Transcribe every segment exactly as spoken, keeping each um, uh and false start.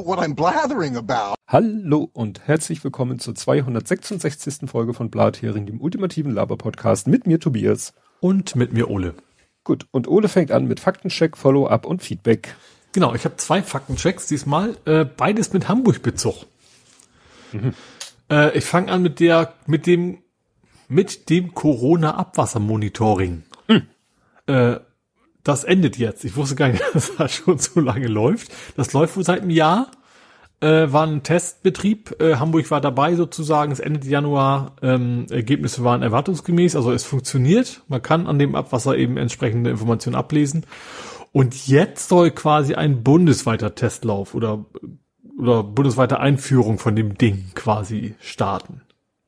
what I'm blathering about. Hallo und herzlich willkommen zur zweihundertsechsundsechzigsten Folge von Blathering, dem ultimativen Laber-Podcast mit mir Tobias. Und mit mir Ole. Gut, und Ole fängt an mit Faktencheck, Follow-up und Feedback. Genau, ich habe zwei Faktenchecks diesmal, äh, beides mit Hamburg-Bezug. Mhm. Äh, ich fange an mit der, mit dem, mit dem Corona-Abwassermonitoring. Mhm. Äh, das endet jetzt. Ich wusste gar nicht, dass das schon so lange läuft. Das läuft wohl seit einem Jahr. Äh, war ein Testbetrieb. Äh, Hamburg war dabei sozusagen. Es endet Januar. Ähm, Ergebnisse waren erwartungsgemäß. Also es funktioniert. Man kann an dem Abwasser eben entsprechende Informationen ablesen. Und jetzt soll quasi ein bundesweiter Testlauf oder, oder bundesweite Einführung von dem Ding quasi starten.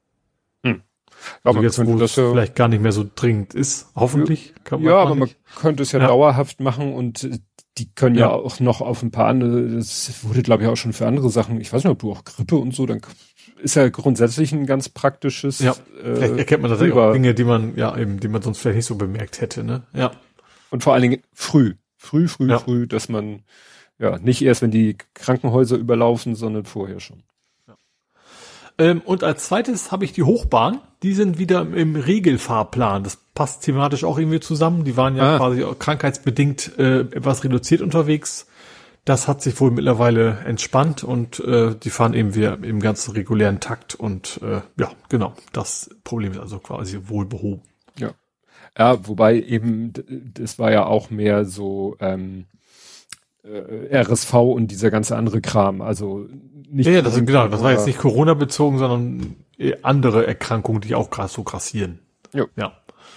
Hm. Also aber jetzt, wo es ja vielleicht gar nicht mehr so dringend ist. Hoffentlich. Kann man ja, aber man könnte es ja, ja dauerhaft machen und die können ja. ja auch noch auf ein paar andere, das wurde glaube ich auch schon für andere Sachen, ich weiß nicht, ob du auch Grippe und so, dann ist ja grundsätzlich ein ganz praktisches. Ja, äh, vielleicht erkennt man tatsächlich auch Dinge, die man, ja eben, die man sonst vielleicht nicht so bemerkt hätte, ne? Ja. Und vor allen Dingen früh, früh, früh, ja. früh, dass man, ja, nicht erst, wenn die Krankenhäuser überlaufen, sondern vorher schon. Ja. Ähm, und als zweites habe ich die Hochbahn, die sind wieder im Regelfahrplan. Das passt thematisch auch irgendwie zusammen. Die waren ja ah. quasi krankheitsbedingt äh, etwas reduziert unterwegs. Das hat sich wohl mittlerweile entspannt und äh, die fahren eben wieder im ganz regulären Takt und äh, ja, genau, das Problem ist also quasi wohl behoben. Ja, ja, wobei eben, das war ja auch mehr so ähm, äh, R S V und dieser ganze andere Kram, also nicht. Ja, ja das, genau, das war jetzt nicht Corona bezogen, sondern andere Erkrankungen, die auch gerade so grassieren. Jo. Ja.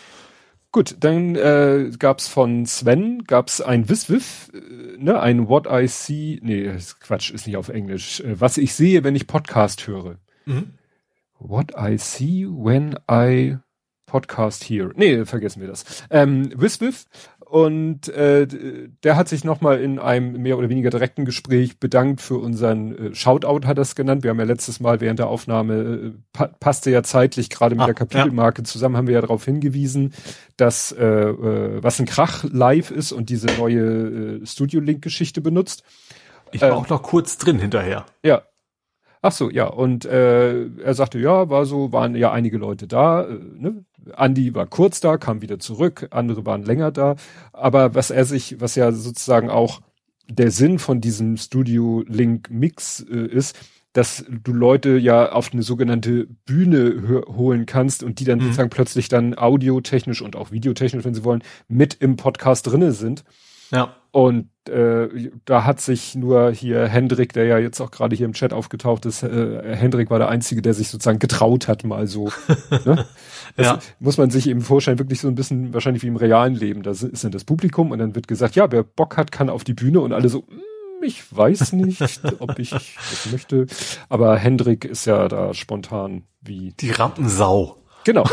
Gut, dann äh, gab's von Sven, gab's ein Wiswiff, äh, ne, ein What I See, nee, Quatsch, ist nicht auf Englisch, äh, was ich sehe, wenn ich Podcast höre. Mhm. What I see when I Podcast hear. Nee, vergessen wir das. Ähm, Wiswiff, und äh, der hat sich nochmal in einem mehr oder weniger direkten Gespräch bedankt für unseren äh, Shoutout, hat er es genannt. Wir haben ja letztes Mal während der Aufnahme, äh, pa- passte ja zeitlich gerade mit ah, der Kapitelmarke ja. zusammen, haben wir ja darauf hingewiesen, dass äh, äh, was ein Krach live ist und diese neue äh, Studio-Link-Geschichte benutzt. Ich war äh, auch noch kurz drin hinterher. Ja. Ach so, ja. Und äh, er sagte, ja, war so, waren ja einige Leute da, äh, ne? Andi war kurz da, kam wieder zurück, andere waren länger da. Aber was er sich, was ja sozusagen auch der Sinn von diesem Studio-Link-Mix äh, ist, dass du Leute ja auf eine sogenannte Bühne hö- holen kannst und die dann mhm. sozusagen plötzlich dann audiotechnisch und auch videotechnisch, wenn sie wollen, mit im Podcast drinne sind. Ja. Und äh, da hat sich nur hier Hendrik, der ja jetzt auch gerade hier im Chat aufgetaucht ist, äh, Hendrik war der Einzige, der sich sozusagen getraut hat, mal so. Ne? Das ja. muss man sich eben vorstellen, wirklich so ein bisschen wahrscheinlich wie im realen Leben. Da ist dann das Publikum und dann wird gesagt, ja, wer Bock hat, kann auf die Bühne und alle so, ich weiß nicht, ob ich das möchte. Aber Hendrik ist ja da spontan wie... Die Rampensau. Genau.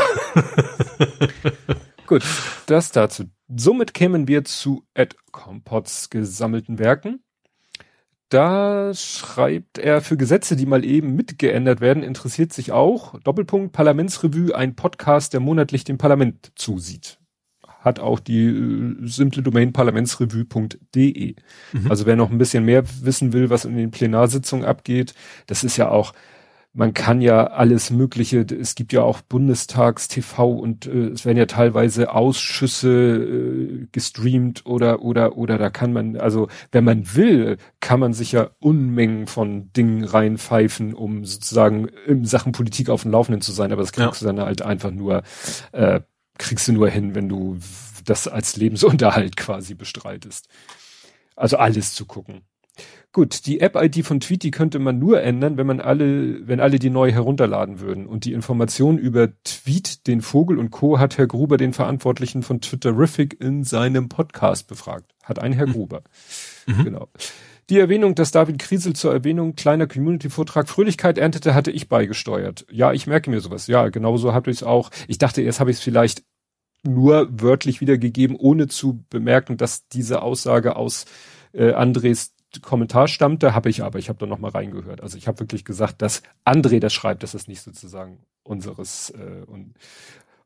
Gut, das dazu. Somit kämen wir zu Ed Compots gesammelten Werken. Da schreibt er, für Gesetze, die mal eben mitgeändert werden, interessiert sich auch, Doppelpunkt, Parlamentsrevue, ein Podcast, der monatlich dem Parlament zusieht. Hat auch die äh, simple Domain parlamentsrevue punkt de. Mhm. Also wer noch ein bisschen mehr wissen will, was in den Plenarsitzungen abgeht, das ist ja auch, man kann ja alles Mögliche, es gibt ja auch Bundestags-T V und äh, es werden ja teilweise Ausschüsse äh, gestreamt oder oder oder da kann man, also wenn man will, kann man sich ja Unmengen von Dingen reinpfeifen, um sozusagen in Sachen Politik auf dem Laufenden zu sein, aber das kriegst ja. du dann halt einfach nur, äh, kriegst du nur hin, wenn du das als Lebensunterhalt quasi bestreitest. Also alles zu gucken. Gut, die App-I D von Tweety könnte man nur ändern, wenn man alle, wenn alle die neu herunterladen würden. Und die Information über Tweet, den Vogel und Co. hat Herr Gruber den Verantwortlichen von Twitterific in seinem Podcast befragt. Hat ein Herr Gruber. Mhm. Genau. Die Erwähnung, dass David Kriesel zur Erwähnung kleiner Community-Vortrag Fröhlichkeit erntete, hatte ich beigesteuert. Ja, ich merke mir sowas. Ja, genauso habe ich es auch. Ich dachte, erst habe ich es vielleicht nur wörtlich wiedergegeben, ohne zu bemerken, dass diese Aussage aus äh, Andres Kommentar stammte, habe ich aber, ich habe da noch mal reingehört. Also ich habe wirklich gesagt, dass André das schreibt, dass es nicht sozusagen unseres äh, und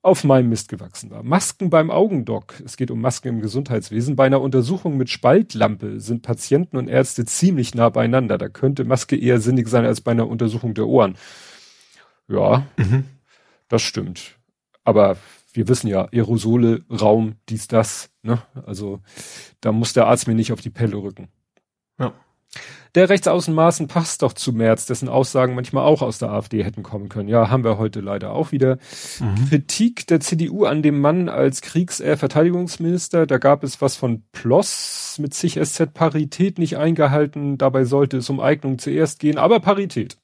auf meinem Mist gewachsen war. Masken beim Augendoc. Es geht um Masken im Gesundheitswesen. Bei einer Untersuchung mit Spaltlampe sind Patienten und Ärzte ziemlich nah beieinander. Da könnte Maske eher sinnig sein als bei einer Untersuchung der Ohren. Ja, mhm. Das stimmt. Aber wir wissen ja, Aerosole, Raum, dies, das, ne? Also, da muss der Arzt mir nicht auf die Pelle rücken. Ja. Der Rechtsaußenmaßen passt doch zu Merz, dessen Aussagen manchmal auch aus der AfD hätten kommen können. Ja, haben wir heute leider auch wieder. Mhm. Kritik der C D U an dem Mann als Kriegs-Verteidigungsminister. Da gab es was von Ploss mit zig S Z, Parität nicht eingehalten. Dabei sollte es um Eignung zuerst gehen, aber Parität.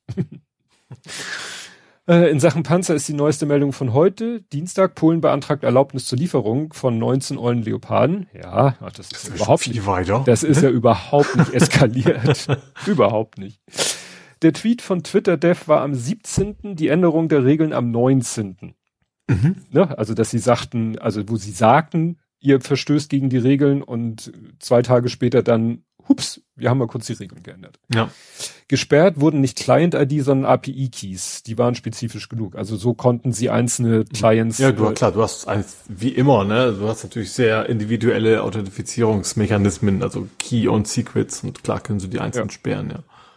In Sachen Panzer ist die neueste Meldung von heute. Dienstag, Polen beantragt Erlaubnis zur Lieferung von neunzehn Eulen Leoparden. Ja, das ist, das ist überhaupt nicht weiter. Das ist ja überhaupt nicht eskaliert. Überhaupt nicht. Der Tweet von Twitter-Dev war am siebzehnten die Änderung der Regeln am neunzehnten Mhm. Ne? Also, dass sie sagten, also wo sie sagten, ihr verstößt gegen die Regeln und zwei Tage später dann, hups, wir haben mal kurz die Regeln geändert. Ja. Gesperrt wurden nicht Client-I D, sondern A P I-Keys. Die waren spezifisch genug. Also so konnten sie einzelne Clients... Ja, du, klar, du hast eins, wie immer, ne, du hast natürlich sehr individuelle Authentifizierungsmechanismen, also Key und Secrets, und klar können sie die einzeln ja. sperren, ja.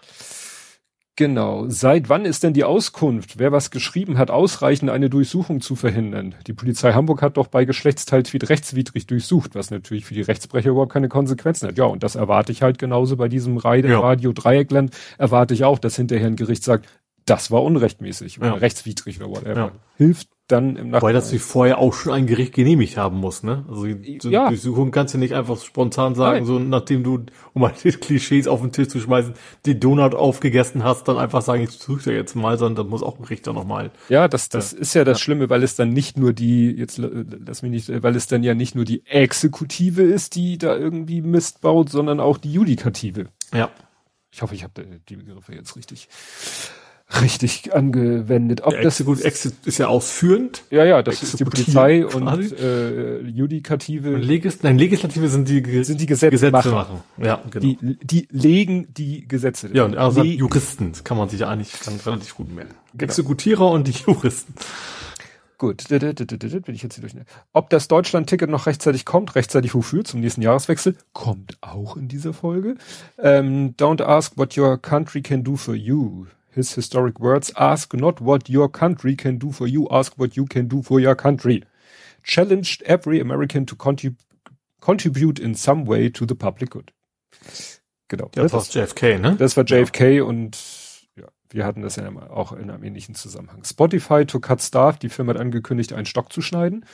Genau. Seit wann ist denn die Auskunft, wer was geschrieben hat, ausreichend, eine Durchsuchung zu verhindern? Die Polizei Hamburg hat doch bei Geschlechtsteiltweet rechtswidrig durchsucht, was natürlich für die Rechtsbrecher überhaupt keine Konsequenzen hat. Ja, und das erwarte ich halt genauso bei diesem ja. Radio-Dreieckland, erwarte ich auch, dass hinterher ein Gericht sagt, das war unrechtmäßig oder ja. rechtswidrig oder whatever. Ja. Hilft dann im Nachhinein. Weil das sich vorher auch schon ein Gericht genehmigt haben muss, ne? Also so ja. Durchsuchung kannst du nicht einfach spontan sagen, Nein. so nachdem du, um mal die Klischees auf den Tisch zu schmeißen, die Donut aufgegessen hast, dann einfach sagen, ich suche dir jetzt mal, sondern da muss auch ein Richter nochmal. Ja, das das äh, ist ja das ja. Schlimme, weil es dann nicht nur die, jetzt lass mich nicht, weil es dann ja nicht nur die Exekutive ist, die da irgendwie Mist baut, sondern auch die Judikative. Ja. Ich hoffe, ich habe die Begriffe jetzt richtig richtig angewendet. Ob das Exekut ist ja ausführend. Ja, ja, das ist die Polizei und äh, Judikative. Und Legis, nein, Legislative sind die, sind die Gesetze, Gesetze machen. machen. Ja, genau. Die, die legen die Gesetze. Ja, und also Juristen, das kann man sich ja eigentlich ganz relativ gut merken. Genau. Exekutierer und die Juristen. Gut, bin ich jetzt hier durch. Ob das Deutschland-Ticket noch rechtzeitig kommt, rechtzeitig wofür, zum nächsten Jahreswechsel, kommt auch in dieser Folge. Ähm, don't ask what your country can do for you. His historic words, ask not what your country can do for you, ask what you can do for your country. Challenged every American to contrib- contribute in some way to the public good. Genau. Ja, das, das war J F K, ne? Das war J F K ja. Und ja, wir hatten das ja auch in einem ähnlichen Zusammenhang. Spotify to cut staff, die Firma hat angekündigt, einen Stock zu schneiden.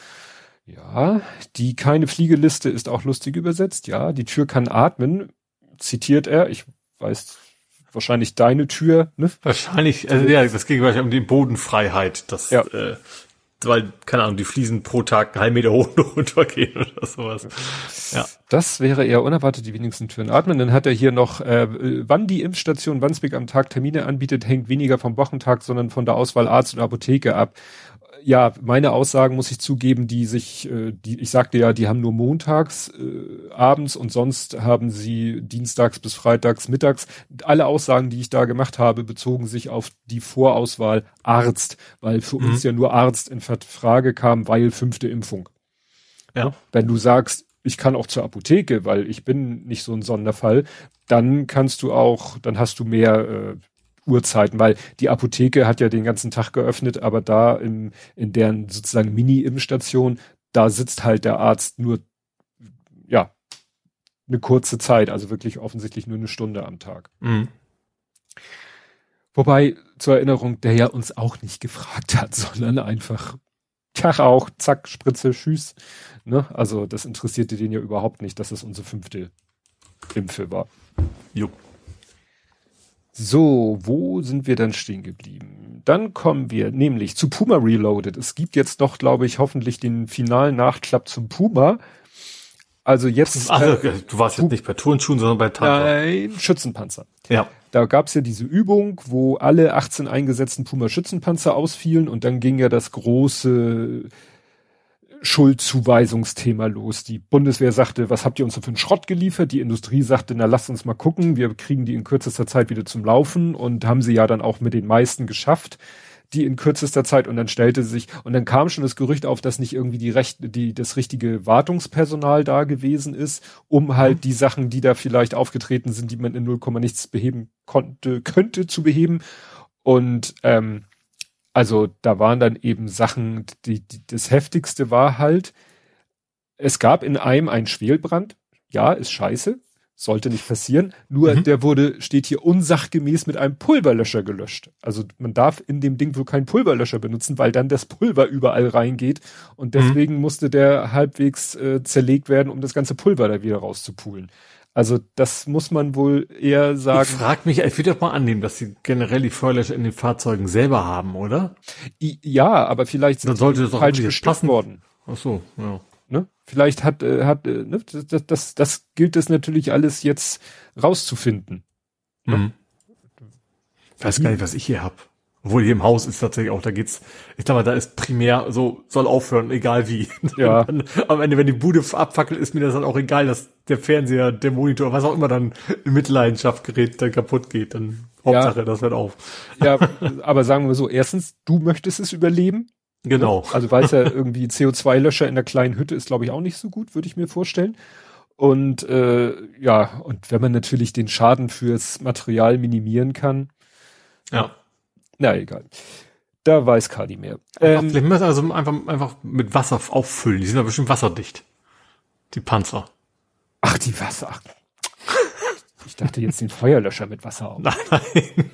Ja, die keine Fliegeliste ist auch lustig übersetzt. Ja, die Tür kann atmen, zitiert er. Ich weiß wahrscheinlich deine Tür, ne? Wahrscheinlich, also ja, das ging wahrscheinlich um die Bodenfreiheit, dass, ja. äh, weil, keine Ahnung, die Fliesen pro Tag einen halben Meter hoch und runter gehen oder sowas. Ja. Das wäre eher unerwartet, die wenigsten Türen atmen. Dann hat er hier noch, äh, wann die Impfstation Wandsbek am Tag Termine anbietet, hängt weniger vom Wochentag, sondern von der Auswahl Arzt und Apotheke ab. Ja, meine Aussagen muss ich zugeben, die sich, äh, die, ich sagte ja, die haben nur montags äh, abends und sonst haben sie dienstags bis freitags mittags. Alle Aussagen, die ich da gemacht habe, bezogen sich auf die Vorauswahl Arzt, weil für mhm. uns ja nur Arzt in Frage kam, weil fünfte Impfung. Ja. Wenn du sagst, ich kann auch zur Apotheke, weil ich bin nicht so ein Sonderfall, dann kannst du auch, dann hast du mehr äh, Uhrzeiten, weil die Apotheke hat ja den ganzen Tag geöffnet, aber da in, in deren sozusagen Mini-Impfstation, da sitzt halt der Arzt nur, ja, eine kurze Zeit, also wirklich offensichtlich nur eine Stunde am Tag. Mhm. Wobei, zur Erinnerung, der ja uns auch nicht gefragt hat, sondern einfach, Tag auch, zack, Spritze, tschüss. Ne? Also das interessierte den ja überhaupt nicht, dass es unsere fünfte Impfe war. Jo. So, wo sind wir dann stehen geblieben? Dann kommen wir nämlich zu Puma Reloaded. Es gibt jetzt noch, glaube ich, hoffentlich den finalen Nachklapp zum Puma. Also jetzt... Ach, äh, du warst jetzt nicht bei Turnschuhen, sondern bei Panzer. Nein, Schützenpanzer. Ja. Da gab es ja diese Übung, wo alle achtzehn eingesetzten Puma-Schützenpanzer ausfielen und dann ging ja das große Schuldzuweisungsthema los. Die Bundeswehr sagte, was habt ihr uns denn für einen Schrott geliefert? Die Industrie sagte, na lasst uns mal gucken, wir kriegen die in kürzester Zeit wieder zum Laufen und haben sie ja dann auch mit den meisten geschafft. die in kürzester Zeit, und dann stellte sich, und dann kam schon das Gerücht auf, dass nicht irgendwie die Recht, die, das richtige Wartungspersonal da gewesen ist, um halt mhm. die Sachen, die da vielleicht aufgetreten sind, die man in null Komma nichts beheben konnte, könnte zu beheben. Und, ähm, also da waren dann eben Sachen, die, die, das Heftigste war halt, es gab in einem einen Schwelbrand. Ja, ist scheiße. Sollte nicht passieren. Nur mhm. der wurde, steht hier unsachgemäß mit einem Pulverlöscher gelöscht. Also man darf in dem Ding wohl keinen Pulverlöscher benutzen, weil dann das Pulver überall reingeht. Und deswegen mhm. musste der halbwegs äh, zerlegt werden, um das ganze Pulver da wieder rauszupulen. Also das muss man wohl eher sagen. Ich frage mich, ich würde doch mal annehmen, dass sie generell die Feuerlöscher in den Fahrzeugen selber haben, oder? I, ja, aber vielleicht sind sie falsch bestimmt worden. Ach so, ja. Ne? Vielleicht hat, äh, hat äh, ne? das, das, das gilt es natürlich alles jetzt rauszufinden. Ne? Mhm. Ich weiß gar nicht, was ich hier hab. Obwohl hier im Haus ist tatsächlich auch, da geht's, ich glaube, da ist primär so, soll aufhören, egal wie. Ja. Dann, am Ende, wenn die Bude abfackelt, ist mir das dann auch egal, dass der Fernseher, der Monitor, was auch immer dann in Mitleidenschaft gerät, dann kaputt geht. Dann Hauptsache, ja. das hört auf. Ja, aber sagen wir so, erstens, du möchtest es überleben. Genau. Also weil es ja irgendwie C O zwei Löscher in der kleinen Hütte ist, glaube ich, auch nicht so gut, würde ich mir vorstellen. Und äh, ja, und wenn man natürlich den Schaden fürs Material minimieren kann. Ja. Na, egal. Da weiß Kali mehr. Ähm, vielleicht müssen wir also einfach, einfach mit Wasser auffüllen. Die sind ja bestimmt wasserdicht. Die Panzer. Ach, die Wasser. Ach. Ich dachte jetzt den Feuerlöscher mit Wasser auf. Nein.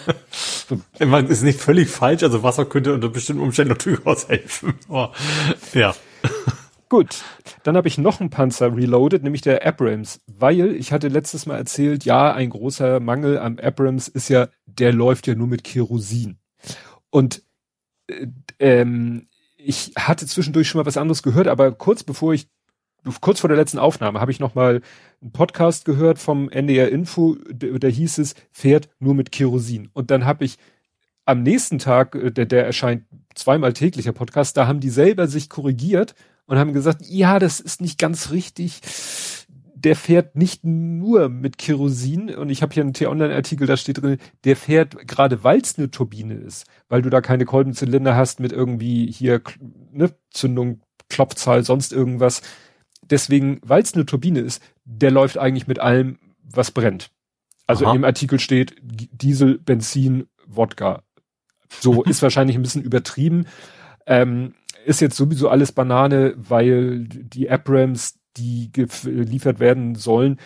Ich meine, ist nicht völlig falsch. Also Wasser könnte unter bestimmten Umständen natürlich aushelfen. Oh, ja. Gut, dann habe ich noch einen Panzer reloaded, nämlich der Abrams, weil ich hatte letztes Mal erzählt, ja, ein großer Mangel am Abrams ist ja, der läuft ja nur mit Kerosin. Und äh, ähm, ich hatte zwischendurch schon mal was anderes gehört, aber kurz bevor ich, kurz vor der letzten Aufnahme, habe ich noch mal einen Podcast gehört vom N D R Info, da, da hieß es, fährt nur mit Kerosin. Und dann habe ich am nächsten Tag, der, der erscheint zweimal täglicher Podcast, da haben die selber sich korrigiert und haben gesagt, ja, das ist nicht ganz richtig. Der fährt nicht nur mit Kerosin. Und ich habe hier einen T-Online-Artikel, da steht drin, der fährt, gerade weil es eine Turbine ist, weil du da keine Kolbenzylinder hast mit irgendwie hier ne, Zündung, Klopfzahl, sonst irgendwas. Deswegen, weil es eine Turbine ist, der läuft eigentlich mit allem, was brennt. Also Aha. im Artikel steht Diesel, Benzin, Wodka. So ist wahrscheinlich ein bisschen übertrieben. Ähm, ist jetzt sowieso alles Banane, weil die Abrams, die geliefert werden sollen,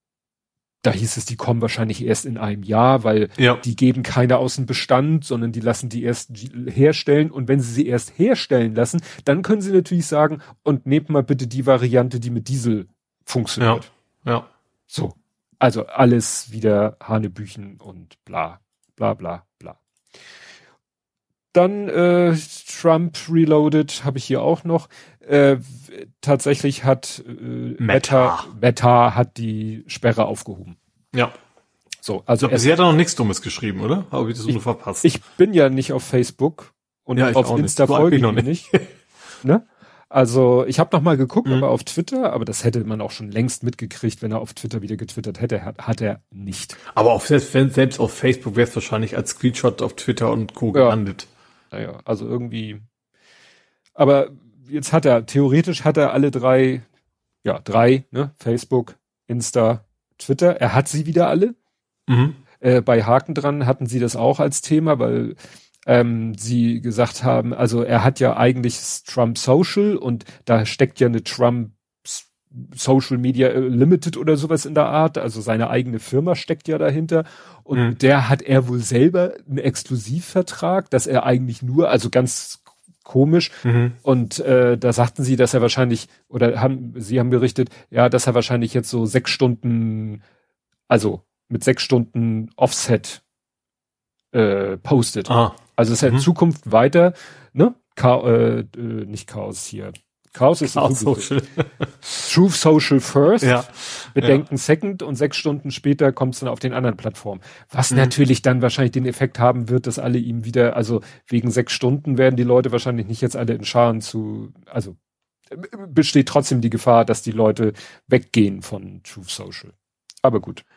da hieß es, die kommen wahrscheinlich erst in einem Jahr, weil ja. die geben keine aus dem Bestand, sondern die lassen die erst herstellen. Und wenn sie sie erst herstellen lassen, dann können sie natürlich sagen, und nehmt mal bitte die Variante, die mit Diesel funktioniert. Ja, ja. So, also alles wieder Hanebüchen und bla, bla, bla, bla. Dann äh, Trump Reloaded habe ich hier auch noch. Äh, tatsächlich hat äh, Meta. Meta hat die Sperre aufgehoben. Ja. So, also glaub, sie hat noch nichts Dummes geschrieben, oder? Habe ich das ich, nur verpasst? Ich bin ja nicht auf Facebook und ja, auf Insta folge ich noch nicht. Ne? Also ich habe noch mal geguckt, mhm. aber auf Twitter, aber das hätte man auch schon längst mitgekriegt, wenn er auf Twitter wieder getwittert hätte, hat, hat er nicht. Aber auf, selbst, selbst auf Facebook wäre es wahrscheinlich als Screenshot auf Twitter und Co. Ja. gelandet. Naja, also irgendwie. Aber jetzt hat er, theoretisch hat er alle drei, ja, drei, ne? Facebook, Insta, Twitter. Er hat sie wieder alle. Mhm. Äh, bei Haken dran hatten sie das auch als Thema, weil ähm, sie gesagt haben, also er hat ja eigentlich Trump Social und da steckt ja eine Trump Social Media Limited oder sowas in der Art, also seine eigene Firma steckt ja dahinter und mhm. der hat er wohl selber einen Exklusivvertrag, dass er eigentlich nur, also ganz komisch mhm. und äh, da sagten sie, dass er wahrscheinlich, oder haben sie haben berichtet, ja, dass er wahrscheinlich jetzt so sechs Stunden, also mit sechs Stunden Offset äh, postet. Ah. Also es ist ja mhm. in Zukunft weiter, ne? Cha äh, äh, nicht Chaos hier. Chaos ist Chaos Social. Truth Social first, ja. Bedenken ja. second und sechs Stunden später kommt es dann auf den anderen Plattformen. Was mhm. natürlich dann wahrscheinlich den Effekt haben wird, dass alle ihm wieder, also wegen sechs Stunden werden die Leute wahrscheinlich nicht jetzt alle in Scharen zu, also besteht trotzdem die Gefahr, dass die Leute weggehen von Truth Social. Aber gut.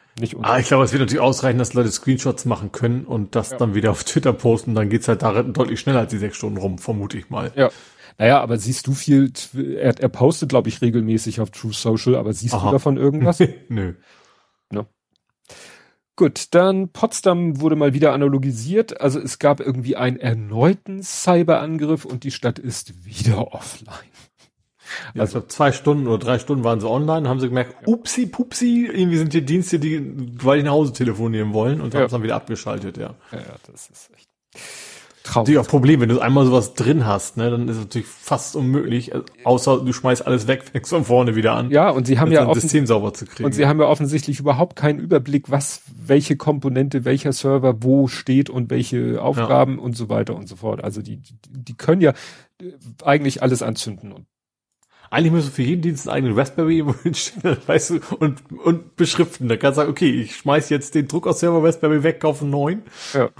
nicht Ah, ich glaube, es wird natürlich ausreichen, dass Leute Screenshots machen können und das ja. dann wieder auf Twitter posten. Dann geht's halt da deutlich schneller als die sechs Stunden rum, vermute ich mal. Ja. Naja, aber siehst du viel, er, er postet, glaube ich, regelmäßig auf True Social, aber siehst Aha. du davon irgendwas? Nö. Ne? Gut, dann Potsdam wurde mal wieder analogisiert. Also es gab irgendwie einen erneuten Cyberangriff und die Stadt ist wieder offline. Ja, also zwei Stunden oder drei Stunden waren sie online, haben sie gemerkt, ja. upsi, pupsi, irgendwie sind hier Dienste, die weil die nach Hause telefonieren wollen und ja. haben es dann wieder abgeschaltet, ja. Ja, ja, das ist echt traurig. Natürlich auch Problem, wenn du einmal sowas drin hast, ne, dann ist es natürlich fast unmöglich, außer du schmeißt alles weg, fängst von vorne wieder an. Ja, und sie haben ja das System sauber zu kriegen. Und sie haben ja offensichtlich überhaupt keinen Überblick, was, welche Komponente, welcher Server wo steht und welche Aufgaben ja. und so weiter und so fort. Also die, die, die können ja eigentlich alles anzünden und eigentlich müssen wir für jeden Dienst einen eigenen Raspberry hinstellen, weißt du, und, und beschriften. Da kannst du sagen, okay, ich schmeiß jetzt den Druckerserver Raspberry weg, kaufe einen neuen. Ja.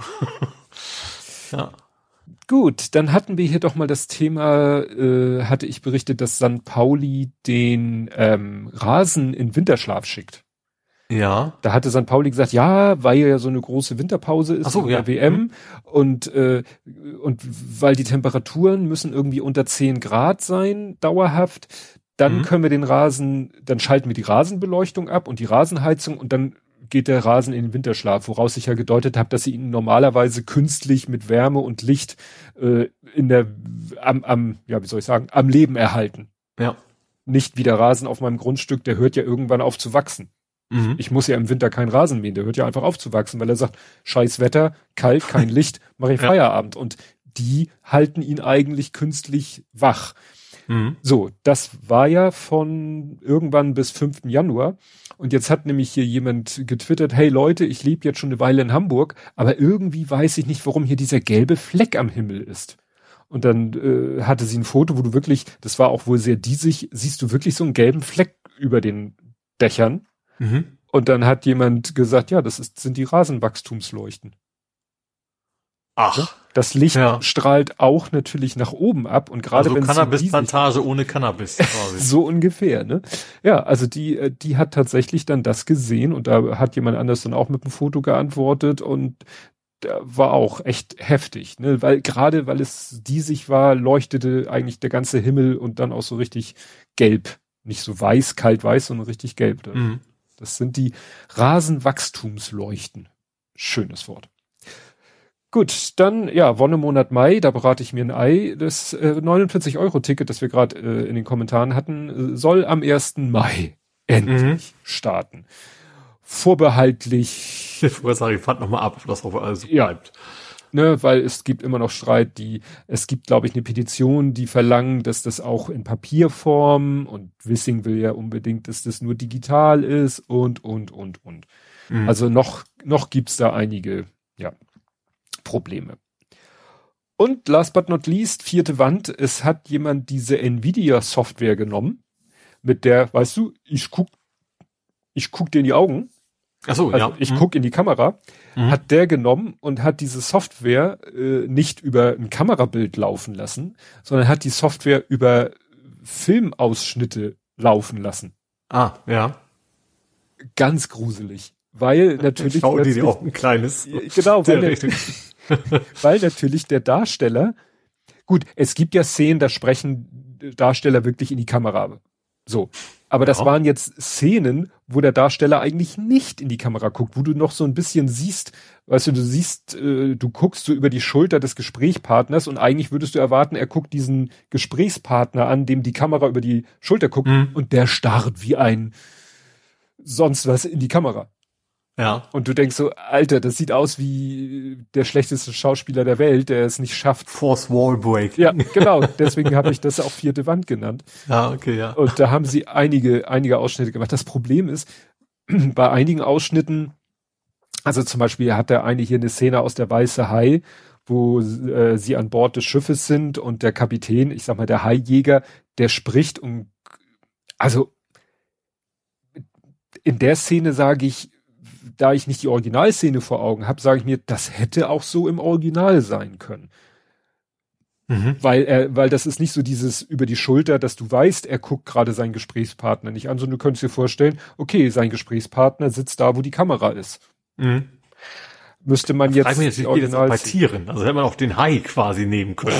ja. Gut, dann hatten wir hier doch mal das Thema, äh, hatte ich berichtet, dass Sankt Pauli den ähm, Rasen in Winterschlaf schickt. Ja. Da hatte Sankt Pauli gesagt, ja, weil ja so eine große Winterpause ist Ach so, in der ja. W M mhm. und äh, und weil die Temperaturen müssen irgendwie unter zehn Grad sein, dauerhaft, dann mhm. können wir den Rasen, dann schalten wir die Rasenbeleuchtung ab und die Rasenheizung und dann geht der Rasen in den Winterschlaf, woraus ich ja gedeutet habe, dass sie ihn normalerweise künstlich mit Wärme und Licht äh, in der am, am ja, wie soll ich sagen, am Leben erhalten. Ja. Nicht wie der Rasen auf meinem Grundstück, der hört ja irgendwann auf zu wachsen. Mhm. Ich muss ja im Winter keinen Rasen mähen, der hört ja einfach auf zu wachsen, weil er sagt, scheiß Wetter, kalt, kein Licht, mache ich ja. Feierabend. Und die halten ihn eigentlich künstlich wach. Mhm. So, das war ja von irgendwann bis fünften Januar. Und jetzt hat nämlich hier jemand getwittert, hey Leute, ich lebe jetzt schon eine Weile in Hamburg, aber irgendwie weiß ich nicht, warum hier dieser gelbe Fleck am Himmel ist. Und dann äh, hatte sie ein Foto, wo du wirklich, das war auch wohl sehr diesig, siehst du wirklich so einen gelben Fleck über den Dächern. Mhm. Und dann hat jemand gesagt, ja, das ist, sind die Rasenwachstumsleuchten. Ach. Das Licht ja. strahlt auch natürlich nach oben ab und gerade also wenn Cannabis-Plantage ohne Cannabis. Quasi. So ungefähr, ne? Ja, also die, die hat tatsächlich dann das gesehen und da hat jemand anders dann auch mit einem Foto geantwortet und da war auch echt heftig, ne? Weil gerade weil es diesig war, leuchtete eigentlich der ganze Himmel und dann auch so richtig gelb. Nicht so weiß, kalt weiß, sondern richtig gelb. Mhm. Das sind die Rasenwachstumsleuchten. Schönes Wort. Gut, dann, ja, Wonnemonat Mai, da berate ich mir ein Ei. Das äh, neunundvierzig Euro Ticket, das wir gerade äh, in den Kommentaren hatten, äh, soll am ersten Mai endlich mhm. starten. Vorbehaltlich. Ich wollte sagen, ich fand nochmal ab, ob das auch alles ja. bleibt. Ne, weil es gibt immer noch Streit, die, es gibt, glaube ich, eine Petition, die verlangen, dass das auch in Papierform und Wissing will ja unbedingt, dass das nur digital ist und, und, und, und. Mhm. Also noch, noch gibt's da einige, ja, Probleme. Und last but not least, vierte Wand, es hat jemand diese Nvidia-Software genommen, mit der, weißt du, ich guck, ich guck dir in die Augen. Ach so, also ja. Ich mhm. guck in die Kamera, mhm. hat der genommen und hat diese Software äh, nicht über ein Kamerabild laufen lassen, sondern hat die Software über Filmausschnitte laufen lassen. Ah, ja. Ganz gruselig. Weil natürlich... Schau dir die auch ein kleines... Genau, weil, der, weil natürlich der Darsteller... Gut, es gibt ja Szenen, da sprechen Darsteller wirklich in die Kamera. So. Aber das ja. waren jetzt Szenen, wo der Darsteller eigentlich nicht in die Kamera guckt, wo du noch so ein bisschen siehst, weißt du, du siehst, äh, du guckst so über die Schulter des Gesprächspartners und eigentlich würdest du erwarten, er guckt diesen Gesprächspartner an, dem die Kamera über die Schulter guckt mhm. und der starrt wie ein sonst was in die Kamera. Ja. Und du denkst so, Alter, das sieht aus wie der schlechteste Schauspieler der Welt, der es nicht schafft. Force Wall Break. Ja, genau. Deswegen habe ich das auch vierte Wand genannt. Ja, okay, ja. Und da haben sie einige, einige Ausschnitte gemacht. Das Problem ist, bei einigen Ausschnitten, also zum Beispiel hat der eine hier eine Szene aus der Weiße Hai, wo äh, sie an Bord des Schiffes sind und der Kapitän, ich sag mal der Haijäger, der spricht und also in der Szene sage ich, da ich nicht die Originalszene vor Augen habe, sage ich mir, das hätte auch so im Original sein können. Mhm. Weil er, weil das ist nicht so dieses über die Schulter, dass du weißt, er guckt gerade seinen Gesprächspartner nicht an, sondern du könntest dir vorstellen, okay, sein Gesprächspartner sitzt da, wo die Kamera ist. Mhm. Müsste man jetzt, jetzt nicht Original bei Tieren. Also hätte man auch den Hai quasi nehmen können.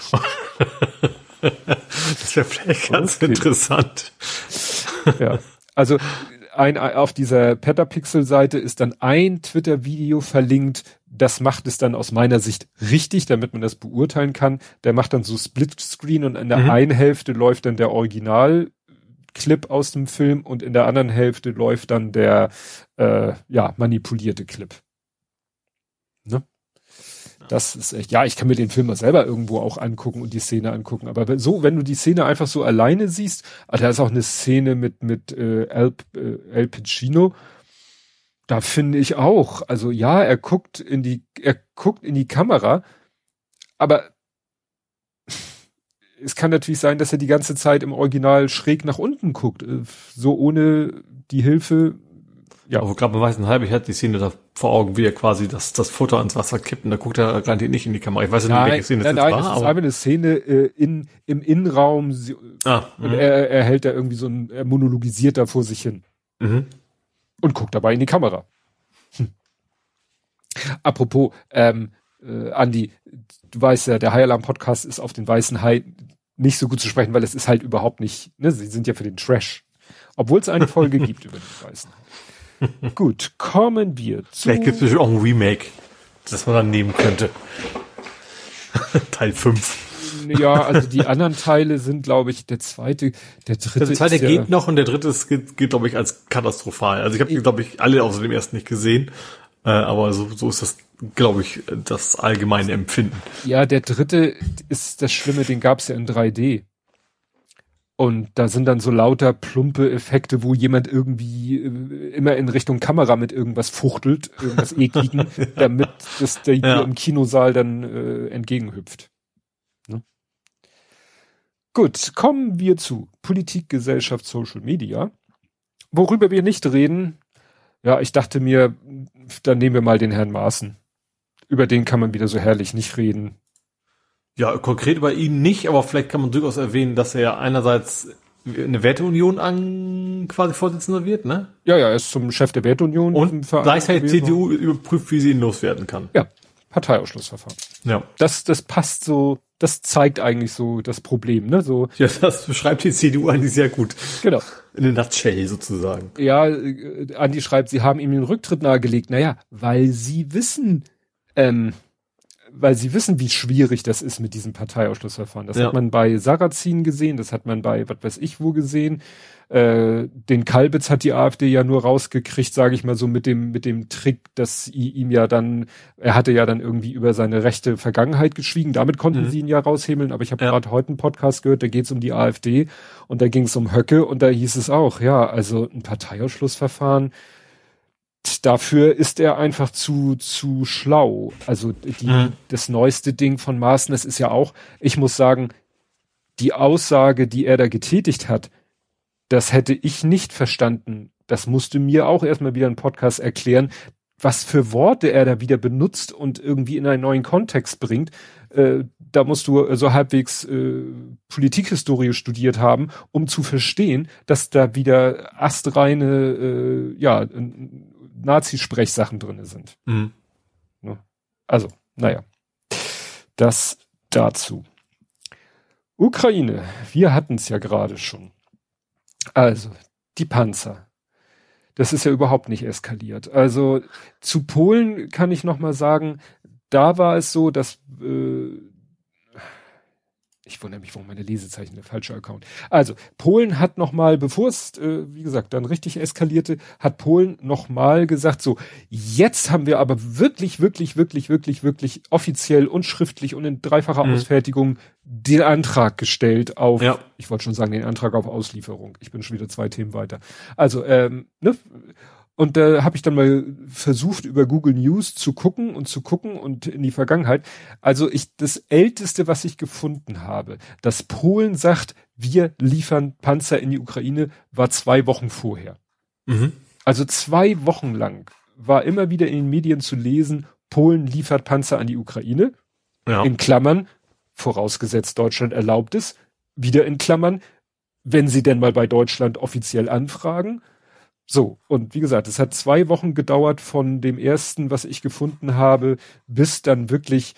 Das wäre vielleicht ganz okay. Interessant. Ja, also ein, auf dieser Petapixel-Seite ist dann ein Twitter-Video verlinkt. Das macht es dann aus meiner Sicht richtig, damit man das beurteilen kann. Der macht dann so Splitscreen und in der mhm. einen Hälfte läuft dann der Original-Clip aus dem Film und in der anderen Hälfte läuft dann der äh, ja manipulierte Clip. Ne? Das ist echt, ja, ich kann mir den Film mal selber irgendwo auch angucken und die Szene angucken, aber so, wenn du die Szene einfach so alleine siehst, ah, da ist auch eine Szene mit, mit äh, Al, äh, Al Pacino, da finde ich auch, also ja, er guckt in die, er guckt in die Kamera, aber es kann natürlich sein, dass er die ganze Zeit im Original schräg nach unten guckt, so ohne die Hilfe. Ja, aber gerade bei Weißen Halb, ich hatte die Szene da vor Augen, wie er quasi das, das Futter ans Wasser kippt und da guckt er gerade nicht in die Kamera. Ich weiß ja nicht, welche Szene das nein, jetzt nein, war. Nein, es ist einfach eine Szene äh, in, im Innenraum sie, ah, und er, er hält da irgendwie so ein, er monologisiert da vor sich hin. Mhm. Und guckt dabei in die Kamera. Hm. Apropos, ähm, äh, Andi, du weißt ja, der High Alarm Podcast ist auf den Weißen Hai nicht so gut zu sprechen, weil es ist halt überhaupt nicht, ne, sie sind ja für den Trash. Obwohl es eine Folge gibt über den Weißen Hai. Gut, kommen wir zu... Vielleicht gibt es auch ein Remake, das man dann nehmen könnte. Teil fünf. Ja, also die anderen Teile sind, glaube ich, der zweite, der dritte. Der zweite geht ja noch und der dritte ist, geht, geht glaube ich, als katastrophal. Also ich habe die, glaube ich, alle außer dem ersten nicht gesehen. Äh, aber so, so ist das, glaube ich, das allgemeine Empfinden. Ja, der dritte ist das Schlimme, den gab es ja in drei D. Und da sind dann so lauter plumpe Effekte, wo jemand irgendwie äh, immer in Richtung Kamera mit irgendwas fuchtelt, irgendwas ekligen, damit das der ja. hier im Kinosaal dann äh, entgegenhüpft. Ne? Gut, kommen wir zu Politik, Gesellschaft, Social Media. Worüber wir nicht reden, ja, ich dachte mir, dann nehmen wir mal den Herrn Maaßen. Über den kann man wieder so herrlich nicht reden. Ja, konkret über ihn nicht, aber vielleicht kann man durchaus erwähnen, dass er ja einerseits eine Werteunion an quasi Vorsitzender wird, ne? Ja, ja, er ist zum Chef der Werteunion. Und gleichzeitig C D U überprüft, wie sie ihn loswerden kann. Ja, Parteiausschlussverfahren. Ja. Das, das passt so, das zeigt eigentlich so das Problem, ne? So. Ja, das beschreibt die C D U eigentlich sehr gut. Genau. In a nutshell sozusagen. Ja, äh, Andi schreibt, sie haben ihm den Rücktritt nahegelegt. Naja, weil sie wissen, ähm, weil sie wissen, wie schwierig das ist mit diesem Parteiausschlussverfahren. Das ja. hat man bei Sarrazin gesehen, das hat man bei was weiß ich wo gesehen. Äh, den Kalbitz hat die AfD ja nur rausgekriegt, sage ich mal so, mit dem mit dem Trick, dass ihm ja dann, er hatte ja dann irgendwie über seine rechte Vergangenheit geschwiegen. Damit konnten mhm. sie ihn ja raushebeln. Aber ich habe ja. gerade heute einen Podcast gehört, da geht es um die AfD und da ging es um Höcke und da hieß es auch, ja, also ein Parteiausschlussverfahren, dafür ist er einfach zu zu schlau. Also die, mhm. das neueste Ding von Maaßen, das ist ja auch, ich muss sagen, die Aussage, die er da getätigt hat, das hätte ich nicht verstanden. Das musste mir auch erstmal wieder ein Podcast erklären, was für Worte er da wieder benutzt und irgendwie in einen neuen Kontext bringt. Äh, da musst du so halbwegs äh, Politikhistorie studiert haben, um zu verstehen, dass da wieder astreine, äh, ja, Nazi-Sprechsachen drinne sind. Mhm. Also, naja. Das dazu. Ukraine, wir hatten es ja gerade schon. Also, die Panzer. Das ist ja überhaupt nicht eskaliert. Also, zu Polen kann ich noch mal sagen, da war es so, dass äh, ich wundere mich, warum meine Lesezeichen der falsche Account. Also, Polen hat noch mal, bevor es, äh, wie gesagt, dann richtig eskalierte, hat Polen noch mal gesagt, so, jetzt haben wir aber wirklich, wirklich, wirklich, wirklich, wirklich offiziell und schriftlich und in dreifacher mhm. Ausfertigung den Antrag gestellt auf, ja. ich wollte schon sagen, den Antrag auf Auslieferung. Ich bin schon wieder zwei Themen weiter. Also, ähm, ne? Und da äh, habe ich dann mal versucht, über Google News zu gucken und zu gucken und in die Vergangenheit. Also ich, das Älteste, was ich gefunden habe, dass Polen sagt, wir liefern Panzer in die Ukraine, war zwei Wochen vorher. Mhm. Also zwei Wochen lang war immer wieder in den Medien zu lesen, Polen liefert Panzer an die Ukraine. Ja. In Klammern, vorausgesetzt Deutschland erlaubt es, wieder in Klammern, wenn sie denn mal bei Deutschland offiziell anfragen. So, und wie gesagt, es hat zwei Wochen gedauert von dem ersten, was ich gefunden habe, bis dann wirklich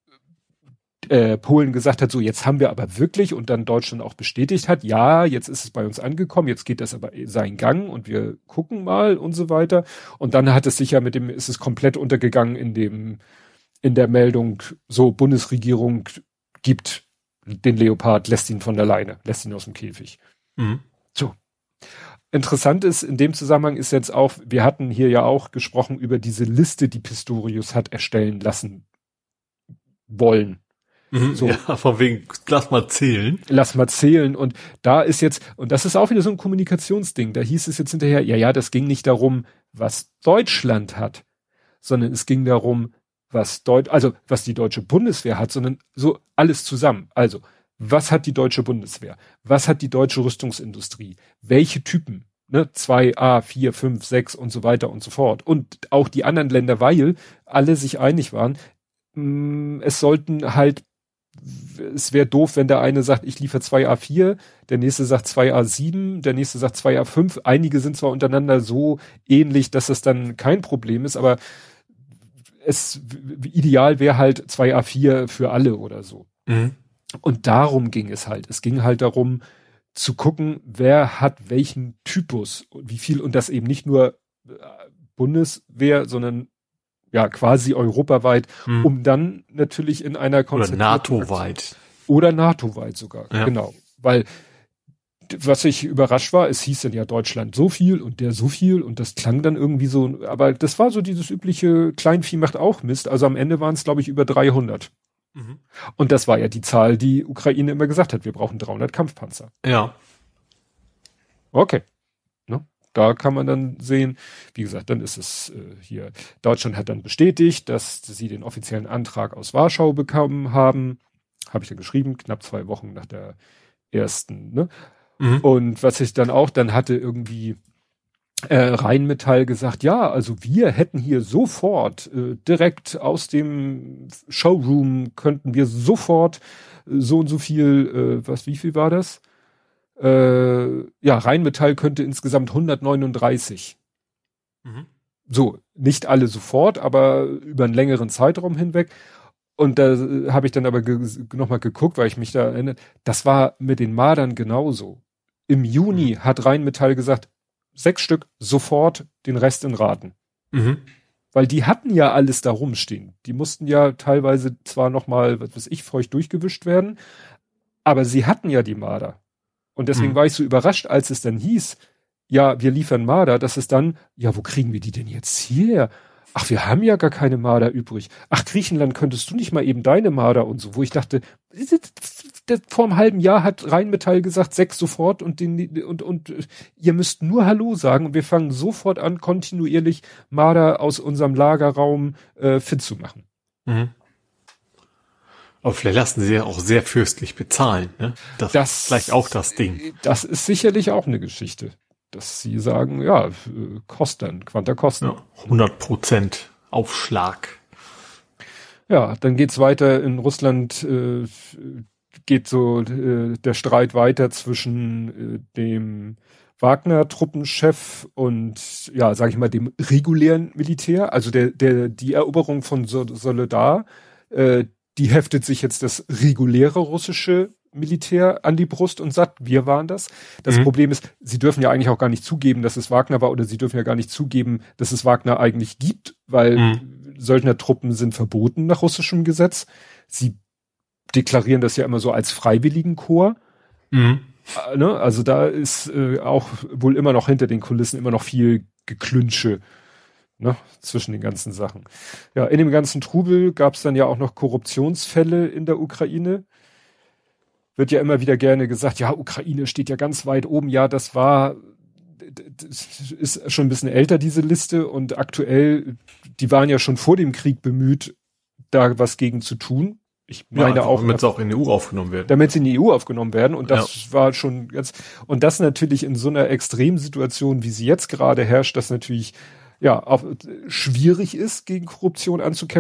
äh, Polen gesagt hat, so jetzt haben wir aber wirklich, und dann Deutschland auch bestätigt hat, ja, jetzt ist es bei uns angekommen, jetzt geht das aber seinen Gang und wir gucken mal und so weiter. Und dann hat es sich ja mit dem, ist es komplett untergegangen in dem, in der Meldung, so Bundesregierung gibt den Leopard, lässt ihn von der Leine, lässt ihn aus dem Käfig. Mhm. So. Interessant ist, in dem Zusammenhang ist jetzt auch, wir hatten hier ja auch gesprochen über diese Liste, die Pistorius hat erstellen lassen wollen. Mhm, so. Ja, von wegen, lass mal zählen. Lass mal zählen. Und da ist jetzt, und das ist auch wieder so ein Kommunikationsding, da hieß es jetzt hinterher, ja, ja, das ging nicht darum, was Deutschland hat, sondern es ging darum, was Deut also was die deutsche Bundeswehr hat, sondern so alles zusammen. Also, was hat die deutsche Bundeswehr? Was hat die deutsche Rüstungsindustrie? Welche Typen? Ne? zwei A, vier, fünf, sechs und so weiter und so fort. Und auch die anderen Länder, weil alle sich einig waren, mh, es sollten halt, es wäre doof, wenn der eine sagt, ich liefere zwei A vier, der nächste sagt zwei A sieben, der nächste sagt zwei A fünf. Einige sind zwar untereinander so ähnlich, dass das dann kein Problem ist, aber es ideal wäre halt zwei A vier für alle oder so. Mhm. Und darum ging es halt. Es ging halt darum zu gucken, wer hat welchen Typus und wie viel, und das eben nicht nur Bundeswehr, sondern ja quasi europaweit, mhm. um dann natürlich in einer Oder NATO-weit. Oder NATO-weit sogar, ja. Genau. Weil was ich überrascht war, es hieß dann ja Deutschland so viel und der so viel und das klang dann irgendwie so, aber das war so dieses übliche Kleinvieh macht auch Mist, also am Ende waren es glaube ich über dreihundert. Mhm. Und das war ja die Zahl, die Ukraine immer gesagt hat, wir brauchen dreihundert Kampfpanzer. Ja. Okay. Ne? Da kann man dann sehen, wie gesagt, dann ist es äh, hier, Deutschland hat dann bestätigt, dass sie den offiziellen Antrag aus Warschau bekommen haben, habe ich dann geschrieben, knapp zwei Wochen nach der ersten, ne? Mhm. Und was ich dann auch, dann hatte irgendwie äh, Rheinmetall gesagt, ja, also wir hätten hier sofort äh, direkt aus dem Showroom könnten wir sofort äh, so und so viel, äh, was, wie viel war das? Äh, ja, Rheinmetall könnte insgesamt hundertneununddreißig. Mhm. So, nicht alle sofort, aber über einen längeren Zeitraum hinweg. Und da äh, habe ich dann aber ge nochmal geguckt, weil ich mich da erinnere, das war mit den Mardern genauso. Im Juni mhm. hat Rheinmetall gesagt, sechs Stück sofort, den Rest in Raten. Mhm. Weil die hatten ja alles da rumstehen. Die mussten ja teilweise zwar nochmal, was weiß ich, feucht durchgewischt werden, aber sie hatten ja die Marder. Und deswegen mhm. war ich so überrascht, als es dann hieß, ja, wir liefern Marder, dass es dann, ja, wo kriegen wir die denn jetzt her? Ach, wir haben ja gar keine Marder übrig. Ach, Griechenland, könntest du nicht mal eben deine Marder und so, wo ich dachte, vor einem halben Jahr hat Rheinmetall gesagt, sechs sofort und den, und, und, ihr müsst nur Hallo sagen und wir fangen sofort an, kontinuierlich Marder aus unserem Lagerraum äh, fit zu machen. Mhm. Aber vielleicht lassen sie ja auch sehr fürstlich bezahlen, ne? Das, das ist vielleicht auch das Ding. Das ist sicherlich auch eine Geschichte. Dass sie sagen, ja, Kosten, Quanta Kosten. Ja, hundert Prozent Aufschlag. Ja, dann geht's weiter in Russland, äh, geht so äh, der Streit weiter zwischen äh, dem Wagner-Truppenchef und, ja, sag ich mal, dem regulären Militär. Also der, der, die Eroberung von Soledar, äh, die heftet sich jetzt das reguläre russische Militär an die Brust und sagt, wir waren das. Das mhm. Problem ist, sie dürfen ja eigentlich auch gar nicht zugeben, dass es Wagner war, oder sie dürfen ja gar nicht zugeben, dass es Wagner eigentlich gibt, weil mhm. Söldnertruppen sind verboten nach russischem Gesetz. Sie deklarieren das ja immer so als Freiwilligenkorps. Mhm. Äh, ne? Also da ist äh, auch wohl immer noch hinter den Kulissen immer noch viel Geklünsche, ne? Zwischen den ganzen Sachen. Ja, in dem ganzen Trubel gab es dann ja auch noch Korruptionsfälle in der Ukraine. Wird ja immer wieder gerne gesagt, ja, Ukraine steht ja ganz weit oben. Ja, das war, das ist schon ein bisschen älter, diese Liste. Und aktuell, die waren ja schon vor dem Krieg bemüht, da was gegen zu tun. Ich meine ja, auch. Damit sie auch in die E U aufgenommen werden. Damit sie in die E U aufgenommen werden. Und das ja. war schon ganz, und das natürlich in so einer Extremsituation, wie sie jetzt gerade herrscht, das natürlich, ja, auch schwierig ist, gegen Korruption anzukämpfen.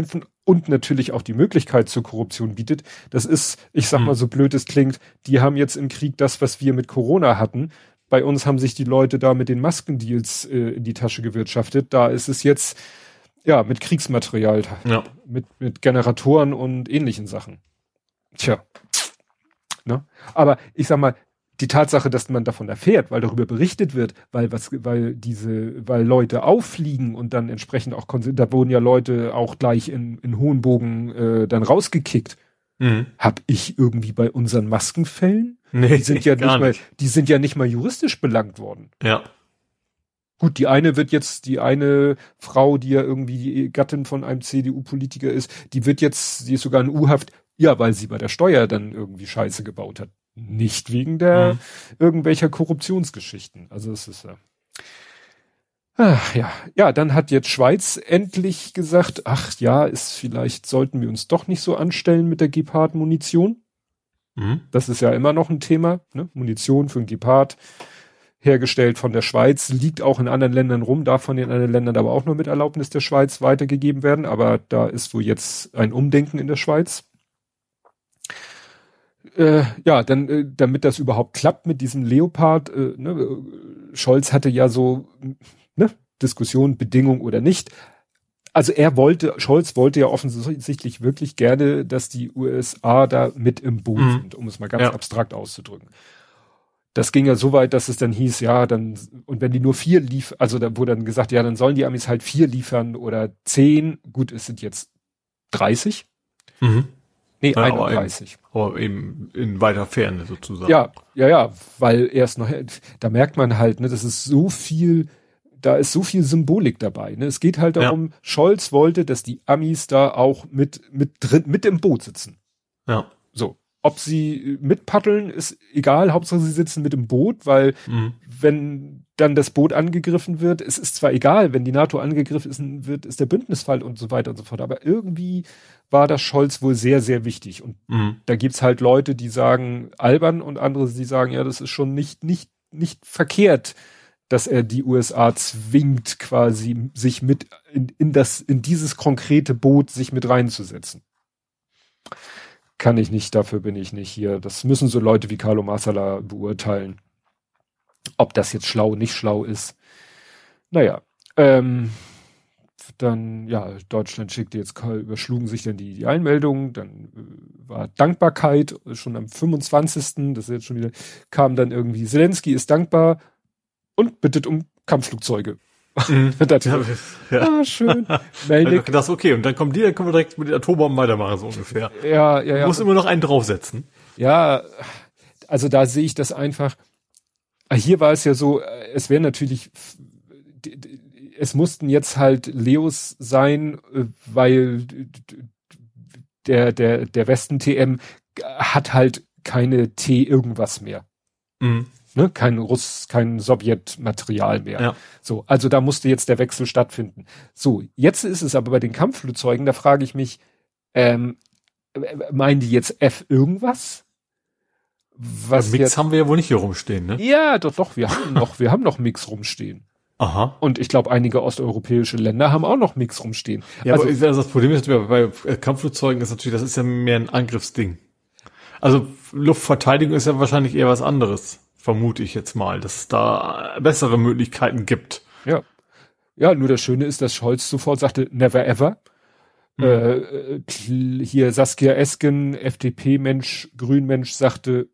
und natürlich auch die Möglichkeit zur Korruption bietet. Das ist, ich sag mal, so blöd es klingt, die haben jetzt im Krieg das, was wir mit Corona hatten. Bei uns haben sich die Leute da mit den Maskendeals äh, in die Tasche gewirtschaftet. Da ist es jetzt, ja, mit Kriegsmaterial, ja. mit, mit Generatoren und ähnlichen Sachen. Tja. Ne? Aber ich sag mal, die Tatsache, dass man davon erfährt, weil darüber berichtet wird, weil was, weil diese, weil Leute auffliegen und dann entsprechend auch, da wurden ja Leute auch gleich in, in Hohenbogen äh, dann rausgekickt. Mhm. Hab ich irgendwie bei unseren Maskenfällen? Nee, die sind ja nicht, gar mal, nicht. die sind ja nicht mal juristisch belangt worden. Ja. Gut, die eine wird jetzt, die eine Frau, die ja irgendwie die Gattin von einem C D U-Politiker ist, die wird jetzt, die ist sogar in U-Haft, ja, weil sie bei der Steuer dann irgendwie Scheiße gebaut hat. Nicht wegen der mhm. irgendwelcher Korruptionsgeschichten. Also es ist ja. Ach, ja, ja, dann hat jetzt Schweiz endlich gesagt, ach ja, ist vielleicht sollten wir uns doch nicht so anstellen mit der Gepard-Munition. Mhm. Das ist ja immer noch ein Thema, ne? Munition für ein Gepard hergestellt von der Schweiz, liegt auch in anderen Ländern rum, darf von den anderen Ländern aber auch nur mit Erlaubnis der Schweiz weitergegeben werden, aber da ist wohl jetzt ein Umdenken in der Schweiz. Äh, ja, dann, äh, damit das überhaupt klappt mit diesem Leopard, äh, ne, Scholz hatte ja so, ne, Diskussion, Bedingung oder nicht. Also er wollte, Scholz wollte ja offensichtlich wirklich gerne, dass die U S A da mit im Boot mhm. sind, um es mal ganz ja. abstrakt auszudrücken. Das ging ja so weit, dass es dann hieß, ja, dann, und wenn die nur vier liefern, also da wurde dann gesagt, ja, dann sollen die Amis halt vier liefern oder zehn, gut, es sind jetzt dreißig. Mhm. Nee, ja, einunddreißig. Aber eben, aber eben in weiter Ferne sozusagen. Ja, ja, ja, weil erst noch, da merkt man halt, ne, das ist so viel, da ist so viel Symbolik dabei, ne. Es geht halt darum, ja. Scholz wollte, dass die Amis da auch mit, mit drin, mit im Boot sitzen. Ja. So. Ob sie mitpaddeln, ist egal, Hauptsache sie sitzen mit im Boot, weil mhm. wenn dann das Boot angegriffen wird, es ist zwar egal, wenn die NATO angegriffen wird, ist der Bündnisfall und so weiter und so fort, aber irgendwie war das Scholz wohl sehr, sehr wichtig. Und mhm. da gibt's halt Leute, die sagen albern und andere, die sagen, ja, das ist schon nicht, nicht, nicht verkehrt, dass er die U S A zwingt, quasi sich mit in, in das, in dieses konkrete Boot sich mit reinzusetzen. Kann ich nicht, dafür bin ich nicht hier. Das müssen so Leute wie Carlo Massala beurteilen. Ob das jetzt schlau, nicht schlau ist. Naja, ähm, dann, ja, Deutschland schickte jetzt, überschlugen sich dann die, die Einmeldungen, dann äh, war Dankbarkeit, schon am fünfundzwanzigsten, das ist jetzt schon wieder, kam dann irgendwie, Zelensky ist dankbar und bittet um Kampfflugzeuge. Mhm. das, ja, ja. Ah, schön. Melnik. Das ist okay. Und dann kommen die, dann können wir direkt mit den Atombomben weitermachen, so ungefähr. Ja, ja, ja. Du musst immer noch einen draufsetzen. Ja, also da sehe ich das einfach. Hier war es ja so, es wäre natürlich, es mussten jetzt halt Leos sein, weil der, der, der Westen-T M hat halt keine T irgendwas mehr. Mhm. Ne, kein Russ, kein Sowjetmaterial mehr. Ja. So, also da musste jetzt der Wechsel stattfinden. So, jetzt ist es aber bei den Kampfflugzeugen, da frage ich mich, ähm, meinen die jetzt F irgendwas? Was ja, Mix jetzt, haben wir ja wohl nicht hier rumstehen, ne? Ja, doch, doch, wir haben noch, wir haben noch Mix rumstehen. Aha. Und ich glaube, einige osteuropäische Länder haben auch noch Mix rumstehen. Ja, also, aber also das Problem ist bei Kampfflugzeugen ist natürlich, das ist ja mehr ein Angriffsding. Also Luftverteidigung ist ja wahrscheinlich eher was anderes. Vermute ich jetzt mal, dass es da bessere Möglichkeiten gibt. Ja. Ja, nur das Schöne ist, dass Scholz sofort sagte, never ever. Mhm. Äh, hier Saskia Esken, F D P-Mensch, Grünmensch, sagte,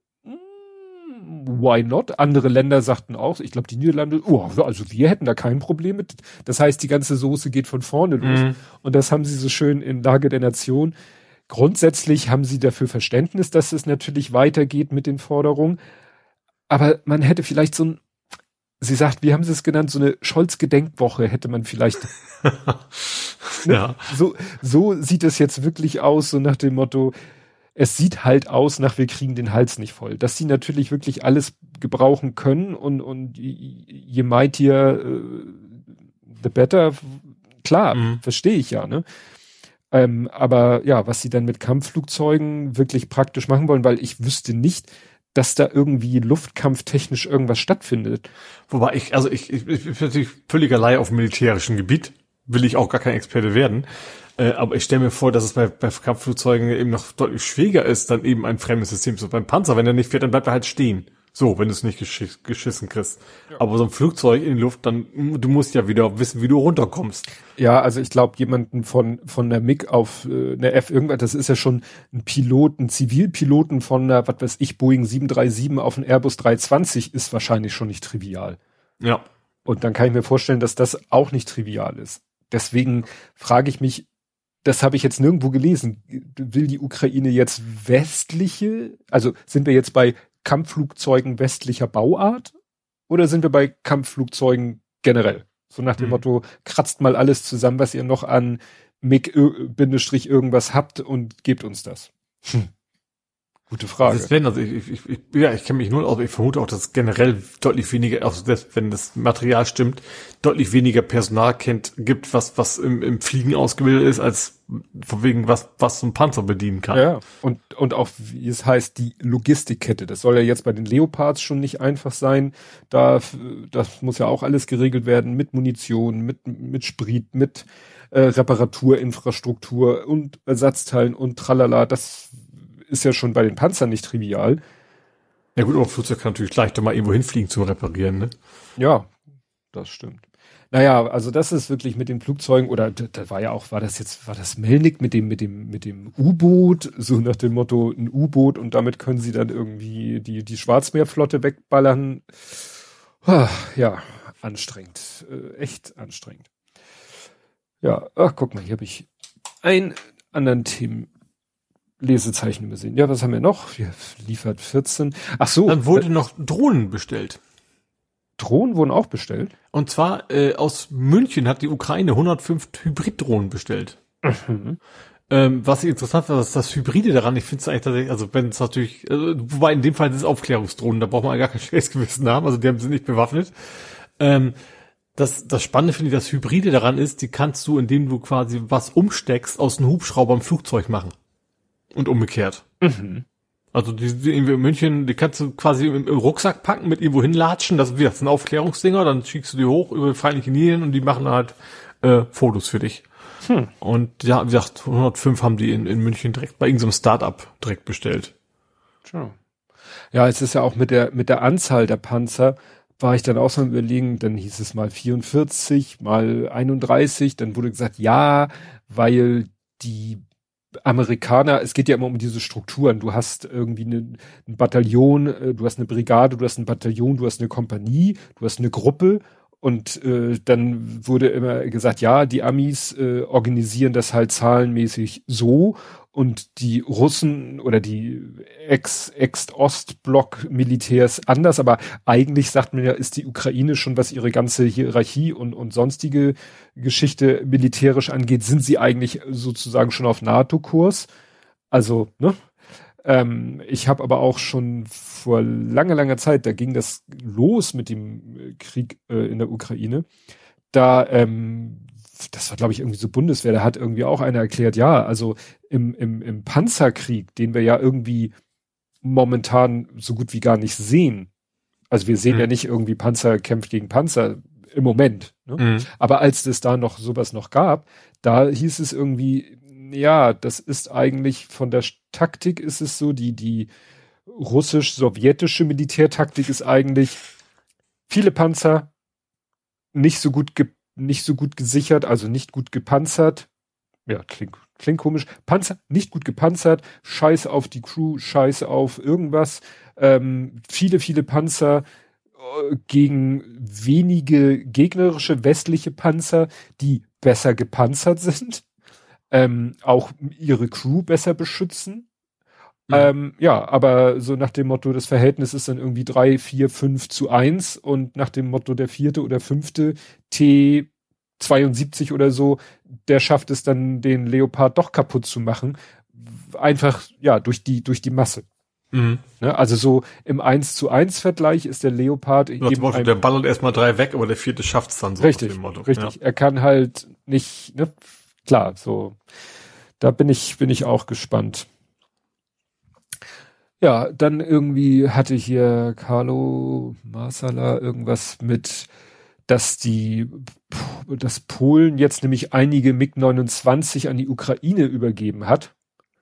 why not? Andere Länder sagten auch, ich glaube die Niederlande, oh, also wir hätten da kein Problem mit. Das heißt, die ganze Soße geht von vorne los. Mhm. Und das haben sie so schön in Lage der Nation. Grundsätzlich haben sie dafür Verständnis, dass es natürlich weitergeht mit den Forderungen. Aber man hätte vielleicht so ein, sie sagt, wie haben sie es genannt, so eine Scholz-Gedenkwoche hätte man vielleicht. ne? Ja. So, so sieht es jetzt wirklich aus, so nach dem Motto, es sieht halt aus nach, wir kriegen den Hals nicht voll. Dass sie natürlich wirklich alles gebrauchen können und, und je mightier, uh, the better, klar, mhm. verstehe ich ja, ne? Ähm, aber ja, was sie dann mit Kampfflugzeugen wirklich praktisch machen wollen, weil ich wüsste nicht, dass da irgendwie luftkampftechnisch irgendwas stattfindet. Wobei ich, also ich, ich, ich bin natürlich völliger Laie auf dem militärischen Gebiet, will ich auch gar kein Experte werden. Äh, aber ich stelle mir vor, dass es bei, bei Kampfflugzeugen eben noch deutlich schwieriger ist, dann eben ein fremdes System zu. Beim Panzer, wenn er nicht fährt, dann bleibt er halt stehen. So, wenn du es nicht geschiss, geschissen kriegst. Ja. Aber so ein Flugzeug in die Luft, dann, du musst ja wieder wissen, wie du runterkommst. Ja, also ich glaube, jemanden von von der M I G auf äh, eine F irgendwas, das ist ja schon ein Pilot, ein Zivilpiloten von einer, was weiß ich, Boeing sieben drei sieben auf einen Airbus drei zwanzig ist wahrscheinlich schon nicht trivial. Ja. Und dann kann ich mir vorstellen, dass das auch nicht trivial ist. Deswegen frage ich mich, das habe ich jetzt nirgendwo gelesen, will die Ukraine jetzt westliche, also sind wir jetzt bei Kampfflugzeugen westlicher Bauart oder sind wir bei Kampfflugzeugen generell? So nach dem hm. Motto, kratzt mal alles zusammen, was ihr noch an M I G irgendwas habt und gebt uns das. Hm. Gute Frage. Das wenn, also ich, ich, ich, ja, ich kenne mich nur aus, ich vermute auch, dass es generell deutlich weniger, also das, wenn das Material stimmt, deutlich weniger Personal kennt, gibt, was, was im, im Fliegen ausgebildet ist, als von wegen was, was so ein Panzer bedienen kann. Ja, und, und auch, wie es heißt, die Logistikkette. Das soll ja jetzt bei den Leopards schon nicht einfach sein. Da, das muss ja auch alles geregelt werden mit Munition, mit, mit Sprit, mit äh, Reparaturinfrastruktur und Ersatzteilen und tralala. Das ist ja schon bei den Panzern nicht trivial. Ja gut, aber ein Flugzeug kann natürlich leichter mal irgendwo hinfliegen zum Reparieren, ne? Ja, das stimmt. Naja, also das ist wirklich mit den Flugzeugen, oder da, da war ja auch, war das jetzt, war das Melnik mit dem, mit dem, mit dem U-Boot, so nach dem Motto, ein U-Boot und damit können sie dann irgendwie die, die Schwarzmeerflotte wegballern. Ja, anstrengend. Äh, echt anstrengend. Ja, ach, guck mal, hier habe ich einen anderen Themen. Lesezeichen übersehen. Ja, was haben wir noch? Wir liefert vierzehn. Ach so. Dann wurde äh, noch Drohnen bestellt. Drohnen wurden auch bestellt? Und zwar äh, aus München hat die Ukraine hundertfünf Hybriddrohnen bestellt. Mhm. Ähm, was ich interessant war, ist das Hybride daran. Ich finde es eigentlich tatsächlich, also wenn es natürlich, also, wobei in dem Fall sind es Aufklärungsdrohnen, da braucht man gar kein schlechtes Gewissen haben, also die haben sie nicht bewaffnet. Ähm, das, das Spannende finde ich, das Hybride daran ist, die kannst du, indem du quasi was umsteckst, aus einem Hubschrauber ein Flugzeug machen. Und umgekehrt. Mhm. Also die, die in München, die kannst du quasi im, im Rucksack packen, mit irgendwo hinlatschen, das, das sind Aufklärungsdinger, dann schickst du die hoch über feindliche Linien und die machen halt äh, Fotos für dich. Hm. Und ja, wie gesagt, hundertfünf haben die in, in München direkt bei irgendeinem Start-up direkt bestellt. Tja. Ja, es ist ja auch mit der mit der Anzahl der Panzer, war ich dann auch so am Überlegen, dann hieß es mal vierundvierzig, mal einunddreißig, dann wurde gesagt, ja, weil die Amerikaner, es geht ja immer um diese Strukturen. Du hast irgendwie eine, ein Bataillon, du hast eine Brigade, du hast ein Bataillon, du hast eine Kompanie, du hast eine Gruppe und äh, dann wurde immer gesagt, ja, die Amis äh, organisieren das halt zahlenmäßig so und die Russen oder die Ex, Ex-Ostblock-Militärs anders, aber eigentlich sagt man ja, ist die Ukraine schon, was ihre ganze Hierarchie und, und sonstige Geschichte militärisch angeht, sind sie eigentlich sozusagen schon auf NATO-Kurs. Also, ne? Ähm, ich habe aber auch schon vor langer, langer Zeit, da ging das los mit dem Krieg äh, in der Ukraine, da ähm, das war, glaube ich, irgendwie so Bundeswehr, da hat irgendwie auch einer erklärt, ja, also im, im, im Panzerkrieg, den wir ja irgendwie momentan so gut wie gar nicht sehen. Also wir sehen mhm. ja nicht irgendwie Panzer kämpft gegen Panzer im Moment. Ne? Mhm. Aber als es da noch sowas noch gab, da hieß es irgendwie, ja, das ist eigentlich von der Taktik ist es so, die, die russisch-sowjetische Militärtaktik ist eigentlich viele Panzer, nicht so gut ge nicht so gut gesichert, also nicht gut gepanzert. Ja, klingt, klingt komisch. Panzer, nicht gut gepanzert, Scheiß auf die Crew, Scheiß auf irgendwas. Ähm, viele, viele Panzer äh, gegen wenige gegnerische westliche Panzer, die besser gepanzert sind, ähm, auch ihre Crew besser beschützen. Mhm. Ähm, ja, aber so nach dem Motto, das Verhältnis ist dann irgendwie drei, vier, fünf zu eins und nach dem Motto der vierte oder fünfte T zweiundsiebzig oder so, der schafft es dann, den Leopard doch kaputt zu machen. Einfach, ja, durch die, durch die Masse. Mhm. Ne, also so im eins zu eins Vergleich ist der Leopard ja, eben Motto, der ballert erstmal drei weg, aber der vierte schafft's dann so. Richtig, dem Motto. Richtig. Ja. Er kann halt nicht, ne, klar, so. Da bin ich, bin ich auch gespannt. Ja, dann irgendwie hatte hier Carlo Marsala irgendwas mit dass die, dass Polen jetzt nämlich einige MiG neunundzwanzig an die Ukraine übergeben hat.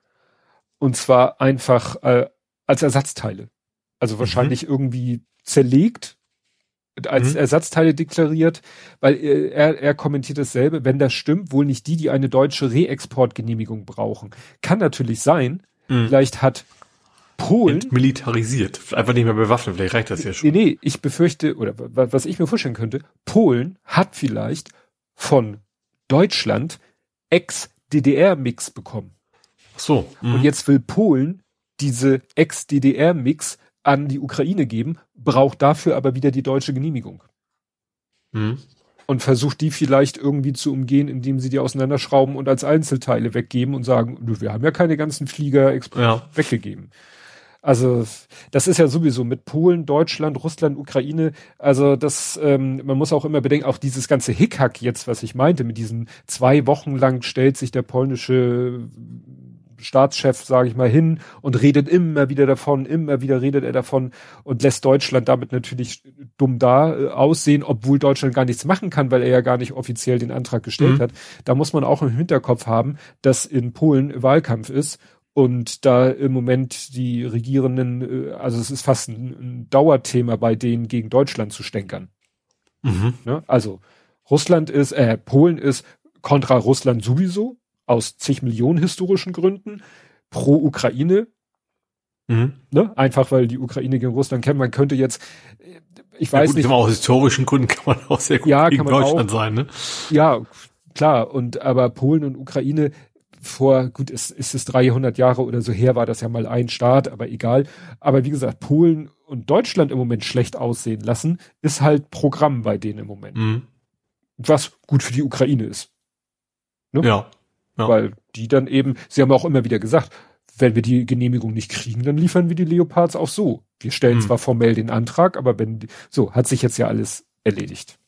Und zwar einfach äh, als Ersatzteile. Also wahrscheinlich mhm. irgendwie zerlegt, als mhm. Ersatzteile deklariert, weil er, er kommentiert dasselbe, wenn das stimmt, wohl nicht die, die eine deutsche Reexportgenehmigung brauchen. Kann natürlich sein, mhm. vielleicht hat Polen entmilitarisiert, einfach nicht mehr bewaffnet, vielleicht reicht das ja schon. Nee, nee, ich befürchte, oder was ich mir vorstellen könnte, Polen hat vielleicht von Deutschland Ex-D D R-Mix bekommen. Ach so. Mhm. Und jetzt will Polen diese Ex-D D R-Mix an die Ukraine geben, braucht dafür aber wieder die deutsche Genehmigung. Mhm. Und versucht die vielleicht irgendwie zu umgehen, indem sie die auseinanderschrauben und als Einzelteile weggeben und sagen, wir haben ja keine ganzen Flieger ja. weggegeben. Also das ist ja sowieso mit Polen, Deutschland, Russland, Ukraine, also das, ähm, man muss auch immer bedenken, auch dieses ganze Hickhack jetzt, was ich meinte, mit diesen zwei Wochen lang stellt sich der polnische Staatschef, sage ich mal, hin und redet immer wieder davon, immer wieder redet er davon und lässt Deutschland damit natürlich dumm da äh, aussehen, obwohl Deutschland gar nichts machen kann, weil er ja gar nicht offiziell den Antrag gestellt mhm. hat. Da muss man auch im Hinterkopf haben, dass in Polen Wahlkampf ist und da im Moment die Regierenden, äh, also es ist fast ein, ein Dauerthema bei denen, gegen Deutschland zu stänkern. Mhm. Ne? Also Russland ist, äh, Polen ist kontra Russland sowieso, aus zig Millionen historischen Gründen, pro Ukraine, mhm. ne? Einfach weil die Ukraine gegen Russland kämpft. Man könnte jetzt, ich weiß ja, gut, nicht. Aus historischen Gründen kann man auch sehr gut ja, gegen kann man Deutschland auch, sein, ne? Ja, klar. Und aber Polen und Ukraine vor, gut, ist, ist es dreihundert Jahre oder so her, war das ja mal ein Staat, aber egal. Aber wie gesagt, Polen und Deutschland im Moment schlecht aussehen lassen, ist halt Programm bei denen im Moment. Mhm. Was gut für die Ukraine ist. Ne? Ja. Ja. Weil die dann eben, sie haben auch immer wieder gesagt, wenn wir die Genehmigung nicht kriegen, dann liefern wir die Leopards auch so. Wir stellen hm. zwar formell den Antrag, aber wenn, so, hat sich jetzt ja alles erledigt.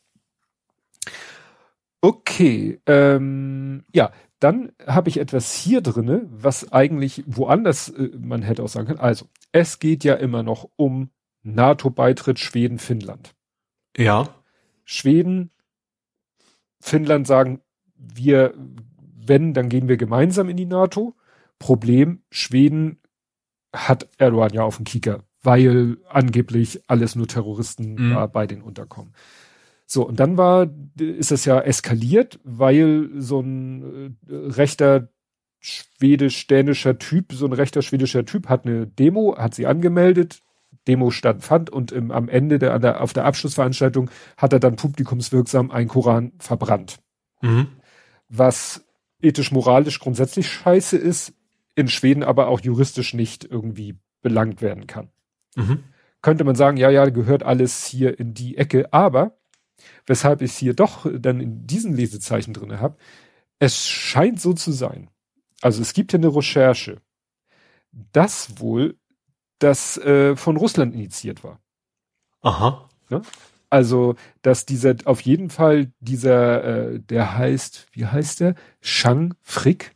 Okay, ähm, ja, dann habe ich etwas hier drinne, was eigentlich woanders äh, man hätte auch sagen können. Also, es geht ja immer noch um NATO-Beitritt Schweden, Finnland. Ja. Schweden, Finnland sagen, wir wenn, dann gehen wir gemeinsam in die NATO. Problem, Schweden hat Erdogan ja auf dem Kieker, weil angeblich alles nur Terroristen mhm. da bei den unterkommen. So, und dann war, ist das ja eskaliert, weil so ein äh, rechter schwedisch-dänischer Typ, so ein rechter schwedischer Typ hat eine Demo, hat sie angemeldet, Demo stattfand und im, am Ende der, an der, auf der Abschlussveranstaltung hat er dann publikumswirksam einen Koran verbrannt. Mhm. Was ethisch-moralisch grundsätzlich scheiße ist, in Schweden aber auch juristisch nicht irgendwie belangt werden kann. Mhm. Könnte man sagen, ja, ja, gehört alles hier in die Ecke, aber weshalb ich hier doch dann in diesen Lesezeichen drin habe, es scheint so zu sein, also es gibt hier eine Recherche, dass wohl das äh, von Russland initiiert war. Aha. Ne? Also, dass dieser, auf jeden Fall dieser, äh, der heißt, wie heißt der? Chang Frick.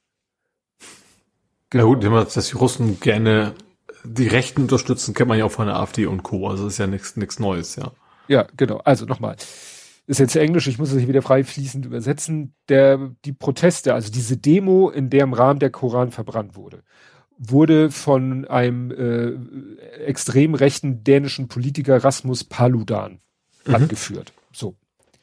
Genau. Ja gut, dass die Russen gerne die Rechten unterstützen, kennt man ja auch von der AfD und Co. Also ist ja nichts nichts Neues, ja. Ja, genau. Also nochmal. Ist jetzt Englisch, ich muss es hier wieder frei fließend übersetzen. Der, die Proteste, also diese Demo, in der im Rahmen der Koran verbrannt wurde, wurde von einem äh, extrem rechten dänischen Politiker Rasmus Paludan mhm. angeführt. So.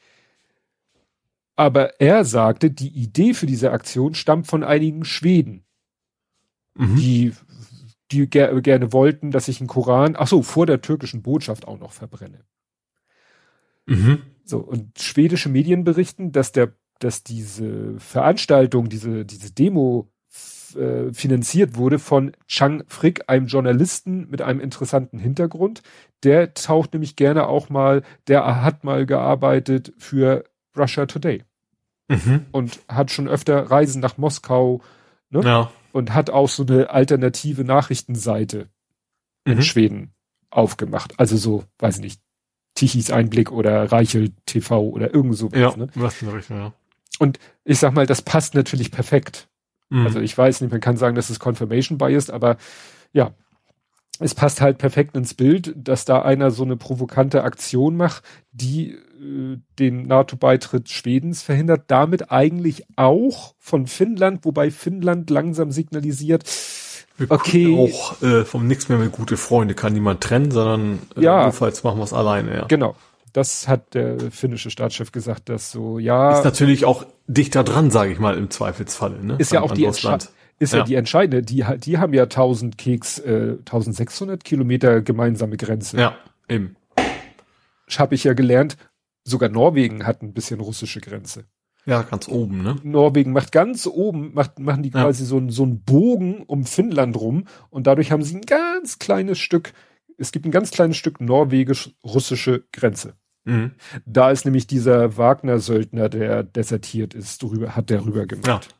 Aber er sagte, die Idee für diese Aktion stammt von einigen Schweden, mhm. die, die ger gerne wollten, dass ich einen Koran, ach so, vor der türkischen Botschaft auch noch verbrenne. Mhm. So, und schwedische Medien berichten, dass der, dass diese Veranstaltung, diese, diese Demo äh, finanziert wurde von Chang Frick, einem Journalisten mit einem interessanten Hintergrund. Der taucht nämlich gerne auch mal, der hat mal gearbeitet für Russia Today. Mhm. Und hat schon öfter Reisen nach Moskau, ne? Ja. Und hat auch so eine alternative Nachrichtenseite mhm. in Schweden aufgemacht. Also so, weiß ich nicht, Tichys Einblick oder Reichel T V oder irgend so. Ja, ne? was in der Richtung, ja. Und ich sag mal, das passt natürlich perfekt. Mhm. Also ich weiß nicht, man kann sagen, dass es Confirmation Bias, aber ja. es passt halt perfekt ins Bild, dass da einer so eine provokante Aktion macht, die äh, den NATO-Beitritt Schwedens verhindert, damit eigentlich auch von Finnland, wobei Finnland langsam signalisiert, Wir okay, auch äh, vom Nix mehr mit gute Freunde kann niemand trennen, sondern äh, ja, notfalls machen wir es alleine. Ja. Genau, das hat der finnische Staatschef gesagt, dass so, ja. Ist natürlich auch dichter dran, sage ich mal, im Zweifelsfalle. Ne? Ist ja auch die Entscheidung. Ist ja. ja die entscheidende, die, die haben ja tausend Keks, äh, eintausendsechshundert Kilometer gemeinsame Grenze. Ja, eben. Habe ich ja gelernt, sogar Norwegen hat ein bisschen russische Grenze. Ja, ganz oben, ne? Norwegen macht ganz oben, macht, machen die quasi ja. so, so einen Bogen um Finnland rum und dadurch haben sie ein ganz kleines Stück, es gibt ein ganz kleines Stück norwegisch-russische Grenze. Mhm. Da ist nämlich dieser Wagner-Söldner, der desertiert ist, drüber, hat der rüber gemacht. Ja.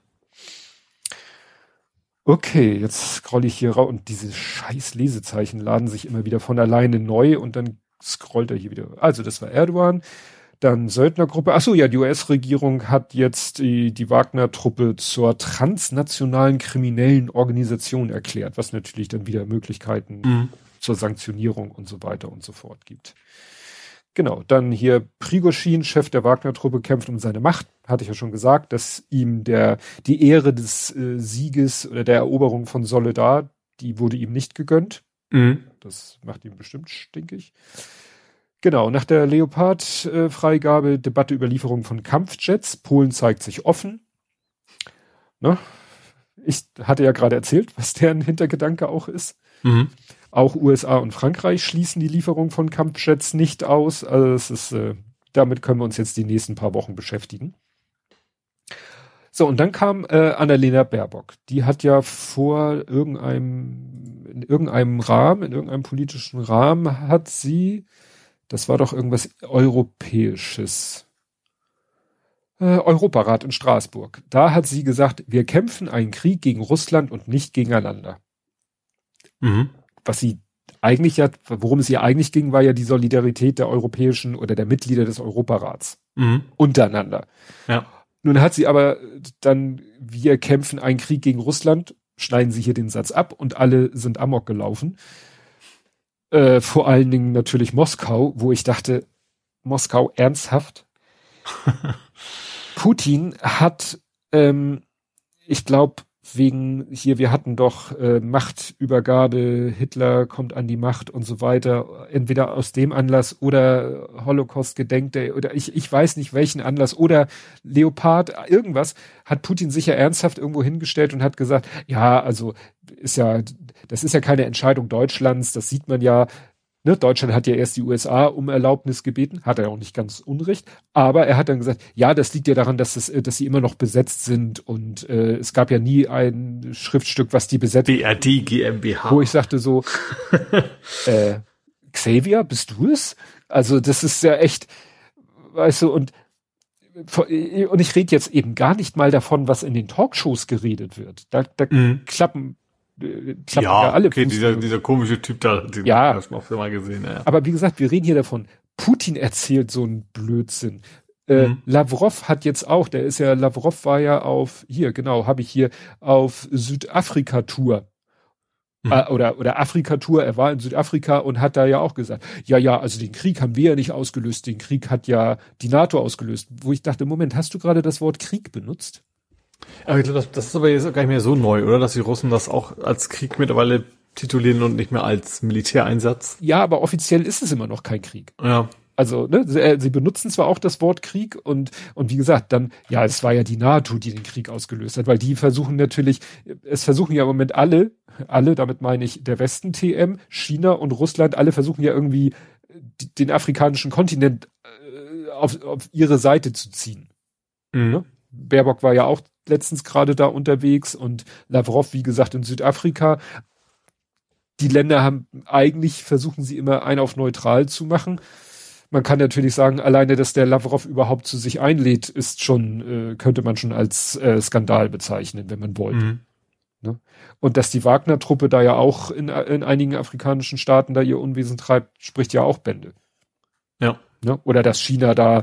Okay, jetzt scroll ich hier raus und diese scheiß Lesezeichen laden sich immer wieder von alleine neu und dann scrollt er hier wieder. Also das war Erdogan, dann Söldnergruppe. Ach so, ja, die U S-Regierung hat jetzt die, die Wagner-Truppe zur transnationalen kriminellen Organisation erklärt, was natürlich dann wieder Möglichkeiten mhm. zur Sanktionierung und so weiter und so fort gibt. Genau, dann hier Prigoschin, Chef der Wagner-Truppe, kämpft um seine Macht. Hatte ich ja schon gesagt, dass ihm der die Ehre des äh, Sieges oder der Eroberung von Soledar, die wurde ihm nicht gegönnt. Mhm. Das macht ihn bestimmt stinkig. Genau, nach der Leopard-Freigabe, äh, Debatte über Lieferung von Kampfjets. Polen zeigt sich offen. Ne? Ich hatte ja gerade erzählt, was deren Hintergedanke auch ist. Mhm. Auch U S A und Frankreich schließen die Lieferung von Kampfjets nicht aus. Also es ist, äh, damit können wir uns jetzt die nächsten paar Wochen beschäftigen. So, und dann kam äh, Annalena Baerbock. Die hat ja vor irgendeinem, in irgendeinem Rahmen, in irgendeinem politischen Rahmen hat sie, das war doch irgendwas Europäisches, äh, Europarat in Straßburg. Da hat sie gesagt, wir kämpfen einen Krieg gegen Russland und nicht gegeneinander. Mhm. Was sie eigentlich ja, worum es ihr eigentlich ging, war ja die Solidarität der europäischen oder der Mitglieder des Europarats mhm. untereinander. Ja. Nun hat sie aber dann, wir kämpfen einen Krieg gegen Russland, schneiden sie hier den Satz ab und alle sind amok gelaufen. Äh, vor allen Dingen natürlich Moskau, wo ich dachte, Moskau ernsthaft? Putin hat, ähm, ich glaube, wegen hier, wir hatten doch äh, Machtübergabe, Hitler kommt an die Macht und so weiter, entweder aus dem Anlass oder Holocaust-Gedenkday oder ich, ich weiß nicht welchen Anlass oder Leopard, irgendwas, hat Putin sicher ernsthaft irgendwo hingestellt und hat gesagt, ja, also ist ja, das ist ja keine Entscheidung Deutschlands, das sieht man ja. Ne, Deutschland hat ja erst die U S A um Erlaubnis gebeten, hat er auch nicht ganz unrecht, aber er hat dann gesagt, ja, das liegt ja daran, dass es, dass sie immer noch besetzt sind und äh, es gab ja nie ein Schriftstück, was die besetzt. B R D GmbH. Wo ich sagte so, äh, Xavier, bist du es? Also das ist ja echt, weißt du, und und ich rede jetzt eben gar nicht mal davon, was in den Talkshows geredet wird. Da, da mhm. klappen ja, ja alle okay, dieser, dieser komische Typ da, den ja, hast du auch mal gesehen. Ja. Aber wie gesagt, wir reden hier davon, Putin erzählt so einen Blödsinn. Äh, mhm. Lavrov hat jetzt auch, der ist ja, Lavrov war ja auf, hier, genau, habe ich hier, auf Südafrika-Tour. Mhm. Äh, oder, oder Afrika-Tour, er war in Südafrika und hat da ja auch gesagt, ja, ja, also den Krieg haben wir ja nicht ausgelöst, den Krieg hat ja die NATO ausgelöst. Wo ich dachte, Moment, hast du gerade das Wort Krieg benutzt? Aber ich glaube, das, das ist aber jetzt gar nicht mehr so neu, oder? Dass die Russen das auch als Krieg mittlerweile titulieren und nicht mehr als Militäreinsatz. Ja, aber offiziell ist es immer noch kein Krieg. Ja. Also, ne, sie, sie benutzen zwar auch das Wort Krieg und, und wie gesagt, dann, ja, es war ja die NATO, die den Krieg ausgelöst hat, weil die versuchen natürlich, es versuchen ja im Moment alle, alle, damit meine ich der Westen T M, China und Russland, alle versuchen ja irgendwie den afrikanischen Kontinent äh, auf, auf ihre Seite zu ziehen. Mhm. Ne? Baerbock war ja auch letztens gerade da unterwegs und Lavrov, wie gesagt, in Südafrika. Die Länder haben eigentlich, versuchen sie immer einen auf neutral zu machen. Man kann natürlich sagen, alleine, dass der Lavrov überhaupt zu sich einlädt, ist schon, äh, könnte man schon als äh, Skandal bezeichnen, wenn man wollte. Mhm. Ne? Und dass die Wagner-Truppe da ja auch in, in einigen afrikanischen Staaten da ihr Unwesen treibt, spricht ja auch Bände. Ja. Ne? Oder dass China da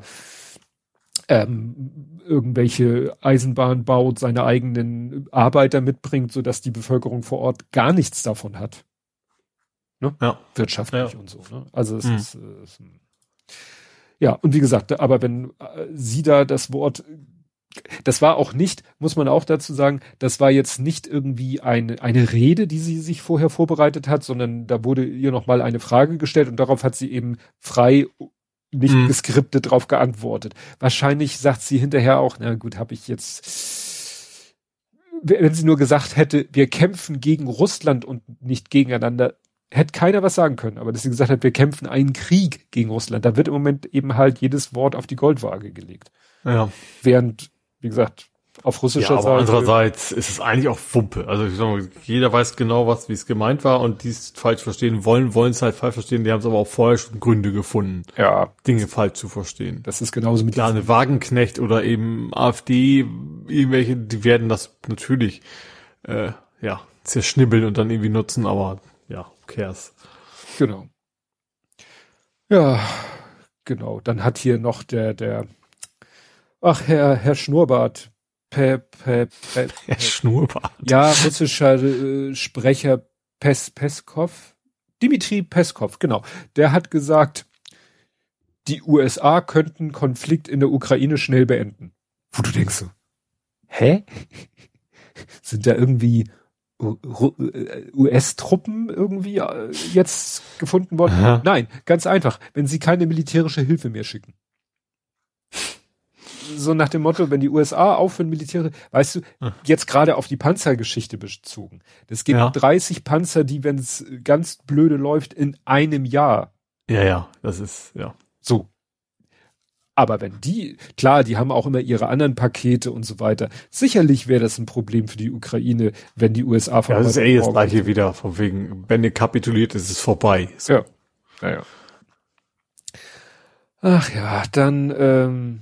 ähm, irgendwelche Eisenbahn baut, seine eigenen Arbeiter mitbringt, sodass die Bevölkerung vor Ort gar nichts davon hat. ne? Ja. Wirtschaftlich Ja. und so, ne? Also es Mhm. ist, äh, ist ja, und wie gesagt, aber wenn äh, sie da das Wort, das war auch nicht, muss man auch dazu sagen, das war jetzt nicht irgendwie eine, eine Rede, die sie sich vorher vorbereitet hat, sondern da wurde ihr nochmal eine Frage gestellt und darauf hat sie eben frei, nicht Mhm. geskriptet drauf geantwortet. Wahrscheinlich sagt sie hinterher auch, na gut, habe ich jetzt, wenn sie nur gesagt hätte, wir kämpfen gegen Russland und nicht gegeneinander, hätte keiner was sagen können. Aber dass sie gesagt hat, wir kämpfen einen Krieg gegen Russland, da wird im Moment eben halt jedes Wort auf die Goldwaage gelegt. Ja. Während, wie gesagt, auf russischer Ja, aber Seite. andererseits ist es eigentlich auch Wumpe. Also ich sag mal, jeder weiß genau, was wie es gemeint war und die es falsch verstehen wollen, wollen es halt falsch verstehen. Die haben es aber auch vorher schon Gründe gefunden, Ja, Dinge falsch zu verstehen. das ist genauso mit Klar, eine Wagenknecht oder eben AfD, irgendwelche, die werden das natürlich äh, ja zerschnibbeln und dann irgendwie nutzen, aber ja, who cares. Genau. Ja, genau. Dann hat hier noch der, der, ach, Herr, Herr Schnurrbart, Pe, Pe, Pe, Der Schnurrbart. ja, russischer äh, Sprecher Pes, Peskov, Dmitri Peskov, genau. Der hat gesagt, die U S A könnten Konflikt in der Ukraine schnell beenden. Wo du denkst so, hä? Sind da irgendwie U S-Truppen irgendwie äh, jetzt gefunden worden? Aha. Nein, ganz einfach, wenn sie keine militärische Hilfe mehr schicken. So nach dem Motto, wenn die U S A aufhören, Militäre, weißt du, Hm. jetzt gerade auf die Panzergeschichte bezogen. Es gibt Ja. dreißig Panzer, die, wenn es ganz blöde läuft, in einem Jahr. Ja, ja, das ist, ja. So. Aber wenn die, klar, die haben auch immer ihre anderen Pakete und so weiter. Sicherlich wäre das ein Problem für die Ukraine, wenn die U S A von Ja, das ist heute eh auf das morgen- gleiche wieder, von wegen, wenn ihr kapituliert, ist es vorbei. So. Ja. Naja. Ach ja, dann, ähm,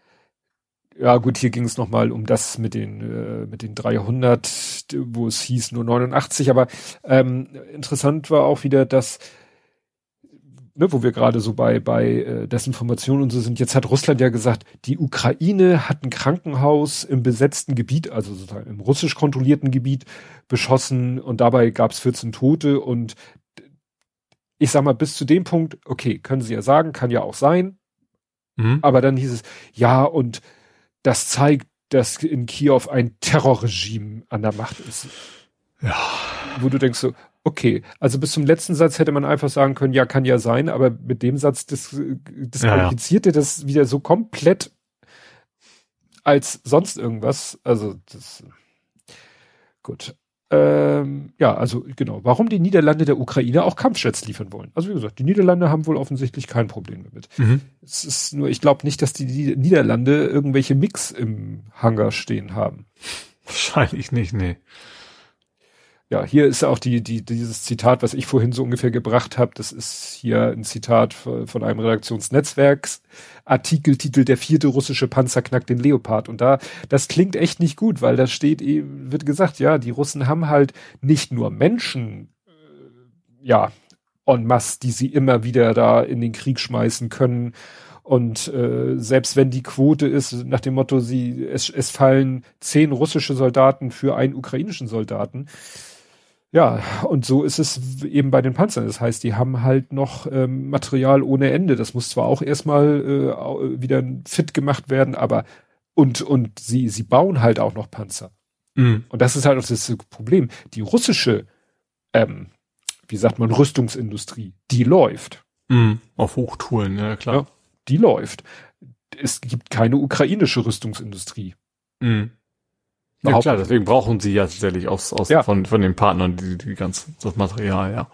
ja gut, hier ging es nochmal um das mit den, äh, mit den dreihundert, wo es hieß nur neunundachtzig, aber ähm, interessant war auch wieder, dass, ne, wo wir gerade so bei, bei äh, Desinformation und so sind, jetzt hat Russland ja gesagt, die Ukraine hat ein Krankenhaus im besetzten Gebiet, also sozusagen im russisch kontrollierten Gebiet, beschossen und dabei gab es vierzehn Tote und ich sag mal, bis zu dem Punkt, okay, können sie ja sagen, kann ja auch sein, Mhm. aber dann hieß es, ja, und das zeigt, dass in Kiew ein Terrorregime an der Macht ist. Ja. Wo du denkst so, okay, also bis zum letzten Satz hätte man einfach sagen können, ja, kann ja sein, aber mit dem Satz dis disqualifiziert er das wieder so komplett als sonst irgendwas. Also das gut. Ähm, ja, also genau, warum die Niederlande der Ukraine auch Kampfjets liefern wollen. Also wie gesagt, die Niederlande haben wohl offensichtlich kein Problem damit. Mhm. Es ist nur, ich glaube nicht, dass die Niederlande irgendwelche Mix im Hangar stehen haben. Wahrscheinlich nicht, nee. Ja, hier ist auch die, die, dieses Zitat, was ich vorhin so ungefähr gebracht habe. Das ist hier ein Zitat von einem Redaktionsnetzwerksartikel, Titel Der vierte russische Panzer knackt den Leopard. Und da, das klingt echt nicht gut, weil da steht eben, wird gesagt, ja, die Russen haben halt nicht nur Menschen, äh, ja, en masse, die sie immer wieder da in den Krieg schmeißen können. Und äh, selbst wenn die Quote ist, nach dem Motto, sie es, es fallen zehn russische Soldaten für einen ukrainischen Soldaten. Ja, und so ist es eben bei den Panzern. Das heißt, die haben halt noch ähm, Material ohne Ende. Das muss zwar auch erstmal äh, wieder fit gemacht werden, aber und und sie sie bauen halt auch noch Panzer. Mhm. Und das ist halt auch das Problem. Die russische, ähm, wie sagt man, Rüstungsindustrie, die läuft. Mhm. Auf Hochtouren, ja klar. Ja. Die läuft. Es gibt keine ukrainische Rüstungsindustrie. Mhm. Ja Überhaupt klar, nicht. deswegen brauchen sie ja tatsächlich aus, aus Ja. von, von den Partnern die, die ganze, das Material, ja.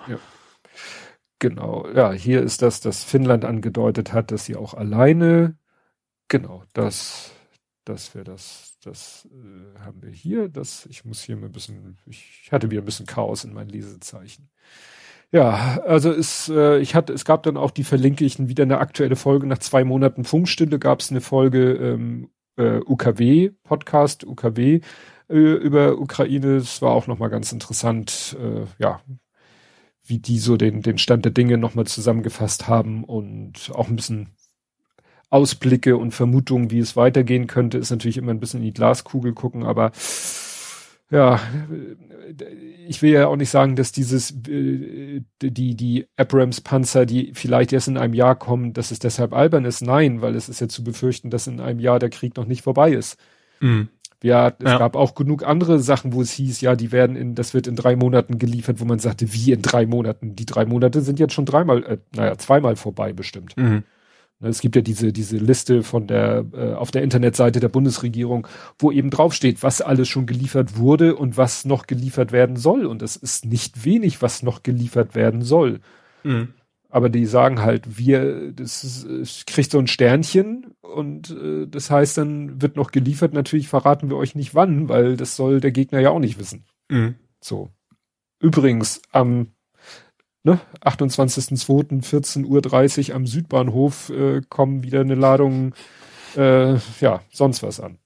Genau. Ja, hier ist das, dass Finnland angedeutet hat, dass sie auch alleine, genau, das, das wäre das, das äh, haben wir hier. Das, ich muss hier mal ein bisschen, ich hatte wieder ein bisschen Chaos in meinen Lesezeichen. Ja, also es, äh, ich hatte, es gab dann auch die verlinke ich wieder eine aktuelle Folge. Nach zwei Monaten Funkstille gab es eine Folge ähm, äh, U K W Podcast U K W äh, über Ukraine. Es war auch noch mal ganz interessant, äh, ja, wie die so den den Stand der Dinge noch mal zusammengefasst haben und auch ein bisschen Ausblicke und Vermutungen, wie es weitergehen könnte, ist natürlich immer ein bisschen in die Glaskugel gucken, aber ja, ich will ja auch nicht sagen, dass dieses, die, die Abrams-Panzer, die vielleicht erst in einem Jahr kommen, dass es deshalb albern ist. Nein, weil es ist ja zu befürchten, dass in einem Jahr der Krieg noch nicht vorbei ist. Mhm. Ja, es Ja. gab auch genug andere Sachen, wo es hieß, ja, die werden in, das wird in drei Monaten geliefert, wo man sagte, wie in drei Monaten? Die drei Monate sind jetzt schon dreimal, äh, naja, zweimal vorbei bestimmt. Mhm. Es gibt ja diese, diese Liste von der, äh, auf der Internetseite der Bundesregierung, wo eben draufsteht, was alles schon geliefert wurde und was noch geliefert werden soll. Und es ist nicht wenig, was noch geliefert werden soll. Mhm. Aber die sagen halt, wir, das ist, es kriegt so ein Sternchen und äh, das heißt, dann wird noch geliefert. Natürlich verraten wir euch nicht wann, weil das soll der Gegner ja auch nicht wissen. Mhm. So. Übrigens, am ne, achtundzwanzigsten zweiten vierzehn Uhr dreißig am Südbahnhof äh, kommen wieder eine Ladung, äh, ja, sonst was an.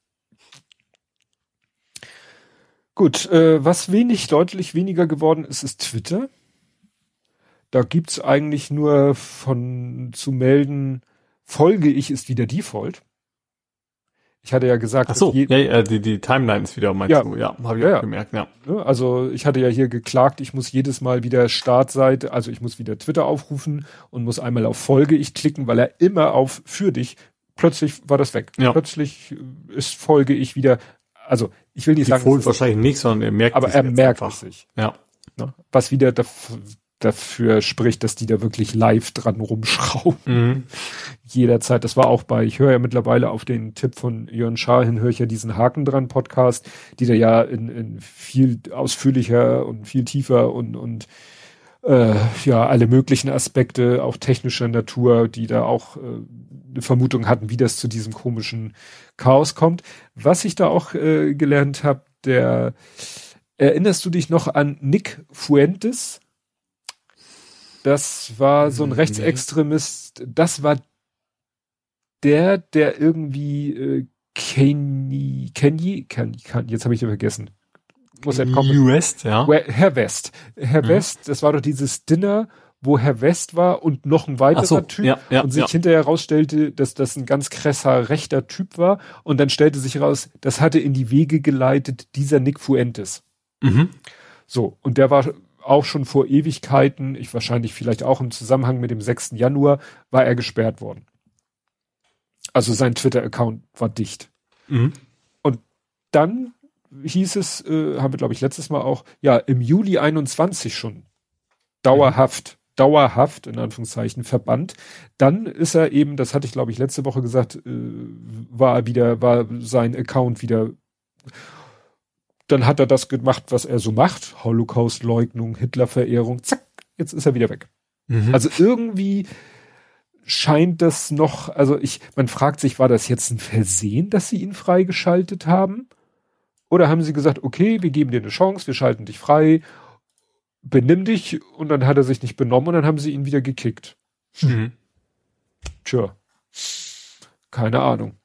Gut, äh, was wenig, deutlich weniger geworden ist, ist Twitter. Da gibt's eigentlich nur von zu melden, folge ich ist wieder Default. Ich hatte ja gesagt, Ach so, je- ja, ja, die, die Timeline ist wieder, meinst Ja. du? Ja, habe ich Ja, auch ja. gemerkt, ja. ne, also ich hatte ja hier geklagt, ich muss jedes Mal wieder Startseite, also ich muss wieder Twitter aufrufen und muss einmal auf Folge ich klicken, weil er immer auf für dich, plötzlich war das weg. Ja. Plötzlich äh, ist folge ich wieder, also ich will nicht sagen, Default es ist- wahrscheinlich nicht, sondern er merkt aber es er jetzt merkt einfach. es sich. Ja. Ne? Was wieder daf- dafür spricht, dass die da wirklich live dran rumschrauben. Mhm. Jederzeit. Das war auch bei, ich höre ja mittlerweile auf den Tipp von Jörn Schaar hin, höre ich ja diesen Haken dran Podcast, die da ja in, in viel ausführlicher und viel tiefer und, und äh, ja, alle möglichen Aspekte, auch technischer Natur, die da auch äh, eine Vermutung hatten, wie das zu diesem komischen Chaos kommt. Was ich da auch äh, gelernt habe, der, erinnerst du dich noch an Nick Fuentes? Das war so ein Nee. Rechtsextremist, das war der, der irgendwie äh, Kenny, Kenny, Kenny, Kenny, jetzt habe ich den vergessen. Muss er kommen. U S, ja. Well, Herr West. Herr Mhm. West, das war doch dieses Dinner, wo Herr West war und noch ein weiterer Ach so, Typ ja, ja, und sich ja. hinterher herausstellte, dass das ein ganz krasser rechter Typ war und dann stellte sich heraus, das hatte in die Wege geleitet dieser Nick Fuentes. Mhm. So, und der war auch schon vor Ewigkeiten, ich wahrscheinlich vielleicht auch im Zusammenhang mit dem sechsten Januar, war er gesperrt worden. Also sein Twitter-Account war dicht. Mhm. Dann hieß es, äh, haben wir glaube ich letztes Mal auch, ja, im Juli einundzwanzig schon dauerhaft, mhm. dauerhaft in Anführungszeichen verbannt. Dann ist er eben, das hatte ich glaube ich letzte Woche gesagt, äh, war er wieder, war sein Account wieder. Dann hat er das gemacht, was er so macht. Holocaust-Leugnung, Hitler-Verehrung, zack, jetzt ist er wieder weg. Mhm. Also irgendwie scheint das noch, also ich, man fragt sich, war das jetzt ein Versehen, dass sie ihn freigeschaltet haben? Oder haben sie gesagt, okay, wir geben dir eine Chance, wir schalten dich frei, benimm dich, und dann hat er sich nicht benommen und dann haben sie ihn wieder gekickt. Mhm. Tja. Keine Ahnung.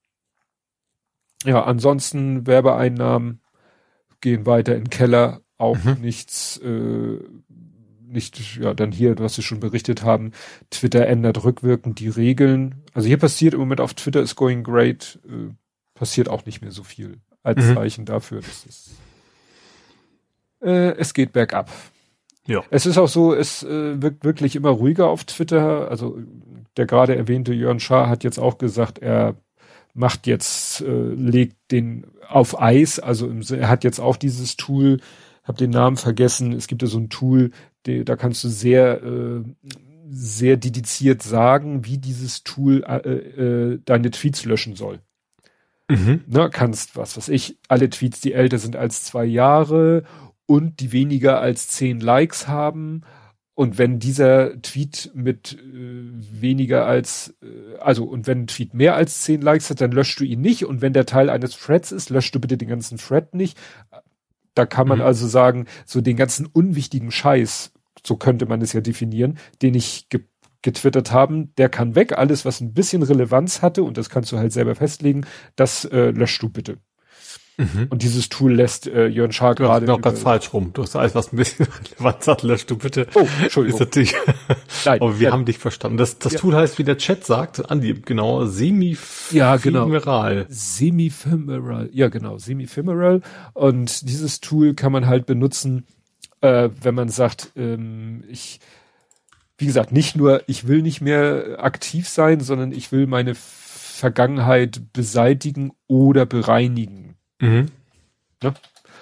Ja, ansonsten Werbeeinnahmen gehen weiter in den Keller, auch Mhm. nichts, äh, nicht, ja, dann hier, was wir schon berichtet haben, Twitter ändert rückwirkend die Regeln. Also hier passiert im Moment auf Twitter is going great, äh, passiert auch nicht mehr so viel als Mhm. Zeichen dafür, dass es, äh, es geht bergab. Ja. Es ist auch so, es äh, wirkt wirklich immer ruhiger auf Twitter. Also der gerade erwähnte Jörn Schaar hat jetzt auch gesagt, er macht jetzt, äh, legt den auf Eis. Also im, er hat jetzt auch dieses Tool, hab den Namen vergessen. Es gibt ja so ein Tool, die, da kannst du sehr, äh, sehr dediziert sagen, wie dieses Tool äh, äh, deine Tweets löschen soll. Mhm. Ne, kannst, was weiß ich, alle Tweets, die älter sind als zwei Jahre und die weniger als zehn Likes haben. Und wenn dieser Tweet mit äh, weniger als, äh, also, und wenn ein Tweet mehr als zehn Likes hat, dann löschst du ihn nicht. Und wenn der Teil eines Threads ist, löschst du bitte den ganzen Thread nicht. Da kann man Mhm. also sagen, so den ganzen unwichtigen Scheiß, so könnte man es ja definieren, den ich ge getwittert haben, der kann weg. Alles, was ein bisschen Relevanz hatte, und das kannst du halt selber festlegen, das äh, löschst du bitte. Mhm. Und dieses Tool lässt äh, Jörn Schaar Du hast gerade... mir auch ganz falsch rum. Du hast alles, was ein bisschen relevant sagt, löscht du bitte. Oh, Entschuldigung. Ist natürlich, Nein, aber wir ja. haben dich verstanden. Das, das Ja. Tool heißt, wie der Chat sagt, Andi, genau, Ja, genau. Semi-Femeral. Semi-Femeral. Ja, genau, Semi-Femeral. Und dieses Tool kann man halt benutzen, äh, wenn man sagt, ähm, ich, wie gesagt, nicht nur, ich will nicht mehr aktiv sein, sondern ich will meine Vergangenheit beseitigen oder bereinigen. Mhm. Ne?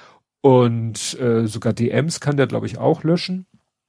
Und äh, sogar D Ms kann der, glaube ich, auch löschen.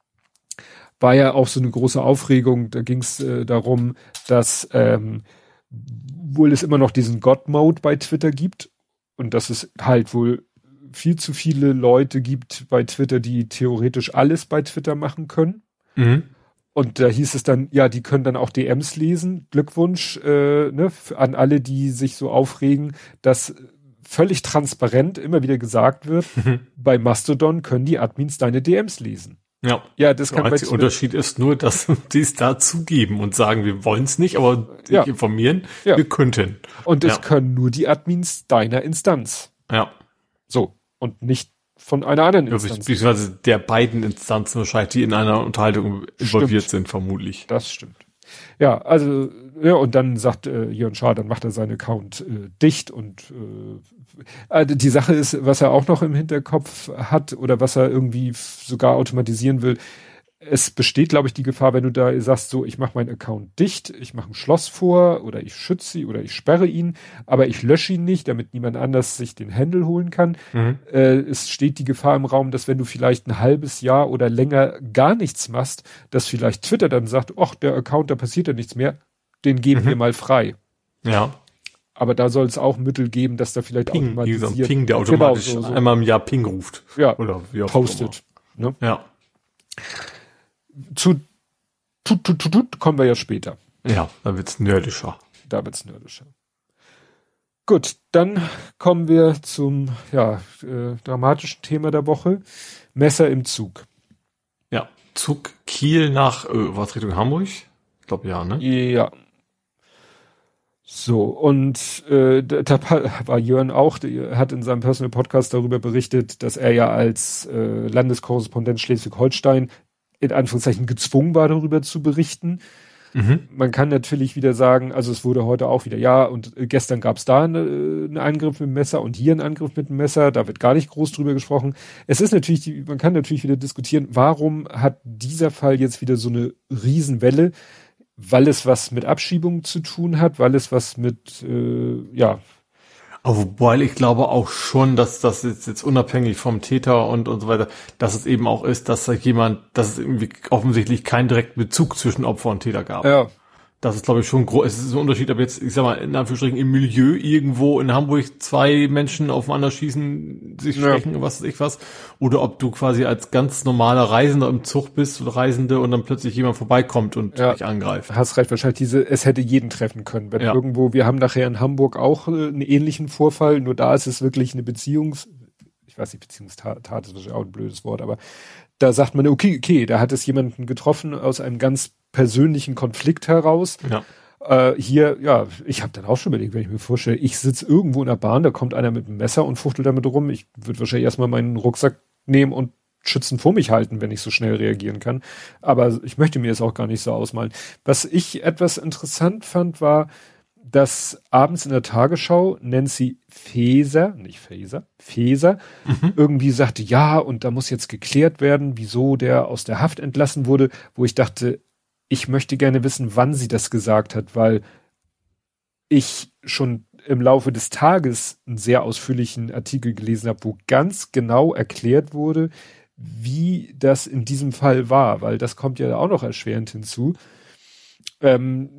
War ja auch so eine große Aufregung. Da ging es äh, darum, dass ähm, wohl es immer noch diesen God-Mode bei Twitter gibt und dass es halt wohl viel zu viele Leute gibt bei Twitter, die theoretisch alles bei Twitter machen können. Mhm. Und da hieß es dann, ja, die können dann auch D Ms lesen. Glückwunsch äh, ne, an alle, die sich so aufregen, dass völlig transparent immer wieder gesagt wird, Mhm. bei Mastodon können die Admins deine D Ms lesen. Ja. Ja, das Der kann bei einzige Twitter, Unterschied ist nur, dass die es da zugeben und sagen, wir wollen es nicht, aber Ja. sich informieren, Ja. wir könnten. und es Ja. können nur die Admins deiner Instanz. Ja. So. Und nicht von einer anderen Ja, Instanz. beziehungsweise der beiden Instanzen wahrscheinlich, die in einer Unterhaltung involviert sind, vermutlich. Das stimmt. Ja, also, ja, und dann sagt äh, Jörn Schaar, dann macht er seinen Account äh, dicht und äh, äh, die Sache ist, was er auch noch im Hinterkopf hat oder was er irgendwie f- sogar automatisieren will, es besteht, glaube ich, die Gefahr, wenn du da sagst, so, ich mache meinen Account dicht, ich mache ein Schloss vor oder ich schütze ihn oder ich sperre ihn, aber ich lösche ihn nicht, damit niemand anders sich den Handle holen kann. Mhm. Äh, es steht die Gefahr im Raum, dass wenn du vielleicht ein halbes Jahr oder länger gar nichts machst, dass vielleicht Twitter dann sagt, ach, der Account, da passiert ja nichts mehr, den geben Mhm. wir mal frei. Ja. Aber da soll es auch Mittel geben, dass da vielleicht Ping, wie gesagt, automatisiert Ping, der Genau, automatisch so, so. einmal im Jahr Ping ruft. Ja, Oder wie auch postet. Ne? immer. Ja. Zu tut, tut, tut, tut, kommen wir ja später. Ja, dann wird's nerdischer. Da wird's nerdischer. Gut, dann kommen wir zum ja, äh, dramatischen Thema der Woche. Messer im Zug. Ja. Zug Kiel nach, äh, was Richtung Hamburg? Ich glaube ja, ne? Ja. So, und äh, da da war Jörn auch, der hat in seinem Personal Podcast darüber berichtet, dass er ja als äh, Landeskorrespondent Schleswig-Holstein in Anführungszeichen gezwungen war, darüber zu berichten. Mhm. Man kann natürlich wieder sagen, also es wurde heute auch wieder, ja, und äh, gestern gab es da eine, einen Angriff mit dem Messer und hier einen Angriff mit dem Messer, da wird gar nicht groß drüber gesprochen. Es ist natürlich, die, man kann natürlich wieder diskutieren, warum hat dieser Fall jetzt wieder so eine Riesenwelle? Weil es was mit Abschiebung zu tun hat, weil es was mit, äh, ja. Aber wobei ich glaube auch schon, dass das jetzt, jetzt unabhängig vom Täter und, und so weiter, dass es eben auch ist, dass da jemand, dass es irgendwie offensichtlich keinen direkten Bezug zwischen Opfer und Täter gab. Ja. Das ist, glaube ich, schon groß. Es ist ein Unterschied, ob jetzt, ich sag mal, in Anführungsstrichen im Milieu irgendwo in Hamburg zwei Menschen aufeinander schießen, sich Ja. stechen, was weiß ich was, oder ob du quasi als ganz normaler Reisender im Zug bist oder Reisende und dann plötzlich jemand vorbeikommt und Ja. dich angreift. Hast recht, wahrscheinlich diese, es hätte jeden treffen können. Wenn Ja. irgendwo, wir haben nachher in Hamburg auch äh, einen ähnlichen Vorfall, nur da ist es wirklich eine Beziehungs, ich weiß nicht, Beziehungstat Tat ist wahrscheinlich auch ein blödes Wort, aber da sagt man, okay, okay, da hat es jemanden getroffen aus einem ganz persönlichen Konflikt heraus. Ja. Äh, hier, ja, ich habe dann auch schon überlegt, wenn ich mir vorstelle, ich sitze irgendwo in der Bahn, da kommt einer mit einem Messer und fuchtelt damit rum. Ich würde wahrscheinlich erstmal meinen Rucksack nehmen und schützen vor mich halten, wenn ich so schnell reagieren kann. Aber ich möchte mir es auch gar nicht so ausmalen. Was ich etwas interessant fand, war, dass abends in der Tagesschau Nancy Faeser, nicht Faeser, Faeser, Mhm. irgendwie sagte, ja, und da muss jetzt geklärt werden, wieso der aus der Haft entlassen wurde, wo ich dachte, ich möchte gerne wissen, wann sie das gesagt hat, weil ich schon im Laufe des Tages einen sehr ausführlichen Artikel gelesen habe, wo ganz genau erklärt wurde, wie das in diesem Fall war, weil das kommt ja auch noch erschwerend hinzu. Ähm,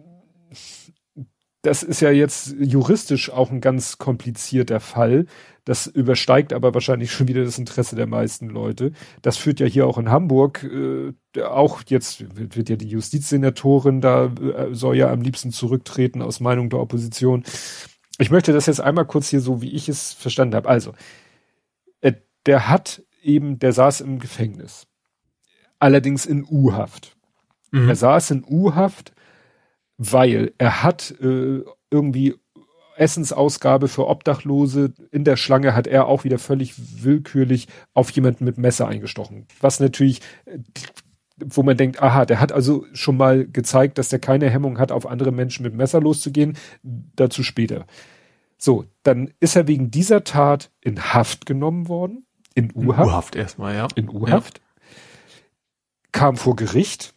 das ist ja jetzt juristisch auch ein ganz komplizierter Fall. Das übersteigt aber wahrscheinlich schon wieder das Interesse der meisten Leute. Das führt ja hier auch in Hamburg, äh, auch jetzt wird, wird ja die Justizsenatorin da, äh, soll ja am liebsten zurücktreten aus Meinung der Opposition. Ich möchte das jetzt einmal kurz hier so, wie ich es verstanden habe. Also, äh, der hat eben, der saß im Gefängnis. Allerdings in U-Haft. Mhm. Er saß in U-Haft, weil er hat äh, irgendwie Essensausgabe für Obdachlose. In der Schlange hat er auch wieder völlig willkürlich auf jemanden mit Messer eingestochen. Was natürlich, wo man denkt, aha, der hat also schon mal gezeigt, dass der keine Hemmung hat, auf andere Menschen mit Messer loszugehen. Dazu später. So, dann ist er wegen dieser Tat in Haft genommen worden. In U-Haft. U-Haft erstmal, ja. In U-Haft. Ja. Kam vor Gericht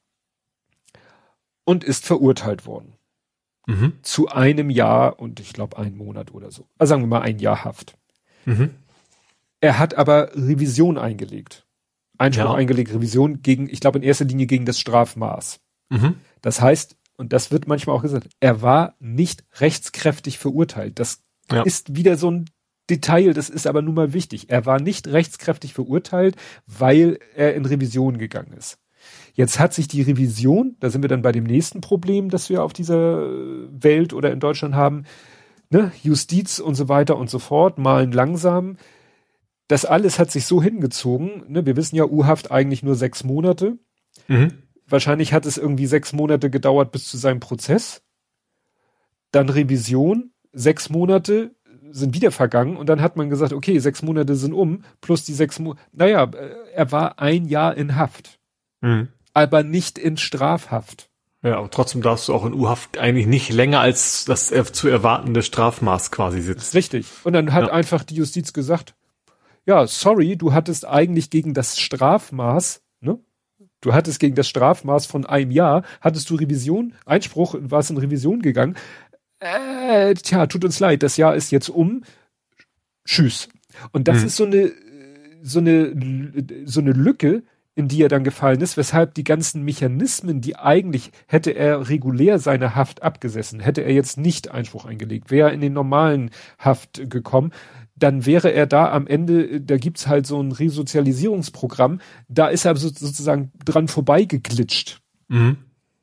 und ist verurteilt worden. Mhm. Zu einem Jahr und ich glaube einen Monat oder so. Also sagen wir mal ein Jahr Haft. Mhm. Er hat aber Revision eingelegt. Einspruch ja. eingelegt, Revision gegen, ich glaube in erster Linie gegen das Strafmaß. Mhm. Das heißt, und das wird manchmal auch gesagt, er war nicht rechtskräftig verurteilt. Das ja. ist wieder so ein Detail, das ist aber nun mal wichtig. Er war nicht rechtskräftig verurteilt, weil er in Revision gegangen ist. Jetzt hat sich die Revision, da sind wir dann bei dem nächsten Problem, das wir auf dieser Welt oder in Deutschland haben, ne, Justiz und so weiter und so fort, malen langsam. Das alles hat sich so hingezogen, ne, wir wissen ja, U-Haft eigentlich nur sechs Monate. Mhm. Wahrscheinlich hat es irgendwie sechs Monate gedauert bis zu seinem Prozess. Dann Revision, sechs Monate sind wieder vergangen und dann hat man gesagt, okay, sechs Monate sind um, plus die sechs Monate, naja, er war ein Jahr in Haft, mhm. aber nicht in Strafhaft. Ja, aber trotzdem darfst du auch in U-Haft eigentlich nicht länger als das zu erwartende Strafmaß quasi sitzen. Richtig. Und dann hat ja. einfach die Justiz gesagt, ja, sorry, du hattest eigentlich gegen das Strafmaß, ne? Du hattest gegen das Strafmaß von einem Jahr, hattest du Revision, Einspruch, warst in Revision gegangen. Äh, tja, tut uns leid, das Jahr ist jetzt um. Tschüss. Und das hm. ist so eine, so eine, so eine Lücke, in die er dann gefallen ist, weshalb die ganzen Mechanismen, die eigentlich hätte er regulär seine Haft abgesessen, hätte er jetzt nicht Einspruch eingelegt, wäre er in den normalen Haft gekommen, dann wäre er da am Ende, da gibt's halt so ein Resozialisierungsprogramm, da ist er so, sozusagen dran vorbeigeglitscht. Mhm.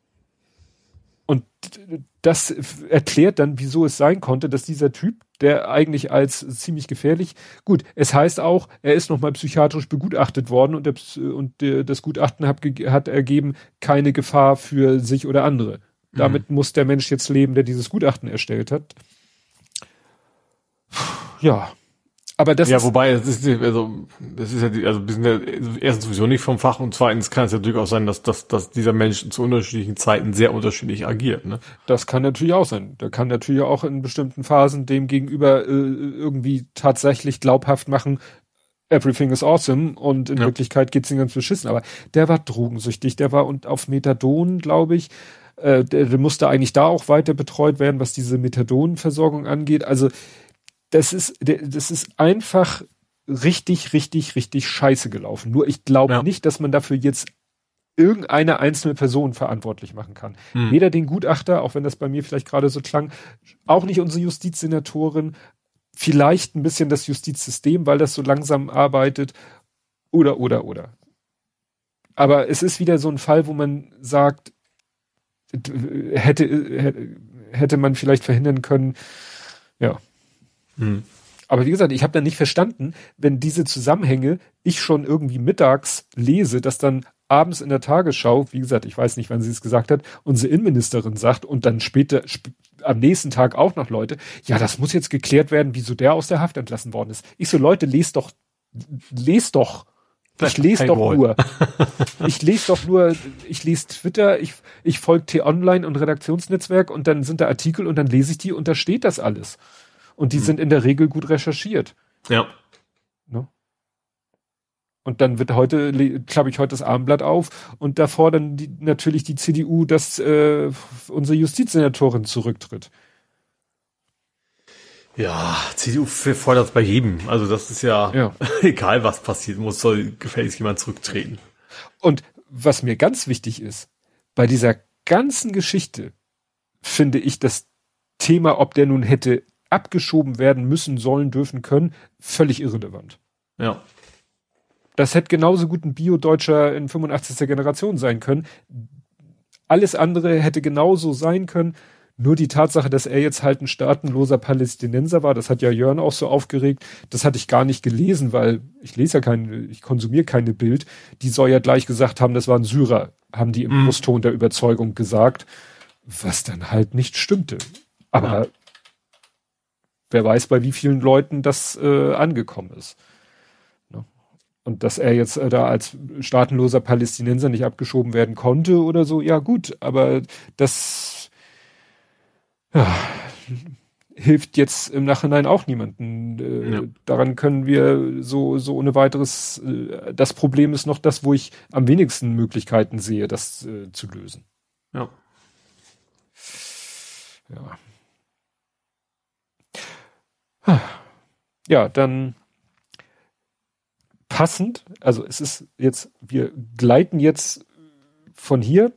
Und das erklärt dann, wieso es sein konnte, dass dieser Typ, der eigentlich als ziemlich gefährlich, gut, es heißt auch, er ist nochmal psychiatrisch begutachtet worden und, der, und der, das Gutachten hat, hat ergeben, keine Gefahr für sich oder andere. Mhm. Damit muss der Mensch jetzt leben, der dieses Gutachten erstellt hat. Ja. Aber das ja, ist, wobei, es ist, also, das ist ja, die, also, wir sind ja erstens sowieso nicht vom Fach und zweitens kann es ja durchaus sein, dass, dass, dass dieser Mensch zu unterschiedlichen Zeiten sehr unterschiedlich agiert, ne? Das kann natürlich auch sein. Der kann natürlich auch in bestimmten Phasen dem gegenüber äh, irgendwie tatsächlich glaubhaft machen, everything is awesome und in ja. Wirklichkeit geht's ihm ganz beschissen. Aber der war drogensüchtig, der war und auf Methadon, glaube ich, äh, der, der musste eigentlich da auch weiter betreut werden, was diese Methadonversorgung angeht. Also, Das ist, das ist einfach richtig, richtig, richtig scheiße gelaufen. Nur ich glaube ja. nicht, dass man dafür jetzt irgendeine einzelne Person verantwortlich machen kann. Hm. Weder den Gutachter, auch wenn das bei mir vielleicht gerade so klang, auch nicht unsere Justizsenatorin, vielleicht ein bisschen das Justizsystem, weil das so langsam arbeitet, oder, oder, oder. Aber es ist wieder so ein Fall, wo man sagt, hätte, hätte man vielleicht verhindern können, ja. Hm. Aber wie gesagt, ich habe dann nicht verstanden, wenn diese Zusammenhänge ich schon irgendwie mittags lese, dass dann abends in der Tagesschau, wie gesagt, ich weiß nicht, wann sie es gesagt hat, unsere Innenministerin sagt und dann später, sp- am nächsten Tag auch noch Leute, ja, das muss jetzt geklärt werden, wieso der aus der Haft entlassen worden ist. Ich so, Leute, lest doch, lest doch. Ich lese doch Wall. nur. Ich lese doch nur, ich lese Twitter, ich, ich folge T-Online und Redaktionsnetzwerk und dann sind da Artikel und dann lese ich die und da steht das alles. Und die hm. sind in der Regel gut recherchiert. Ja. Ne? Und dann wird heute, klappe ich heute das Abendblatt auf und davor dann die, natürlich die C D U, dass äh, unsere Justizsenatorin zurücktritt. Ja, C D U fordert es bei jedem. Also das ist ja, ja. egal was passiert, muss soll gefälligst jemand zurücktreten. Und was mir ganz wichtig ist, bei dieser ganzen Geschichte finde ich das Thema, ob der nun hätte abgeschoben werden müssen, sollen, dürfen, können, völlig irrelevant. Ja. Das hätte genauso gut ein Bio-Deutscher in fünfundachtzigster Generation sein können. Alles andere hätte genauso sein können. Nur die Tatsache, dass er jetzt halt ein staatenloser Palästinenser war, das hat ja Jörn auch so aufgeregt, das hatte ich gar nicht gelesen, weil ich lese ja keine, ich konsumiere keine Bild. Die soll ja gleich gesagt haben, das war ein Syrer, haben die im Brustton der Überzeugung gesagt, was dann halt nicht stimmte. Aber ja. wer weiß, bei wie vielen Leuten das äh, angekommen ist. Ne? Und dass er jetzt äh, da als staatenloser Palästinenser nicht abgeschoben werden konnte oder so, ja gut, aber das ja, hilft jetzt im Nachhinein auch niemanden. Äh, ja. Daran können wir so, so ohne weiteres, äh, das Problem ist noch das, wo ich am wenigsten Möglichkeiten sehe, das äh, zu lösen. Ja. Ja. Ja, dann passend, also es ist jetzt, wir gleiten jetzt von hier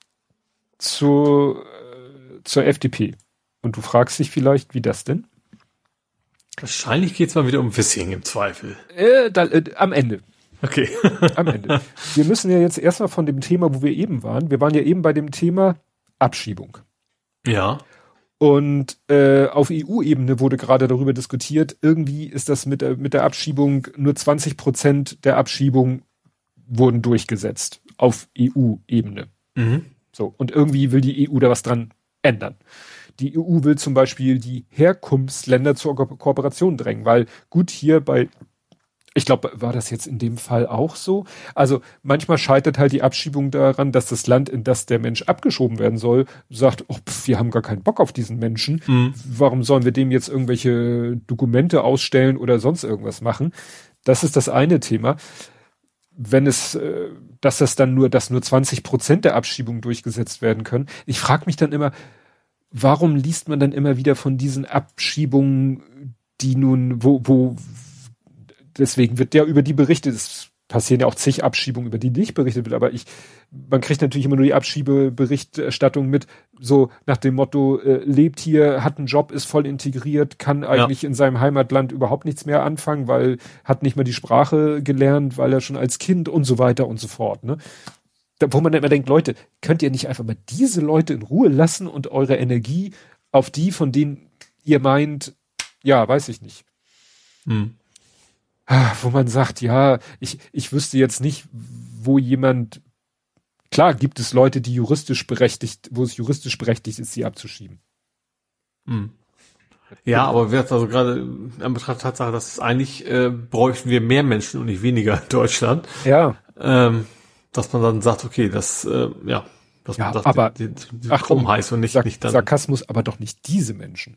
zu, äh, zur F D P. Und du fragst dich vielleicht, wie das denn? Wahrscheinlich geht's mal wieder um Wissing im Zweifel. Äh, da, äh, am Ende. Okay. Am Ende. Wir müssen ja jetzt erstmal von dem Thema, wo wir eben waren, wir waren ja eben bei dem Thema Abschiebung. Ja. Und äh, auf E U-Ebene wurde gerade darüber diskutiert, irgendwie ist das mit der, mit der Abschiebung, nur zwanzig Prozent der Abschiebung wurden durchgesetzt auf E U-Ebene. Mhm. So, und irgendwie will die E U da was dran ändern. Die E U will zum Beispiel die Herkunftsländer zur Ko- Kooperation drängen, weil gut hier bei, ich glaube, war das jetzt in dem Fall auch so? Also manchmal scheitert halt die Abschiebung daran, dass das Land, in das der Mensch abgeschoben werden soll, sagt, oh, pf, wir haben gar keinen Bock auf diesen Menschen. Mhm. Warum sollen wir dem jetzt irgendwelche Dokumente ausstellen oder sonst irgendwas machen? Das ist das eine Thema. Wenn es, äh, dass das dann nur, dass nur zwanzig Prozent der Abschiebungen durchgesetzt werden können. Ich frage mich dann immer, warum liest man dann immer wieder von diesen Abschiebungen, die nun, wo, wo, deswegen wird ja über die berichtet, es passieren ja auch zig Abschiebungen, über die nicht berichtet wird, aber ich, man kriegt natürlich immer nur die Abschiebeberichterstattung mit, so nach dem Motto, äh, lebt hier, hat einen Job, ist voll integriert, kann eigentlich ja in seinem Heimatland überhaupt nichts mehr anfangen, weil hat nicht mal die Sprache gelernt, weil er schon als Kind und so weiter und so fort, ne? Da, wo man dann immer denkt, Leute, könnt ihr nicht einfach mal diese Leute in Ruhe lassen und eure Energie auf die, von denen ihr meint, ja, weiß ich nicht. Hm. Wo man sagt, ja, ich, ich wüsste jetzt nicht, wo jemand, klar gibt es Leute, die juristisch berechtigt, wo es juristisch berechtigt ist, sie abzuschieben. Hm. Ja, aber wir also gerade in Betracht der Tatsache, dass es eigentlich äh, bräuchten wir mehr Menschen und nicht weniger in Deutschland. Ja. Ähm, dass man dann sagt, okay, das, äh, ja, dass ja, man das aber, die, die, die Achtung, krumm heißt und nicht, Sark- nicht dann. Sarkasmus, aber doch nicht diese Menschen.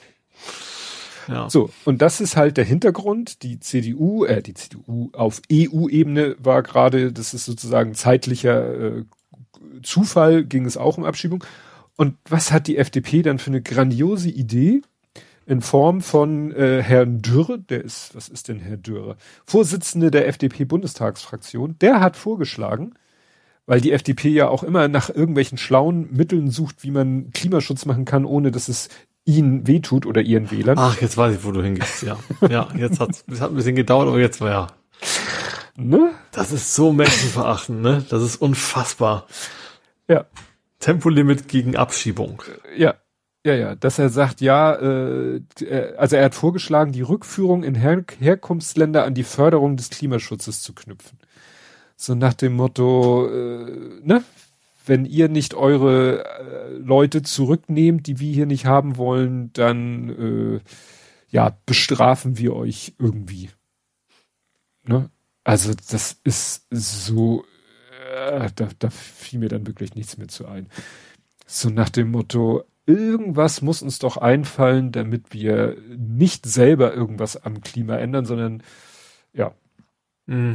Ja. So, und das ist halt der Hintergrund. Die C D U, äh, die C D U auf E U-Ebene war gerade, das ist sozusagen zeitlicher äh, Zufall, ging es auch um Abschiebung. Und was hat die F D P dann für eine grandiose Idee? In Form von äh, Herrn Dürre, der ist, was ist denn Herr Dürre? Vorsitzende der F D P-Bundestagsfraktion, der hat vorgeschlagen, weil die F D P ja auch immer nach irgendwelchen schlauen Mitteln sucht, wie man Klimaschutz machen kann, ohne dass es ihnen wehtut oder ihren Wählern. Ach, jetzt weiß ich, wo du hingehst, ja. Ja, jetzt hat's, es hat ein bisschen gedauert, aber jetzt war ja. Ne? Das ist so menschenverachtend, ne? Das ist unfassbar. Ja. Tempolimit gegen Abschiebung. Ja. Ja, ja, dass er sagt, ja, äh, also er hat vorgeschlagen, die Rückführung in Her- Herkunftsländer an die Förderung des Klimaschutzes zu knüpfen. So nach dem Motto, äh, ne, wenn ihr nicht eure äh, Leute zurücknehmt, die wir hier nicht haben wollen, dann äh, ja, bestrafen wir euch irgendwie. Ne? Also das ist so, äh, da, da fiel mir dann wirklich nichts mehr zu ein. So nach dem Motto, irgendwas muss uns doch einfallen, damit wir nicht selber irgendwas am Klima ändern, sondern ja. Mhm.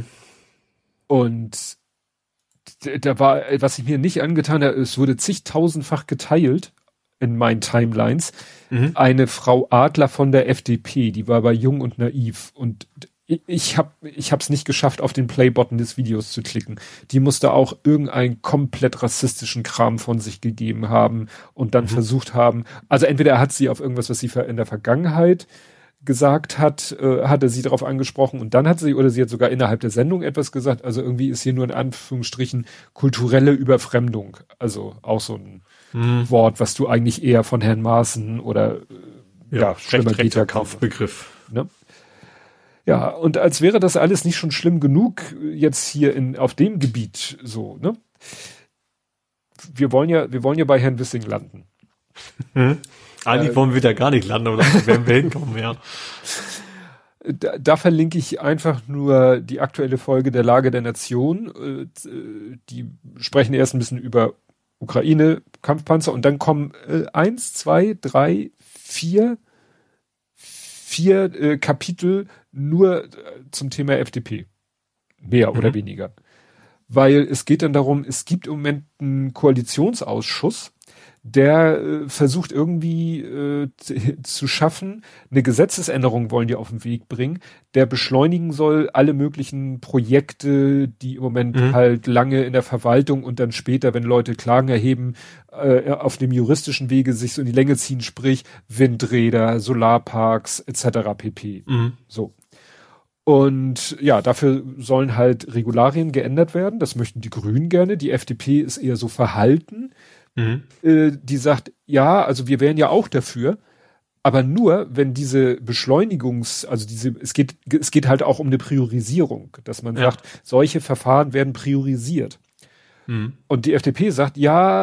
Und da war, was ich mir nicht angetan habe, es wurde zigtausendfach geteilt in meinen Timelines. Mhm. Eine Frau Adler von der F D P, die war bei Jung und Naiv und ich habe ich hab's nicht geschafft, auf den Play-Button des Videos zu klicken. Die musste auch irgendeinen komplett rassistischen Kram von sich gegeben haben und dann mhm. versucht haben, also entweder hat sie auf irgendwas, was sie in der Vergangenheit gesagt hat, äh, hatte sie darauf angesprochen und dann hat sie, oder sie hat sogar innerhalb der Sendung etwas gesagt, also irgendwie ist hier nur in Anführungsstrichen kulturelle Überfremdung, also auch so ein mhm. Wort, was du eigentlich eher von Herrn Maaßen oder äh, ja, ja schlimmer geht ja Kaufbegriff. Ne? Ja, und als wäre das alles nicht schon schlimm genug jetzt hier in auf dem Gebiet so, ne? Wir wollen ja, wir wollen ja bei Herrn Wissing landen. Hm. Eigentlich äh, wollen wir da gar nicht landen, aber da werden wir hinkommen, ja. Da, da verlinke ich einfach nur die aktuelle Folge der Lage der Nation. Die sprechen erst ein bisschen über Ukraine, Kampfpanzer und dann kommen äh, eins, zwei, drei, vier, vier äh, Kapitel nur äh, zum Thema F D P. Mehr mhm. oder weniger. Weil es geht dann darum, es gibt im Moment einen Koalitionsausschuss, der äh, versucht irgendwie äh, zu schaffen, eine Gesetzesänderung wollen die auf den Weg bringen, der beschleunigen soll alle möglichen Projekte, die im Moment mhm. halt lange in der Verwaltung und dann später, wenn Leute Klagen erheben, äh, auf dem juristischen Wege sich so in die Länge ziehen, sprich Windräder, Solarparks et cetera pp. Mhm. So. Und ja, dafür sollen halt Regularien geändert werden. Das möchten die Grünen gerne. Die F D P ist eher so verhalten. Mhm. Äh, die sagt, ja, also wir wären ja auch dafür, aber nur, wenn diese Beschleunigungs, also diese, es geht, es geht halt auch um eine Priorisierung, dass man ja. sagt, solche Verfahren werden priorisiert. Mhm. Und die F D P sagt,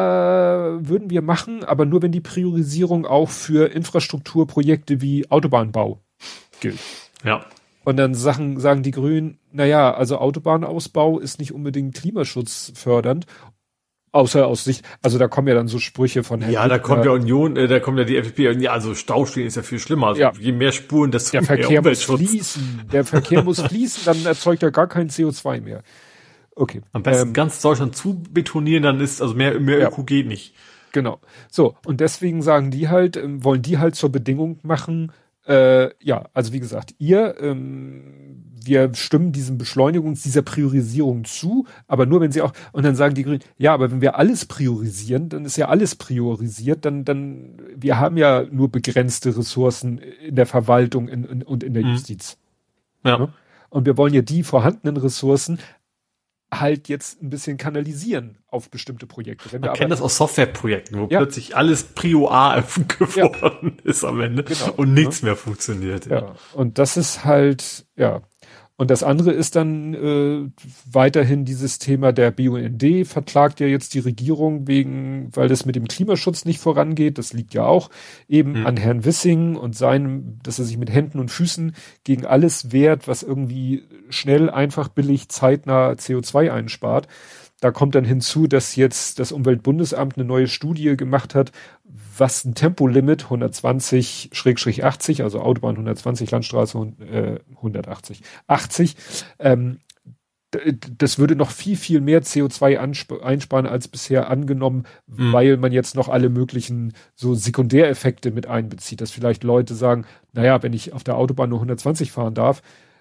ja, würden wir machen, aber nur, wenn die Priorisierung auch für Infrastrukturprojekte wie Autobahnbau gilt. Ja. Und dann sagen, sagen die Grünen, naja, also Autobahnausbau ist nicht unbedingt klimaschutzfördernd. Außer aus Sicht, also da kommen ja dann so Sprüche von Herrn Ja, Wittmer. Da kommt ja Union, äh, da kommt ja die F D P, ja, also Stau stehen ist ja viel schlimmer. Also ja. je mehr Spuren, desto der mehr Verkehr muss fließen. Der Verkehr muss fließen, dann erzeugt er gar kein C O zwei mehr. Okay. Am besten ähm, ganz Deutschland zu betonieren, dann ist, also mehr, mehr ja. Öko geht nicht. Genau. So. Und deswegen sagen die halt, ähm, wollen die halt zur Bedingung machen, äh, ja, also wie gesagt, ihr, ähm, wir stimmen diesem Beschleunigungs-, dieser Priorisierung zu, aber nur wenn sie auch, und dann sagen die Grünen, ja, aber wenn wir alles priorisieren, dann ist ja alles priorisiert, dann, dann, wir haben ja nur begrenzte Ressourcen in der Verwaltung in, in, und in der mhm. Justiz. Ja. ja. Und wir wollen ja die vorhandenen Ressourcen halt jetzt ein bisschen kanalisieren auf bestimmte Projekte. Wenn Man wir kennt aber, das aus Softwareprojekten, wo ja. plötzlich alles Prio A geworden ja. ist am Ende genau. und nichts ja. mehr funktioniert. Ja. ja, und das ist halt, ja. Und das andere ist dann äh, weiterhin dieses Thema, der B U N D verklagt ja jetzt die Regierung wegen, weil das mit dem Klimaschutz nicht vorangeht. Das liegt ja auch eben mhm. an Herrn Wissing und seinem, dass er sich mit Händen und Füßen gegen alles wehrt, was irgendwie schnell, einfach, billig, zeitnah C O zwei einspart. Da kommt dann hinzu, dass jetzt das Umweltbundesamt eine neue Studie gemacht hat, was ein Tempolimit hundertzwanzig achtzig, also Autobahn hundertzwanzig, Landstraße äh, hundertachtzig, achtzig, ähm, das würde noch viel, viel mehr C O zwei ansp- einsparen als bisher angenommen, mhm. weil man jetzt noch alle möglichen so Sekundäreffekte mit einbezieht, dass vielleicht Leute sagen, naja, wenn ich auf der Autobahn nur hundertzwanzig fahren darf,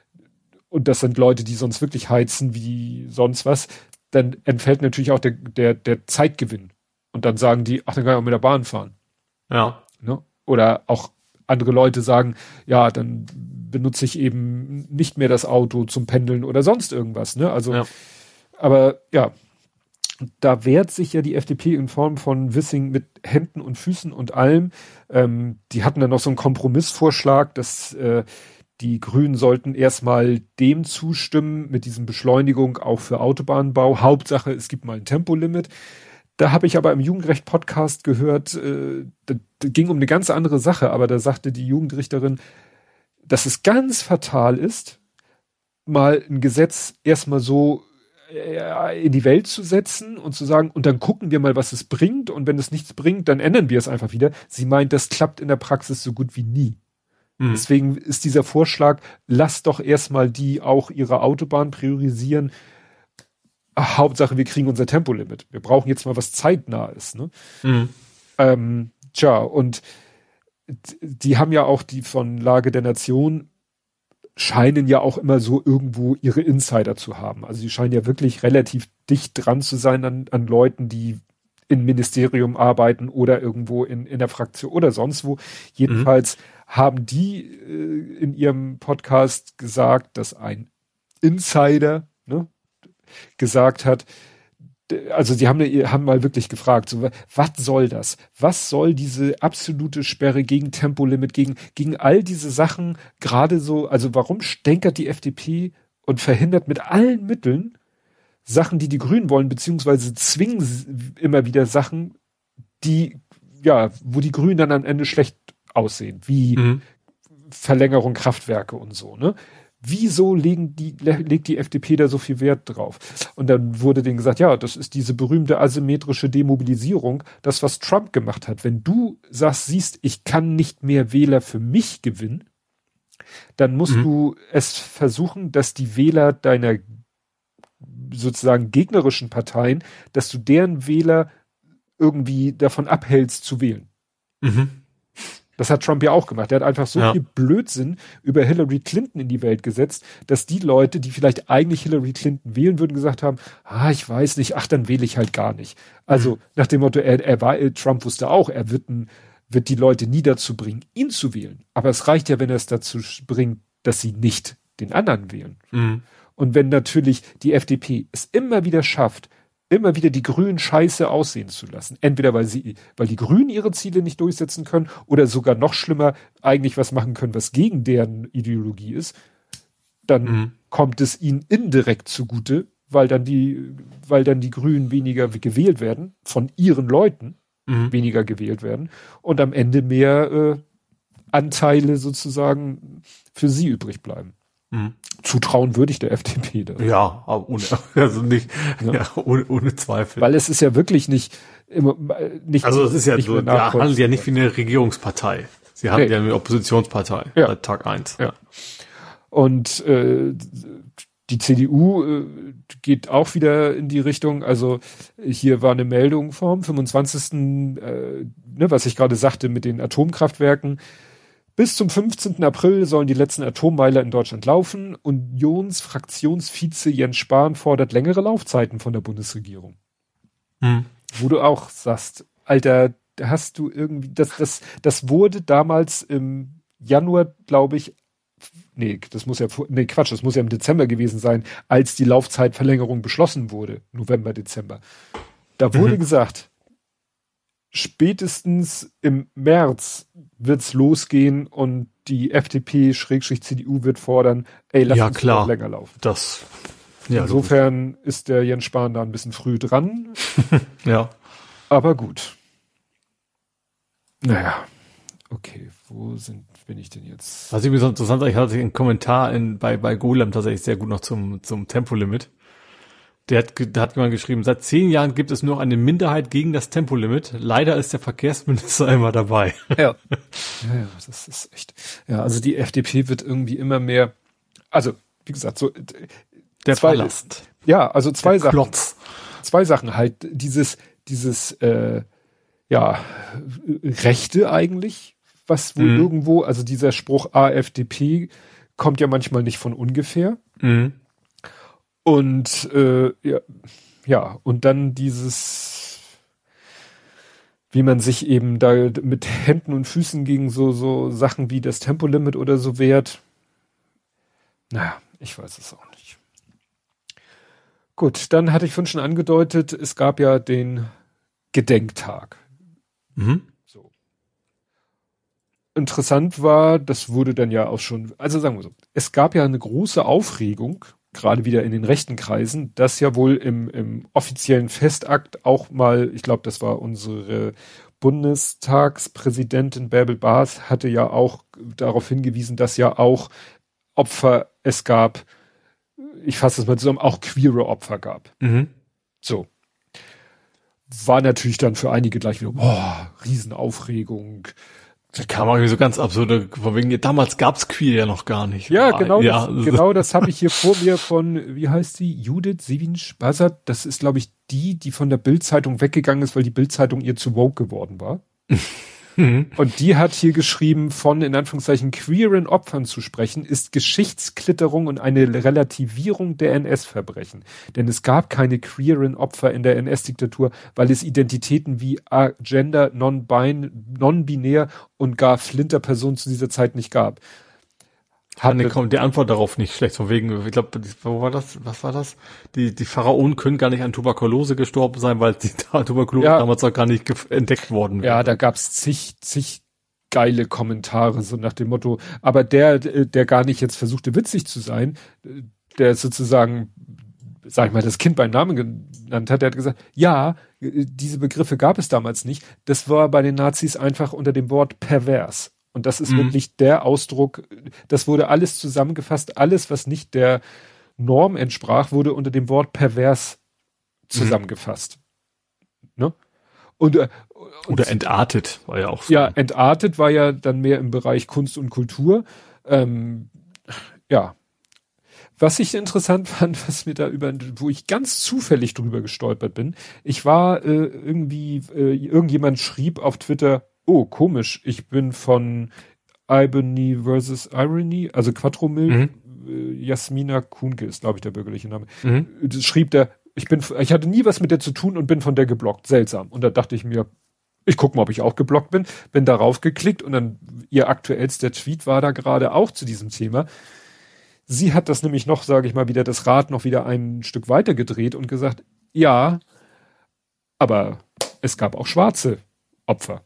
und das sind Leute, die sonst wirklich heizen wie sonst was, dann entfällt natürlich auch der, der, der Zeitgewinn. Und dann sagen die, ach, dann kann ich auch mit der Bahn fahren. Ja. Ne? Oder auch andere Leute sagen, ja, dann benutze ich eben nicht mehr das Auto zum Pendeln oder sonst irgendwas. Ne? Also, ja. aber ja, da wehrt sich ja die F D P in Form von Wissing mit Händen und Füßen und allem. Ähm, die hatten dann noch so einen Kompromissvorschlag, dass äh, die Grünen sollten erstmal dem zustimmen, mit diesem Beschleunigung auch für Autobahnbau. Hauptsache, es gibt mal ein Tempolimit. Da habe ich aber im Jugendrecht-Podcast gehört, äh, da, da ging um eine ganz andere Sache, aber da sagte die Jugendrichterin, dass es ganz fatal ist, mal ein Gesetz erstmal so äh, in die Welt zu setzen und zu sagen, und dann gucken wir mal, was es bringt, und wenn es nichts bringt, dann ändern wir es einfach wieder. Sie meint, das klappt in der Praxis so gut wie nie. Mhm. Deswegen ist dieser Vorschlag, lass doch erstmal die auch ihre Autobahn priorisieren. Ach, Hauptsache, wir kriegen unser Tempolimit. Wir brauchen jetzt mal was zeitnah ist. Ne? Mhm. Ähm, tja, und die haben ja auch die von Lage der Nation scheinen ja auch immer so irgendwo ihre Insider zu haben. Also die scheinen ja wirklich relativ dicht dran zu sein an, an Leuten, die im Ministerium arbeiten oder irgendwo in, in der Fraktion oder sonst wo. Jedenfalls mhm. haben die äh, in ihrem Podcast gesagt, dass ein Insider, ne, gesagt hat, also sie haben, haben mal wirklich gefragt, so, was soll das? Was soll diese absolute Sperre gegen Tempolimit, gegen, gegen all diese Sachen, gerade so, also warum stänkert die F D P und verhindert mit allen Mitteln Sachen, die die Grünen wollen, beziehungsweise zwingen immer wieder Sachen, die ja, wo die Grünen dann am Ende schlecht aussehen, wie mhm. Verlängerung Kraftwerke und so, ne? Wieso legen die, legt die F D P da so viel Wert drauf? Und dann wurde denen gesagt, ja, das ist diese berühmte asymmetrische Demobilisierung, das, was Trump gemacht hat. Wenn du sagst, siehst, ich kann nicht mehr Wähler für mich gewinnen, dann musst mhm. du es versuchen, dass die Wähler deiner sozusagen gegnerischen Parteien, dass du deren Wähler irgendwie davon abhältst zu wählen. Mhm. Das hat Trump ja auch gemacht. Er hat einfach so ja. viel Blödsinn über Hillary Clinton in die Welt gesetzt, dass die Leute, die vielleicht eigentlich Hillary Clinton wählen würden, gesagt haben, ah, ich weiß nicht, ach, dann wähle ich halt gar nicht. Also mhm. nach dem Motto, er, er war, Trump wusste auch, er wird, ein, wird die Leute nie dazu bringen, ihn zu wählen. Aber es reicht ja, wenn er es dazu bringt, dass sie nicht den anderen wählen. Mhm. Und wenn natürlich die F D P es immer wieder schafft, immer wieder die Grünen scheiße aussehen zu lassen. Entweder weil sie, weil die Grünen ihre Ziele nicht durchsetzen können oder sogar noch schlimmer eigentlich was machen können, was gegen deren Ideologie ist, dann mhm. kommt es ihnen indirekt zugute, weil dann die, weil dann die Grünen weniger gewählt werden, von ihren Leuten mhm. weniger gewählt werden und am Ende mehr äh, Anteile sozusagen für sie übrig bleiben. Mhm. Zutrauen würde ich der F D P da. Ja, aber ohne, also nicht, ja. Ja, ohne, ohne Zweifel. Weil es ist ja wirklich nicht, immer, nicht. Also es ist ja so, ja, handelt ja nicht wie eine Regierungspartei. Sie handelt nee. ja eine Oppositionspartei ja. seit Tag eins. Ja. Und äh, die C D U äh, geht auch wieder in die Richtung, also hier war eine Meldung vom fünfundzwanzigsten Äh, ne, was ich gerade sagte mit den Atomkraftwerken. Bis zum fünfzehnten April sollen die letzten Atommeiler in Deutschland laufen. Unionsfraktionsvize Jens Spahn fordert längere Laufzeiten von der Bundesregierung. Hm. Wo du auch sagst, Alter, hast du irgendwie, das, das, das wurde damals im Januar, glaube ich, nee, das muss ja, nee, Quatsch, das muss ja im Dezember gewesen sein, als die Laufzeitverlängerung beschlossen wurde. November, Dezember. Da wurde mhm. gesagt, spätestens im März wird's losgehen und die F D P-C D U wird fordern, ey, lass ja, uns klar. noch länger laufen. Das, ja, insofern logisch. Ist der Jens Spahn da ein bisschen früh dran. Ja. Aber gut. Naja. Okay, wo sind, bin ich denn jetzt? Was ich mir so interessant fand, ich hatte einen Kommentar in, bei, bei Golem tatsächlich sehr gut noch zum, zum Tempolimit. Der hat, der hat jemand geschrieben, seit zehn Jahren gibt es nur eine Minderheit gegen das Tempolimit. Leider ist der Verkehrsminister immer dabei. Ja. Ja, ja, das ist echt. Ja, also die F D P wird irgendwie immer mehr, also, wie gesagt, so, der zwei, Ballast. Ja, also zwei der Sachen. Klotz. Zwei Sachen halt, dieses, dieses, äh, ja, Rechte eigentlich, was wohl mhm. irgendwo, also dieser Spruch A F D P kommt ja manchmal nicht von ungefähr. Mhm. Und äh, ja, ja, und dann dieses, wie man sich eben da mit Händen und Füßen gegen so so Sachen wie das Tempolimit oder so wehrt. Naja, ich weiß es auch nicht. Gut, dann hatte ich vorhin schon angedeutet, es gab ja den Gedenktag. Mhm. So. Interessant war, das wurde dann ja auch schon, also sagen wir so, es gab ja eine große Aufregung, gerade wieder in den rechten Kreisen, dass ja wohl im, im offiziellen Festakt auch mal, ich glaube, das war unsere Bundestagspräsidentin Bärbel Baas, hatte ja auch darauf hingewiesen, dass ja auch Opfer es gab, ich fasse es mal zusammen, auch queere Opfer gab. Mhm. So. War natürlich dann für einige gleich wieder, boah, Riesenaufregung. Da kam auch irgendwie so ganz absurde, von wegen, damals gab's Queer ja noch gar nicht. Ja, genau, ja. Das, genau das habe ich hier vor mir von, wie heißt die, Judith Siewinsch-Bassert. Das ist, glaube ich, die, die von der Bild-Zeitung weggegangen ist, weil die Bild-Zeitung ihr zu woke geworden war. Mhm. Und die hat hier geschrieben, von, in Anführungszeichen, queeren Opfern zu sprechen, ist Geschichtsklitterung und eine Relativierung der N S-Verbrechen. Denn es gab keine queeren Opfer in der N S-Diktatur, weil es Identitäten wie Gender, Non-Binär und gar Flinterpersonen zu dieser Zeit nicht gab. Hat ne, kommt die Antwort darauf nicht schlecht, von wegen, ich glaube, wo war das, was war das? Die, die Pharaonen können gar nicht an Tuberkulose gestorben sein, weil die Tuberkulose ja. damals noch gar nicht entdeckt worden wäre. Ja, da gab's zig, zig geile Kommentare, so nach dem Motto, aber der, der gar nicht jetzt versuchte witzig zu sein, der sozusagen sag ich mal, das Kind beim Namen genannt hat, der hat gesagt, ja, diese Begriffe gab es damals nicht. Das war bei den Nazis einfach unter dem Wort pervers. Und das ist mhm. wirklich der Ausdruck, das wurde alles zusammengefasst, alles, was nicht der Norm entsprach, wurde unter dem Wort pervers zusammengefasst. Mhm. Ne? Und, und, Oder entartet war ja auch so. Ja, entartet war ja dann mehr im Bereich Kunst und Kultur. Ähm, ja. Was ich interessant fand, was mir da über, wo ich ganz zufällig drüber gestolpert bin, ich war äh, irgendwie, äh, irgendjemand schrieb auf Twitter, oh, komisch, ich bin von Ibony versus Irony, also Quattromil, mhm. äh, Jasmina Kuhnke ist, glaube ich, der bürgerliche Name. Mhm. Das schrieb der, ich bin, ich hatte nie was mit der zu tun und bin von der geblockt. Seltsam. Und da dachte ich mir, ich gucke mal, ob ich auch geblockt bin. Bin darauf geklickt und dann ihr aktuellster Tweet war da gerade auch zu diesem Thema. Sie hat das nämlich noch, sage ich mal, wieder das Rad noch wieder ein Stück weiter gedreht und gesagt, ja, aber es gab auch schwarze Opfer.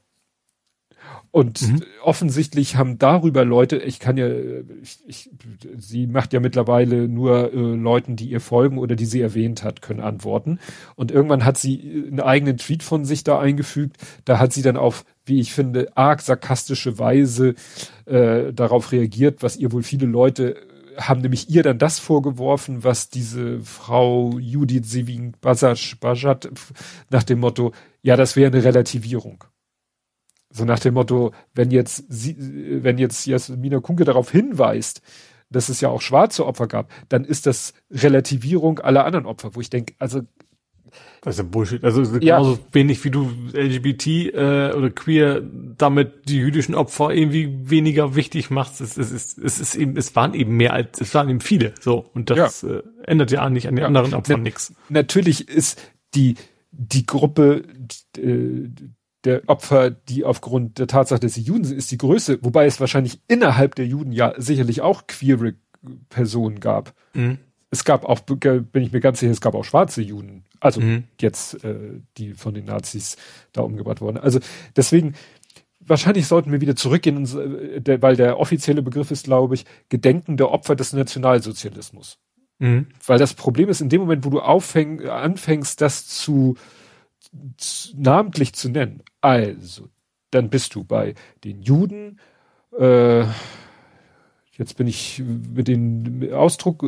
Und mhm. offensichtlich haben darüber Leute, ich kann ja, ich, ich, sie macht ja mittlerweile nur äh, Leuten, die ihr folgen oder die sie erwähnt hat, können antworten. Und irgendwann hat sie einen eigenen Tweet von sich da eingefügt. Da hat sie dann auf, wie ich finde, arg sarkastische Weise äh, darauf reagiert, was ihr wohl viele Leute haben nämlich ihr dann das vorgeworfen, was diese Frau Judith Sevin-Bajat nach dem Motto, ja, das wäre eine Relativierung. So nach dem Motto, wenn jetzt sie, wenn jetzt Jasmina Kuhnke darauf hinweist, dass es ja auch schwarze Opfer gab, dann ist das Relativierung aller anderen Opfer, wo ich denke, also das ist ja Bullshit. Also ja. Genauso wenig wie du L G B T äh, oder queer damit die jüdischen Opfer irgendwie weniger wichtig machst. Es, es, es, es ist eben, es waren eben mehr als, es waren eben viele. So und das ja. äh, ändert ja nicht an den ja. anderen Opfern Na, nichts. Natürlich ist die die Gruppe äh, der Opfer, die aufgrund der Tatsache, dass sie Juden sind, ist die Größe, wobei es wahrscheinlich innerhalb der Juden ja sicherlich auch queere Personen gab. Mhm. Es gab auch, bin ich mir ganz sicher, es gab auch schwarze Juden. Also mhm. jetzt, äh, die von den Nazis da umgebracht wurden. Also deswegen, wahrscheinlich sollten wir wieder zurückgehen, und, äh, der, weil der offizielle Begriff ist, glaube ich, Gedenken der Opfer des Nationalsozialismus. Mhm. Weil das Problem ist, in dem Moment, wo du auffäng, anfängst, das zu, zu namentlich zu nennen, also, dann bist du bei den Juden, äh, jetzt bin ich mit dem Ausdruck,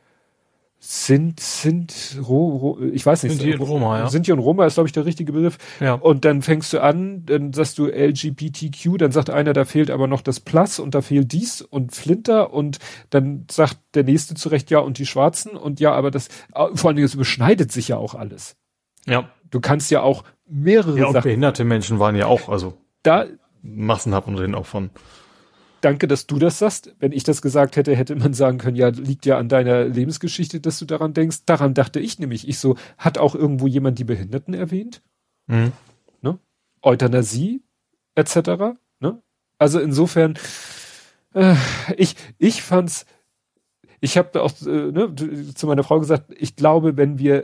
sind, sind, Ro, Ro, ich weiß nicht. Sinti und Roma, ja. Sinti und Roma ist, glaube ich, der richtige Begriff. Ja. Und dann fängst du an, dann sagst du L G B T Q, dann sagt einer, da fehlt aber noch das Plus und da fehlt dies und Flinter und dann sagt der Nächste zurecht, ja, und die Schwarzen und ja, aber das, vor allen Dingen, es überschneidet sich ja auch alles. Ja. Du kannst ja auch mehrere ja, und Sachen. Behinderte Menschen waren ja auch, also, da, massenhaft unter den Opfern. Danke, dass du das sagst. Wenn ich das gesagt hätte, hätte man sagen können, ja, liegt ja an deiner Lebensgeschichte, dass du daran denkst. Daran dachte ich nämlich. Ich so, hat auch irgendwo jemand die Behinderten erwähnt? Mhm. Ne? Euthanasie, et cetera. Ne? Also insofern, äh, ich, ich fand's, ich habe auch äh, ne, zu meiner Frau gesagt, ich glaube, wenn wir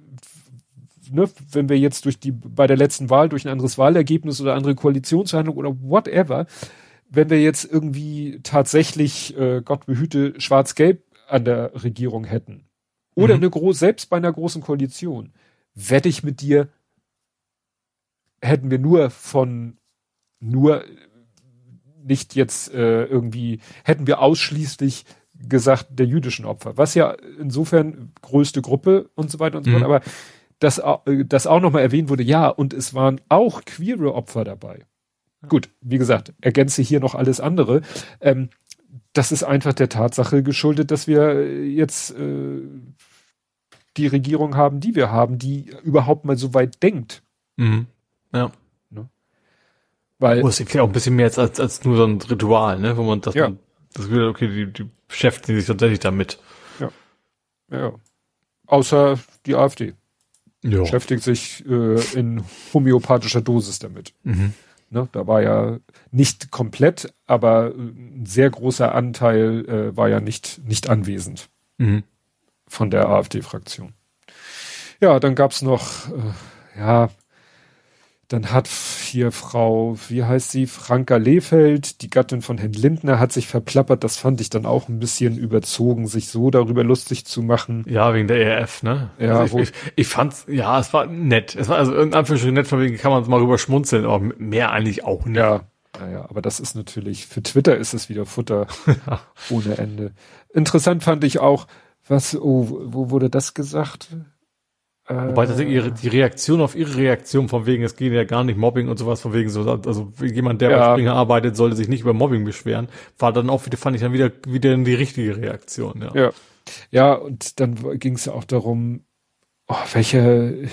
Ne, wenn wir jetzt durch die, bei der letzten Wahl durch ein anderes Wahlergebnis oder andere Koalitionsverhandlungen oder whatever, wenn wir jetzt irgendwie tatsächlich, äh, Gott behüte, schwarz-gelb an der Regierung hätten oder mhm. eine groß, selbst bei einer großen Koalition, wette ich mit dir, hätten wir nur von, nur nicht jetzt äh, irgendwie, hätten wir ausschließlich gesagt der jüdischen Opfer, was ja insofern größte Gruppe und so weiter und so fort, mhm. aber dass das auch nochmal erwähnt wurde, ja, und es waren auch queere Opfer dabei. Gut, wie gesagt, ergänze hier noch alles andere. Ähm, das ist einfach der Tatsache geschuldet, dass wir jetzt äh, die Regierung haben, die wir haben, die überhaupt mal so weit denkt. Mhm. Ja. Ne? Weil oh, es ist ja auch ein bisschen mehr als, als, als nur so ein Ritual, ne, wo man das, ja. man, das will, okay, die, die beschäftigen sich tatsächlich damit. Ja. Ja. Außer die AfD. Ja. Beschäftigt sich äh, in homöopathischer Dosis damit. Mhm. Ne, da war ja nicht komplett, aber ein sehr großer Anteil äh, war ja nicht, nicht anwesend mhm. von der AfD-Fraktion. Ja, dann gab's noch, äh, ja, dann hat, hier Frau, wie heißt sie, Franka Lehfeld, die Gattin von Herrn Lindner, hat sich verplappert. Das fand ich dann auch ein bisschen überzogen, sich so darüber lustig zu machen. Ja, wegen der E R F, ne? Ja, also ich, ich, ich fand's, ja, es war nett. Es war also in Anführungsstrichen nett, von wegen kann man mal rüber schmunzeln, aber mehr eigentlich auch nicht. Ja, naja, aber das ist natürlich, für Twitter ist es wieder Futter ohne Ende. Interessant fand ich auch, was, oh, wo wurde das gesagt? Wobei tatsächlich ihre, die Reaktion auf ihre Reaktion von wegen, es geht ja gar nicht Mobbing und sowas, von wegen so, also jemand, der ja. bei Springer arbeitet, sollte sich nicht über Mobbing beschweren, war dann auch wieder, fand ich dann wieder, wieder die richtige Reaktion, ja. Ja, ja, und dann ging es ja auch darum, oh, welche,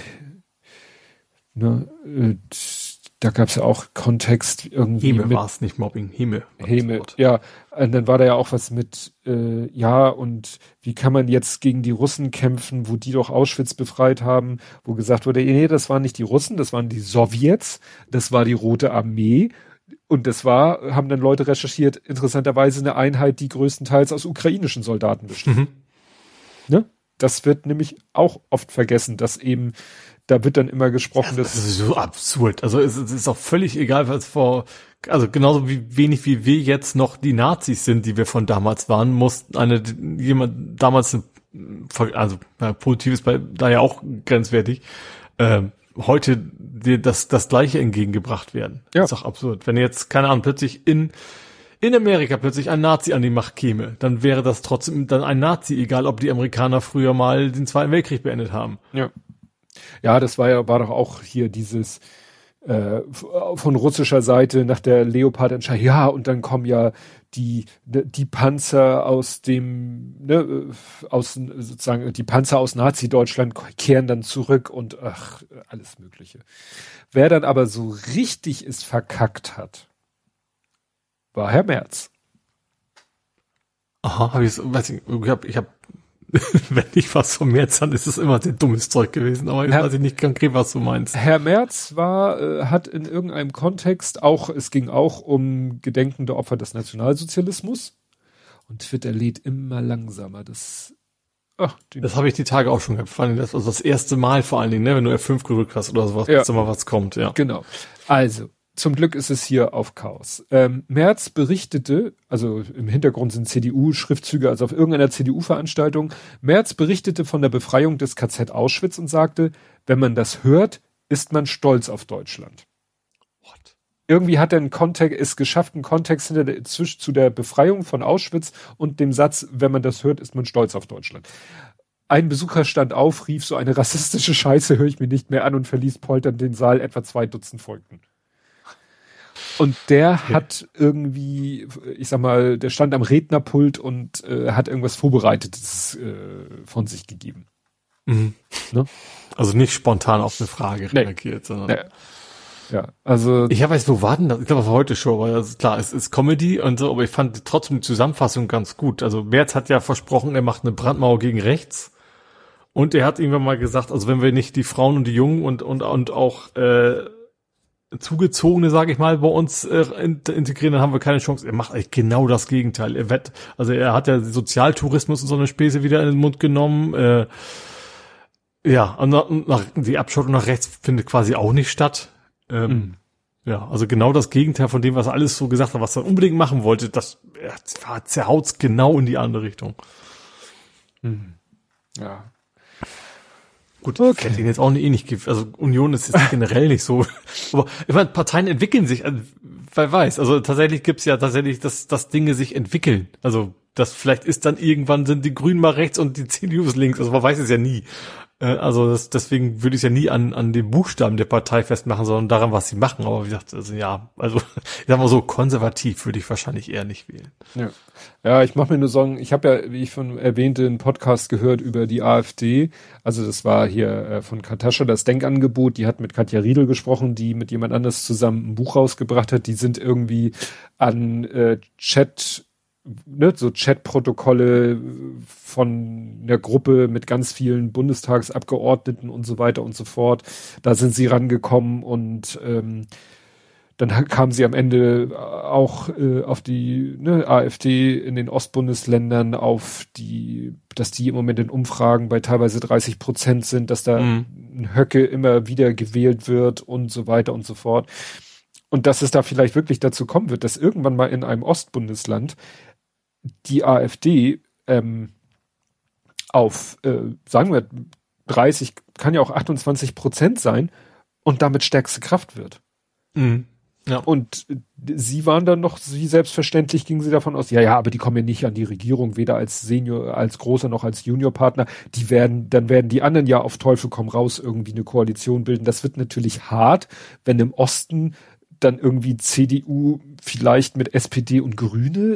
ne, da gab es ja auch Kontext irgendwie. Heme war es nicht Mobbing, Heme. Heme, ja. Und dann war da ja auch was mit, äh, ja, und wie kann man jetzt gegen die Russen kämpfen, wo die doch Auschwitz befreit haben, wo gesagt wurde, nee, das waren nicht die Russen, das waren die Sowjets, das war die Rote Armee. Und das war, haben dann Leute recherchiert, interessanterweise eine Einheit, die größtenteils aus ukrainischen Soldaten besteht. Mhm. Ne? Das wird nämlich auch oft vergessen, dass eben, da wird dann immer gesprochen, ja, dass... Das ist so absurd. Also es, es ist auch völlig egal, was vor... Also genauso wie wenig wie wir jetzt noch die Nazis sind, die wir von damals waren, muss eine jemand damals, also ja, positiv ist bei da ja auch grenzwertig, äh, heute dir das das Gleiche entgegengebracht werden. Ja. Das ist doch absurd. Wenn jetzt, keine Ahnung, plötzlich in in Amerika plötzlich ein Nazi an die Macht käme, dann wäre das trotzdem dann ein Nazi, egal ob die Amerikaner früher mal den Zweiten Weltkrieg beendet haben. Ja. Ja, das war ja, war doch auch hier dieses äh, von russischer Seite nach der Leopard-Entscheidung, ja, und dann kommen ja die die Panzer aus dem, ne, aus sozusagen die Panzer aus Nazi-Deutschland kehren dann zurück und ach, alles Mögliche. Wer dann aber so richtig es verkackt hat, war Herr Merz. Aha, hab ich, weiß ich, ich hab, ich hab wenn ich was von Merz, dann ist es immer sehr dummes Zeug gewesen, aber jetzt Herr, weiß ich nicht konkret, was du meinst. Herr Merz war, äh, hat in irgendeinem Kontext auch, es ging auch um gedenkende Opfer des Nationalsozialismus und Twitter lädt immer langsamer. Das, ach, das habe ich die Tage auch schon gehabt, vor allem das, also das erste Mal vor allen Dingen, ne, wenn du F fünf gedrückt hast oder sowas, ja. bis immer was kommt, ja. Genau. Also, zum Glück ist es hier auf Chaos. Ähm, Merz berichtete, also im Hintergrund sind C D U-Schriftzüge, also auf irgendeiner C D U-Veranstaltung. Merz berichtete von der Befreiung des K Z Auschwitz und sagte, wenn man das hört, ist man stolz auf Deutschland. What? Irgendwie hat er einen Kontext, es geschafft, einen Kontext hinter der, zwischen zu der Befreiung von Auschwitz und dem Satz, wenn man das hört, ist man stolz auf Deutschland. Ein Besucher stand auf, rief, so eine rassistische Scheiße höre ich mir nicht mehr an und verließ polternd den Saal, etwa zwei Dutzend folgten. Und der okay. hat irgendwie, ich sag mal, der stand am Rednerpult und äh, hat irgendwas Vorbereitetes äh, von sich gegeben. Mhm. Ne? Also nicht spontan auf eine Frage nee. reagiert, sondern... Nee. Ja, also... Ich habe jetzt, wo war denn das? Ich glaube, das war heute schon, weil das, klar, es ist Comedy und so, aber ich fand trotzdem die Zusammenfassung ganz gut. Also Merz hat ja versprochen, er macht eine Brandmauer gegen rechts. Und er hat irgendwann mal gesagt, also wenn wir nicht die Frauen und die Jungen und und und auch äh, Zugezogene, sage ich mal, bei uns äh, integrieren, dann haben wir keine Chance. Er macht eigentlich genau das Gegenteil. Er wett, also er hat ja Sozialtourismus und so eine Späße wieder in den Mund genommen. Äh, ja, und nach, nach, die Abschottung nach rechts findet quasi auch nicht statt. Ähm, mhm. Ja, also genau das Gegenteil von dem, was er alles so gesagt hat, was er unbedingt machen wollte, das er zerhaut's genau in die andere Richtung. Mhm. Ja. Gut, okay. Ich hätte ihn jetzt auch nicht, eh nicht, also Union ist jetzt generell nicht so, aber ich meine, Parteien entwickeln sich, also, wer weiß, also tatsächlich gibt's ja tatsächlich, dass, dass Dinge sich entwickeln, also das vielleicht ist dann irgendwann sind die Grünen mal rechts und die C D U ist links, also man weiß es ja nie. Also das, deswegen würde ich es ja nie an an den Buchstaben der Partei festmachen, sondern daran, was sie machen. Aber wie gesagt, also ja, also ich sag mal so, konservativ würde ich wahrscheinlich eher nicht wählen. Ja, ja, ich mache mir nur Sorgen, ich habe ja, wie ich schon erwähnte, einen Podcast gehört über die AfD. Also das war hier äh, von Katascha, das Denkangebot, die hat mit Katja Riedel gesprochen, die mit jemand anders zusammen ein Buch rausgebracht hat. Die sind irgendwie an äh, Chat Ne, so Chatprotokolle von der Gruppe mit ganz vielen Bundestagsabgeordneten und so weiter und so fort. Da sind sie rangekommen und ähm, dann kamen sie am Ende auch äh, auf die ne, AfD in den Ostbundesländern, auf die, dass die im Moment in Umfragen bei teilweise dreißig Prozent sind, dass da mhm. ein Höcke immer wieder gewählt wird und so weiter und so fort. Und dass es da vielleicht wirklich dazu kommen wird, dass irgendwann mal in einem Ostbundesland die AfD ähm, auf, äh, sagen wir, dreißig, kann ja auch achtundzwanzig Prozent sein und damit stärkste Kraft wird. Mhm. Ja. Und sie waren dann noch, wie selbstverständlich gingen sie davon aus, ja, ja, aber die kommen ja nicht an die Regierung, weder als Senior, als großer noch als Juniorpartner. Die werden, dann werden die anderen ja auf Teufel komm raus irgendwie eine Koalition bilden. Das wird natürlich hart, wenn im Osten dann irgendwie C D U vielleicht mit S P D und Grüne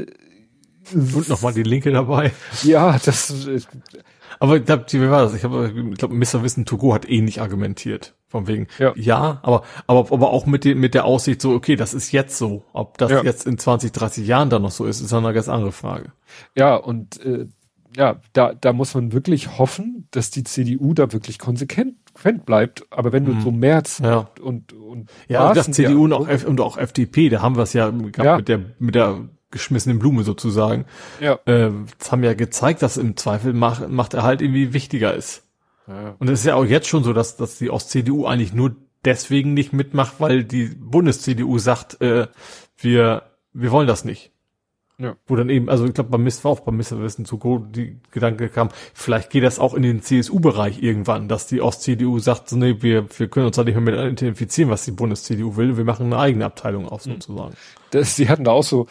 und nochmal die Linke dabei. Ja, das. Aber ich glaube, wie war das? Ich glaube, ich glaube, Mister Wissen to go hat ähnlich argumentiert. Von wegen, ja, ja aber, aber, aber auch mit dem, mit der Aussicht so, okay, das ist jetzt so. Ob das ja. jetzt in zwanzig, dreißig Jahren dann noch so ist, ist eine ganz andere Frage. Ja, und, äh, ja, da, da muss man wirklich hoffen, dass die C D U da wirklich konsequent bleibt. Aber wenn du hm. so März ja. und, und, ja, das C D U und auch, F- und auch F D P, da haben wir es ja gehabt ja. mit der, mit der geschmissenen Blume sozusagen. Ja. Äh, das haben ja gezeigt, dass im Zweifel macht, macht er halt irgendwie wichtiger ist. Ja. Und es ist ja auch jetzt schon so, dass, dass die Ost-C D U eigentlich nur deswegen nicht mitmacht, weil die Bundes-C D U sagt, äh, wir, wir wollen das nicht. Ja. Wo dann eben, also ich glaube, beim Mist war auch beim Misterwissen zu go die Gedanke kam, vielleicht geht das auch in den C S U-Bereich irgendwann, dass die Ost-C D U sagt, so, nee, wir, wir können uns da nicht mehr mit identifizieren, was die Bundes-C D U will, wir machen eine eigene Abteilung auf, sozusagen. Das, sie hatten da auch so,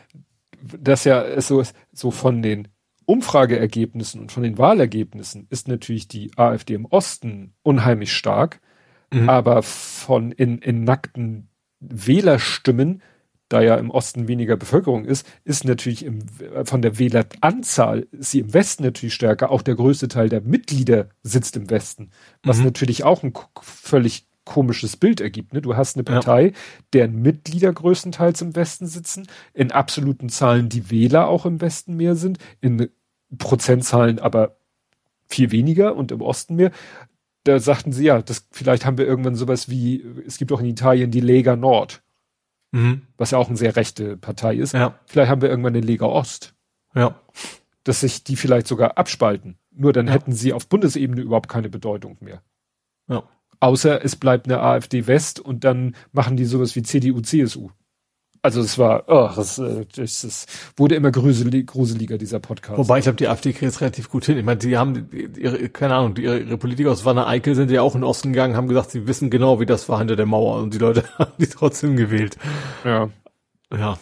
das ja ist so, so von den Umfrageergebnissen und von den Wahlergebnissen ist natürlich die AfD im Osten unheimlich stark, mhm. aber von in, in nackten Wählerstimmen, da ja im Osten weniger Bevölkerung ist, ist natürlich im, von der Wähleranzahl ist sie im Westen natürlich stärker. Auch der größte Teil der Mitglieder sitzt im Westen, was mhm. natürlich auch ein völlig komisches Bild ergibt. Ne? Du hast eine Partei, ja. deren Mitglieder größtenteils im Westen sitzen, in absoluten Zahlen die Wähler auch im Westen mehr sind, in Prozentzahlen aber viel weniger und im Osten mehr. Da sagten sie, ja, das, vielleicht haben wir irgendwann sowas wie, es gibt auch in Italien die Lega Nord, mhm. was ja auch eine sehr rechte Partei ist. Ja. Vielleicht haben wir irgendwann eine Lega Ost. Ja. Dass sich die vielleicht sogar abspalten. Nur dann ja. hätten sie auf Bundesebene überhaupt keine Bedeutung mehr. Ja. Außer es bleibt eine AfD West und dann machen die sowas wie C D U, C S U. Also es war, oh, das, das, das wurde immer gruselig, gruseliger, dieser Podcast. Wobei, ich glaube, die AfD kriegt es relativ gut hin. Ich meine, die haben ihre, keine Ahnung, die, ihre Politiker aus Wanne-Eickel sind ja auch in den Osten gegangen, haben gesagt, sie wissen genau, wie das war hinter der Mauer und die Leute haben die trotzdem gewählt. Ja. Ja.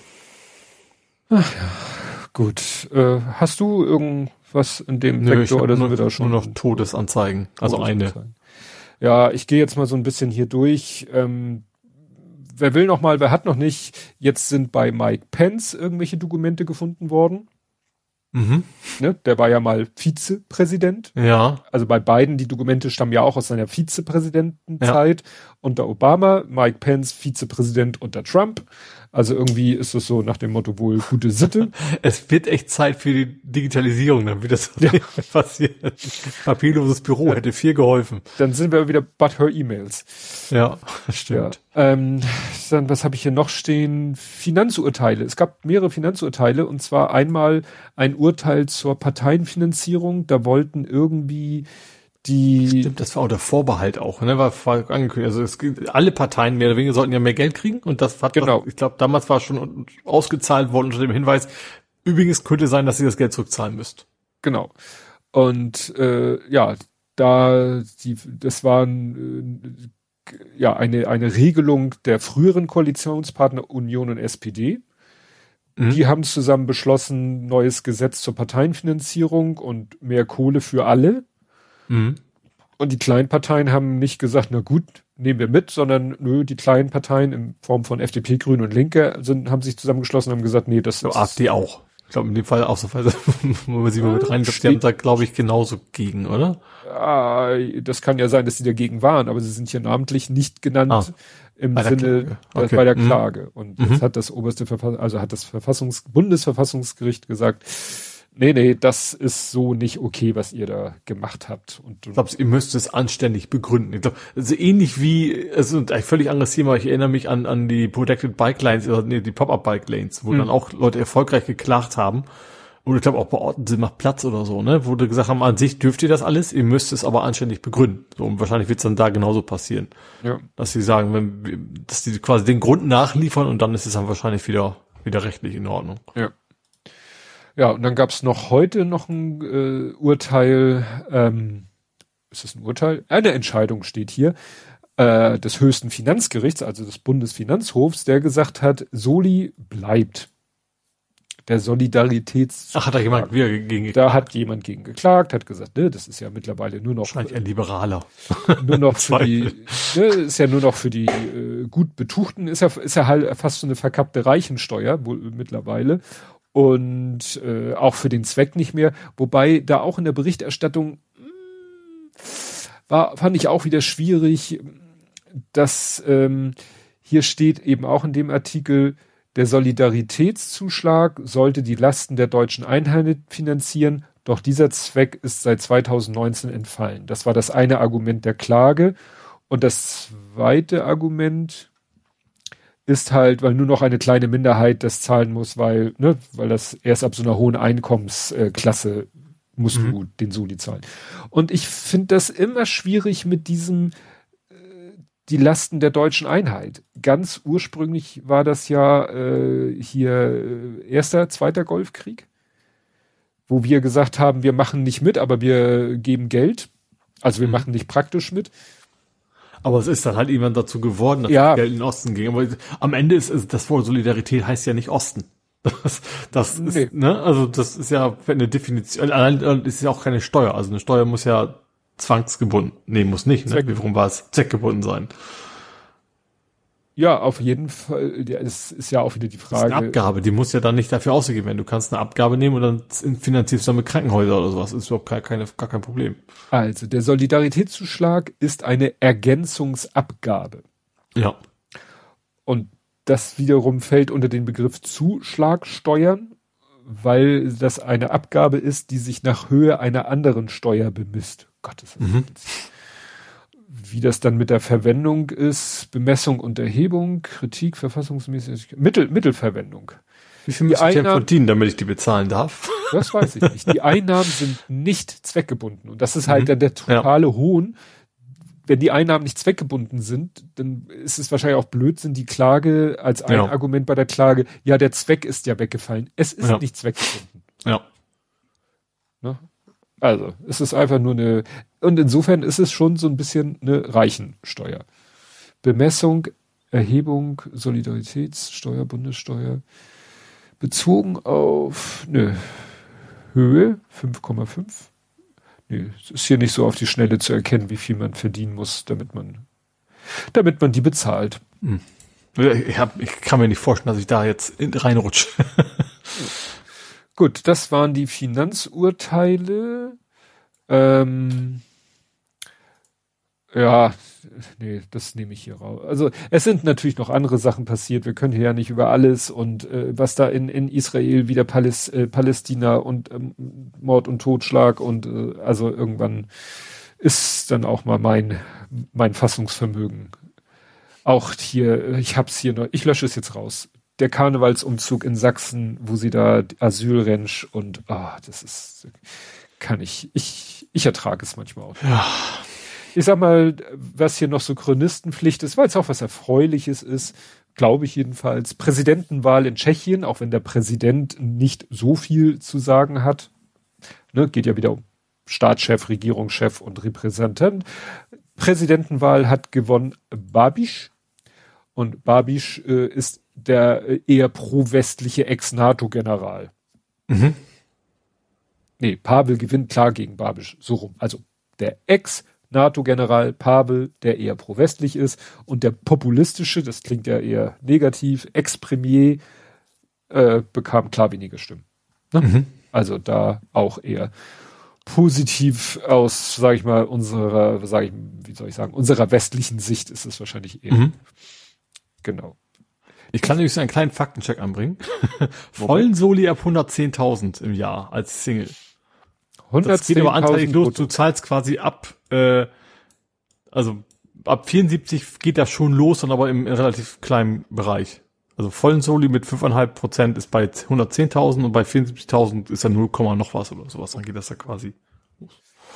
Ach ja, gut. Äh, hast du irgendwas in dem Nö, Sektor oder sind nur, wir da schon? Nur noch Todesanzeigen, also Todesanzeigen. eine. Ja, ich gehe jetzt mal so ein bisschen hier durch. Ähm, wer will noch mal, wer hat noch nicht? Jetzt sind bei Mike Pence irgendwelche Dokumente gefunden worden. Mhm. Ne, der war ja mal Vizepräsident. Ja. Also bei beiden, die Dokumente stammen ja auch aus seiner Vizepräsidentenzeit. Ja. Unter Obama, Mike Pence Vizepräsident unter Trump. Also irgendwie ist es so nach dem Motto wohl gute Sitte. Es wird echt Zeit für die Digitalisierung, dann wird das ja. passieren. Papierloses Büro ja. hätte viel geholfen. Dann sind wir wieder but her E-Mails. Ja, stimmt. Ja. Ähm, dann, was habe ich hier noch stehen? Finanzurteile. Es gab mehrere Finanzurteile und zwar einmal ein Urteil zur Parteienfinanzierung. Da wollten irgendwie die... Stimmt, das war auch der Vorbehalt auch, ne? War, war angekündigt. Also es gibt, alle Parteien mehr oder weniger sollten ja mehr Geld kriegen und das hat, genau. das, ich glaube, damals war schon ausgezahlt worden unter dem Hinweis, übrigens könnte sein, dass ihr das Geld zurückzahlen müsst. Genau. Und äh, ja, da die, das waren äh, ja eine eine Regelung der früheren Koalitionspartner Union und S P D. Mhm. Die haben zusammen beschlossen, neues Gesetz zur Parteienfinanzierung und mehr Kohle für alle. Mhm. Und die kleinen Parteien haben nicht gesagt, na gut, nehmen wir mit, sondern nö, die kleinen Parteien in Form von F D P, Grüne und Linke sind, haben sich zusammengeschlossen und haben gesagt, nee, das ist... AfD auch. Ich glaube, in dem Fall ausnahmsweise, wo wir sie mal mit rein, die haben da, glaube ich, genauso gegen, oder? Ah, das kann ja sein, dass sie dagegen waren, aber sie sind hier namentlich nicht genannt ah, im Sinne okay. bei der Klage. Mhm. Und jetzt mhm. hat das oberste Verfassung, also hat das Verfassungs Bundesverfassungsgericht gesagt, nee, nee, das ist so nicht okay, was ihr da gemacht habt. Und, und ich glaube, ihr müsst es anständig begründen. Ich glaube, also ähnlich wie, es ist ein völlig anderes Thema, ich erinnere mich an an die Protected Bike Lanes, oder nee, die Pop-Up Bike Lanes, wo mhm. dann auch Leute erfolgreich geklagt haben Oder ich glaube auch beorten sie macht Platz oder so, ne? Wo die gesagt haben, an sich dürft ihr das alles, ihr müsst es aber anständig begründen. So, und wahrscheinlich wird es dann da genauso passieren. Ja. Dass sie sagen, wenn wir, dass die quasi den Grund nachliefern und dann ist es dann wahrscheinlich wieder, wieder rechtlich in Ordnung. Ja. Ja, und dann gab's noch heute noch ein äh, Urteil, ähm, ist das ein Urteil? Eine Entscheidung steht hier, äh, des höchsten Finanzgerichts, also des Bundesfinanzhofs, der gesagt hat, Soli bleibt. Der Solidaritäts... Ach, hat da jemand wieder gegen geklagt? Da hat jemand gegen geklagt, hat gesagt, ne, das ist ja mittlerweile nur noch... Wahrscheinlich ein Liberaler. Nur noch für die... Ne, ist ja nur noch für die äh, gut Betuchten, ist ja, ist ja halt fast so eine verkappte Reichensteuer wohl mittlerweile. Und äh, auch für den Zweck nicht mehr. Wobei da auch in der Berichterstattung mh, war, fand ich auch wieder schwierig, dass ähm, hier steht eben auch in dem Artikel, der Solidaritätszuschlag sollte die Lasten der deutschen Einheit finanzieren, doch dieser Zweck ist seit zweitausendneunzehn entfallen. Das war das eine Argument der Klage. Und das zweite Argument ist halt, weil nur noch eine kleine Minderheit das zahlen muss, weil, ne, weil das erst ab so einer hohen Einkommensklasse musst mhm. du den Soli zahlen. Und ich finde das immer schwierig mit diesem, äh, die Lasten der deutschen Einheit. Ganz ursprünglich war das ja äh, hier äh, erster, zweiter Golfkrieg, wo wir gesagt haben, wir machen nicht mit, aber wir geben Geld. Also wir mhm. machen nicht praktisch mit. Aber es ist dann halt irgendwann dazu geworden, dass ja. das Geld in den Osten ging. Aber am Ende ist, ist das Wort Solidarität heißt ja nicht Osten. Das, das ist, nee. ne, also das ist ja eine Definition, allein ist ja auch keine Steuer. Also eine Steuer muss ja zwangsgebunden, nee, muss nicht, ne? Warum war es? Zweckgebunden sein. Ja, auf jeden Fall. Es ist ja auch wieder die Frage. Das ist eine Abgabe, die muss ja dann nicht dafür ausgegeben werden. Du kannst eine Abgabe nehmen und dann finanzierst du damit Krankenhäuser oder sowas. Das ist überhaupt gar, keine, gar kein Problem. Also, der Solidaritätszuschlag ist eine Ergänzungsabgabe. Ja. Und das wiederum fällt unter den Begriff Zuschlagsteuern, weil das eine Abgabe ist, die sich nach Höhe einer anderen Steuer bemisst. Gottes Willen. Mhm. Wie das dann mit der Verwendung ist, Bemessung und Erhebung, Kritik, verfassungsmäßig, Mittel, Mittelverwendung. Wie viel muss ich denn verdienen, damit ich die bezahlen darf? Das weiß ich nicht. Die Einnahmen sind nicht zweckgebunden. Und das ist halt mhm. dann der totale ja. Hohn. Wenn die Einnahmen nicht zweckgebunden sind, dann ist es wahrscheinlich auch Blödsinn, die Klage als ein ja. Argument bei der Klage, ja, der Zweck ist ja weggefallen. Es ist ja. nicht zweckgebunden. Ja. Ne? Also, es ist einfach nur eine, und insofern ist es schon so ein bisschen eine Reichensteuer. Bemessung, Erhebung, Solidaritätssteuer, Bundessteuer, bezogen auf, ne, Höhe, fünf Komma fünf. Nee, es ist hier nicht so auf die Schnelle zu erkennen, wie viel man verdienen muss, damit man, damit man die bezahlt. Hm. Ich, hab, ich kann mir nicht vorstellen, dass ich da jetzt in, reinrutsche. Gut, das waren die Finanzurteile. Ähm, ja, nee, das nehme ich hier raus. Also es sind natürlich noch andere Sachen passiert. Wir können hier ja nicht über alles und äh, was da in, in Israel wieder Paläst, äh, Palästina und ähm, Mord und Totschlag und äh, also irgendwann ist dann auch mal mein mein Fassungsvermögen. Auch hier, ich hab's hier noch, ich lösche es jetzt raus. Der Karnevalsumzug in Sachsen, wo sie da Asylranch und ah, das ist, kann ich, ich, ich ertrage es manchmal auch. Ja. Ich sag mal, was hier noch so Chronistenpflicht ist, weil es auch was Erfreuliches ist, glaube ich jedenfalls. Präsidentenwahl in Tschechien, auch wenn der Präsident nicht so viel zu sagen hat, ne, geht ja wieder um Staatschef, Regierungschef und Repräsentant. Präsidentenwahl hat gewonnen Babiš und Babiš äh, ist der äh, eher pro-westliche Ex-NATO-General. Mhm. Nee, Pavel gewinnt klar gegen Babiš, so rum. Also der Ex-NATO-General Pavel, der eher pro-westlich ist und der populistische, das klingt ja eher negativ, Ex-Premier äh, bekam klar weniger Stimmen. Ne? Mhm. Also da auch eher positiv aus, sage ich mal, unserer, sage ich, wie soll ich sagen, unserer westlichen Sicht ist es wahrscheinlich eher. Mhm. Genau. Ich kann nämlich so einen kleinen Faktencheck anbringen. Vollen Soli ab hundertzehntausend im Jahr als Single. Das geht aber anteilig los. Du zahlst quasi ab, äh, also ab vierundsiebzig geht das schon los, dann aber im relativ kleinen Bereich. Also vollen Soli mit fünf Komma fünf Prozent ist bei hundertzehntausend und bei vierundsiebzigtausend ist er null, noch was oder sowas. Dann geht das ja quasi los.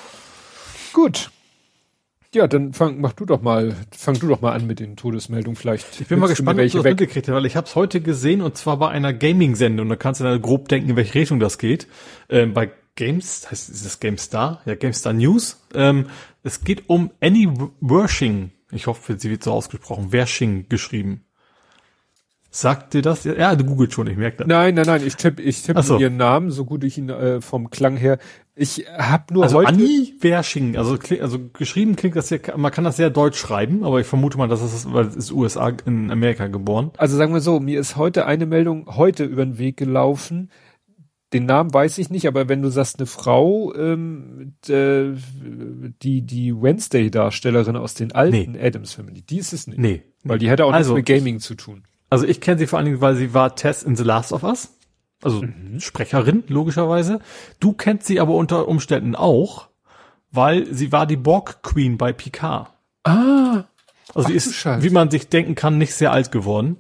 Gut. Ja, dann fang, mach du doch mal, fang du doch mal an mit den Todesmeldungen vielleicht. Ich bin mal gespannt, ob du das mitgekriegt hast, weil ich habe es heute gesehen und zwar bei einer Gaming-Sendung. Da kannst du dann grob denken, in welche Richtung das geht. Ähm, bei Games, heißt ist das GameStar? Ja, GameStar News. Ähm, es geht um Annie Wersching. Ich hoffe, sie wird so ausgesprochen. Wersching geschrieben. Sagt dir das? Ja, du googelt schon, ich merke das. Nein, nein, nein, ich tippe ich tippe so. ihren Namen, so gut ich ihn äh, vom Klang her. Ich habe nur also heute... Annie Wersching, also, also geschrieben klingt das ja, man kann das sehr deutsch schreiben, aber ich vermute mal, dass das, weil es ist U S A in Amerika geboren. Also sagen wir so, mir ist heute eine Meldung heute über den Weg gelaufen. Den Namen weiß ich nicht, aber wenn du sagst, eine Frau, ähm, äh, die die Wednesday-Darstellerin aus den alten Nee. Addams-Family, die ist es nicht. Nee. Weil die hätte auch Also, nichts mit Gaming zu tun. Also ich kenne sie vor allen Dingen, weil sie war Tess in The Last of Us. Also Mhm. Sprecherin, logischerweise. Du kennst sie aber unter Umständen auch, weil sie war die Borg Queen bei Picard. Ah, Also sie ach du ist, Scheiße. wie man sich denken kann, nicht sehr alt geworden.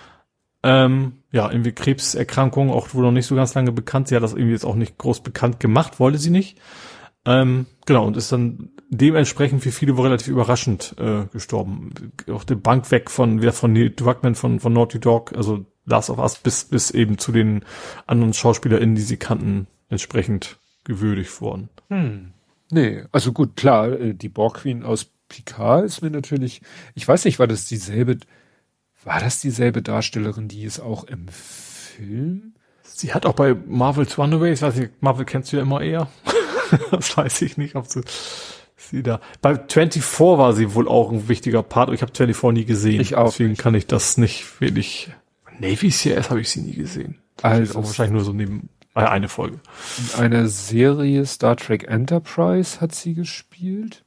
Ähm, ja, irgendwie Krebserkrankung, auch wohl noch nicht so ganz lange bekannt. Sie hat das irgendwie jetzt auch nicht groß bekannt gemacht, wollte sie nicht. Ähm, genau, und ist dann dementsprechend für viele wohl relativ überraschend äh, gestorben. Auch die Bank weg von, wer von Neil Druckmann von, von Naughty Dog, also Last of Us, bis, bis eben zu den anderen SchauspielerInnen, die sie kannten, entsprechend gewürdigt worden. Hm. Nee, also gut, klar, äh, die Borg Queen aus Picard ist mir natürlich, ich weiß nicht, war das dieselbe, war das dieselbe Darstellerin, die ist auch im Film? Sie hat auch bei Marvel's Runaways, weiß ich, Marvel kennst du ja immer eher. Das weiß ich nicht, ob sie, sie da. Bei vierundzwanzig war sie wohl auch ein wichtiger Part. Ich habe vierundzwanzig nie gesehen. Ich auch Deswegen nicht. kann ich das nicht wirklich. Navy C S habe ich sie nie gesehen. Also auch wahrscheinlich nur so neben äh, eine Folge. in einer Serie Star Trek Enterprise hat sie gespielt.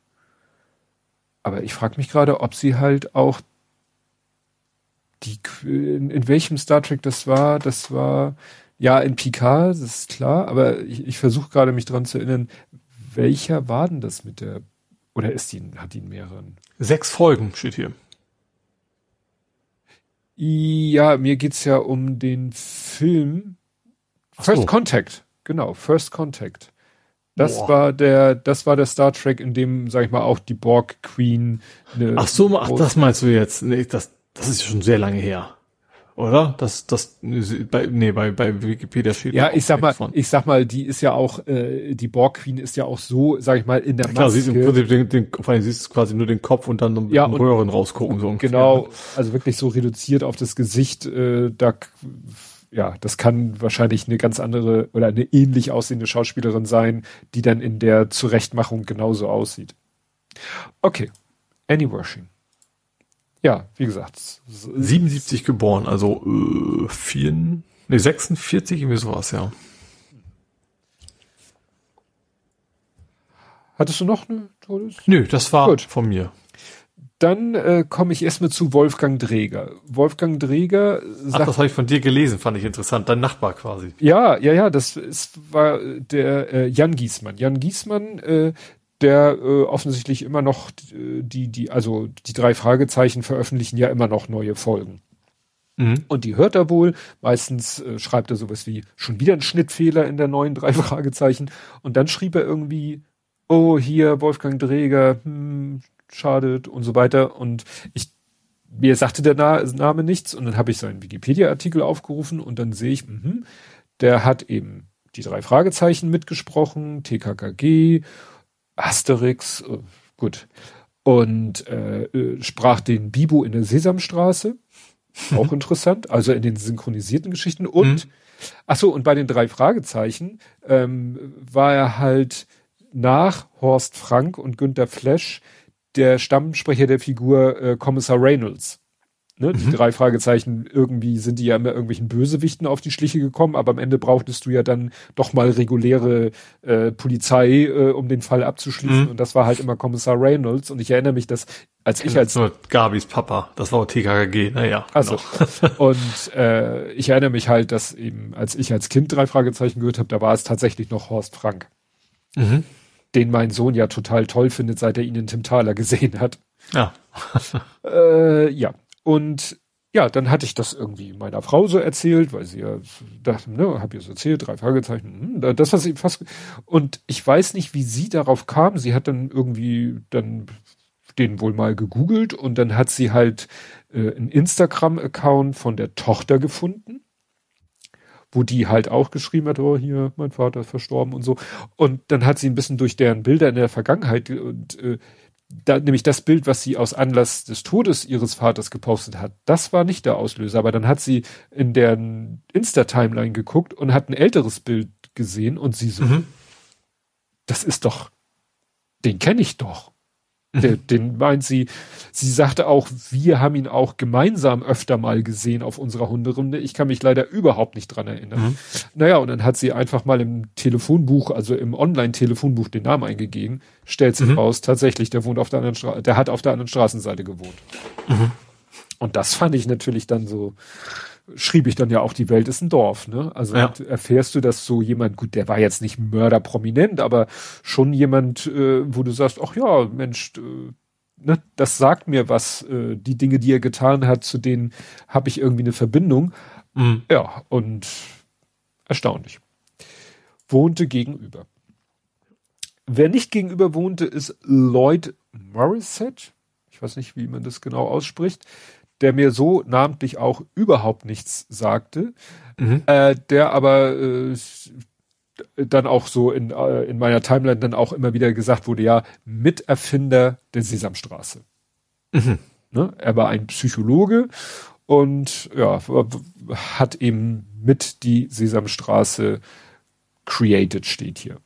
Aber ich frage mich gerade, ob sie halt auch die, in, in welchem Star Trek das war, das war, ja, in Picard, das ist klar, aber ich, ich versuche gerade mich dran zu erinnern, welcher war denn das mit der, oder ist die, hat die mehreren? Sechs Folgen steht hier. Ja, mir geht's ja um den Film Ach First so. Contact, genau, First Contact. Das Boah. war der, das war der Star Trek, in dem, sag ich mal, auch die Borg Queen. Eine Ach so, ach, das meinst du jetzt? Nee, das, das ist schon sehr lange her. Oder? Das, das, bei, nee, bei, bei Wikipedia steht. Ja, auch ich sag mal, von. ich sag mal, die ist ja auch, äh, die Borg Queen ist ja auch so, sag ich mal, in der Ja, klar, Maske. siehst du im Prinzip den, den, vor allem siehst du quasi nur den Kopf und dann so Ja, mit und- Röhren rausgucken. So ungefähr, Genau, ne? also wirklich so reduziert auf das Gesicht, äh, da, k- ja, das kann wahrscheinlich eine ganz andere oder eine ähnlich aussehende Schauspielerin sein, die dann in der Zurechtmachung genauso aussieht. Okay, Annie Wersching. Ja, wie gesagt. s- siebenundsiebzig geboren, also äh, vier, nee, sechsundvierzig, irgendwie sowas, ja. Hattest du noch eine Todes? Nö, das war Gut. von mir. Dann äh, komme ich erstmal zu Wolfgang Dreger. Wolfgang Dreger Ach, sagt, das habe ich von dir gelesen, fand ich interessant. Dein Nachbar quasi. ja, ja, ja, das ist, war der äh, Jan Giesmann. Jan Giesmann, äh, der äh, offensichtlich immer noch äh, die, die, also die drei Fragezeichen veröffentlichen ja immer noch neue Folgen. Mhm. Und die hört er wohl. Meistens äh, schreibt er sowas wie schon wieder ein Schnittfehler in der neuen drei Fragezeichen. Und dann schrieb er irgendwie, oh, hier Wolfgang Dreger, hm, schadet und so weiter. Und ich, mir sagte der Na- Name nichts. Und dann habe ich seinen Wikipedia-Artikel aufgerufen und dann sehe ich, mhm, der hat eben die drei Fragezeichen mitgesprochen, T K K G, Asterix, äh, gut. Und äh, äh, sprach den Bibo in der Sesamstraße. Auch interessant, also in den synchronisierten Geschichten. Und, Mhm. ach so, und bei den drei Fragezeichen ähm, war er halt nach Horst Frank und Günter Flesch der Stammsprecher der Figur äh, Kommissar Reynolds. Ne? Die Mhm. drei Fragezeichen, irgendwie sind die ja immer irgendwelchen Bösewichten auf die Schliche gekommen, aber am Ende brauchtest du ja dann doch mal reguläre äh, Polizei, äh, um den Fall abzuschließen. Mhm. Und das war halt immer Kommissar Reynolds. Und ich erinnere mich, dass als ich als nur Gabis Papa, das war auch T K K G, naja. Also, genau. und äh, ich erinnere mich halt, dass eben, als ich als Kind drei Fragezeichen gehört habe, da war es tatsächlich noch Horst Frank, Mhm. den mein Sohn ja total toll findet, seit er ihn in Tim Thaler gesehen hat. Ja. Äh, ja, und ja, dann hatte ich das irgendwie meiner Frau so erzählt, weil sie ja dachte, ne, hab ihr so erzählt, drei Fragezeichen, hm, das, was sie fast, und ich weiß nicht, wie sie darauf kam. Sie hat dann irgendwie dann den wohl mal gegoogelt und dann hat sie halt äh, einen Instagram-Account von der Tochter gefunden, wo die halt auch geschrieben hat, oh, hier, mein Vater ist verstorben und so. Und dann hat sie ein bisschen durch deren Bilder in der Vergangenheit und äh, da, nämlich das Bild, was sie aus Anlass des Todes ihres Vaters gepostet hat, das war nicht der Auslöser. Aber dann hat sie in deren Insta-Timeline geguckt und hat ein älteres Bild gesehen und sie so, mhm. das ist doch, den kenne ich doch. Der, den meint sie, sie sagte auch, wir haben ihn auch gemeinsam öfter mal gesehen auf unserer Hunderunde. Ich kann mich leider überhaupt nicht dran erinnern. Mhm. Naja, und dann hat sie einfach mal im Telefonbuch, also im Online-Telefonbuch den Namen eingegeben, stellt sich mhm. raus, tatsächlich, der wohnt auf der anderen Straße, der hat auf der anderen Straßenseite gewohnt. Mhm. Und das fand ich natürlich dann so, schrieb ich dann ja auch, die Welt ist ein Dorf, ne? Also ja. Erfährst du, dass so jemand, gut, der war jetzt nicht mörderprominent, aber schon jemand, äh, wo du sagst, ach ja, Mensch, äh, ne, das sagt mir was, äh, die Dinge, die er getan hat, zu denen habe ich irgendwie eine Verbindung. Mhm. Ja, und erstaunlich. Wohnte gegenüber. Wer nicht gegenüber wohnte, ist Lloyd Morissette. Ich weiß nicht, wie man das genau ausspricht, der mir so namentlich auch überhaupt nichts sagte, mhm. äh, der aber äh, dann auch so in, äh, in meiner Timeline dann auch immer wieder gesagt wurde, ja, Miterfinder der Sesamstraße. Mhm. Ne? Er war ein Psychologe und ja, hat eben mit die Sesamstraße created, steht hier.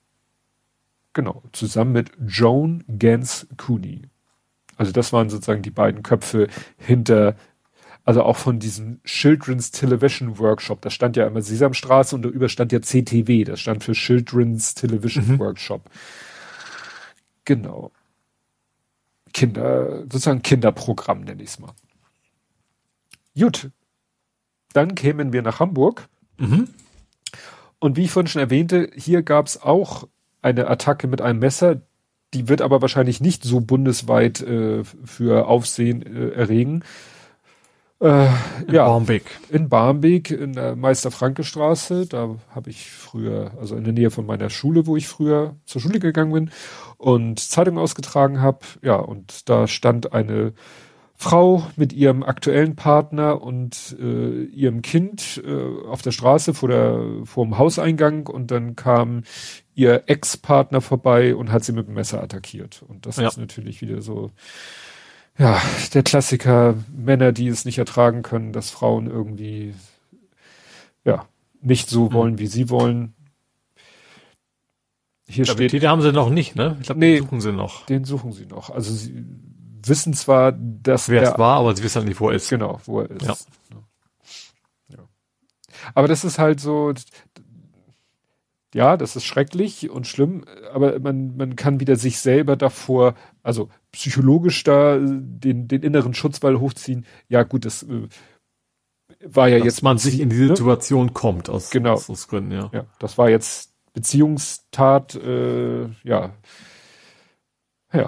Genau, zusammen mit Joan Gans Cooney. Also das waren sozusagen die beiden Köpfe hinter, also auch von diesem Children's Television Workshop. Da stand ja immer Sesamstraße und darüber stand ja C T W. Das stand für Children's Television mhm. Workshop. Genau. Kinder, sozusagen Kinderprogramm nenne ich es mal. Gut. Dann kämen wir nach Hamburg. Mhm. Und wie ich vorhin schon erwähnte, hier gab es auch eine Attacke mit einem Messer. Die wird aber wahrscheinlich nicht so bundesweit äh, für Aufsehen äh, erregen. Äh, in ja, Barmbek. In Barmbek, in der Meister-Franke-Straße. Da habe ich früher, also in der Nähe von meiner Schule, wo ich früher zur Schule gegangen bin und Zeitung ausgetragen habe. Ja, und da stand eine Frau mit ihrem aktuellen Partner und äh, ihrem Kind äh, auf der Straße vor der vor dem Hauseingang und dann kam ihr Ex-Partner vorbei und hat sie mit dem Messer attackiert. Und das ja. ist natürlich wieder so, ja, der Klassiker, Männer, die es nicht ertragen können, dass Frauen irgendwie, ja, nicht so mhm. wollen, wie sie wollen. Hier ja, steht. Täter haben sie noch nicht, ne? Ich glaube, nee, den suchen sie noch. Den suchen sie noch. Also sie wissen zwar, dass wer es war, aber sie wissen halt nicht, wo er ist. Genau, wo er ist. Ja. Ja. Aber das ist halt so, ja, das ist schrecklich und schlimm, aber man, man kann wieder sich selber davor, also psychologisch da den, den inneren Schutzwall hochziehen. Ja, gut, das äh, war ja Dass jetzt. man sich in die Situation ne? kommt, aus, genau. aus, aus Gründen, ja. Ja, das war jetzt Beziehungstat, äh, ja. Ja.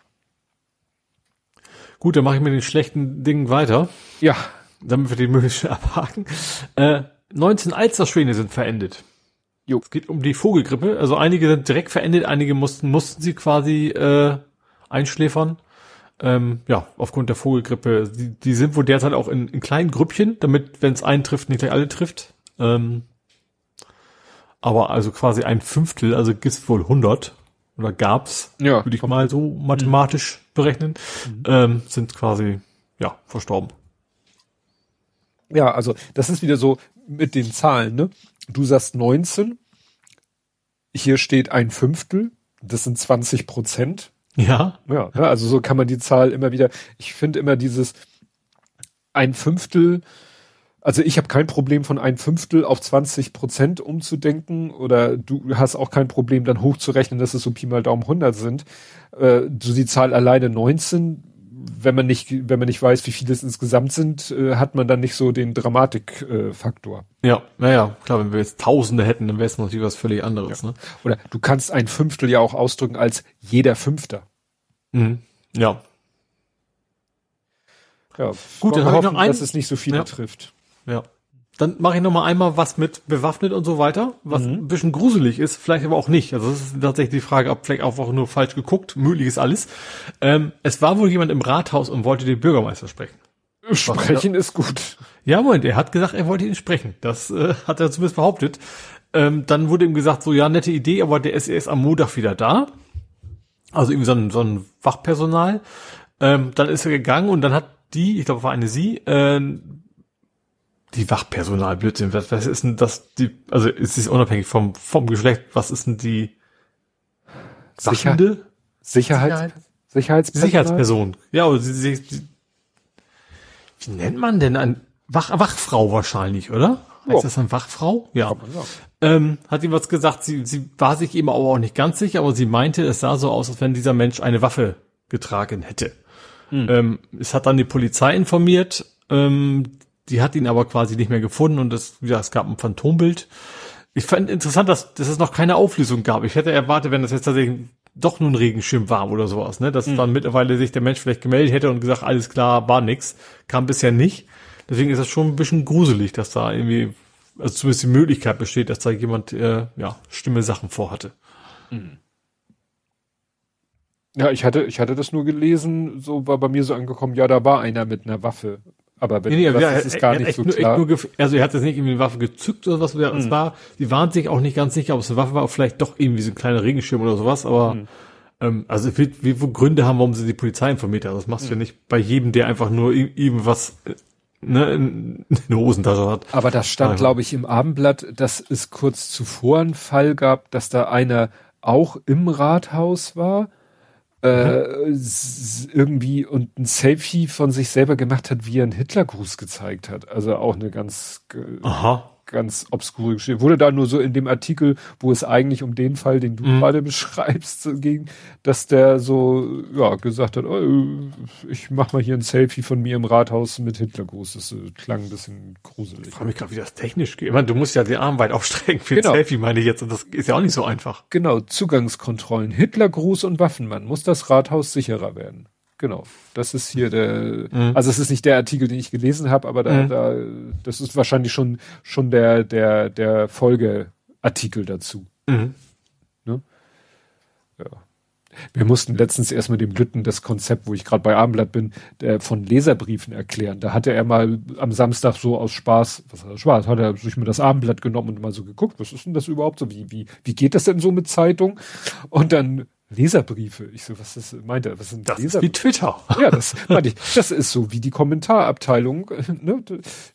Gut, dann mache ich mit den schlechten Dingen weiter. Ja. Damit wir die möglichen abhaken. Äh, neunzehn Alsterschwäne sind verendet. Jo. Es geht um die Vogelgrippe. Also einige sind direkt verendet, einige mussten mussten sie quasi äh, einschläfern. Ähm, ja, aufgrund der Vogelgrippe. Die, die sind wohl derzeit auch in, in kleinen Grüppchen, damit, wenn es einen trifft, nicht gleich alle trifft. Ähm, aber also quasi ein Fünftel, also gibt's wohl hundert oder gab's, ja, würde ich mal so mathematisch mhm. berechnen, mhm. ähm, sind quasi ja verstorben. Ja, also das ist wieder so mit den Zahlen, ne? Du sagst neunzehn, hier steht ein Fünftel, das sind zwanzig Prozent. Ja. Ja, ne? Also so kann man die Zahl immer wieder, ich finde immer dieses ein Fünftel, also ich habe kein Problem von ein Fünftel auf zwanzig Prozent umzudenken oder du hast auch kein Problem dann hochzurechnen, dass es so Pi mal Daumen hundert sind. Äh, so die Zahl alleine neunzehn, wenn man nicht, wenn man nicht weiß, wie viele es insgesamt sind, äh, hat man dann nicht so den Dramatikfaktor. Äh, ja, naja, klar, wenn wir jetzt Tausende hätten, dann wäre es natürlich was völlig anderes. Ja. Ne? Oder du kannst ein Fünftel ja auch ausdrücken als jeder Fünfter. Mhm. Ja. Ja, gut, dann habe ich noch einen, dass es nicht so viele ja. trifft. Ja. Dann mache ich noch mal einmal was mit bewaffnet und so weiter, was mhm. ein bisschen gruselig ist, vielleicht aber auch nicht. Also das ist tatsächlich die Frage, ob vielleicht auch nur falsch geguckt, möglich ist alles. Ähm, es war wohl jemand im Rathaus und wollte den Bürgermeister sprechen. Sprechen ist gut. Ja, Moment, er hat gesagt, er wollte ihn sprechen. Das äh, hat er zumindest behauptet. Ähm, dann wurde ihm gesagt, so ja, nette Idee, aber der ist erst am Montag wieder da. Also irgendwie so ein, so ein Wachpersonal. Ähm, dann ist er gegangen und dann hat die, ich glaube, war eine sie, äh, die Wachpersonal, Blödsinn, was, was ist denn das, die, also es ist unabhängig vom, vom Geschlecht, was ist denn die Sicherheit, Sicherheits, Sicherheit? Sicherheitspersonal? Sicherheitsperson. Ja, aber sie, sie, sie, wie nennt man denn ein Wach, Wachfrau wahrscheinlich, oder? Heißt oh. das eine Wachfrau? Ja. Ähm, hat ihm was gesagt, sie, sie war sich eben aber auch nicht ganz sicher, aber sie meinte, es sah so aus, als wenn dieser Mensch eine Waffe getragen hätte. Hm. Ähm, es hat dann die Polizei informiert, ähm, die hat ihn aber quasi nicht mehr gefunden und es, ja, es gab ein Phantombild. Ich fand interessant, dass, dass es noch keine Auflösung gab. Ich hätte erwartet, wenn das jetzt tatsächlich doch nur ein Regenschirm war oder sowas, ne, dass mhm. dann mittlerweile sich der Mensch vielleicht gemeldet hätte und gesagt, alles klar, war nix. Kam bisher nicht. Deswegen ist das schon ein bisschen gruselig, dass da irgendwie, also zumindest die Möglichkeit besteht, dass da jemand, äh, ja, schlimme Sachen vorhatte. Mhm. Ja, ich hatte, ich hatte das nur gelesen, so war bei mir so angekommen, ja, da war einer mit einer Waffe. Aber wenn nee, nee, was, ja, ist es gar er, nicht echt so nur, klar. Echt nur, also er hat jetzt nicht irgendwie eine Waffe gezückt oder was, es mhm. war, die waren sich auch nicht ganz sicher, ob es eine Waffe war, vielleicht doch irgendwie so ein kleiner Regenschirm oder sowas, aber mhm. ähm, also es wird, wie viele Gründe haben, warum sie die Polizei informiert haben. Das machst du mhm. ja nicht bei jedem, der einfach nur irgendwas ne, in, in der Hosentasche hat. Aber da stand, glaube ich, im Abendblatt, dass es kurz zuvor einen Fall gab, dass da einer auch im Rathaus war, äh, mhm. irgendwie und ein Selfie von sich selber gemacht hat, wie er einen Hitlergruß gezeigt hat. Also auch eine ganz, Aha. ganz obskure Geschichte. Wurde da nur so in dem Artikel, wo es eigentlich um den Fall, den du mhm. gerade beschreibst, so ging, dass der so, ja, gesagt hat, oh, ich mach mal hier ein Selfie von mir im Rathaus mit Hitlergruß. Das äh, klang ein bisschen gruselig. Ich frage mich gerade, wie das technisch geht. Ich meine, du musst ja den Arm weit aufstrecken für genau. ein Selfie, meine ich jetzt. Und das ist ja auch nicht so einfach. Genau, Zugangskontrollen, Hitlergruß und Waffenmann. Muss das Rathaus sicherer werden? Genau, das ist hier der, mhm. also es ist nicht der Artikel, den ich gelesen habe, aber da, mhm. da, das ist wahrscheinlich schon schon der der der Folgeartikel dazu. Mhm. Ne? Ja. Wir mussten letztens erst mit dem Lütten das Konzept, wo ich gerade bei Abendblatt bin, der von Leserbriefen erklären. Da hatte er mal am Samstag so aus Spaß, was heißt Spaß, hat er sich mal das Abendblatt genommen und mal so geguckt, was ist denn das überhaupt so, wie wie wie geht das denn so mit Zeitung? Und dann Leserbriefe. Ich so, was ist, meint er, was sind das Leserbriefe? Ist wie Twitter. Ja, das meinte ich. Das ist so wie die Kommentarabteilung, ne?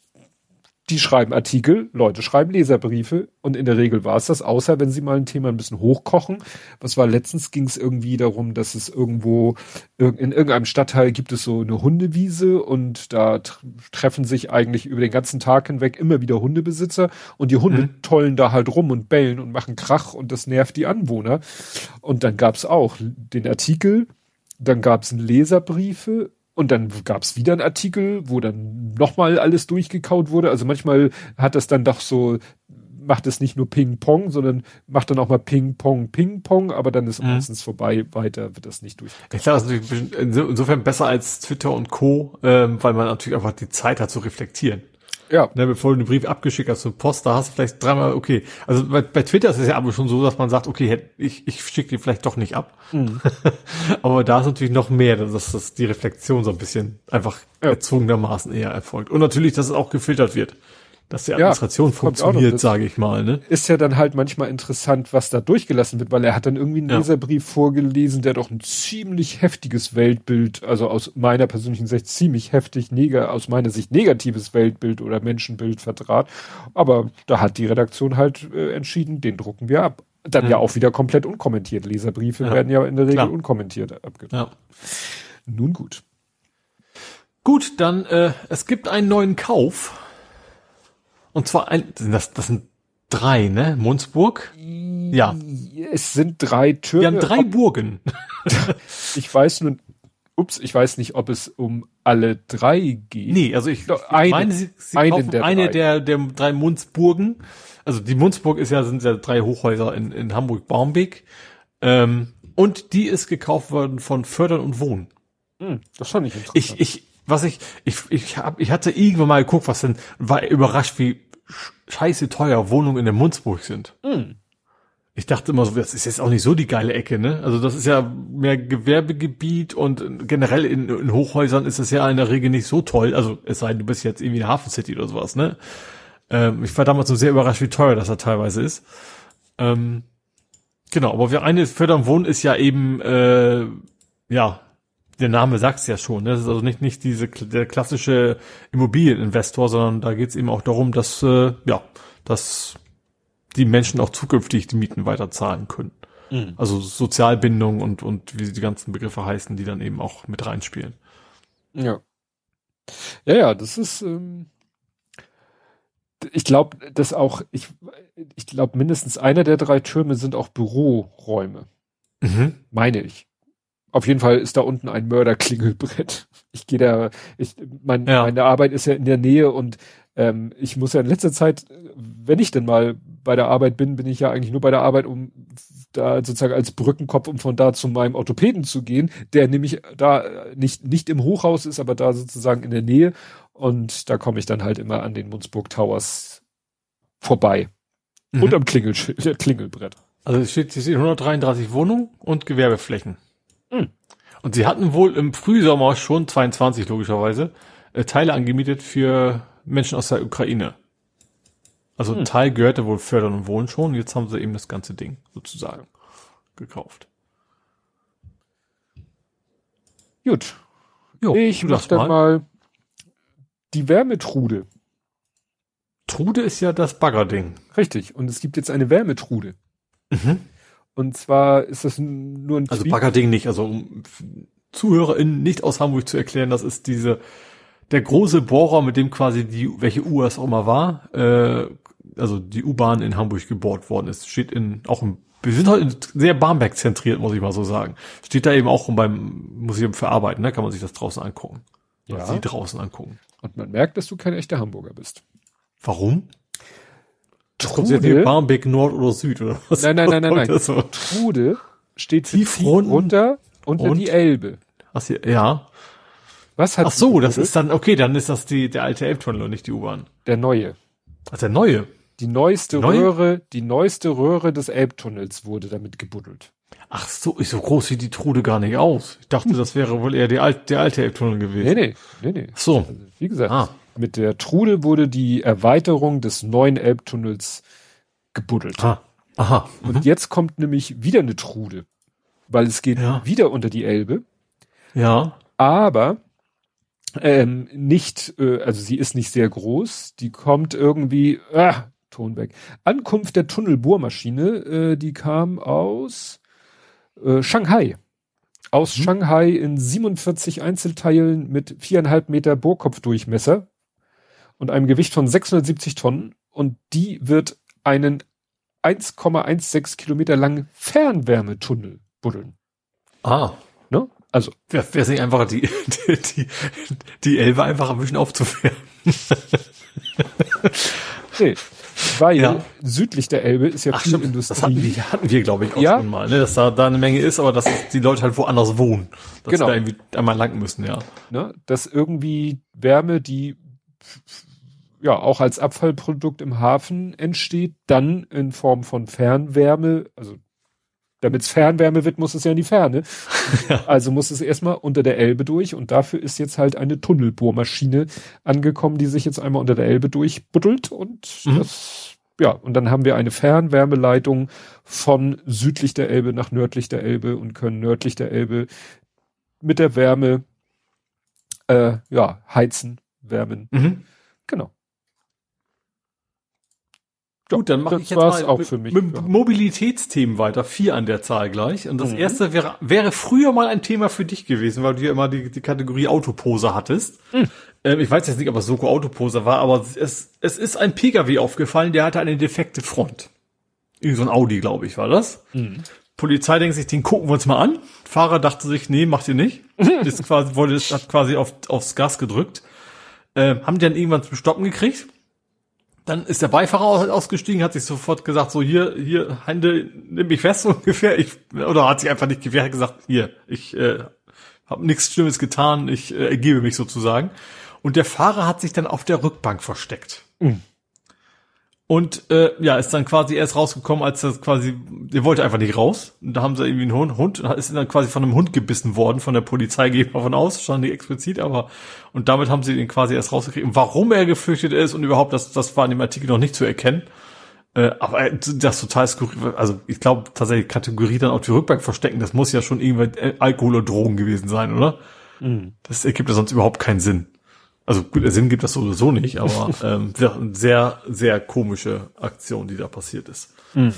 Die schreiben Artikel, Leute schreiben Leserbriefe und in der Regel war es das, außer wenn sie mal ein Thema ein bisschen hochkochen. Was war letztens, ging es irgendwie darum, dass es irgendwo, in irgendeinem Stadtteil gibt es so eine Hundewiese und da treffen sich eigentlich über den ganzen Tag hinweg immer wieder Hundebesitzer und die Hunde mhm. tollen da halt rum und bellen und machen Krach und das nervt die Anwohner. Und dann gab es auch den Artikel, dann gab es Leserbriefe. Und dann gab es wieder einen Artikel, wo dann nochmal alles durchgekaut wurde. Also manchmal hat das dann doch so, macht es nicht nur Ping-Pong, sondern macht dann auch mal Ping-Pong, Ping-Pong, aber dann ist mhm. meistens vorbei, weiter wird das nicht durchgekaut. Ich glaube, das ist natürlich insofern besser als Twitter und Co., ähm, weil man natürlich einfach die Zeit hat zu reflektieren. Ja. Ne, bevor du einen Brief abgeschickt hast zur Post, da hast du vielleicht dreimal, okay. Also bei, bei Twitter ist es ja aber schon so, dass man sagt, okay, ich, ich schicke die vielleicht doch nicht ab. Mhm. Aber da ist natürlich noch mehr, dass das die Reflexion so ein bisschen einfach ja. erzwungenermaßen eher erfolgt. Und natürlich, dass es auch gefiltert wird. Dass die Administration ja, funktioniert, sage ich mal. Ne? Ist ja dann halt manchmal interessant, was da durchgelassen wird, weil er hat dann irgendwie einen ja. Leserbrief vorgelesen, der doch ein ziemlich heftiges Weltbild, also aus meiner persönlichen Sicht ziemlich heftig, neg- aus meiner Sicht negatives Weltbild oder Menschenbild vertrat. Aber da hat die Redaktion halt äh, entschieden, den drucken wir ab. Dann ja, ja auch wieder komplett unkommentiert. Leserbriefe ja. werden ja in der Regel Klar. unkommentiert abgedruckt. Ja. Nun gut. Gut, dann äh, es gibt einen neuen Kauf. Und zwar ein, das, das sind drei, ne? Munzburg? Ja. Es sind drei Türme. Wir haben drei ob, Burgen. Ich weiß nun, ups, ich weiß nicht, ob es um alle drei geht. Nee, also ich, ich eine, meine, sie, sie eine, kaufen der, eine drei. der, der drei Munzburgen. Also die Munzburg ist ja, sind ja drei Hochhäuser in, in Hamburg-Barmbek. Ähm, und die ist gekauft worden von Fördern und Wohnen. Hm, das fand ich interessant. Ich, ich, was ich, ich, ich hab, ich hatte irgendwann mal geguckt, was denn, war überrascht, wie scheiße teuer Wohnungen in der Munzburg sind. Mm. Ich dachte immer so, das ist jetzt auch nicht so die geile Ecke, ne? Also das ist ja mehr Gewerbegebiet und generell in, in Hochhäusern ist es ja in der Regel nicht so toll. Also es sei denn, du bist jetzt irgendwie in Hafen City oder sowas, ne? Ähm, ich war damals so sehr überrascht, wie teuer das da teilweise ist. Ähm, genau, aber wir eine Fördern Wohnen ist ja eben, äh, ja, der Name sagt's ja schon, ne? Das ist also nicht, nicht diese, der klassische Immobilieninvestor, sondern da geht's eben auch darum, dass, äh, ja, dass die Menschen auch zukünftig die Mieten weiter zahlen können. Mhm. Also Sozialbindung und, und wie die ganzen Begriffe heißen, die dann eben auch mit reinspielen. Ja. Ja, ja, das ist, ähm, ich glaube, dass auch, ich, ich glaube, mindestens einer der drei Türme sind auch Büroräume. Mhm. Meine ich. Auf jeden Fall ist da unten ein Mörderklingelbrett. Ich gehe da, ich, mein, ja. meine Arbeit ist ja in der Nähe und ähm, ich muss ja in letzter Zeit, wenn ich denn mal bei der Arbeit bin, bin ich ja eigentlich nur bei der Arbeit, um da sozusagen als Brückenkopf, um von da zu meinem Orthopäden zu gehen, der nämlich da nicht, nicht im Hochhaus ist, aber da sozusagen in der Nähe. Und da komme ich dann halt immer an den Munzburg Towers vorbei. Mhm. Und am Klingel, Klingelbrett. Also es steht, hier stehen hundertdreiunddreißig Wohnungen und Gewerbeflächen. Mhm. Und sie hatten wohl im Frühsommer schon, zweiundzwanzig logischerweise, äh, Teile angemietet für Menschen aus der Ukraine. Also ein hm. Teil gehörte wohl Fördern und Wohnen schon. Jetzt haben sie eben das ganze Ding sozusagen gekauft. Gut. Jo, ich mach dann mal. mal die Wärmetrude. Trude ist ja das Baggerding. Richtig. Und es gibt jetzt eine Wärmetrude. Mhm. Und zwar ist das nur ein Also Tweet. Baggerding nicht. Also um ZuhörerInnen nicht aus Hamburg zu erklären, das ist diese der große Bohrer, mit dem quasi die, welche Uhr es auch immer war, äh, also die U-Bahn in Hamburg gebohrt worden ist. Steht in, auch im, wir sind heute sehr Barmbek zentriert, muss ich mal so sagen. Steht da eben auch beim Museum für Arbeiten, ne? Kann man sich das draußen angucken. Ja. Sie draußen angucken. Und man merkt, dass du kein echter Hamburger bist. Warum? Das kommt jetzt wie Barmbek Nord oder Süd, oder was? Nein, nein, nein, nein, nein. So? Trude steht tief runter, runter unter die Elbe. Ach, hier, ja. Was hat Ach so, das ist dann, okay, dann ist das die, der alte Elbtunnel und nicht die U-Bahn. Der neue. Ach, der neue? Die neueste Neue? Röhre, die neueste Röhre des Elbtunnels wurde damit gebuddelt. Ach so, so groß sieht die Trude gar nicht aus. Ich dachte, das wäre wohl eher die alte, der alte Elbtunnel gewesen. Nee, nee, nee, nee. Ach so. Also, wie gesagt, ah. mit der Trude wurde die Erweiterung des neuen Elbtunnels gebuddelt. Ah. Aha. Und Mhm. jetzt kommt nämlich wieder eine Trude, weil es geht ja. wieder unter die Elbe. Ja. Aber ähm, nicht, äh, also sie ist nicht sehr groß. Die kommt irgendwie, ah, Ton weg. Ankunft der Tunnelbohrmaschine, äh, die kam aus äh, Shanghai. Aus mhm. Shanghai in siebenundvierzig Einzelteilen mit viereinhalb Meter Bohrkopfdurchmesser und einem Gewicht von sechshundertsiebzig Tonnen. Und die wird einen eins Komma sechzehn Kilometer langen Fernwärmetunnel buddeln. Ah. Ne? Also. Wäre es nicht einfacher, die, die, die, die Elbe einfach ein bisschen aufzuwärmen? Nee. Weil ja. südlich der Elbe ist ja Ach, viel stimmt. Industrie. Das hatten wir, hatten wir glaube ich, auch ja? schon mal, ne? Dass da, da eine Menge ist, aber dass die Leute halt woanders wohnen. Dass genau. sie da irgendwie einmal lang müssen, ja. Ne? Dass irgendwie Wärme, die ja auch als Abfallprodukt im Hafen entsteht, dann in Form von Fernwärme, also damit es Fernwärme wird, muss es ja in die Ferne. Ja. Also muss es erstmal unter der Elbe durch und dafür ist jetzt halt eine Tunnelbohrmaschine angekommen, die sich jetzt einmal unter der Elbe durchbuddelt und mhm. das, ja, und dann haben wir eine Fernwärmeleitung von südlich der Elbe nach nördlich der Elbe und können nördlich der Elbe mit der Wärme äh, ja, heizen, wärmen. Mhm. Genau. Gut, dann mache ich jetzt mal auch mit, für mich, mit ja. Mobilitätsthemen weiter. Vier an der Zahl gleich. Und das mhm. erste wäre, wäre früher mal ein Thema für dich gewesen, weil du ja immer die, die Kategorie Autoposer hattest. Mhm. Ähm, ich weiß jetzt nicht, ob es Soko Autoposer war, aber es, es ist ein Pkw aufgefallen, der hatte eine defekte Front. Irgend so ein Audi, glaube ich, war das. Mhm. Polizei denkt sich, den gucken wir uns mal an. Fahrer dachte sich, nee, macht ihr nicht. ist quasi, wollte, hat quasi auf, aufs Gas gedrückt. Ähm, haben die dann irgendwann zum Stoppen gekriegt. Dann ist der Beifahrer ausgestiegen, hat sich sofort gesagt, so hier, hier, Hände, nimm mich fest ungefähr. Ich, oder hat sich einfach nicht gewehrt, hat gesagt, hier, ich äh, habe nichts Schlimmes getan, ich äh, ergebe mich sozusagen. Und der Fahrer hat sich dann auf der Rückbank versteckt. Mhm. Und äh, ja, ist dann quasi erst rausgekommen, als das quasi, der wollte einfach nicht raus. Und da haben sie irgendwie einen Hund, Hund ist dann quasi von einem Hund gebissen worden, von der Polizei, geht davon aus, stand nicht explizit, aber und damit haben sie ihn quasi erst rausgekriegt. Und warum er geflüchtet ist und überhaupt, das, das war in dem Artikel noch nicht zu erkennen. Äh, aber das total skurril, also ich glaube tatsächlich Kategorie dann auf die Rückbank verstecken, das muss ja schon irgendwie Alkohol oder Drogen gewesen sein, oder? Mhm. Das ergibt ja sonst überhaupt keinen Sinn. Also gut, der Sinn gibt das sowieso nicht, aber ähm, sehr, sehr komische Aktion, die da passiert ist. Mhm.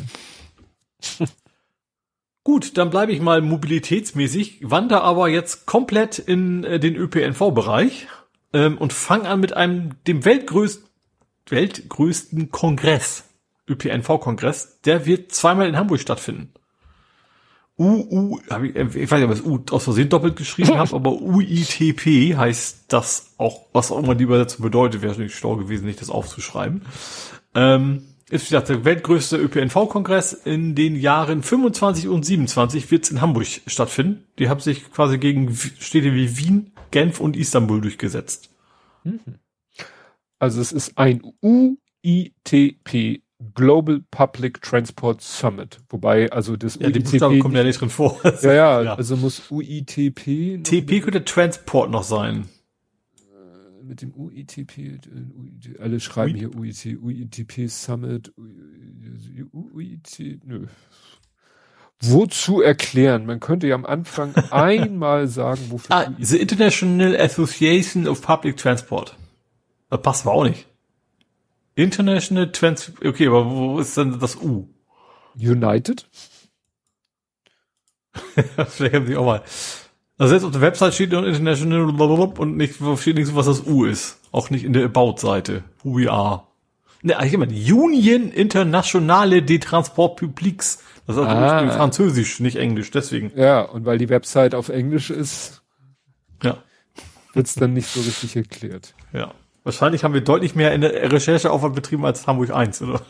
Gut, dann bleibe ich mal mobilitätsmäßig, wandere aber jetzt komplett in äh, den Ö P N V-Bereich ähm, und fange an mit einem dem weltgrößten, weltgrößten Kongress, Ö P N V-Kongress, der wird zweimal in Hamburg stattfinden. U U, hab ich, ich weiß nicht, ob ich das U aus Versehen doppelt geschrieben habe, aber U I T P heißt das auch, was auch immer die Übersetzung bedeutet, wäre nicht schlau gewesen, nicht das aufzuschreiben. Ähm, ist wie gesagt der weltgrößte Ö P N V-Kongress in den Jahren fünfundzwanzig und siebenundzwanzig wird es in Hamburg stattfinden. Die haben sich quasi gegen Städte wie Wien, Genf und Istanbul durchgesetzt. Also es ist ein U I T P Global Public Transport Summit, wobei also das ja, U I T P die Buchstaben kommen ja nicht drin vor. ja, ja, ja, also muss U I T P T P könnte Transport noch sein. Mit dem U I T P, alle schreiben hier U I T, U I T P Summit, U I T, nö. Wozu erklären? Man könnte ja am Anfang einmal sagen, wofür. Ah, the International Association of Public Transport. Das passt aber auch nicht. International Transport, okay, aber wo ist denn das U? United? Vielleicht haben sie auch mal. Also jetzt auf der Website steht noch International und nicht, steht nicht so, was das U ist. Auch nicht in der About-Seite. Who we are. Ne, eigentlich immer Union Internationale des Transports Publics. Das ist also ah. Französisch, nicht Englisch, deswegen. Ja, und weil die Website auf Englisch ist, ja, wird's dann nicht so richtig erklärt. Ja. Wahrscheinlich haben wir deutlich mehr in der Rechercheaufwand betrieben als Hamburg eins, oder?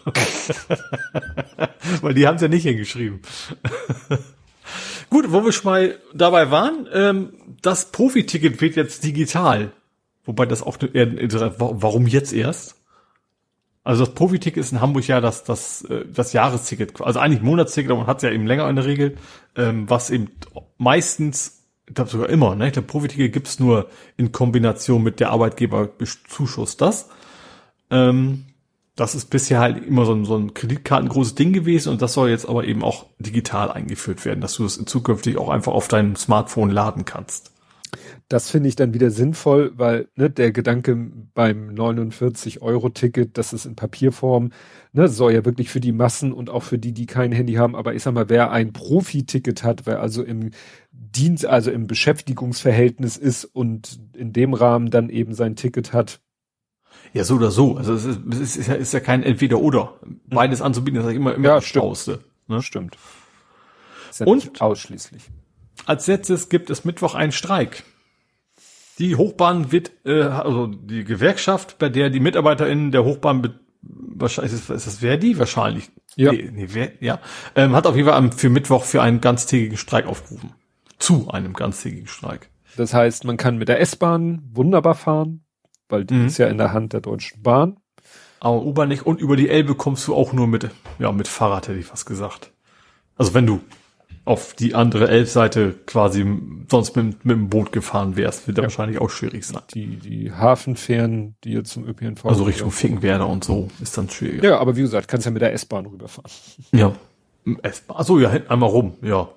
Weil die haben es ja nicht hingeschrieben. Gut, wo wir schon mal dabei waren, ähm, das Profi-Ticket wird jetzt digital. Wobei das auch eher, warum jetzt erst? Also das Profi-Ticket ist in Hamburg ja das, das, das Jahresticket, also eigentlich Monatsticket, aber man hat es ja eben länger in der Regel, ähm, was eben meistens, ich glaube sogar immer, ne? Der Profi-Ticket gibt's nur in Kombination mit der Arbeitgeberzuschuss. Das, ähm, das ist bisher halt immer so ein, so ein Kreditkartengroßes Ding gewesen und das soll jetzt aber eben auch digital eingeführt werden, dass du das zukünftig auch einfach auf deinem Smartphone laden kannst. Das finde ich dann wieder sinnvoll, weil ne, der Gedanke beim neunundvierzig-Euro-Ticket, das ist in Papierform, ne, soll ja wirklich für die Massen und auch für die, die kein Handy haben, aber ich sag mal, wer ein Profi-Ticket hat, wer also im Dienst, also im Beschäftigungsverhältnis ist und in dem Rahmen dann eben sein Ticket hat. Ja, so oder so. Also es ist, es ist, ja, ist ja kein Entweder-Oder. Beides anzubieten, das ist immer, immer ja, das stimmt. Schlauste. Ne? Stimmt. Ist ja und ausschließlich. Als letztes gibt es Mittwoch einen Streik. Die Hochbahn wird, äh, also die Gewerkschaft, bei der die MitarbeiterInnen der Hochbahn, be- wahrscheinlich ist, ist das Verdi? Wahrscheinlich. Ja. Nee, nee, wer, ja. Ähm, hat auf jeden Fall für Mittwoch für einen ganztägigen Streik aufgerufen. Zu einem ganztägigen Streik. Das heißt, man kann mit der S-Bahn wunderbar fahren, weil die mhm. ist ja in der Hand der Deutschen Bahn. Aber U-Bahn nicht. Und über die Elbe kommst du auch nur mit, ja, mit Fahrrad, hätte ich fast gesagt. Also wenn du auf die andere Elbseite quasi sonst mit, mit dem Boot gefahren wärst, wird ja wahrscheinlich auch schwierig sein. Die, die Hafenfähren, die jetzt zum Ö P N V. Also Richtung Finkenwerder und so, ist dann schwieriger. Ja, aber wie gesagt, kannst ja mit der S-Bahn rüberfahren. Ja. S-Bahn. Achso, ja, hinten einmal rum, ja.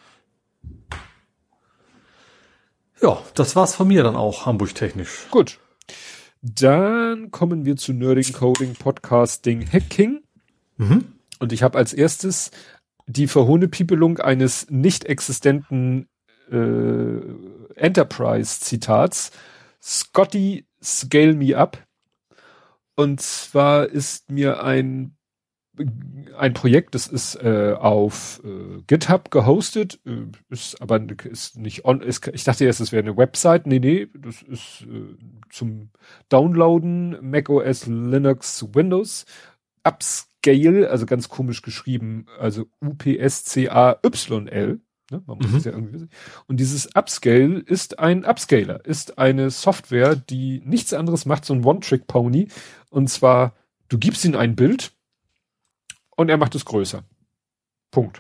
Ja, das war's von mir dann auch, Hamburg-technisch. Gut. Dann kommen wir zu Nerding, Coding, Podcasting, Hacking. Mhm. Und ich habe als erstes die Verhohnepiepelung eines nicht existenten äh, Enterprise-Zitats. Scotty, scale me up. Und zwar ist mir ein ein Projekt, das ist äh, auf äh, GitHub gehostet, äh, ist aber ist nicht on, ist, ich dachte erst, es wäre eine Website. Nee, nee, das ist äh, zum Downloaden, macOS, Linux, Windows, Upscale, also ganz komisch geschrieben, also U P S C A Y L, Ne? Man muss es ja irgendwie wissen. Und dieses Upscale ist ein Upscaler, ist eine Software, die nichts anderes macht, so ein One-Trick-Pony. Und zwar, du gibst ihm ein Bild und er macht es größer. Punkt.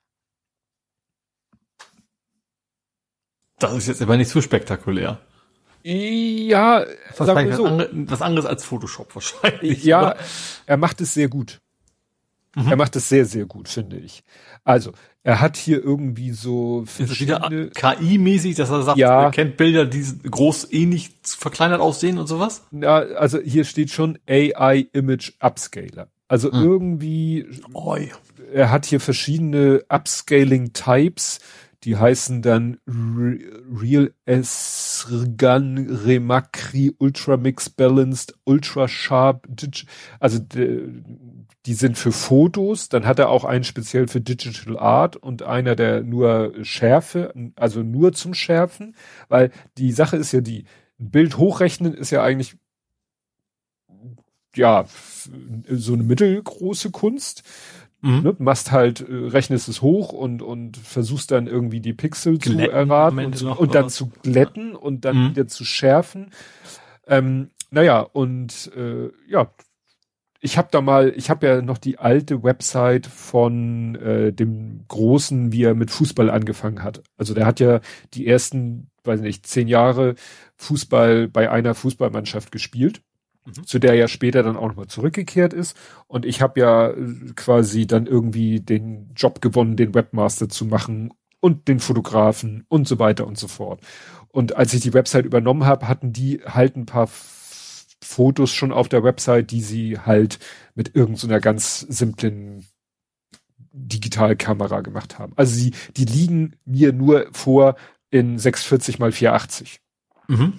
Das ist jetzt aber nicht so spektakulär. Ja, das sagen wir was, so. andere, was anderes als Photoshop wahrscheinlich. Ja, oder? er macht es sehr gut. Mhm. Er macht es sehr, sehr gut, finde ich. Also, er hat hier irgendwie so Ist es verschiedene... wieder K I-mäßig, dass er sagt, Ja. er kennt Bilder, die groß ähnlich verkleinert aussehen und sowas? Ja, also hier steht schon A I Image Upscaler. Also Hm. irgendwie, Oi. er hat hier verschiedene Upscaling Types, die heißen dann Re Real S-Gun, Remacri, Ultra Mix Balanced, Ultra Sharp, Dig also de, die sind für Fotos, dann hat er auch einen speziell für Digital Art und einer, der nur Schärfe, also nur zum Schärfen, weil die Sache ist ja die, ein Bild hochrechnen ist ja eigentlich ja so eine mittelgroße Kunst. Mhm. Ne, machst halt, äh, rechnest es hoch und, und versuchst dann irgendwie die Pixel Glätten zu erraten am Ende und, noch, und dann oder? zu glätten und dann Mhm. wieder zu schärfen. Ähm, naja, und äh, ja, ich habe da mal, ich habe ja noch die alte Website von äh, dem Großen, wie er mit Fußball angefangen hat. Also der hat ja die ersten, weiß nicht, zehn Jahre Fußball bei einer Fußballmannschaft gespielt, Mhm. zu der er später dann auch nochmal zurückgekehrt ist. Und ich habe ja äh, quasi dann irgendwie den Job gewonnen, den Webmaster zu machen und den Fotografen und so weiter und so fort. Und als ich die Website übernommen habe, hatten die halt ein paar Fotos schon auf der Website, die sie halt mit irgendeiner so ganz simplen Digitalkamera gemacht haben. Also sie, die liegen mir nur vor in sechshundertvierzig mal vierhundertachtzig. Mhm.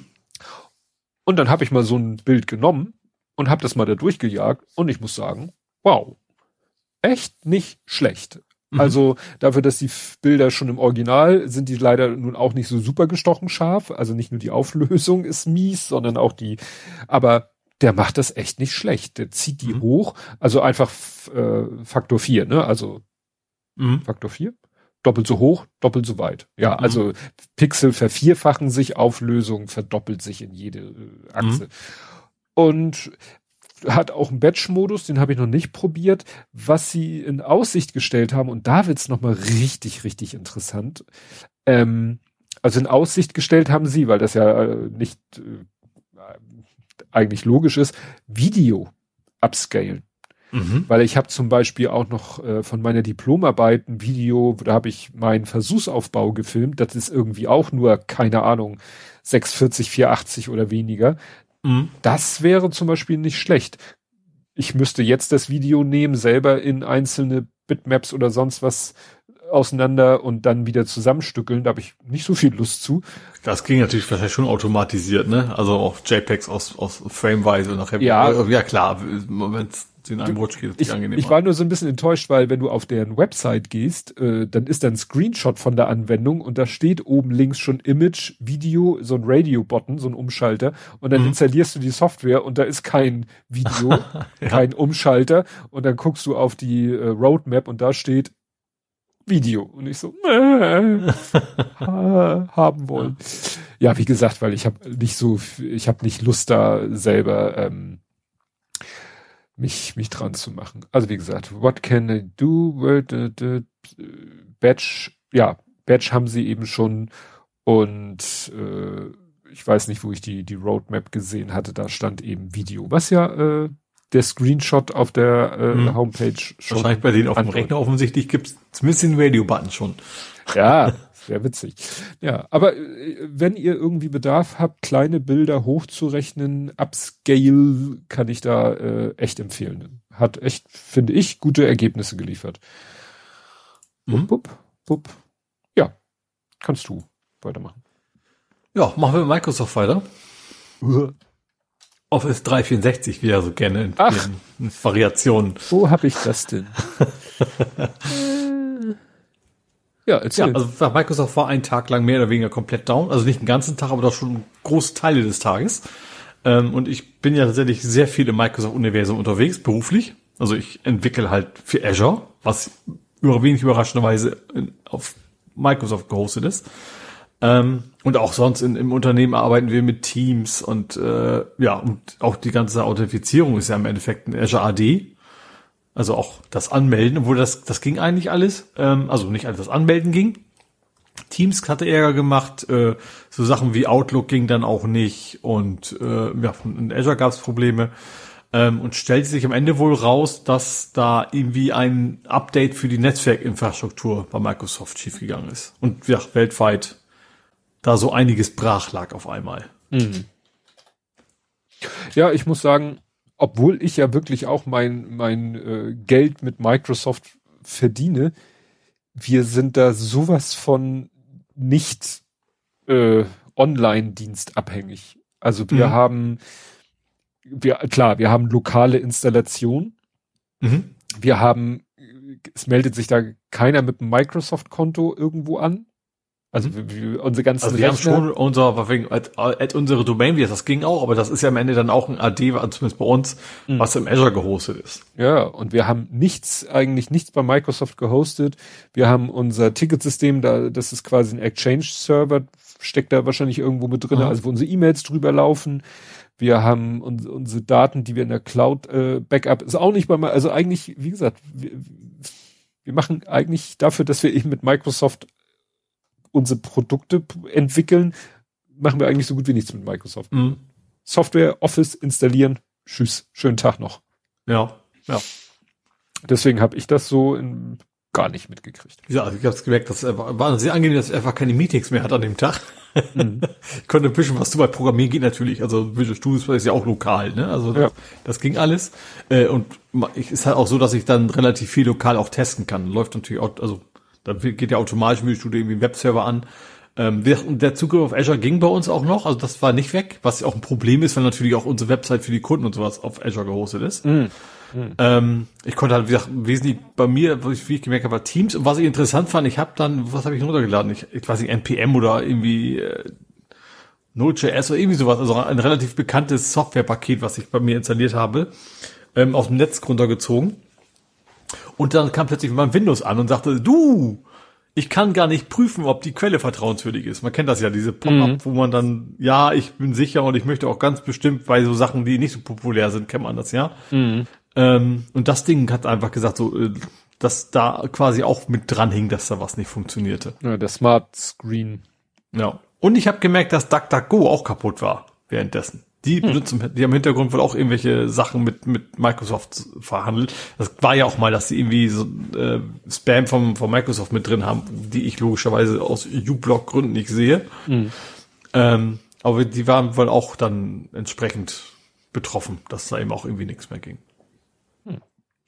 Und dann habe ich mal so ein Bild genommen und habe das mal da durchgejagt und ich muss sagen, wow, echt nicht schlecht. Mhm. Also dafür, dass die F- Bilder schon im Original sind, die leider nun auch nicht so super gestochen scharf. Also nicht nur die Auflösung ist mies, sondern auch die, aber der macht das echt nicht schlecht. Der zieht die Mhm. hoch, also einfach f- äh, Faktor vier, ne? Also Mhm. Faktor vier, doppelt so hoch, doppelt so weit. Ja, Mhm. also Pixel vervierfachen sich, Auflösung verdoppelt sich in jede äh, Achse. Und hat auch einen Batch-Modus, den habe ich noch nicht probiert. Was sie in Aussicht gestellt haben, und da wird's noch mal richtig, richtig interessant. Ähm, also in Aussicht gestellt haben sie, weil das ja äh, nicht äh, eigentlich logisch ist, Video upscalen. Mhm. Weil ich habe zum Beispiel auch noch äh, von meiner Diplomarbeit ein Video, da habe ich meinen Versuchsaufbau gefilmt. Das ist irgendwie auch nur, keine Ahnung, sechshundertvierzig, vierhundertachtzig oder weniger. Mhm. Das wäre zum Beispiel nicht schlecht. Ich müsste jetzt das Video nehmen, selber in einzelne Bitmaps oder sonst was auseinander und dann wieder zusammenstückeln. Da habe ich nicht so viel Lust zu. Das ging natürlich wahrscheinlich schon automatisiert, ne? Also auch JPEGs aus, aus Frameweise und nachher. Ja. äh, ja klar, wenn es in einem Rutsch geht, ist Ich, es angenehm. ich war nur so ein bisschen enttäuscht, weil wenn du auf deren Website gehst, äh, dann ist da ein Screenshot von der Anwendung und da steht oben links schon Image, Video, so ein Radio-Button, so ein Umschalter und dann Mhm. installierst du die Software und da ist kein Video, Ja. kein Umschalter und dann guckst du auf die äh, Roadmap und da steht Video und ich so äh, ha, haben wollen. Ja, wie gesagt, weil ich habe nicht so, ich habe nicht Lust da selber ähm, mich mich dran zu machen. Also wie gesagt, what can I do? Where the, the, Batch, ja, Batch haben sie eben schon und äh, ich weiß nicht, wo ich die die Roadmap gesehen hatte. Da stand eben Video, was ja äh, der Screenshot auf der äh, Mhm. Homepage schon Wahrscheinlich bei denen auf dem andeutet. Rechner offensichtlich gibt's zumindest den Radio-Button schon. Ja, sehr witzig. Ja, aber äh, wenn ihr irgendwie Bedarf habt, kleine Bilder hochzurechnen, upscale, kann ich da äh, echt empfehlen. Hat echt, finde ich, gute Ergebnisse geliefert. Mhm. Bup, bup, bup. Ja, kannst du weitermachen. Ja, machen wir mit Microsoft weiter. Office dreihundertvierundsechzig, wie er so gerne in Ach. vielen Variationen. Wo habe ich das denn? Äh, ja, erzähl. Ja, also Microsoft war einen Tag lang mehr oder weniger komplett down. Also nicht einen ganzen Tag, aber doch schon große Teile des Tages. Ähm, und ich bin ja tatsächlich sehr viel im Microsoft-Universum unterwegs, beruflich. Also ich entwickle halt für Azure, was über wenig überraschenderweise in, auf Microsoft gehostet ist. Ähm, und auch sonst in, im Unternehmen arbeiten wir mit Teams und äh, ja, und auch die ganze Authentifizierung ist ja im Endeffekt ein Azure A D. Also auch das Anmelden, obwohl das, das ging eigentlich alles. Ähm, also nicht alles, das Anmelden ging. Teams hatte Ärger gemacht, äh, so Sachen wie Outlook ging dann auch nicht und äh, ja, in Azure gab es Probleme. Ähm, und stellte sich am Ende wohl raus, dass da irgendwie ein Update für die Netzwerkinfrastruktur bei Microsoft schiefgegangen ist. Und ja, weltweit da so einiges brach lag auf einmal. Mhm. Ja, ich muss sagen, obwohl ich ja wirklich auch mein, mein äh, Geld mit Microsoft verdiene, wir sind da sowas von nicht äh, Online-Dienst abhängig. Also wir mhm. haben, wir klar, wir haben lokale Installation. Mhm. Wir haben, es meldet sich da keiner mit einem Microsoft-Konto irgendwo an. Also wir, wir, unsere ganzen Also wir Rechner, haben schon unser, wegen, at, at unsere Domain, wie das ging auch, aber das ist ja am Ende dann auch ein A D, zumindest bei uns, mhm. was im Azure gehostet ist. Ja, und wir haben nichts, eigentlich nichts bei Microsoft gehostet. Wir haben unser Ticketsystem, da, das ist quasi ein Exchange-Server, steckt da wahrscheinlich irgendwo mit drin, mhm. also wo unsere E-Mails drüber laufen. Wir haben uns, unsere Daten, die wir in der Cloud äh, Backup, ist auch nicht bei, also eigentlich, wie gesagt, wir, wir machen eigentlich dafür, dass wir eben mit Microsoft unsere Produkte entwickeln, machen wir eigentlich so gut wie nichts mit Microsoft. Mhm. Software, Office installieren, tschüss, schönen Tag noch. Ja, ja. Deswegen habe ich das so in, gar nicht mitgekriegt. Ja, also ich habe es gemerkt, das war sehr angenehm, dass er einfach keine Meetings mehr hat an dem Tag. Mhm. Ich konnte ein bisschen was zu, weil Programmieren geht natürlich, also Visual Studio ist ja auch lokal, ne? Also ja. das, das ging alles. Und es ist halt auch so, dass ich dann relativ viel lokal auch testen kann. Läuft natürlich auch, also dann geht ja automatisch Visual Studio irgendwie ein Webserver an. Ähm, der Zugriff auf Azure ging bei uns auch noch, also das war nicht weg, was ja auch ein Problem ist, weil natürlich auch unsere Website für die Kunden und sowas auf Azure gehostet ist. Mm. Mm. Ähm, ich konnte halt, wie gesagt, wesentlich bei mir, wie ich gemerkt habe, war Teams. Und was ich interessant fand, ich habe dann, was habe ich runtergeladen? Ich, ich weiß nicht, N P M oder irgendwie äh, Node.js oder irgendwie sowas, also ein relativ bekanntes Softwarepaket, was ich bei mir installiert habe, ähm, aus dem Netz runtergezogen. Und dann kam plötzlich mein Windows an und sagte, du, ich kann gar nicht prüfen, ob die Quelle vertrauenswürdig ist. Man kennt das ja, diese Pop-up, mhm. wo man dann, ja, ich bin sicher und ich möchte auch ganz bestimmt bei so Sachen, die nicht so populär sind, kennt man das ja. Mhm. Ähm, und das Ding hat einfach gesagt, so, dass da quasi auch mit dran hing, dass da was nicht funktionierte. Ja, der Smart Screen. Ja. Und ich habe gemerkt, dass DuckDuckGo auch kaputt war währenddessen. Die benutzen, hm. die haben im Hintergrund wohl auch irgendwelche Sachen mit mit Microsoft verhandelt. Das war ja auch mal, dass sie irgendwie so äh, Spam vom von Microsoft mit drin haben, die ich logischerweise aus uBlock-Gründen nicht sehe. Hm. Ähm, aber die waren wohl auch dann entsprechend betroffen, dass da eben auch irgendwie nichts mehr ging. Hm.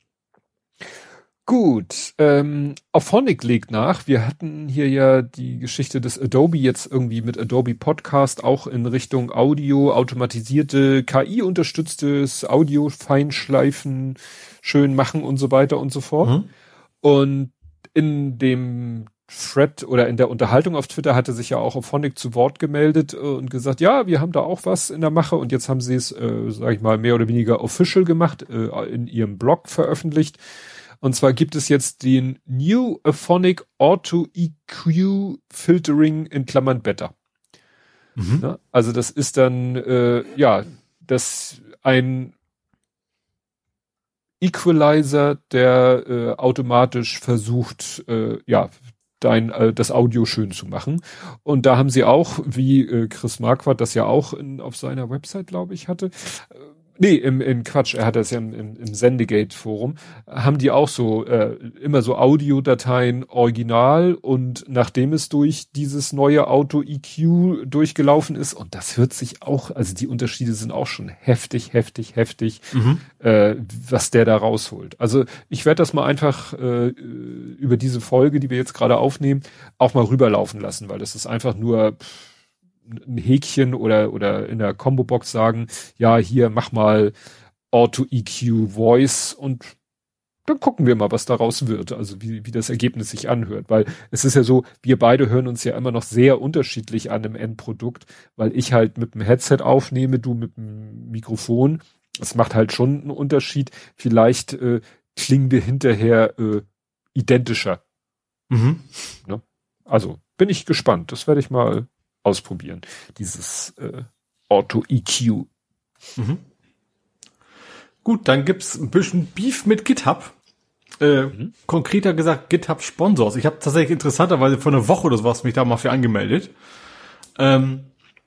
Gut, ähm, Auphonic legt nach. Wir hatten hier ja die Geschichte des Adobe jetzt irgendwie mit Adobe Podcast auch in Richtung Audio, automatisierte, K I-unterstütztes Audio feinschleifen, schön machen und so weiter und so fort. Mhm. Und in dem Thread oder in der Unterhaltung auf Twitter hatte sich ja auch Auphonic zu Wort gemeldet und gesagt, ja, wir haben da auch was in der Mache und jetzt haben sie es, äh, sag ich mal, mehr oder weniger official gemacht, äh, in ihrem Blog veröffentlicht. Und zwar gibt es jetzt den New Auphonic Auto E Q Filtering in Klammern Beta. Mhm. Ja, also das ist dann, äh, ja, das ein Equalizer, der äh, automatisch versucht, äh, ja, dein, äh, das Audio schön zu machen. Und da haben sie auch, wie äh, Chris Marquardt das ja auch in, auf seiner Website, glaube ich, hatte, äh, Nee, im, im Quatsch, er hat das ja im, im, im Sendegate-Forum, haben die auch so äh, immer so Audiodateien original und nachdem es durch dieses neue Auto-E Q durchgelaufen ist, und das hört sich auch, also die Unterschiede sind auch schon heftig, heftig, heftig, mhm. äh, was der da rausholt. Also ich werde das mal einfach äh, über diese Folge, die wir jetzt gerade aufnehmen, auch mal rüberlaufen lassen, weil das ist einfach nur pff, ein Häkchen oder oder in der Combo-Box sagen, ja, hier mach mal Auto-E Q Voice und dann gucken wir mal, was daraus wird, also wie wie das Ergebnis sich anhört, weil es ist ja so, wir beide hören uns ja immer noch sehr unterschiedlich an im Endprodukt, weil ich halt mit dem Headset aufnehme, du mit dem Mikrofon. Das macht halt schon einen Unterschied. Vielleicht äh, klingen wir hinterher äh, identischer. Mhm. Ne? Also bin ich gespannt. Das werde ich mal ausprobieren. Dieses äh, Auto-E Q. Mhm. Gut, dann gibt's ein bisschen Beef mit GitHub. Äh, mhm. Konkreter gesagt, GitHub Sponsors. Ich habe tatsächlich interessanterweise vor einer Woche oder sowas mich da mal für angemeldet. Ähm,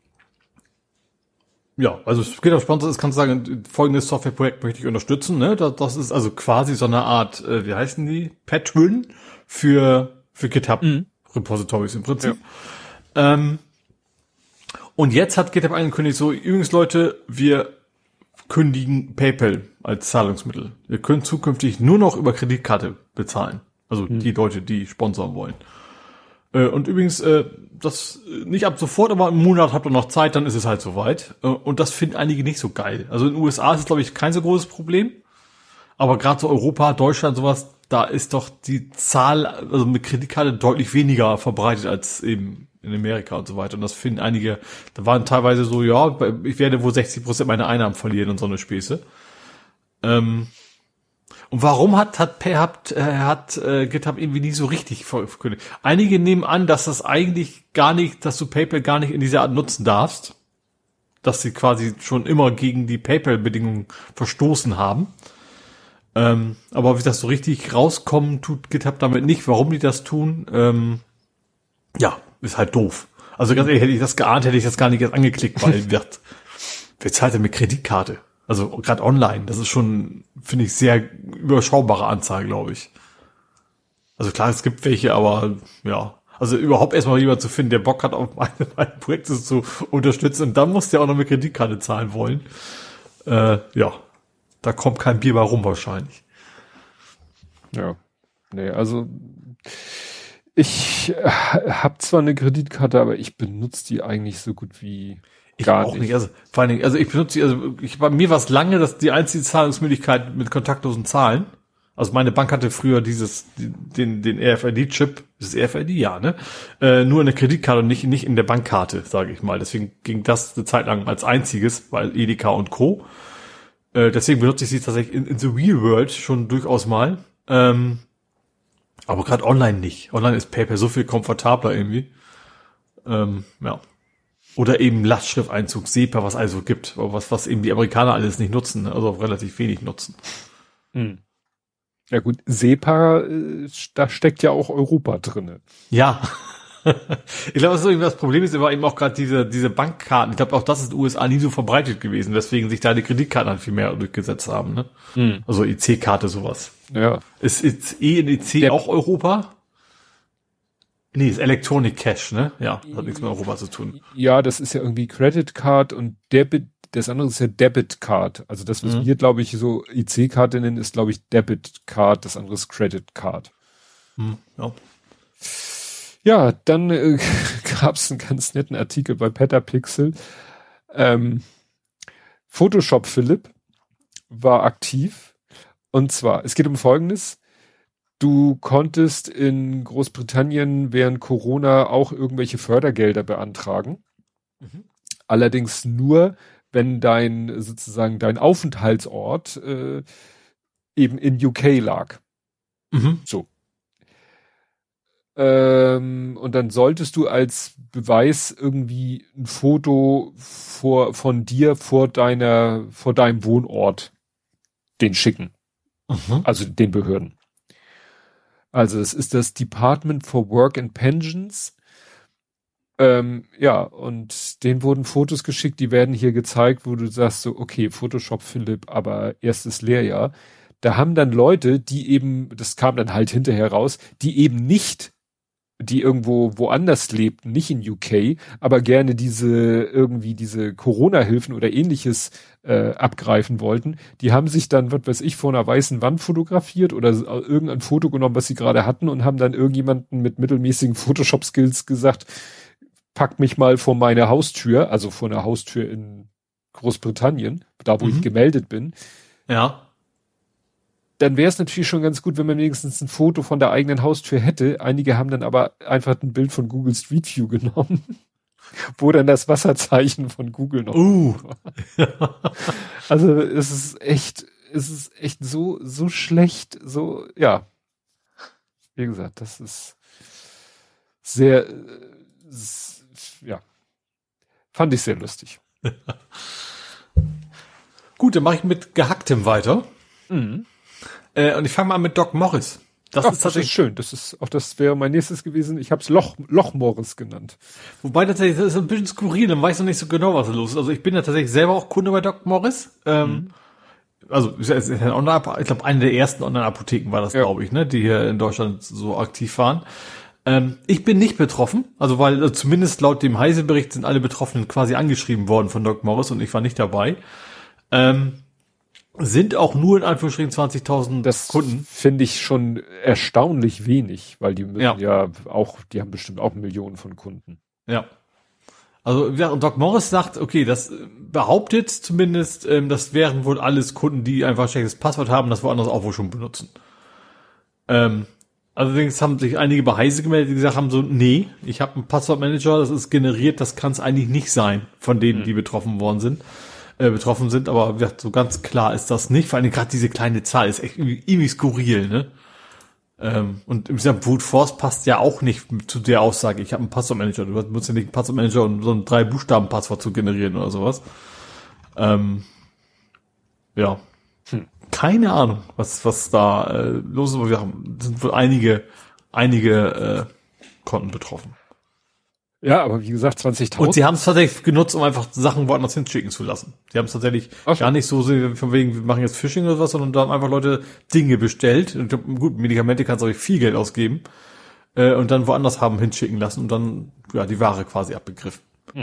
ja, also GitHub Sponsors ist, kannst du sagen, folgendes Softwareprojekt möchte ich unterstützen. Ne? Das, das ist also quasi so eine Art, äh, wie heißen die? Patron für für GitHub mhm. Repositories im Prinzip. Ja. Ähm, und jetzt hat GitHub angekündigt, so, übrigens Leute, wir kündigen PayPal als Zahlungsmittel. Wir können zukünftig nur noch über Kreditkarte bezahlen. Also hm. die Leute, die sponsern wollen. Äh, und übrigens, äh, das nicht ab sofort, aber im Monat habt ihr noch Zeit, dann ist es halt soweit. Äh, und das finden einige nicht so geil. Also in den U S A ist es, glaube ich, kein so großes Problem. Aber gerade so Europa, Deutschland, sowas, da ist doch die Zahl, also mit Kreditkarte deutlich weniger verbreitet als eben in Amerika und so weiter. Und das finden einige, da waren teilweise so, ja, ich werde wohl sechzig Prozent meiner Einnahmen verlieren und so eine Späße. Ähm, und warum hat, hat, hat, äh, hat äh, GitHub irgendwie nie so richtig verkündet? Einige nehmen an, dass das eigentlich gar nicht, dass du PayPal gar nicht in dieser Art nutzen darfst. Dass sie quasi schon immer gegen die PayPal-Bedingungen verstoßen haben. Ähm, aber wie das so richtig rauskommen, tut GitHub damit nicht. Warum die das tun, ähm, ja, ist halt doof. Also ganz ehrlich, hätte ich das geahnt, hätte ich das gar nicht erst angeklickt, weil wird, wer zahlt denn mit Kreditkarte? Also gerade online, das ist schon, finde ich, sehr überschaubare Anzahl, glaube ich. Also klar, es gibt welche, aber ja, also überhaupt erstmal jemand zu finden, der Bock hat, auf meine, meine Projekte zu unterstützen und dann muss der auch noch mit Kreditkarte zahlen wollen. Äh, ja, da kommt kein Bier bei rum wahrscheinlich. Ja, nee, also ich habe zwar eine Kreditkarte, aber ich benutze die eigentlich so gut wie ich gar auch nicht. nicht. Also vor allen Dingen, also ich benutze die, also ich, bei mir war es lange, dass die einzige Zahlungsmöglichkeit mit kontaktlosen Zahlen. Also meine Bank hatte früher dieses, den, den R F I D-Chip, ist es R F I D? Ja, ne? Äh, nur in der Kreditkarte und nicht, nicht in der Bankkarte, sage ich mal. Deswegen ging das eine Zeit lang als einziges, weil Edeka und Co. Äh, deswegen benutze ich sie tatsächlich in, in the real world schon durchaus mal. Ähm, aber gerade online nicht. Online ist PayPal so viel komfortabler irgendwie. Ähm, ja. Oder eben Lastschrifteinzug, SEPA, was also gibt, was, was eben die Amerikaner alles nicht nutzen, also relativ wenig nutzen. Hm. Ja gut, SEPA, äh, da steckt ja auch Europa drinne. Ja. Ich glaube, das ist irgendwie das Problem ist aber eben auch gerade diese, diese Bankkarten. Ich glaube, auch das ist in den U S A nie so verbreitet gewesen, weswegen sich da die Kreditkarten halt viel mehr durchgesetzt haben, ne? Hm. Also E C-Karte, sowas. Ja. Ist, ist E in E C Der auch Europa? Nee, ist Electronic Cash, ne? Ja, das hat nichts mit Europa zu tun. Ja, das ist ja irgendwie Credit Card und Debit, das andere ist ja Debit Card. Also das, was mhm. wir, glaube ich, so I C-Karte nennen, ist, glaube ich, Debit Card, das andere ist Credit Card. Mhm, ja. Ja, dann äh, gab es einen ganz netten Artikel bei Petapixel. Ähm, Photoshop Philipp war aktiv. Und zwar, es geht um Folgendes. Du konntest in Großbritannien während Corona auch irgendwelche Fördergelder beantragen. Mhm. Allerdings nur, wenn dein, sozusagen dein Aufenthaltsort äh, eben in U K lag. Mhm. So. Ähm, und dann solltest du als Beweis irgendwie ein Foto vor, von dir vor deiner, vor deinem Wohnort den schicken. Mhm. Also den Behörden. Also es ist das Department for Work and Pensions. Ähm, ja, und denen wurden Fotos geschickt, die werden hier gezeigt, wo du sagst so, okay, Photoshop Philipp, aber erstes Lehrjahr. Da haben dann Leute, die eben, das kam dann halt hinterher raus, die eben nicht, die irgendwo woanders lebten, nicht in U K, aber gerne diese, irgendwie diese Corona-Hilfen oder ähnliches äh, abgreifen wollten. Die haben sich dann, was weiß ich, vor einer weißen Wand fotografiert oder irgendein Foto genommen, was sie gerade hatten und haben dann irgendjemanden mit mittelmäßigen Photoshop-Skills gesagt, packt mich mal vor meine Haustür, also vor einer Haustür in Großbritannien, da wo mhm. ich gemeldet bin. Ja. Dann wäre es natürlich schon ganz gut, wenn man wenigstens ein Foto von der eigenen Haustür hätte. Einige haben dann aber einfach ein Bild von Google Street View genommen, wo dann das Wasserzeichen von Google noch uh. war. Also es ist echt, es ist echt so, so schlecht, so, ja. Wie gesagt, das ist sehr, äh, s- ja, fand ich sehr lustig. Gut, dann mache ich mit Gehacktem weiter. Mhm. Äh, und ich fange mal an mit Doc Morris. Das Ach, ist das tatsächlich ist schön. Das ist, auch das wäre mein nächstes gewesen. Ich habe es Loch, Loch Morris genannt. Wobei tatsächlich, das ist ein bisschen skurril, dann weiß ich noch nicht so genau, was da los ist. Also ich bin ja tatsächlich selber auch Kunde bei Doc Morris. Ähm, Mhm. Also ist ja- ist ja ein Online, ich glaube, eine der ersten Online-Apotheken war das, Ja. glaube ich, ne, die hier in Deutschland so aktiv waren. Ähm, ich bin nicht betroffen, also weil also zumindest laut dem Heise-Bericht sind alle Betroffenen quasi angeschrieben worden von Doc Morris und ich war nicht dabei. Ähm, sind auch nur in Anführungsstrichen zwanzigtausend Das Kunden. finde ich schon erstaunlich wenig, weil die müssen Ja. ja. auch, die haben bestimmt auch Millionen von Kunden. Ja. Also wie gesagt, und Doc Morris sagt, okay, das äh, behauptet zumindest, ähm, das wären wohl alles Kunden, die einfach ein schlechtes Passwort haben, das woanders auch wohl schon benutzen. Ähm, allerdings haben sich einige bei Heise gemeldet, die gesagt haben so, nee, ich habe einen Passwortmanager, das ist generiert, das kann es eigentlich nicht sein, von denen, die betroffen worden sind, äh, betroffen sind, aber wie gesagt, so ganz klar ist das nicht, vor allem gerade diese kleine Zahl ist echt irgendwie, irgendwie skurril, ne? Ähm, und im Sinne Brute Force passt ja auch nicht zu der Aussage, ich habe einen Passwortmanager. Du musst ja nicht einen Passwortmanager, um so ein Drei-Buchstaben-Passwort zu generieren oder sowas. Ähm, ja. Hm. Keine Ahnung, was, was da äh, los ist, aber wir haben, sind wohl einige, einige äh, Konten betroffen. Ja, aber wie gesagt, zwanzigtausend. Und sie haben es tatsächlich genutzt, um einfach Sachen woanders hinschicken zu lassen. Sie haben es tatsächlich Ach so. gar nicht so von wegen, wir machen jetzt Phishing oder was, sondern da haben einfach Leute Dinge bestellt. Und ich glaub, gut, Medikamente kannst du auch viel Geld ausgeben. Äh, und dann woanders haben hinschicken lassen und dann ja die Ware quasi abgegriffen.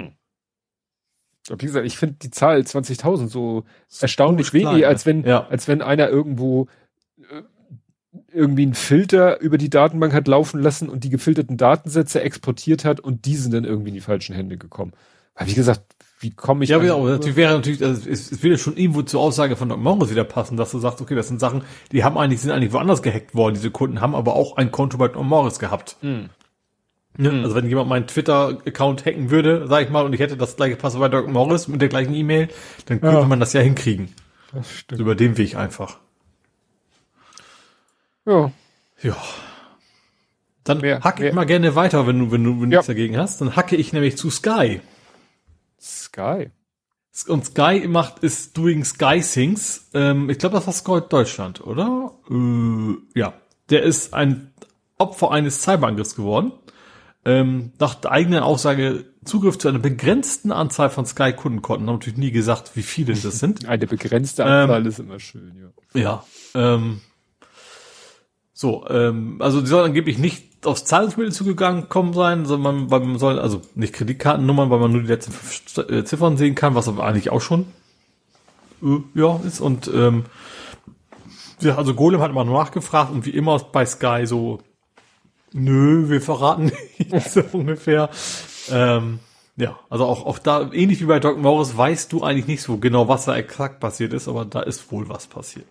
Wie gesagt, ich finde die Zahl zwanzigtausend so erstaunlich komisch wenig, klein, als wenn, ne? Ja. als wenn einer irgendwo äh, irgendwie einen Filter über die Datenbank hat laufen lassen und die gefilterten Datensätze exportiert hat und die sind dann irgendwie in die falschen Hände gekommen. Weil wie gesagt, wie komme ich Ja, an- genau. Natürlich wäre natürlich, also es, es würde schon irgendwo zur Aussage von Doc Morris wieder passen, dass du sagst, okay, das sind Sachen, die haben eigentlich, sind eigentlich woanders gehackt worden. Diese Kunden haben aber auch ein Konto bei Doc Morris gehabt. Hm. Ne? Also wenn jemand meinen Twitter-Account hacken würde, sag ich mal, und ich hätte das gleiche Passwort bei Doc Morris mit der gleichen E-Mail, dann könnte Ja. man das ja hinkriegen. Das stimmt. So über den Weg einfach. Ja. Ja. Dann Mehr- hacke ich mehr- mal gerne weiter, wenn du, wenn du wenn du Ja. nichts dagegen hast. Dann hacke ich nämlich zu Sky. Sky. Und Sky macht, ist doing Sky Things. Ähm, ich glaube, das war Sky Deutschland, oder? Äh, ja. Der ist ein Opfer eines Cyberangriffs geworden. Ähm, nach der eigenen Aussage Zugriff zu einer begrenzten Anzahl von Sky-Kundenkonten. Haben natürlich nie gesagt, wie viele das sind. Eine begrenzte Ähm, Anzahl ist immer schön, ja. Ja. Ähm, so, ähm, also die sollen angeblich nicht aufs Zahlungsmittel zugegangen kommen sein, sondern man, weil man soll, also nicht Kreditkartennummern, weil man nur die letzten fünf äh, Ziffern sehen kann, was aber eigentlich auch schon äh, ja ist. Und ähm, ja, also Golem hat mal nachgefragt und wie immer bei Sky so, nö, wir verraten nicht, so ungefähr. Ähm, ja, also auch, auch da, ähnlich wie bei Doc Morris, weißt du eigentlich nicht so genau, was da exakt passiert ist, aber da ist wohl was passiert.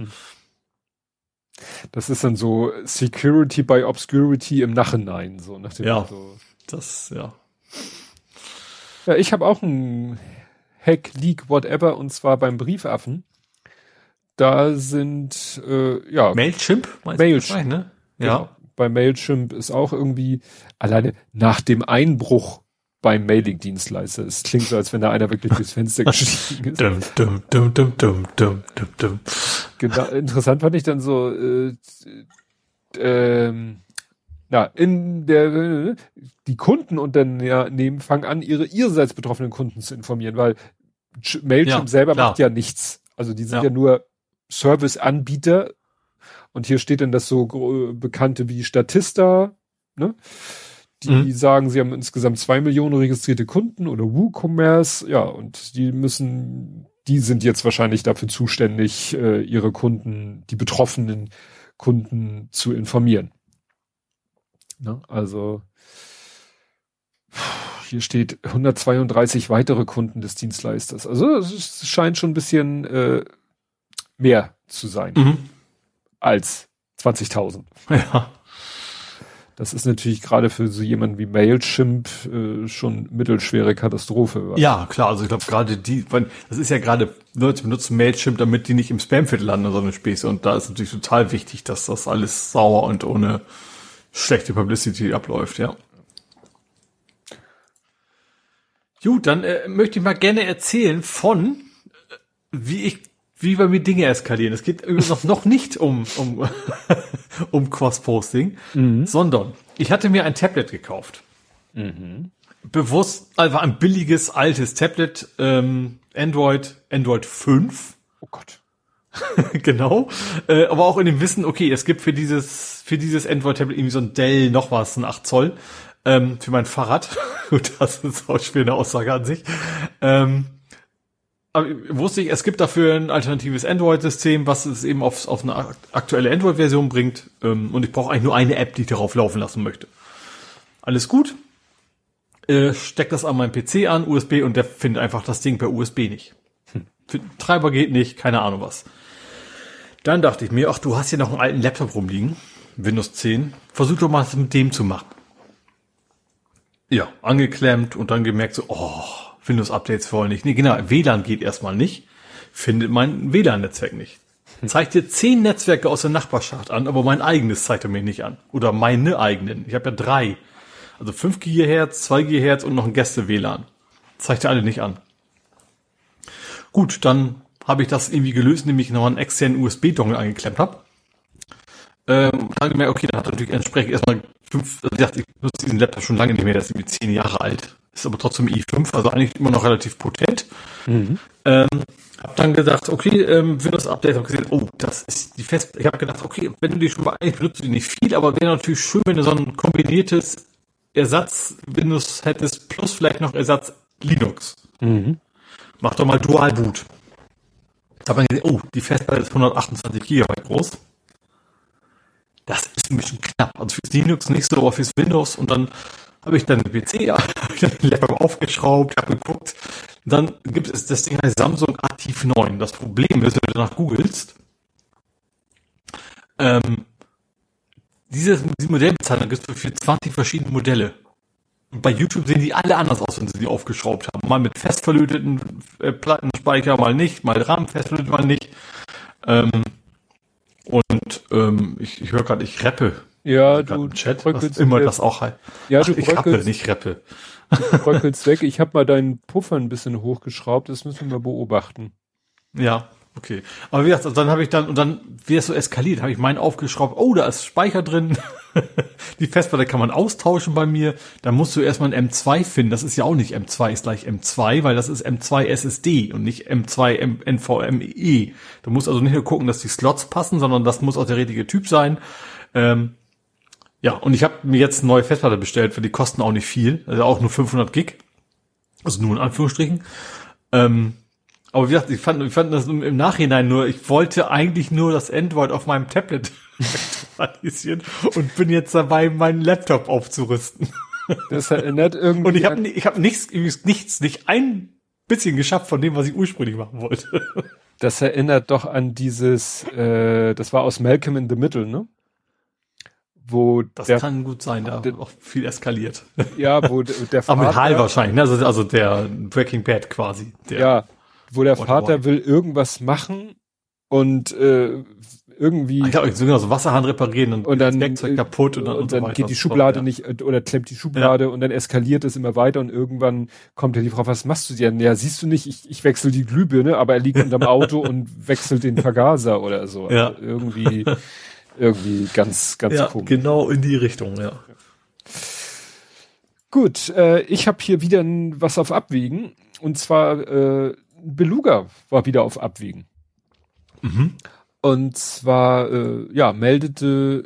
Das ist dann so Security by Obscurity im Nachhinein, so nach dem Ja. Motto. Das, ja. Ja, ich habe auch einen Hack, Leak, whatever, und zwar beim Briefaffen. Da sind, äh, ja, Mailchimp? meinst Mailchimp. du das, ne? genau. Ja. Bei Mailchimp ist auch irgendwie alleine nach dem Einbruch beim Mailing-Dienstleister. Es klingt so, als wenn da einer wirklich durchs Fenster gestiegen ist. Dum, dum, dum, dum, dum, dum, dum, dum. Genau, interessant fand ich dann so, äh, ähm, na, in der, die Kundenunternehmen fangen an, ihre ihrerseits betroffenen Kunden zu informieren, weil Ch- Mailchimp Ja, selber klar. macht ja nichts. Also die sind ja, Ja. nur Serviceanbieter und hier steht dann das so gro- bekannte wie Statista, ne? Die Mhm. sagen, sie haben insgesamt zwei Millionen registrierte Kunden oder WooCommerce, ja, und die müssen, die sind jetzt wahrscheinlich dafür zuständig, äh, ihre Kunden, die betroffenen Kunden zu informieren. Ne? Also hier steht hundertzweiunddreißig weitere Kunden des Dienstleisters. Also es scheint schon ein bisschen äh, mehr zu sein Mhm. als zwanzigtausend. Ja. Das ist natürlich gerade für so jemanden wie Mailchimp äh, schon mittelschwere Katastrophe. Ja, klar, also ich glaube gerade die, weil das ist ja gerade, Leute benutzen Mailchimp, damit die nicht im Spamviertel landen, so eine Späße. Und da ist natürlich total wichtig, dass das alles sauer und ohne schlechte Publicity abläuft, ja. Gut, dann äh, möchte ich mal gerne erzählen von, äh, wie ich, wie bei mir Dinge eskalieren. Es geht übrigens noch, noch nicht um, um, um Cross-Posting, mhm. sondern ich hatte mir ein Tablet gekauft. Mhm. Bewusst, also ein billiges, altes Tablet, ähm, Android, Android fünf. Oh Gott. Genau. Äh, aber auch in dem Wissen, okay, es gibt für dieses, für dieses Android-Tablet irgendwie so ein Dell noch was, ein acht Zoll. Ähm, für mein Fahrrad. Gut, das ist auch schwer eine Aussage an sich. Ähm, aber wusste ich, es gibt dafür ein alternatives Android-System, was es eben auf, auf eine aktuelle Android-Version bringt. Ähm, und ich brauche eigentlich nur eine App, die ich darauf laufen lassen möchte. Alles gut. Äh, steck das an meinen P C an, U S B, und der findet einfach das Ding per U S B nicht. Hm. Treiber geht nicht, keine Ahnung was. Dann dachte ich mir, ach, du hast hier noch einen alten Laptop rumliegen, Windows zehn. Versuch doch mal was mit dem zu machen. Ja, angeklemmt und dann gemerkt so, oh, Windows-Updates wollen nicht. Nee, genau, W L A N geht erstmal nicht. Findet mein W L A N-Netzwerk nicht. Zeigt dir zehn Netzwerke aus der Nachbarschaft an, aber mein eigenes zeigt er mir nicht an. Oder meine eigenen. Ich habe ja drei. Also fünf Gigahertz, zwei Gigahertz und noch ein Gäste-W L A N. Zeigt er alle nicht an. Gut, dann habe ich das irgendwie gelöst, indem ich noch einen externen U S B-Dongle angeklemmt habe. Ähm, dann gemerkt, okay, dann hat er natürlich entsprechend erstmal fünf, also ich dachte, ich nutze diesen Laptop schon lange nicht mehr, der ist irgendwie zehn Jahre alt. Ist aber trotzdem i fünf, also eigentlich immer noch relativ potent. Mhm. Ähm, hab dann gedacht, okay, ähm, Windows Update, hab gesehen, oh, das ist die Fest, ich habe gedacht, okay, wenn du die schon mal, eigentlich benutzt du die nicht viel, aber wäre natürlich schön, wenn du so ein kombiniertes Ersatz Windows hättest, plus vielleicht noch Ersatz Linux. Mhm. Mach doch mal Dual Boot. Da habe ich gesehen, oh, die Festplatte ist hundertachtundzwanzig Gigabyte groß. Das ist ein bisschen knapp. Also fürs Linux nicht so, aber fürs Windows. Und dann habe ich dann den P C, ja, den Laptop aufgeschraubt, habe geguckt. Dann gibt es das Ding heißt Samsung Aktiv neun. Das Problem ist, wenn du danach googelst, ähm, diese, diese Modellbezeichnung gibt es für zwanzig verschiedene Modelle. Und bei YouTube sehen die alle anders aus, wenn sie die aufgeschraubt haben. Mal mit fest verlöteten äh, Plattenspeicher, mal nicht, mal RAM fest verlötet, mal nicht. Ähm, und ähm, ich, ich höre gerade, ich rappe. Ja, du Chat, was immer das auch heißt. Ja, du Ach, ich rappe, nicht rappe. Du bröckelst weg. Ich habe mal deinen Puffer ein bisschen hochgeschraubt, das müssen wir beobachten. Ja, okay. Aber wie gesagt, dann habe ich dann, und dann, wie es so eskaliert, habe ich meinen aufgeschraubt, oh, da ist Speicher drin. Die Festplatte kann man austauschen bei mir. Da musst du erstmal ein M zwei finden. Das ist ja auch nicht M zwei ist gleich M zwei, weil das ist M zwei S S D und nicht M zwei N V M E. Du musst also nicht nur gucken, dass die Slots passen, sondern das muss auch der richtige Typ sein. Ähm, ja, und ich habe mir jetzt eine neue Festplatte bestellt, weil die kosten auch nicht viel. Also auch nur fünfhundert Gig. Also nur in Anführungsstrichen. Ähm, aber wie gesagt, ich fand, ich fand das im Nachhinein nur, ich wollte eigentlich nur das Android auf meinem Tablet aktualisieren und bin jetzt dabei, meinen Laptop aufzurüsten. Das erinnert irgendwie. Und ich habe ich hab nichts, nichts, nicht ein bisschen geschafft von dem, was ich ursprünglich machen wollte. Das erinnert doch an dieses, äh, das war aus Malcolm in the Middle, ne? Wo das der, kann gut sein, da auch viel eskaliert. Ja, wo der Vater. Aber mit Hal wahrscheinlich, ne? Also, also der Breaking Bad quasi. Der ja, wo der Vater will irgendwas machen und äh, irgendwie. Ich glaube, sogar so Wasserhahn reparieren und, und dann Werkzeug kaputt und dann, und und dann so weiter. geht die Schublade ja. nicht oder klemmt die Schublade ja. Und dann eskaliert es immer weiter und irgendwann kommt ja die Frau, was machst du denn? Ja, siehst du nicht, ich, ich wechsle die Glühbirne, aber er liegt unterm Auto und wechselt den Vergaser oder so. Ja. Also irgendwie, irgendwie ganz, ganz ja, komisch. Genau in die Richtung, ja. Gut, äh, ich habe hier wieder n, was auf Abwägen und zwar äh, Beluga war wieder auf Abwägen. Mhm. Und zwar, äh, ja, meldete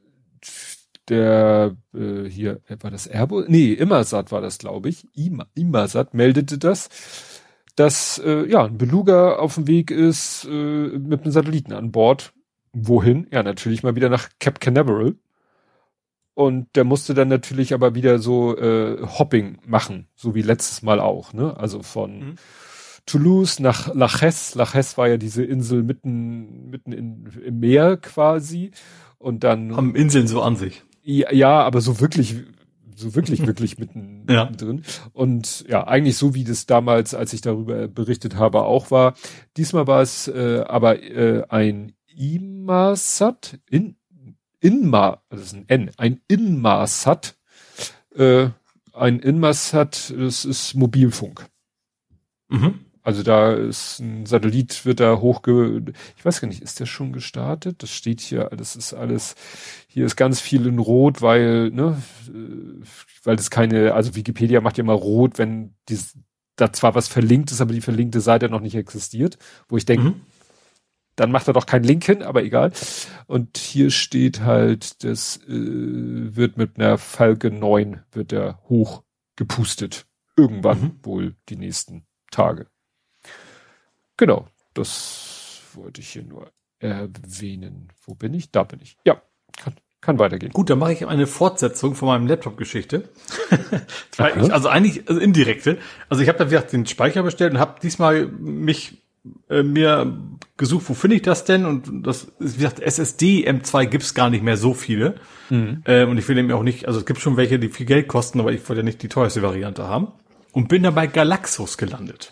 der, äh, hier, war das Airbus? Nee, Immersat war das, glaube ich. Ima, Immersat meldete das, dass, äh, ja, ein Beluga auf dem Weg ist, äh, mit einem Satelliten an Bord. Wohin? Ja, natürlich mal wieder nach Cape Canaveral. Und der musste dann natürlich aber wieder so äh, Hopping machen, so wie letztes Mal auch, ne? Also von mhm. Toulouse nach Laches. Laches war ja diese Insel mitten, mitten in, im Meer quasi. Und dann. Haben Inseln so an sich. Ja, ja, aber so wirklich, so wirklich, wirklich mitten, ja. mitten drin. Und ja, eigentlich so wie das damals, als ich darüber berichtet habe, auch war. Diesmal war es äh, aber äh, ein Inmarsat, in, Inma, das ist ein N, ein Inmarsat, äh, ein Inmarsat, das ist Mobilfunk. Mhm. Also da ist ein Satellit, wird da hochge... Ich weiß gar nicht, ist der schon gestartet? Das steht hier, das ist alles... Hier ist ganz viel in Rot, weil, ne, weil das keine... Also Wikipedia macht ja immer rot, wenn die, da zwar was verlinkt ist, aber die verlinkte Seite noch nicht existiert. Wo ich denke, mhm. dann macht er doch keinen Link hin, aber egal. Und hier steht halt, das äh, wird mit einer Falcon neun, wird der hochgepustet. Irgendwann mhm. wohl die nächsten Tage. Genau, das wollte ich hier nur erwähnen. Wo bin ich? Da bin ich. Ja, kann, kann weitergehen. Gut, dann mache ich eine Fortsetzung von meinem Laptop-Geschichte. Also eigentlich also indirekte. Also ich habe da wieder den Speicher bestellt und habe diesmal mich äh, mir gesucht, wo finde ich das denn? Und das ist, wie gesagt, S S D M zwei gibt's gar nicht mehr so viele. Mhm. Äh, und ich will nämlich auch nicht, also es gibt schon welche, die viel Geld kosten, aber ich wollte ja nicht die teuerste Variante haben. Und bin dann bei Galaxus gelandet.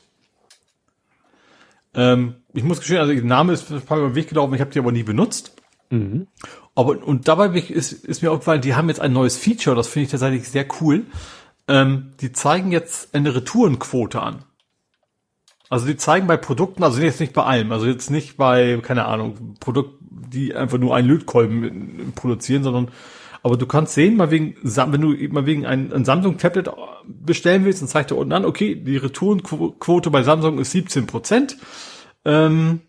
Ähm, ich muss gestehen, also der Name ist ein paar Mal über den Weg gelaufen, ich habe die aber nie benutzt. Mhm. Aber, und dabei ist, ist mir aufgefallen, die haben jetzt ein neues Feature, das finde ich tatsächlich sehr cool. Ähm, die zeigen jetzt eine Retourenquote an. Also die zeigen bei Produkten, also jetzt nicht bei allem, also jetzt nicht bei, keine Ahnung, Produkten, die einfach nur einen Lötkolben produzieren, sondern aber du kannst sehen, mal wegen, wenn du mal wegen ein, ein Samsung-Tablet bestellen willst, dann zeigt er unten an, okay, die Retourenquote bei Samsung ist siebzehn Prozent. Ähm,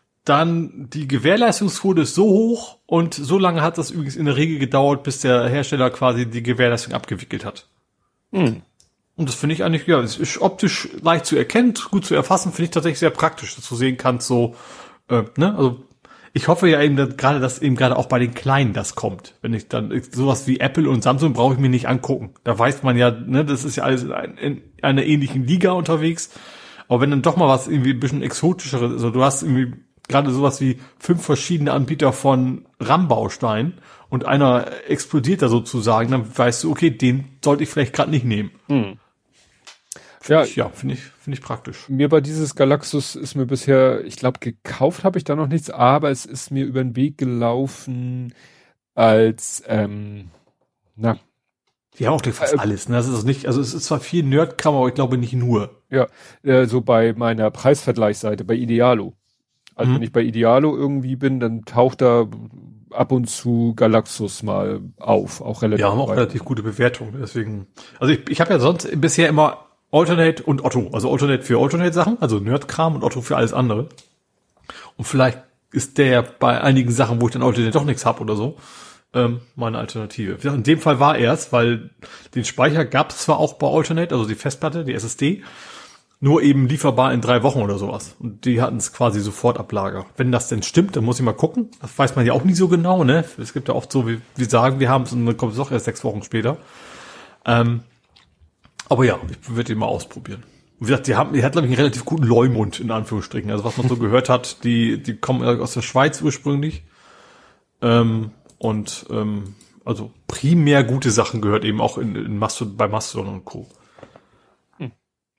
dann die Gewährleistungsquote ist so hoch und so lange hat das übrigens in der Regel gedauert, bis der Hersteller quasi die Gewährleistung abgewickelt hat. Hm. Und das finde ich eigentlich, ja, es ist optisch leicht zu erkennen, gut zu erfassen, finde ich tatsächlich sehr praktisch, dass du sehen kannst, so, äh, ne, also ich hoffe ja eben dass gerade, dass eben gerade auch bei den Kleinen das kommt. Wenn ich dann sowas wie Apple und Samsung brauche ich mir nicht angucken. Da weiß man ja, ne, das ist ja alles in, in einer ähnlichen Liga unterwegs. Aber wenn dann doch mal was irgendwie ein bisschen exotischeres, also du hast irgendwie gerade sowas wie fünf verschiedene Anbieter von RAM-Bausteinen und einer explodiert da sozusagen, dann weißt du, okay, den sollte ich vielleicht gerade nicht nehmen. Hm. Ja, ja, finde ich, finde ich praktisch. Mir bei dieses Galaxus ist mir bisher, ich glaube, gekauft habe ich da noch nichts, aber es ist mir über den Weg gelaufen als, ähm, na. Die haben auch fast äh, alles, ne? Das ist nicht, also es ist zwar viel Nerdkram, aber ich glaube nicht nur. Ja, äh, so bei meiner Preisvergleichsseite, bei Idealo. Also mhm. wenn ich bei Idealo irgendwie bin, dann taucht da ab und zu Galaxus mal auf, auch relativ. Ja, haben auch relativ gute Bewertungen, deswegen. Also ich, ich habe ja sonst bisher immer Alternate und Otto, also Alternate für Alternate-Sachen, also Nerdkram und Otto für alles andere. Und vielleicht ist der bei einigen Sachen, wo ich dann Alternate doch nichts hab oder so, ähm, meine Alternative. In dem Fall war er es, weil den Speicher gab es zwar auch bei Alternate, also die Festplatte, die S S D, nur eben lieferbar in drei Wochen oder sowas. Und die hatten es quasi sofort ab Lager. Wenn das denn stimmt, dann muss ich mal gucken. Das weiß man ja auch nie so genau, ne? Es gibt ja oft so, wie wir sagen, wir haben es und dann kommt es auch erst sechs Wochen später. Ähm, Aber ja, ich würde den mal ausprobieren. Wie gesagt, die haben, die hat, glaube ich, einen relativ guten Leumund, in Anführungsstrichen. Also was man so gehört hat, die, die kommen aus der Schweiz ursprünglich. Ähm, und ähm, also primär gute Sachen gehört eben auch in, in Mastodon, bei Mastodon und Co. Hm.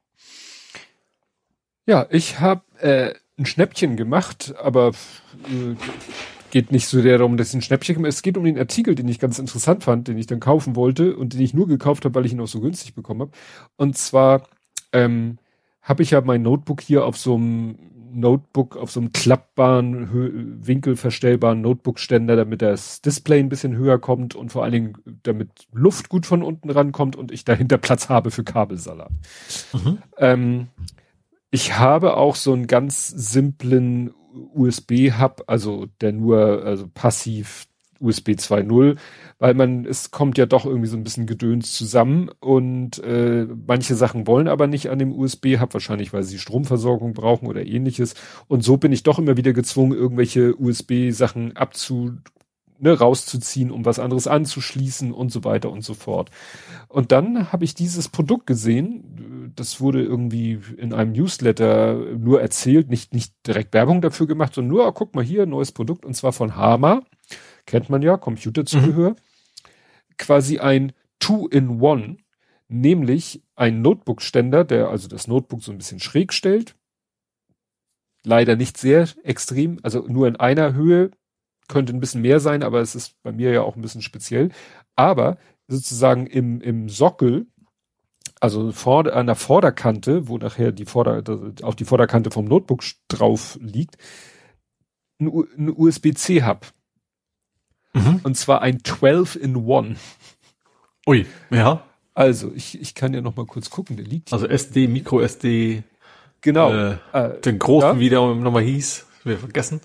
Ja, ich habe äh, ein Schnäppchen gemacht, aber äh, geht nicht so sehr darum, dass ich ein Schnäppchen gemacht habe. Es geht um den Artikel, den ich ganz interessant fand, den ich dann kaufen wollte und den ich nur gekauft habe, weil ich ihn auch so günstig bekommen habe. Und zwar ähm, habe ich ja mein Notebook hier auf so einem Notebook, auf so einem klappbaren, hö- winkelverstellbaren Notebook-Ständer, damit das Display ein bisschen höher kommt und vor allen Dingen, damit Luft gut von unten rankommt und ich dahinter Platz habe für Kabelsalat. Mhm. Ähm, ich habe auch so einen ganz simplen U S B-Hub, also der nur, also passiv U S B zwei Punkt null, weil man, es kommt ja doch irgendwie so ein bisschen Gedöns zusammen und äh, manche Sachen wollen aber nicht an dem U S B-Hub, wahrscheinlich weil sie Stromversorgung brauchen oder ähnliches. Und so bin ich doch immer wieder gezwungen, irgendwelche U S B-Sachen abzu, ne, rauszuziehen, um was anderes anzuschließen und so weiter und so fort. Und dann habe ich dieses Produkt gesehen, das wurde irgendwie in einem Newsletter nur erzählt, nicht, nicht direkt Werbung dafür gemacht, sondern nur, oh, guck mal hier, neues Produkt, und zwar von Hama. Kennt man ja, Computerzubehör. Mhm. Quasi ein Two-in-One, nämlich ein Notebook-Ständer, der also das Notebook so ein bisschen schräg stellt. Leider nicht sehr extrem, also nur in einer Höhe, könnte ein bisschen mehr sein, aber es ist bei mir ja auch ein bisschen speziell. Aber sozusagen im, im Sockel also vor, an der Vorderkante, wo nachher die Vorder, auch die Vorderkante vom Notebook drauf liegt, ein, ein U S B-C-Hub. Mhm. Und zwar ein zwölf in eins. Ui, ja. Also, ich, ich kann ja noch mal kurz gucken, der liegt hier. Also S D, Micro S D. Genau. Äh, äh, den großen, ja. wie der nochmal hieß. Wir vergessen.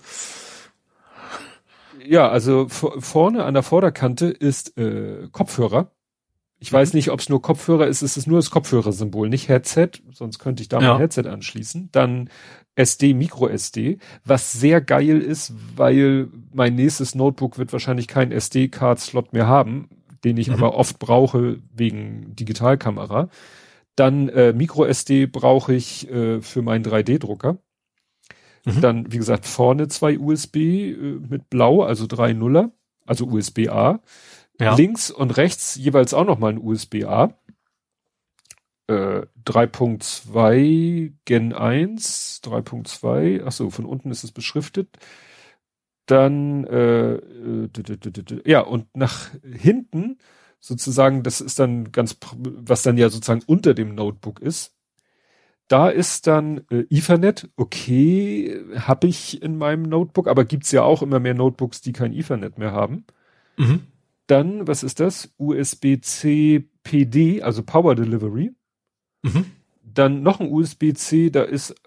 Ja, also v- vorne an der Vorderkante ist äh, Kopfhörer. Ich Mhm. weiß nicht, ob es nur Kopfhörer ist, es ist nur das Kopfhörersymbol, nicht Headset, sonst könnte ich da Ja. mein Headset anschließen. Dann S D, Micro S D, was sehr geil ist, weil mein nächstes Notebook wird wahrscheinlich keinen S D-Card-Slot mehr haben, den ich Mhm. aber oft brauche wegen Digitalkamera. Dann äh, Micro S D brauche ich äh, für meinen drei D-Drucker. Mhm. Dann, wie gesagt, vorne zwei U S B äh, mit Blau, also drei Nuller, also U S B A. Ja. Links und rechts jeweils auch nochmal ein U S B A. Äh, drei Punkt zwei Gen eins, drei Punkt zwei, ach so, von unten ist es beschriftet. Dann, äh, äh, d- d- d- d- d- ja, und nach hinten sozusagen, das ist dann ganz, pr- was dann ja sozusagen unter dem Notebook ist. Da ist dann äh, Ethernet, okay, habe ich in meinem Notebook, aber gibt's ja auch immer mehr Notebooks, die kein Ethernet mehr haben. Mhm. Dann, was ist das? U S B-C P D, also Power Delivery. Mhm. Dann noch ein U S B-C, da ist äh,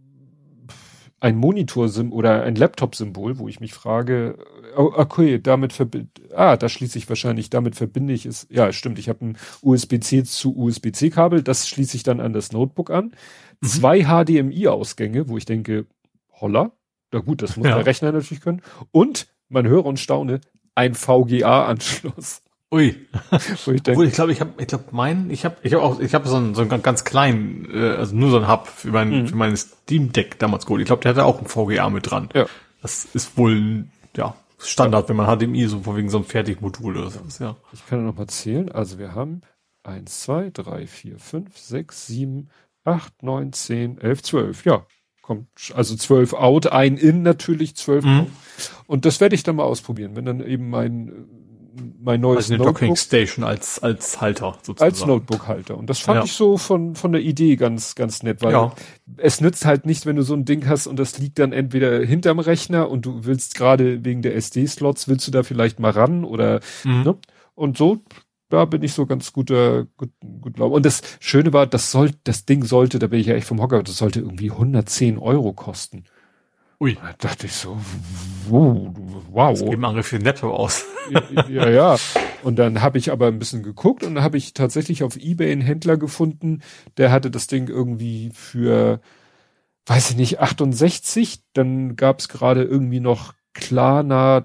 ein Monitor-Symbol oder ein Laptop-Symbol, wo ich mich frage, oh, okay, damit verbinde, ah, da schließe ich wahrscheinlich, damit verbinde ich es, ja, stimmt, ich habe ein U S B-C zu U S B-C-Kabel, das schließe ich dann an das Notebook an. Mhm. Zwei H D M I-Ausgänge, wo ich denke, holla, na gut, das muss Ja. der Rechner natürlich können. Und, man höre und staune, ein V G A-Anschluss. Ui. Wo ich denke, Obwohl, ich glaube, ich habe, ich glaube, mein, ich habe, ich habe auch, ich habe so einen, so einen ganz, ganz kleinen, äh, also nur so einen Hub für mein, Mhm. für mein Steam Deck damals geholt. Ich glaube, der hatte auch ein V G A mit dran. Ja. Das ist wohl, ja, Standard, wenn man H D M I so wegen so einem Fertigmodul oder sowas, ja. ich kann ja noch mal zählen. Also wir haben eins, zwei, drei, vier, fünf, sechs, sieben, acht, neun, zehn, elf, zwölf. Ja, kommt also zwölf out, ein in natürlich, zwölf Mhm. out. Und das werde ich dann mal ausprobieren, wenn dann eben mein, mein neues Also eine Docking Notebook Station als, als Halter sozusagen. als Notebook-Halter. Und das fand Ja. ich so von, von der Idee ganz, ganz nett, weil Ja. es nützt halt nicht, wenn du so ein Ding hast und das liegt dann entweder hinterm Rechner und du willst gerade wegen der S D-Slots, willst du da vielleicht mal ran oder, Mhm. ne? Und so, da bin ich so ganz guter, gut, gut glauben. Und das Schöne war, das soll, das Ding sollte, da bin ich ja echt vom Hocker, das sollte irgendwie hundertzehn Euro kosten. Ui. Da dachte ich so, wow, wow. Geben andere für den Laptop aus. Ja, ja. Und dann habe ich aber ein bisschen geguckt und dann habe ich tatsächlich auf eBay einen Händler gefunden, der hatte das Ding irgendwie für, weiß ich nicht, achtundsechzig. Dann gab es gerade irgendwie noch Klarna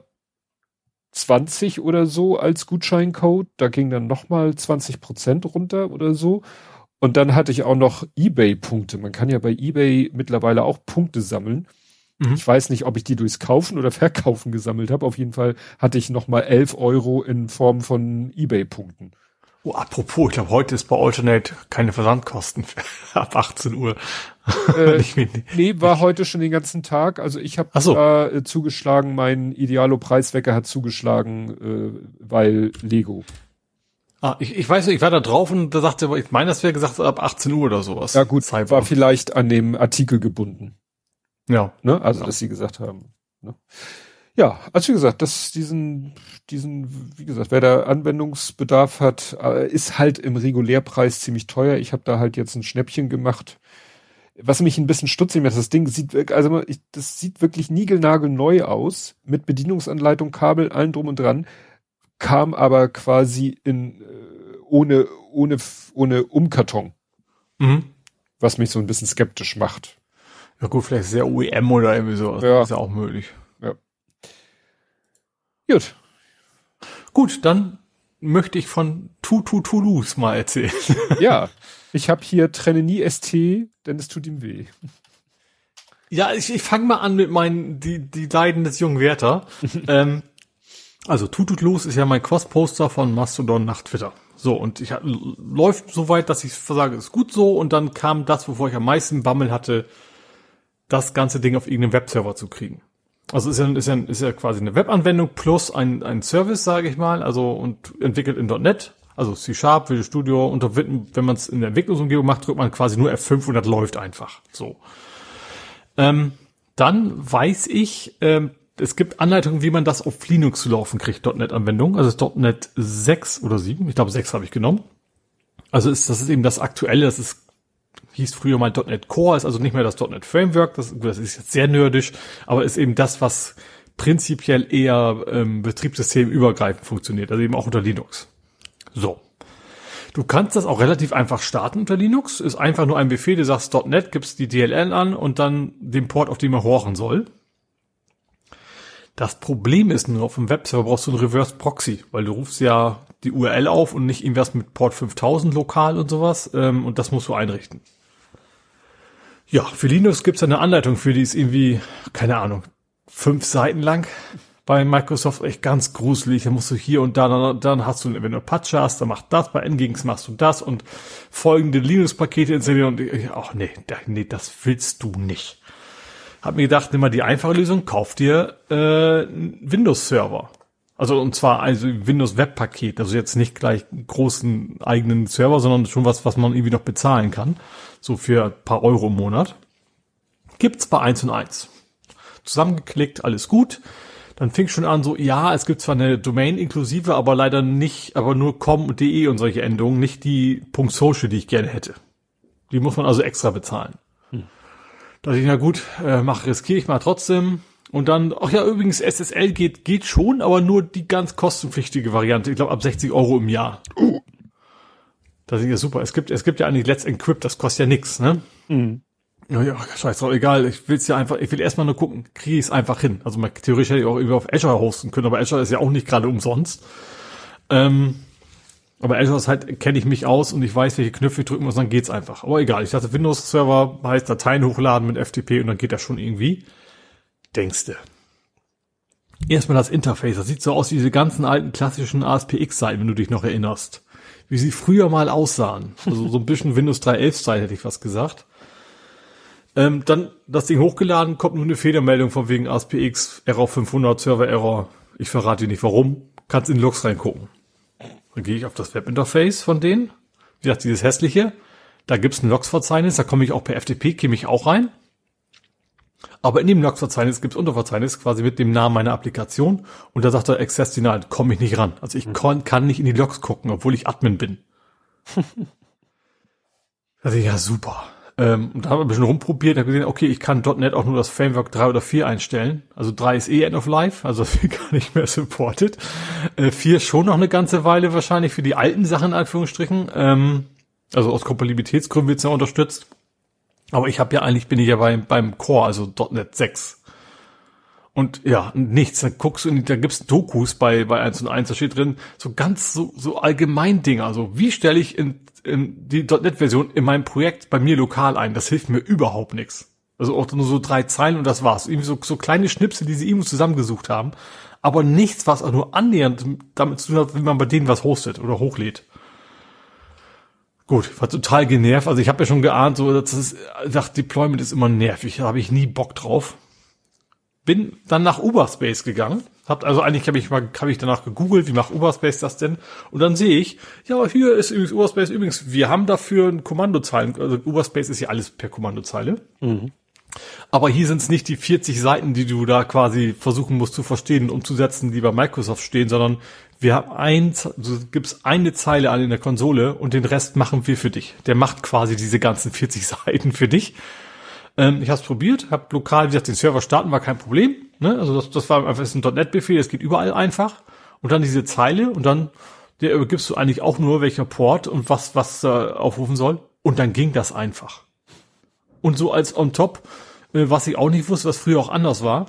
zwanzig oder so als Gutscheincode. Da ging dann nochmal zwanzig Prozent runter oder so. Und dann hatte ich auch noch eBay-Punkte. Man kann ja bei eBay mittlerweile auch Punkte sammeln. Mhm. Ich weiß nicht, ob ich die durchs Kaufen oder Verkaufen gesammelt habe. Auf jeden Fall hatte ich nochmal elf Euro in Form von eBay-Punkten. Oh, apropos, ich glaube, heute ist bei Alternate keine Versandkosten ab achtzehn Uhr. Äh, Ich will nicht- Nee, war heute schon den ganzen Tag. Also ich habe Ach so. da äh, zugeschlagen, mein Idealo-Preiswecker hat zugeschlagen, äh, weil Lego. Ah, ich, ich weiß nicht, ich war da drauf und da sagte, ich meine, das wäre gesagt ab achtzehn Uhr oder sowas. Ja gut, Cyber. war vielleicht an dem Artikel gebunden. Ja. Ne? Also, Ja. dass sie gesagt haben. Ne? Ja, also wie gesagt, das, diesen, diesen, wie gesagt, wer da Anwendungsbedarf hat, äh, ist halt im Regulärpreis ziemlich teuer. Ich habe da halt jetzt ein Schnäppchen gemacht. Was mich ein bisschen stutzig macht, das Ding sieht wirklich, also ich, das sieht wirklich niegelnagelneu aus, mit Bedienungsanleitung, Kabel, allen drum und dran, kam aber quasi in, äh, ohne, ohne, ohne Umkarton, Mhm. was mich so ein bisschen skeptisch macht. Ja gut, vielleicht sehr O E M oder irgendwie sowas. Ja. Ist ja auch möglich. Gut. Gut, dann möchte ich von Tutu Toulouse mal erzählen. Ja, ich habe hier trenne nie S T, denn es tut ihm weh. Ja, ich, ich fange mal an mit meinen, die, die Leiden des jungen Werther. ähm, also Tutu Toulouse ist ja mein Cross-Poster von Mastodon nach Twitter. So, und ich hab, läuft so weit, dass ich sage, ist gut so, und dann kam das, wovor ich am meisten Bammel hatte, das ganze Ding auf irgendeinen Webserver zu kriegen. Also ist ja, ist ja, ist ja quasi eine Webanwendung plus ein, ein Service, sage ich mal, also und entwickelt in .N E T, Also C-Sharp, Visual Studio, und wenn man es in der Entwicklungsumgebung macht, drückt man quasi nur F fünf und das läuft einfach. So. Ähm, dann weiß ich, ähm, es gibt Anleitungen, wie man das auf Linux zu laufen kriegt, .NET-Anwendung. Also das .NET sechs oder sieben, ich glaube sechs habe ich genommen. Also ist, das ist eben das Aktuelle, das ist, hieß früher mal .NET Core, ist also nicht mehr das .NET Framework, das, das ist jetzt sehr nerdisch, aber ist eben das, was prinzipiell eher ähm, betriebssystemübergreifend funktioniert, also eben auch unter Linux. So. Du kannst das auch relativ einfach starten unter Linux. Ist einfach nur ein Befehl, du sagst .NET, gibst die D L L an und dann den Port, auf dem er horchen soll. Das Problem ist nur, auf dem Webserver brauchst du einen Reverse Proxy, weil du rufst ja die U R L auf und nicht irgendwas mit Port fünftausend lokal und sowas. Ähm, und das musst du einrichten. Ja, für Linux gibt's eine Anleitung für, die ist irgendwie, keine Ahnung, fünf Seiten lang. Bei Microsoft echt ganz gruselig, da musst du hier und da, dann, dann hast du, wenn du Apache hast, dann mach das, bei Nginx machst du das und folgende Linux-Pakete installieren und, ach nee, nee, das willst du nicht. Hab mir gedacht, nimm mal die einfache Lösung, kauf dir äh, einen Windows-Server. Also und zwar also Windows-Web-Paket, also jetzt nicht gleich einen großen eigenen Server, sondern schon was, was man irgendwie noch bezahlen kann, so für ein paar Euro im Monat. Gibt's bei eins und eins. Zusammengeklickt, alles gut. Dann fing schon an so, ja, es gibt zwar eine Domain inklusive, aber leider nicht, aber nur com und de und solche Endungen, nicht die .social, die ich gerne hätte. Die muss man also extra bezahlen. Hm. Da dachte ich, na gut, äh, mach, riskiere ich mal trotzdem. Und dann, ach ja, übrigens, S S L geht, geht schon, aber nur die ganz kostenpflichtige Variante. Ich glaube, ab sechzig Euro im Jahr. Uh. Das ist ja super. Es gibt, es gibt ja eigentlich Let's Encrypt, das kostet ja nix, ne? Mhm. Ja, ja, scheiß drauf, egal. Ich will's ja einfach, ich will erstmal nur gucken, kriege ich es einfach hin. Also man, theoretisch hätte ich auch irgendwie auf Azure hosten können, aber Azure ist ja auch nicht gerade umsonst. Ähm, aber Azure ist halt, kenne ich mich aus und ich weiß, welche Knöpfe ich drücken muss, dann geht's einfach. Aber egal, ich dachte, Windows-Server heißt Dateien hochladen mit F T P und dann geht das schon irgendwie. Denkste. Erstmal das Interface, das sieht so aus wie diese ganzen alten klassischen A S P X-Seiten, wenn du dich noch erinnerst. Wie sie früher mal aussahen. Also so ein bisschen Windows drei Punkt elf-Style, hätte ich was gesagt. Ähm, dann das Ding hochgeladen, kommt nur eine Fehlermeldung von wegen A S P X, Error fünfhundert, Server Error. Ich verrate dir nicht warum. Kannst in Logs reingucken. Dann gehe ich auf das Webinterface von denen. Wie gesagt, dieses hässliche. Da gibt's ein Logs-Verzeichnis, da komme ich auch per F T P, käme ich auch rein. Aber in dem Logs-Verzeichnis gibt's Unterverzeichnis quasi mit dem Namen meiner Applikation. Und da sagt er, Access denied, komme ich nicht ran. Also ich kann, kann nicht in die Logs gucken, obwohl ich Admin bin. Also ja, super. Ähm, und da haben wir ein bisschen rumprobiert, habe gesehen, okay, ich kann .NET auch nur das Framework drei oder vier einstellen. Also drei ist eh End of Life, also das wird gar nicht mehr supported. Äh, vier schon noch eine ganze Weile wahrscheinlich für die alten Sachen, in Anführungsstrichen. Ähm, also aus Kompatibilitätsgründen wird's ja unterstützt. Aber ich habe ja eigentlich, bin ich ja beim, beim Core, also .NET sechs. Und ja, nichts, dann guckst du, in, da gibt's Dokus bei, bei eins und eins, da steht drin, so ganz so, so allgemein Dinge. Also wie stelle ich in, in die .NET-Version in meinem Projekt bei mir lokal ein? Das hilft mir überhaupt nichts. Also auch nur so drei Zeilen und das war's. Irgendwie so, so kleine Schnipsel, die sie irgendwo zusammengesucht haben. Aber nichts, was auch nur annähernd damit zu tun hat, wie man bei denen was hostet oder hochlädt. Gut, ich war total genervt. Also ich habe ja schon geahnt, so das ist, das Deployment ist immer nervig. Da habe ich nie Bock drauf. Bin dann nach Uberspace gegangen. Hab also eigentlich habe ich mal habe ich danach gegoogelt, wie macht Uberspace das denn? Und dann sehe ich, ja, hier ist übrigens Uberspace. Übrigens, wir haben dafür ein Kommandozeilen. Also Uberspace ist ja alles per Kommandozeile. Mhm. Aber hier sind es nicht die vierzig Seiten, die du da quasi versuchen musst zu verstehen und umzusetzen, die bei Microsoft stehen, sondern wir haben eins, du gibst eine Zeile an in der Konsole und den Rest machen wir für dich. Der macht quasi diese ganzen vierzig Seiten für dich. Ähm, ich habe es probiert, habe lokal, wie gesagt, den Server starten, war kein Problem. Ne? Also das, das war einfach ist ein .NET-Befehl, das geht überall einfach. Und dann diese Zeile und dann der übergibst du eigentlich auch nur, welcher Port und was was äh, aufrufen soll. Und dann ging das einfach. Und so als on top, äh, was ich auch nicht wusste, was früher auch anders war,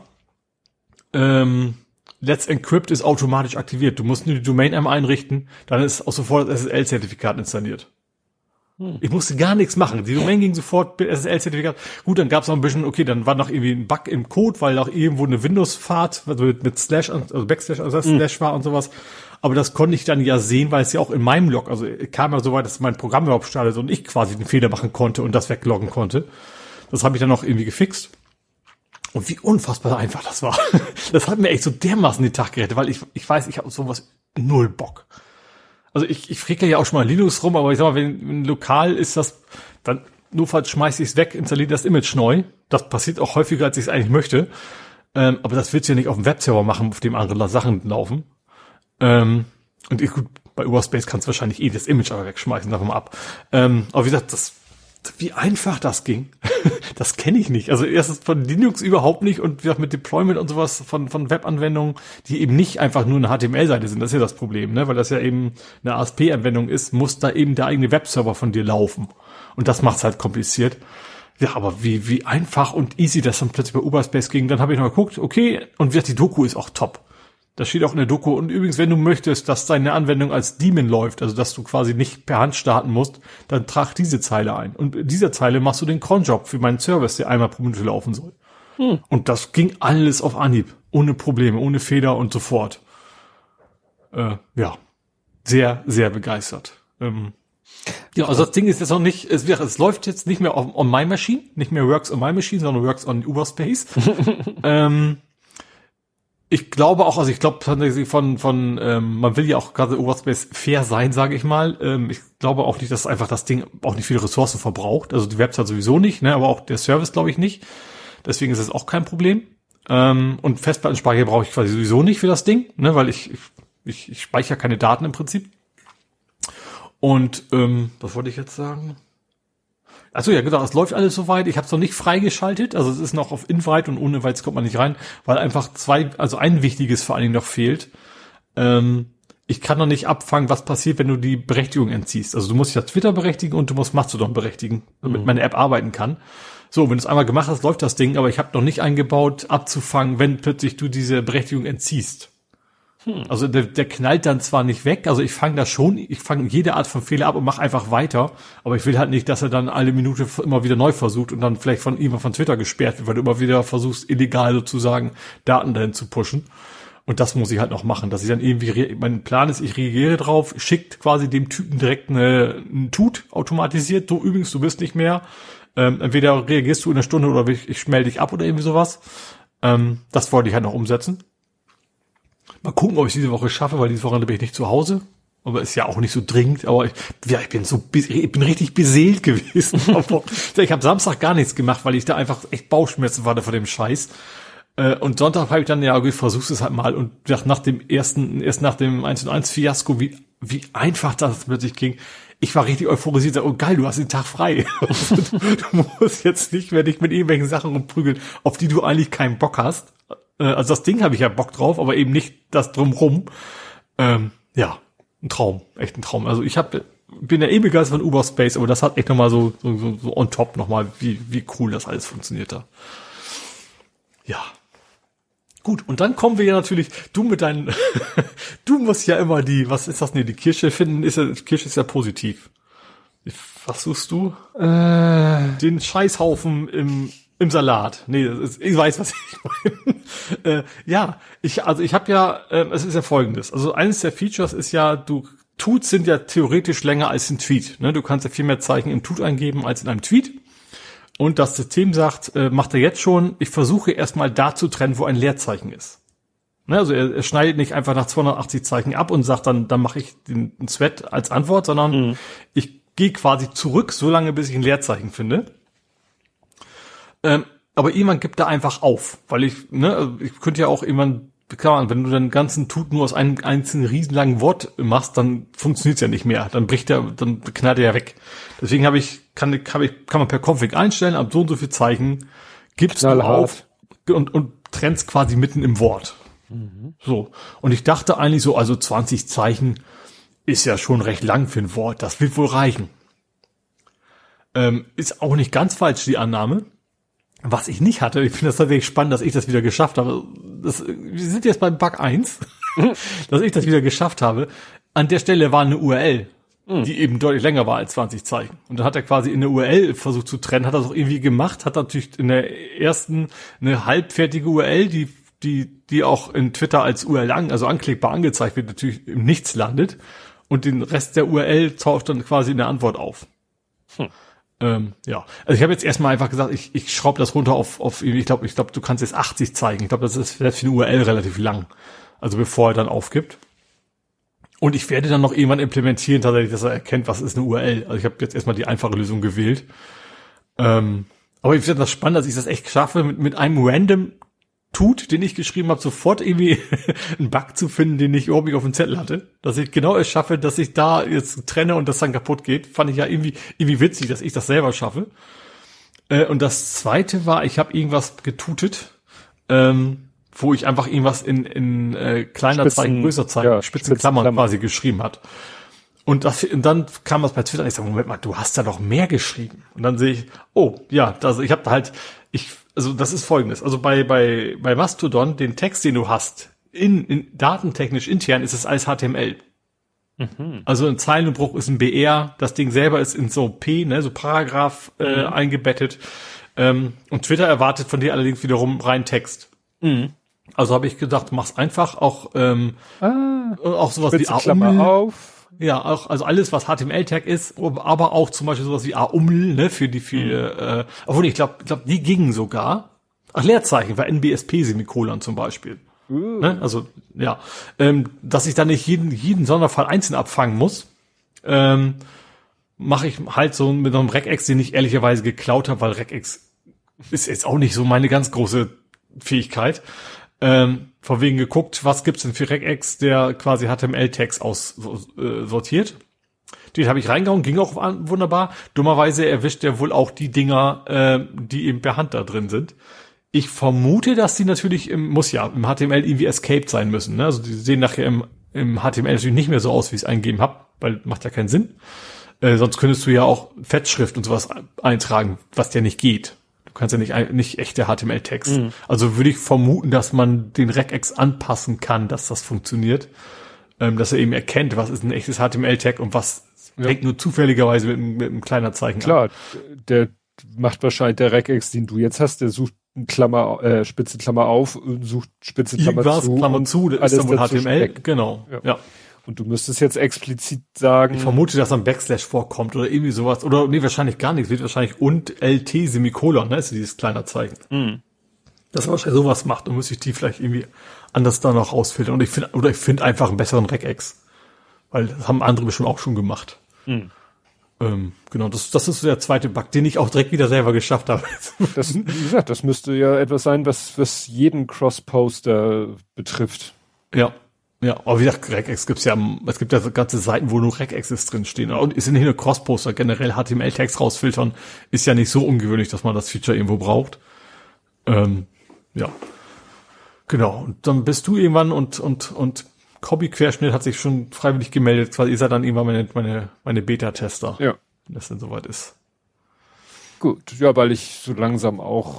ähm, Let's Encrypt ist automatisch aktiviert. Du musst nur die Domain einmal einrichten, dann ist auch sofort das S S L-Zertifikat installiert. Hm. Ich musste gar nichts machen. Die Domain ging sofort mit S S L-Zertifikat. Gut, dann gab es noch ein bisschen, okay, dann war noch irgendwie ein Bug im Code, weil noch irgendwo eine Windows-Fahrt, also mit Slash, also Backslash, also das hm. Slash war und sowas. Aber das konnte ich dann ja sehen, weil es ja auch in meinem Log, also kam ja so weit, dass mein Programm überhaupt startet und ich quasi den Fehler machen konnte und das wegloggen konnte. Das habe ich dann noch irgendwie gefixt. Und wie unfassbar einfach das war. Das hat mir echt so dermaßen den Tag gerettet, weil ich ich weiß, ich habe sowas null Bock. Also ich, ich fricke ja auch schon mal Linux rum, aber ich sag mal, wenn, wenn lokal ist das, dann notfalls schmeiße ich es weg, installiere das Image neu. Das passiert auch häufiger, als ich es eigentlich möchte. Ähm, aber das willst du ja nicht auf dem Webserver machen, auf dem andere Sachen laufen. Ähm, und ich, gut, bei Uberspace kannst du wahrscheinlich eh das Image aber wegschmeißen, davon mal ab. Ähm, aber wie gesagt, das, wie einfach das ging, das kenne ich nicht. Also erstens von Linux überhaupt nicht und wie gesagt, mit Deployment und sowas von, von Webanwendungen, die eben nicht einfach nur eine H T M L-Seite sind. Das ist ja das Problem, ne? Weil das ja eben eine A S P-Anwendung ist, muss da eben der eigene Webserver von dir laufen. Und das macht's halt kompliziert. Ja, aber wie, wie einfach und easy das dann plötzlich bei Uberspace ging. Dann habe ich noch geguckt, okay, und wie gesagt, die Doku ist auch top. Das steht auch in der Doku. Und übrigens, wenn du möchtest, dass deine Anwendung als Daemon läuft, also dass du quasi nicht per Hand starten musst, dann trag diese Zeile ein. Und in dieser Zeile machst du den Cronjob für meinen Service, der einmal pro Minute laufen soll. Hm. Und das ging alles auf Anhieb. Ohne Probleme, ohne Fehler und so fort. Äh, ja. Sehr, sehr begeistert. Ähm, ja, also das Ding ist jetzt noch nicht, es, es läuft jetzt nicht mehr on, on my machine, nicht mehr works on my machine, sondern works on Uberspace. ähm, Ich glaube auch, also ich glaube tatsächlich von, von ähm, man will ja auch gerade Uberspace fair sein, sage ich mal. Ähm, ich glaube auch nicht, dass einfach das Ding auch nicht viele Ressourcen verbraucht. Also die Website sowieso nicht, ne, aber auch der Service glaube ich nicht. Deswegen ist es auch kein Problem. Ähm, und Festplattenspeicher brauche ich quasi sowieso nicht für das Ding, ne, weil ich, ich, ich speichere keine Daten im Prinzip. Und ähm, was wollte ich jetzt sagen? Achso, ja, genau, es läuft alles soweit. Ich habe es noch nicht freigeschaltet, also es ist noch auf Invite und ohne Invites kommt man nicht rein, weil einfach zwei, also ein wichtiges vor allen Dingen noch fehlt. Ähm, ich kann noch nicht abfangen, was passiert, wenn du die Berechtigung entziehst. Also du musst ja Twitter berechtigen und du musst Mastodon berechtigen, damit mhm. meine App arbeiten kann. So, wenn du es einmal gemacht hast, läuft das Ding, aber ich habe noch nicht eingebaut, abzufangen, wenn plötzlich du diese Berechtigung entziehst. Hm. Also der, der knallt dann zwar nicht weg, also ich fange da schon, ich fange jede Art von Fehler ab und mache einfach weiter, aber ich will halt nicht, dass er dann alle Minute immer wieder neu versucht und dann vielleicht von ihm von Twitter gesperrt wird, weil du immer wieder versuchst, illegal sozusagen Daten dahin zu pushen. Und das muss ich halt noch machen, dass ich dann irgendwie, mein Plan ist, ich reagiere drauf, schickt quasi dem Typen direkt eine, ein Tut automatisiert, du übrigens, du bist nicht mehr, ähm, entweder reagierst du in einer Stunde oder ich, ich melde dich ab oder irgendwie sowas. Ähm, das wollte ich halt noch umsetzen. Mal gucken, ob ich diese Woche schaffe, weil diese Woche bin ich nicht zu Hause. Aber ist ja auch nicht so dringend. Aber ich, ja, ich bin so, ich bin richtig beseelt gewesen. Aber ich habe Samstag gar nichts gemacht, weil ich da einfach echt Bauchschmerzen hatte vor dem Scheiß. Und Sonntag habe ich dann, ja, ich versuch's es halt mal. Und nach dem ersten, erst nach dem eins und eins Fiasko, wie, wie einfach das plötzlich ging. Ich war richtig euphorisiert. Oh geil, du hast den Tag frei. Du musst jetzt nicht mehr dich mit irgendwelchen Sachen rumprügeln, auf die du eigentlich keinen Bock hast. Also das Ding habe ich ja Bock drauf, aber eben nicht das drumrum. Ähm, ja, ein Traum, echt ein Traum. Also ich hab, bin ja eh begeistert von Uberspace, aber das hat echt nochmal so, so, so on top nochmal, wie, wie cool das alles funktioniert da. Ja. Gut, und dann kommen wir ja natürlich, du mit deinen, du musst ja immer die, was ist das, nee, die Kirsche finden, ist ja, Kirsche ist ja positiv. Was suchst du? Äh. Den Scheißhaufen im, im Salat. Nee, das ist, ich weiß, was ich meine. äh, ja, ich, also ich habe ja, äh, es ist ja folgendes. Also eines der Features ist ja, du, Tuts sind ja theoretisch länger als ein Tweet. Ne? Du kannst ja viel mehr Zeichen im Tut eingeben als in einem Tweet. Und das System sagt, äh, macht er jetzt schon, ich versuche erstmal da zu trennen, wo ein Leerzeichen ist. Ne? Also er, er schneidet nicht einfach nach zweihundertachtzig Zeichen ab und sagt dann, dann mache ich den, den Thread als Antwort, sondern mhm. ich gehe quasi zurück, so lange, bis ich ein Leerzeichen finde. Ähm, aber jemand gibt da einfach auf, weil ich, ne, also ich könnte ja auch irgendwann, klar, wenn du den ganzen Tut nur aus einem einzelnen riesenlangen Wort machst, dann funktioniert's ja nicht mehr, dann bricht er, dann knallt er ja weg. Deswegen habe ich, kann, kann ich, kann man per Config einstellen, ab so und so viel Zeichen gibst du auf und, und trennst quasi mitten im Wort. Mhm. So. Und ich dachte eigentlich so, also zwanzig Zeichen ist ja schon recht lang für ein Wort, das wird wohl reichen. Ähm, ist auch nicht ganz falsch, die Annahme. Was ich nicht hatte, ich finde das tatsächlich spannend, dass ich das wieder geschafft habe. Das, wir sind jetzt beim Bug eins, dass ich das wieder geschafft habe. An der Stelle war eine U R L, mhm. die eben deutlich länger war als zwanzig Zeichen. Und dann hat er quasi in der U R L versucht zu trennen, hat das auch irgendwie gemacht, hat natürlich in der ersten eine halbfertige U R L, die die die auch in Twitter als U R L, an, also anklickbar angezeigt wird, natürlich im Nichts landet. Und den Rest der U R L taucht dann quasi in der Antwort auf. Hm. Ähm, ja, also ich habe jetzt erstmal einfach gesagt, ich, ich schraube das runter auf, auf ich glaube, ich glaube, du kannst jetzt achtzig zeigen. Ich glaube, das ist vielleicht für eine U R L relativ lang. Also bevor er dann aufgibt. Und ich werde dann noch irgendwann implementieren, tatsächlich, dass er erkennt, was ist eine U R L. Also ich habe jetzt erstmal die einfache Lösung gewählt. Ähm, aber ich finde das spannend, dass ich das echt schaffe, mit, mit einem random Tut, den ich geschrieben habe, sofort irgendwie einen Bug zu finden, den ich überhaupt nicht auf dem Zettel hatte. Dass ich genau es schaffe, dass ich da jetzt trenne und das dann kaputt geht. Fand ich ja irgendwie irgendwie witzig, dass ich das selber schaffe. Äh, und das zweite war, ich habe irgendwas getutet, ähm, wo ich einfach irgendwas in, in äh, kleiner Spitzen, Zeichen, größer Zeichen, ja, Spitzenklammern Spitzenklammer. quasi geschrieben hat. Und, das, und dann kam das bei Twitter und ich sage, Moment mal, du hast da doch mehr geschrieben. Und dann sehe ich, oh, ja, also ich habe da halt, ich, also das ist Folgendes, also bei bei bei Mastodon, den Text, den du hast, in, in datentechnisch intern ist es alles H T M L. Mhm. Also ein Zeilenbruch ist ein B R, das Ding selber ist in so P, ne, so Paragraph äh, mhm. eingebettet. Ähm, und Twitter erwartet von dir allerdings wiederum rein Text. Mhm. Also habe ich gedacht, mach's einfach, auch ähm, ah, auch sowas wie Klammer auf. Ja, auch, also alles, was H T M L-Tag ist, aber auch zum Beispiel sowas wie A-Uml, ne, für die, für, mhm. äh, obwohl ich glaube, ich glaube, die gingen sogar. Ach, Leerzeichen war N B S P-Semikolon zum Beispiel. Uh. Ne? Also, ja, ähm, dass ich da nicht jeden, jeden Sonderfall einzeln abfangen muss, ähm, mache ich halt so mit einem Regex, den ich ehrlicherweise geklaut habe, weil Regex ist jetzt auch nicht so meine ganz große Fähigkeit. Ähm, vor wegen geguckt, was gibt's denn für Regex, der quasi H T M L-Tags aussortiert. Den habe ich reingehauen, ging auch wunderbar. Dummerweise erwischt er wohl auch die Dinger, äh, die eben per Hand da drin sind. Ich vermute, dass die natürlich, im, muss ja, im H T M L irgendwie escaped sein müssen. Ne? Also die sehen nachher im, im H T M L natürlich nicht mehr so aus, wie ich es eingegeben habe, weil macht ja keinen Sinn. Äh, sonst könntest du ja auch Fettschrift und sowas eintragen, was ja nicht geht. Du kannst ja nicht, nicht echte H T M L-Tags. Mhm. Also würde ich vermuten, dass man den Regex anpassen kann, dass das funktioniert. Ähm, dass er eben erkennt, was ist ein echtes H T M L-Tag und was ja. hängt nur zufälligerweise mit, mit einem kleiner Zeichen Klar, an. der macht wahrscheinlich der Regex, den du jetzt hast, der sucht eine Klammer, äh, Spitze Klammer auf, sucht Spitze Klammer Irgendwas, zu. Klammer zu, das ist dann wohl H T M L. Weg. Genau, ja. ja. Und du müsstest jetzt explizit sagen. Ich vermute, dass ein Backslash vorkommt oder irgendwie sowas. Oder nee, wahrscheinlich gar nichts. Wird wahrscheinlich und L T Semikolon, ne? Ist dieses kleine Zeichen. Mhm. Dass er wahrscheinlich sowas macht und müsste ich die vielleicht irgendwie anders da noch rausfiltern. Und ich finde, oder ich finde einfach einen besseren Regex. Weil das haben andere bestimmt auch schon gemacht. Mhm. Ähm, genau, das, das ist so der zweite Bug, den ich auch direkt wieder selber geschafft habe. Das, wie gesagt, das müsste ja etwas sein, was, was jeden Cross-Poster betrifft. Ja. Ja, aber wie gesagt, Regex gibt's ja, es gibt ja so ganze Seiten, wo nur Regexes drinstehen. Und ist nicht nur Cross-Poster, generell H T M L-Tags rausfiltern, ist ja nicht so ungewöhnlich, dass man das Feature irgendwo braucht. Ähm, ja. Genau. Und dann bist du irgendwann und, und, und Hobby-Querschnitt hat sich schon freiwillig gemeldet, quasi ihr seid dann irgendwann meine, meine, meine Beta-Tester. Ja. Wenn das denn soweit ist. Gut. Ja, weil ich so langsam auch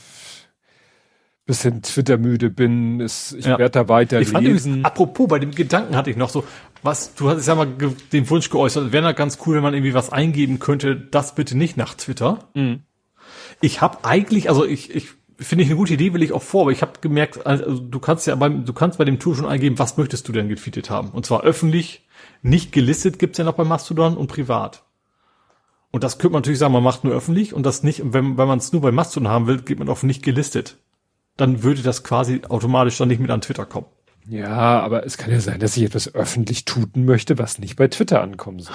bisschen Twitter-müde bin, ist, ich ja. werde da weiter ich fand lesen. Übrigens, apropos, bei dem Gedanken hatte ich noch so, was, du hattest ja mal ge- den Wunsch geäußert, wäre da ganz cool, wenn man irgendwie was eingeben könnte, das bitte nicht nach Twitter. Mhm. Ich habe eigentlich, also ich, ich finde ich eine gute Idee, will ich auch vor, aber ich habe gemerkt, also du kannst ja beim, du kannst bei dem Tool schon eingeben, was möchtest du denn getweetet haben? Und zwar öffentlich, nicht gelistet gibt's ja noch bei Mastodon und privat. Und das könnte man natürlich sagen, man macht nur öffentlich und das nicht, wenn, wenn man es nur bei Mastodon haben will, geht man auf nicht gelistet. Dann würde das quasi automatisch dann nicht mit an Twitter kommen. Ja, aber es kann ja sein, dass ich etwas öffentlich tuten möchte, was nicht bei Twitter ankommen soll.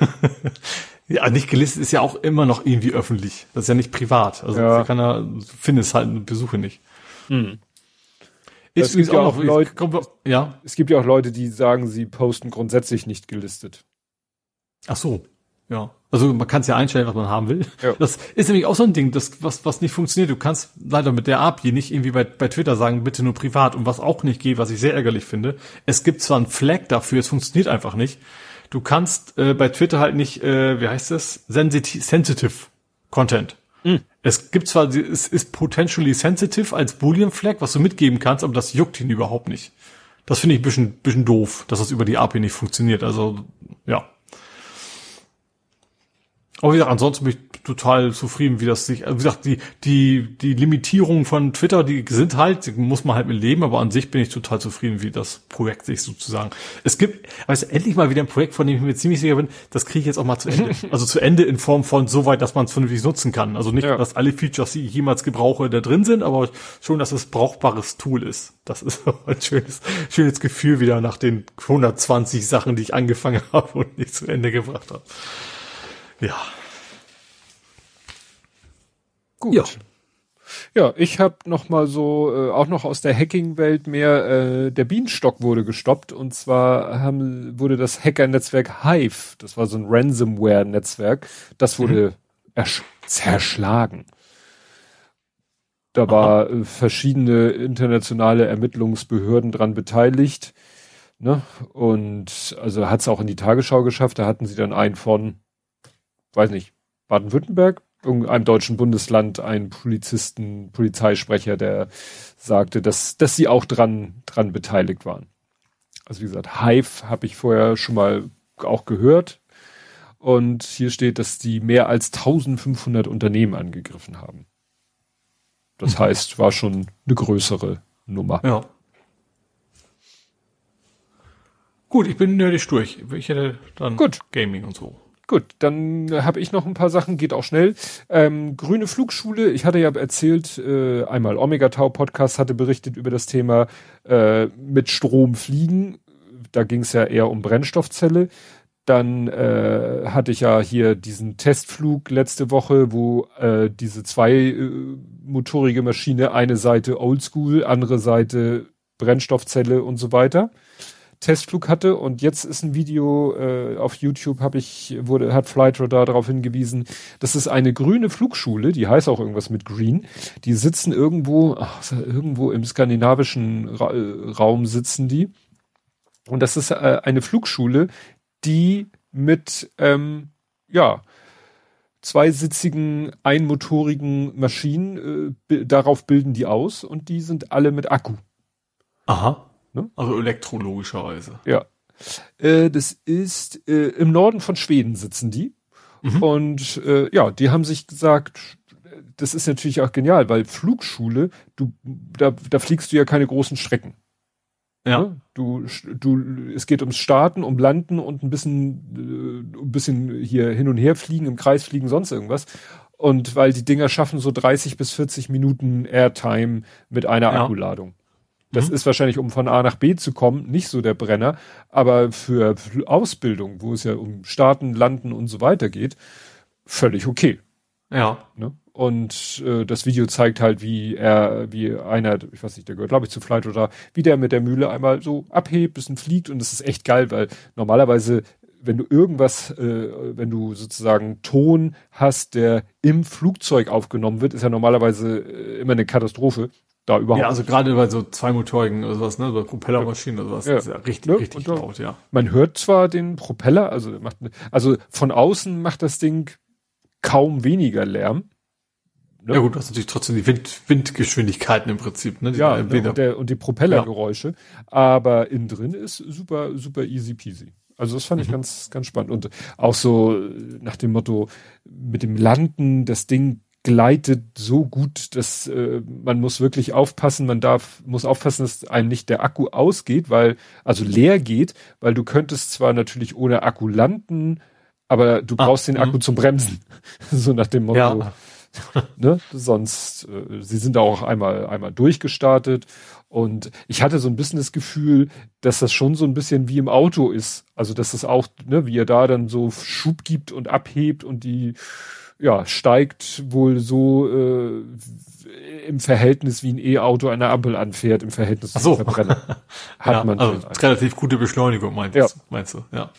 Ja, nicht gelistet ist ja auch immer noch irgendwie öffentlich. Das ist ja nicht privat. Also ja. kann er findest halt Besuche nicht. Hm. Ist es gibt ja auch noch Leute, ich, komm, ja. Es gibt ja auch Leute, die sagen, sie posten grundsätzlich nicht gelistet. Ach so. Ja, also man kann es ja einstellen, was man haben will. Ja. Das ist nämlich auch so ein Ding, das was was nicht funktioniert. Du kannst leider mit der A P I nicht irgendwie bei bei Twitter sagen, bitte nur privat. Und was auch nicht geht, was ich sehr ärgerlich finde, es gibt zwar einen Flag dafür, es funktioniert einfach nicht. Du kannst äh, bei Twitter halt nicht, äh, wie heißt das, sensitive, sensitive Content. Mhm. Es gibt zwar, es ist potentially sensitive als Boolean Flag, was du mitgeben kannst, aber das juckt ihn überhaupt nicht. Das finde ich ein bisschen, bisschen doof, dass das über die A P I nicht funktioniert. Also ja. Aber wie gesagt, ansonsten bin ich total zufrieden, wie das sich, also wie gesagt, die, die, die Limitierungen von Twitter, die sind halt, die muss man halt mit leben, aber an sich bin ich total zufrieden, wie das Projekt sich sozusagen, es gibt, also endlich mal wieder ein Projekt, von dem ich mir ziemlich sicher bin, das kriege ich jetzt auch mal zu Ende. Also zu Ende in Form von so weit, dass man es vernünftig nutzen kann. Also nicht, ja. dass alle Features, die ich jemals gebrauche, da drin sind, aber schon, dass es brauchbares Tool ist. Das ist ein schönes, schönes Gefühl wieder nach den hundertzwanzig Sachen, die ich angefangen habe und nicht zu Ende gebracht habe. Ja. Gut. Ja, ja ich habe noch mal so, äh, auch noch aus der Hacking-Welt mehr, äh, der Bienenstock wurde gestoppt und zwar haben, wurde das Hacker-Netzwerk Hive, das war so ein Ransomware-Netzwerk, das wurde mhm. zerschlagen. Da war äh, verschiedene internationale Ermittlungsbehörden dran beteiligt, ne? Und also hat es auch in die Tagesschau geschafft, da hatten sie dann einen von weiß nicht, Baden-Württemberg, irgendeinem deutschen Bundesland, einen Polizisten, Polizeisprecher, der sagte, dass, dass sie auch dran, dran beteiligt waren. Also wie gesagt, Hive habe ich vorher schon mal auch gehört. Und hier steht, dass die mehr als eintausendfünfhundert Unternehmen angegriffen haben. Das mhm. heißt, war schon eine größere Nummer. Ja. Gut, ich bin nerdig durch. Ich hätte dann Gut. Gaming und so. Gut, dann habe ich noch ein paar Sachen, geht auch schnell. Ähm, grüne Flugschule, ich hatte ja erzählt, äh, einmal Omega Tau Podcast hatte berichtet über das Thema äh, mit Strom fliegen. Da ging es ja eher um Brennstoffzelle. Dann äh, hatte ich ja hier diesen Testflug letzte Woche, wo äh, diese zwei äh, motorige Maschine, eine Seite Oldschool, andere Seite Brennstoffzelle und so weiter. Testflug hatte und jetzt ist ein Video äh, auf YouTube, habe ich wurde hat Flightradar darauf hingewiesen, das ist eine grüne Flugschule, die heißt auch irgendwas mit Green. Die sitzen irgendwo, ach, irgendwo im skandinavischen Ra Raum sitzen die und das ist äh, eine Flugschule, die mit ähm, ja zweisitzigen einmotorigen Maschinen äh, darauf bilden die aus und die sind alle mit Akku. Aha. Ne? Also elektrologischerweise. Ja. Äh, das ist äh, im Norden von Schweden sitzen die. Mhm. Und äh, ja, die haben sich gesagt, das ist natürlich auch genial, weil Flugschule, du, da, da fliegst du ja keine großen Strecken. Ja. Ne? Du, du, es geht ums Starten, um Landen und ein bisschen, äh, ein bisschen hier hin und her fliegen, im Kreis fliegen, sonst irgendwas. Und weil die Dinger schaffen so dreißig bis vierzig Minuten Airtime mit einer ja. Akkuladung. Das mhm. ist wahrscheinlich, um von A nach B zu kommen, nicht so der Brenner, aber für Ausbildung, wo es ja um Starten, Landen und so weiter geht, völlig okay. Ja. Ne? Und äh, das Video zeigt halt, wie er, wie einer, ich weiß nicht, der gehört, glaube ich, zu Flight oder wie der mit der Mühle einmal so abhebt, bisschen fliegt und das ist echt geil, weil normalerweise, wenn du irgendwas, äh, wenn du sozusagen Ton hast, der im Flugzeug aufgenommen wird, ist ja normalerweise äh, immer eine Katastrophe. Da überhaupt. Ja, also gerade bei so zweimotorigen oder sowas, ne, so Propellermaschinen oder sowas, ja. das ist ja richtig, ja, richtig da, laut, ja. Man hört zwar den Propeller, also macht, also von außen macht das Ding kaum weniger Lärm. Ne? Ja gut, das ist natürlich trotzdem die Wind, Windgeschwindigkeiten im Prinzip, ne? Die ja, ne, und, der, und die Propellergeräusche, ja. Aber innen drin ist super, super easy peasy. Also das fand mhm. ich ganz, ganz spannend. Und auch so nach dem Motto, mit dem Landen, das Ding gleitet so gut, dass äh, man muss wirklich aufpassen, man darf, muss aufpassen, dass einem nicht der Akku ausgeht, weil, also leer geht, weil du könntest zwar natürlich ohne Akku landen, aber du ah, brauchst den Akku zum Bremsen. So nach dem Motto. Ja. Ne? Sonst, äh, sie sind auch einmal, einmal durchgestartet und ich hatte so ein bisschen das Gefühl, dass das schon so ein bisschen wie im Auto ist. Also, dass es auch, ne, wie er da dann so Schub gibt und abhebt und die, ja, steigt wohl so äh, im Verhältnis wie ein E-Auto an der Ampel anfährt, im Verhältnis Ach so. zum Verbrenner. Hat ja, man also relativ gute Beschleunigung, meinst, ja. meinst du? Ja.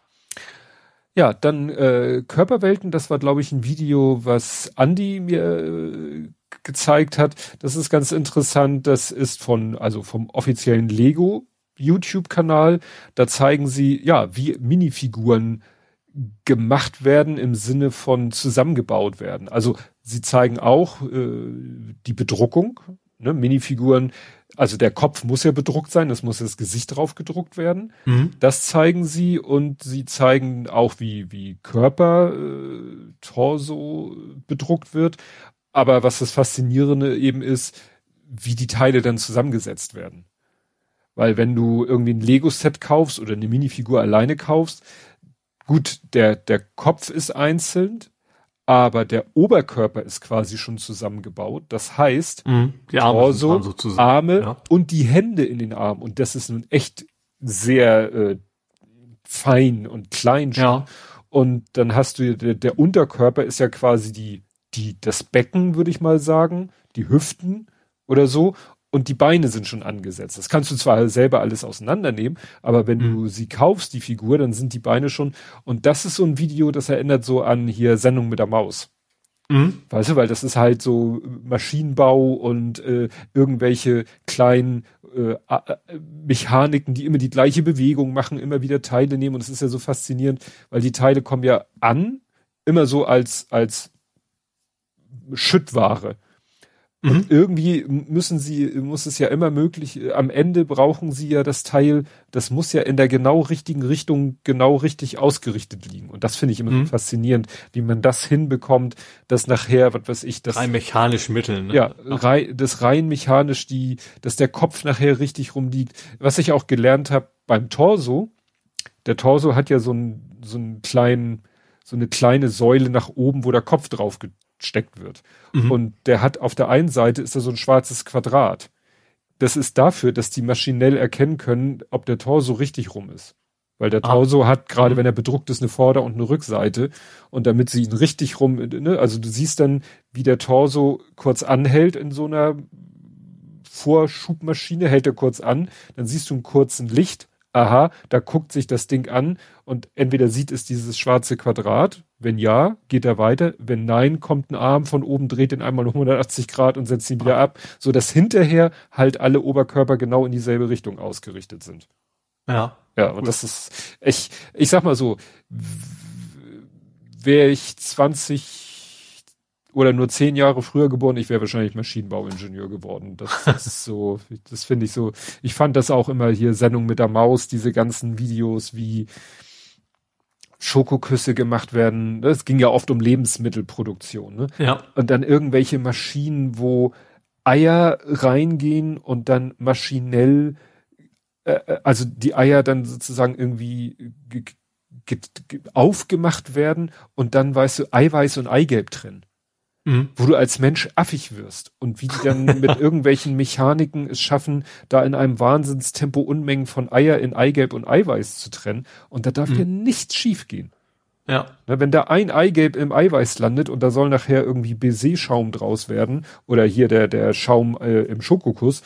Ja, dann äh, Körperwelten, das war, glaube ich, ein Video, was Andi mir äh, gezeigt hat. Das ist ganz interessant. Das ist von, also vom offiziellen Lego YouTube-Kanal. Da zeigen sie, ja, wie Minifiguren gemacht werden im Sinne von zusammengebaut werden. Also sie zeigen auch äh, die Bedruckung, ne, Minifiguren, also der Kopf muss ja bedruckt sein, es muss das Gesicht drauf gedruckt werden. Mhm. Das zeigen sie und sie zeigen auch, wie, wie Körper, äh, Torso bedruckt wird. Aber was das Faszinierende eben ist, wie die Teile dann zusammengesetzt werden. Weil wenn du irgendwie ein Lego-Set kaufst oder eine Minifigur alleine kaufst, gut, der, der Kopf ist einzeln, aber der Oberkörper ist quasi schon zusammengebaut. Das heißt, mhm, die Arme Torso, so Arme ja. und die Hände in den Armen. Und das ist nun echt sehr äh, fein und klein schon. Ja. Und dann hast du, der, der Unterkörper ist ja quasi die, die, das Becken, würde ich mal sagen, die Hüften oder so. Und die Beine sind schon angesetzt. Das kannst du zwar selber alles auseinandernehmen, aber wenn mhm. du sie kaufst, die Figur, dann sind die Beine schon. Und das ist so ein Video, das erinnert so an hier Sendung mit der Maus. Mhm. Weißt du, weil das ist halt so Maschinenbau und äh, irgendwelche kleinen äh, Mechaniken, die immer die gleiche Bewegung machen, immer wieder Teile nehmen. Und es ist ja so faszinierend, weil die Teile kommen ja an, immer so als, als Schüttware. Und irgendwie müssen sie, muss es ja immer möglich, am Ende brauchen sie ja das Teil, das muss ja in der genau richtigen Richtung, genau richtig ausgerichtet liegen. Und das finde ich immer mhm. so faszinierend, wie man das hinbekommt, dass nachher, was weiß ich, das. Rein mechanisch Mitteln, ne? Ja, rei, das rein mechanisch, die, dass der Kopf nachher richtig rumliegt. Was ich auch gelernt habe beim Torso, der Torso hat ja so einen, so einen kleinen, so eine kleine Säule nach oben, wo der Kopf drauf gesteckt wird. Mhm. Und der hat auf der einen Seite ist da so ein schwarzes Quadrat. Das ist dafür, dass die maschinell erkennen können, ob der Torso richtig rum ist. Weil der ah. Torso hat, gerade mhm. wenn er bedruckt ist, eine Vorder- und eine Rückseite. Und damit sie ihn richtig rum, ne, also du siehst dann, wie der Torso kurz anhält in so einer Vorschubmaschine, hält er kurz an, dann siehst du einen kurzen Licht, aha, da guckt sich das Ding an und entweder sieht es dieses schwarze Quadrat, wenn ja, geht er weiter, wenn nein, kommt ein Arm von oben, dreht ihn einmal um hundertachtzig Grad und setzt ihn wieder ab, so dass hinterher halt alle Oberkörper genau in dieselbe Richtung ausgerichtet sind. Ja. Ja, und gut. Das ist, ich, ich sag mal so, wäre ich zwanzig oder nur zehn Jahre früher geboren, ich wäre wahrscheinlich Maschinenbauingenieur geworden. Das, das ist so, das finde ich so, ich fand das auch immer hier Sendung mit der Maus, diese ganzen Videos, wie Schokoküsse gemacht werden. Es ging ja oft um Lebensmittelproduktion, ne? Ja. Und dann irgendwelche Maschinen, wo Eier reingehen und dann maschinell, äh, also die Eier dann sozusagen irgendwie g- g- g- aufgemacht werden und dann, weißt du, Eiweiß und Eigelb trennen. Mhm. Wo du als Mensch affig wirst und wie die dann mit irgendwelchen Mechaniken es schaffen, da in einem Wahnsinnstempo Unmengen von Eier in Eigelb und Eiweiß zu trennen. Und da darf mhm. ja nichts schief gehen. Ja. Na, wenn da ein Eigelb im Eiweiß landet und da soll nachher irgendwie Baiser-Schaum draus werden oder hier der, der Schaum äh, im Schokokuss,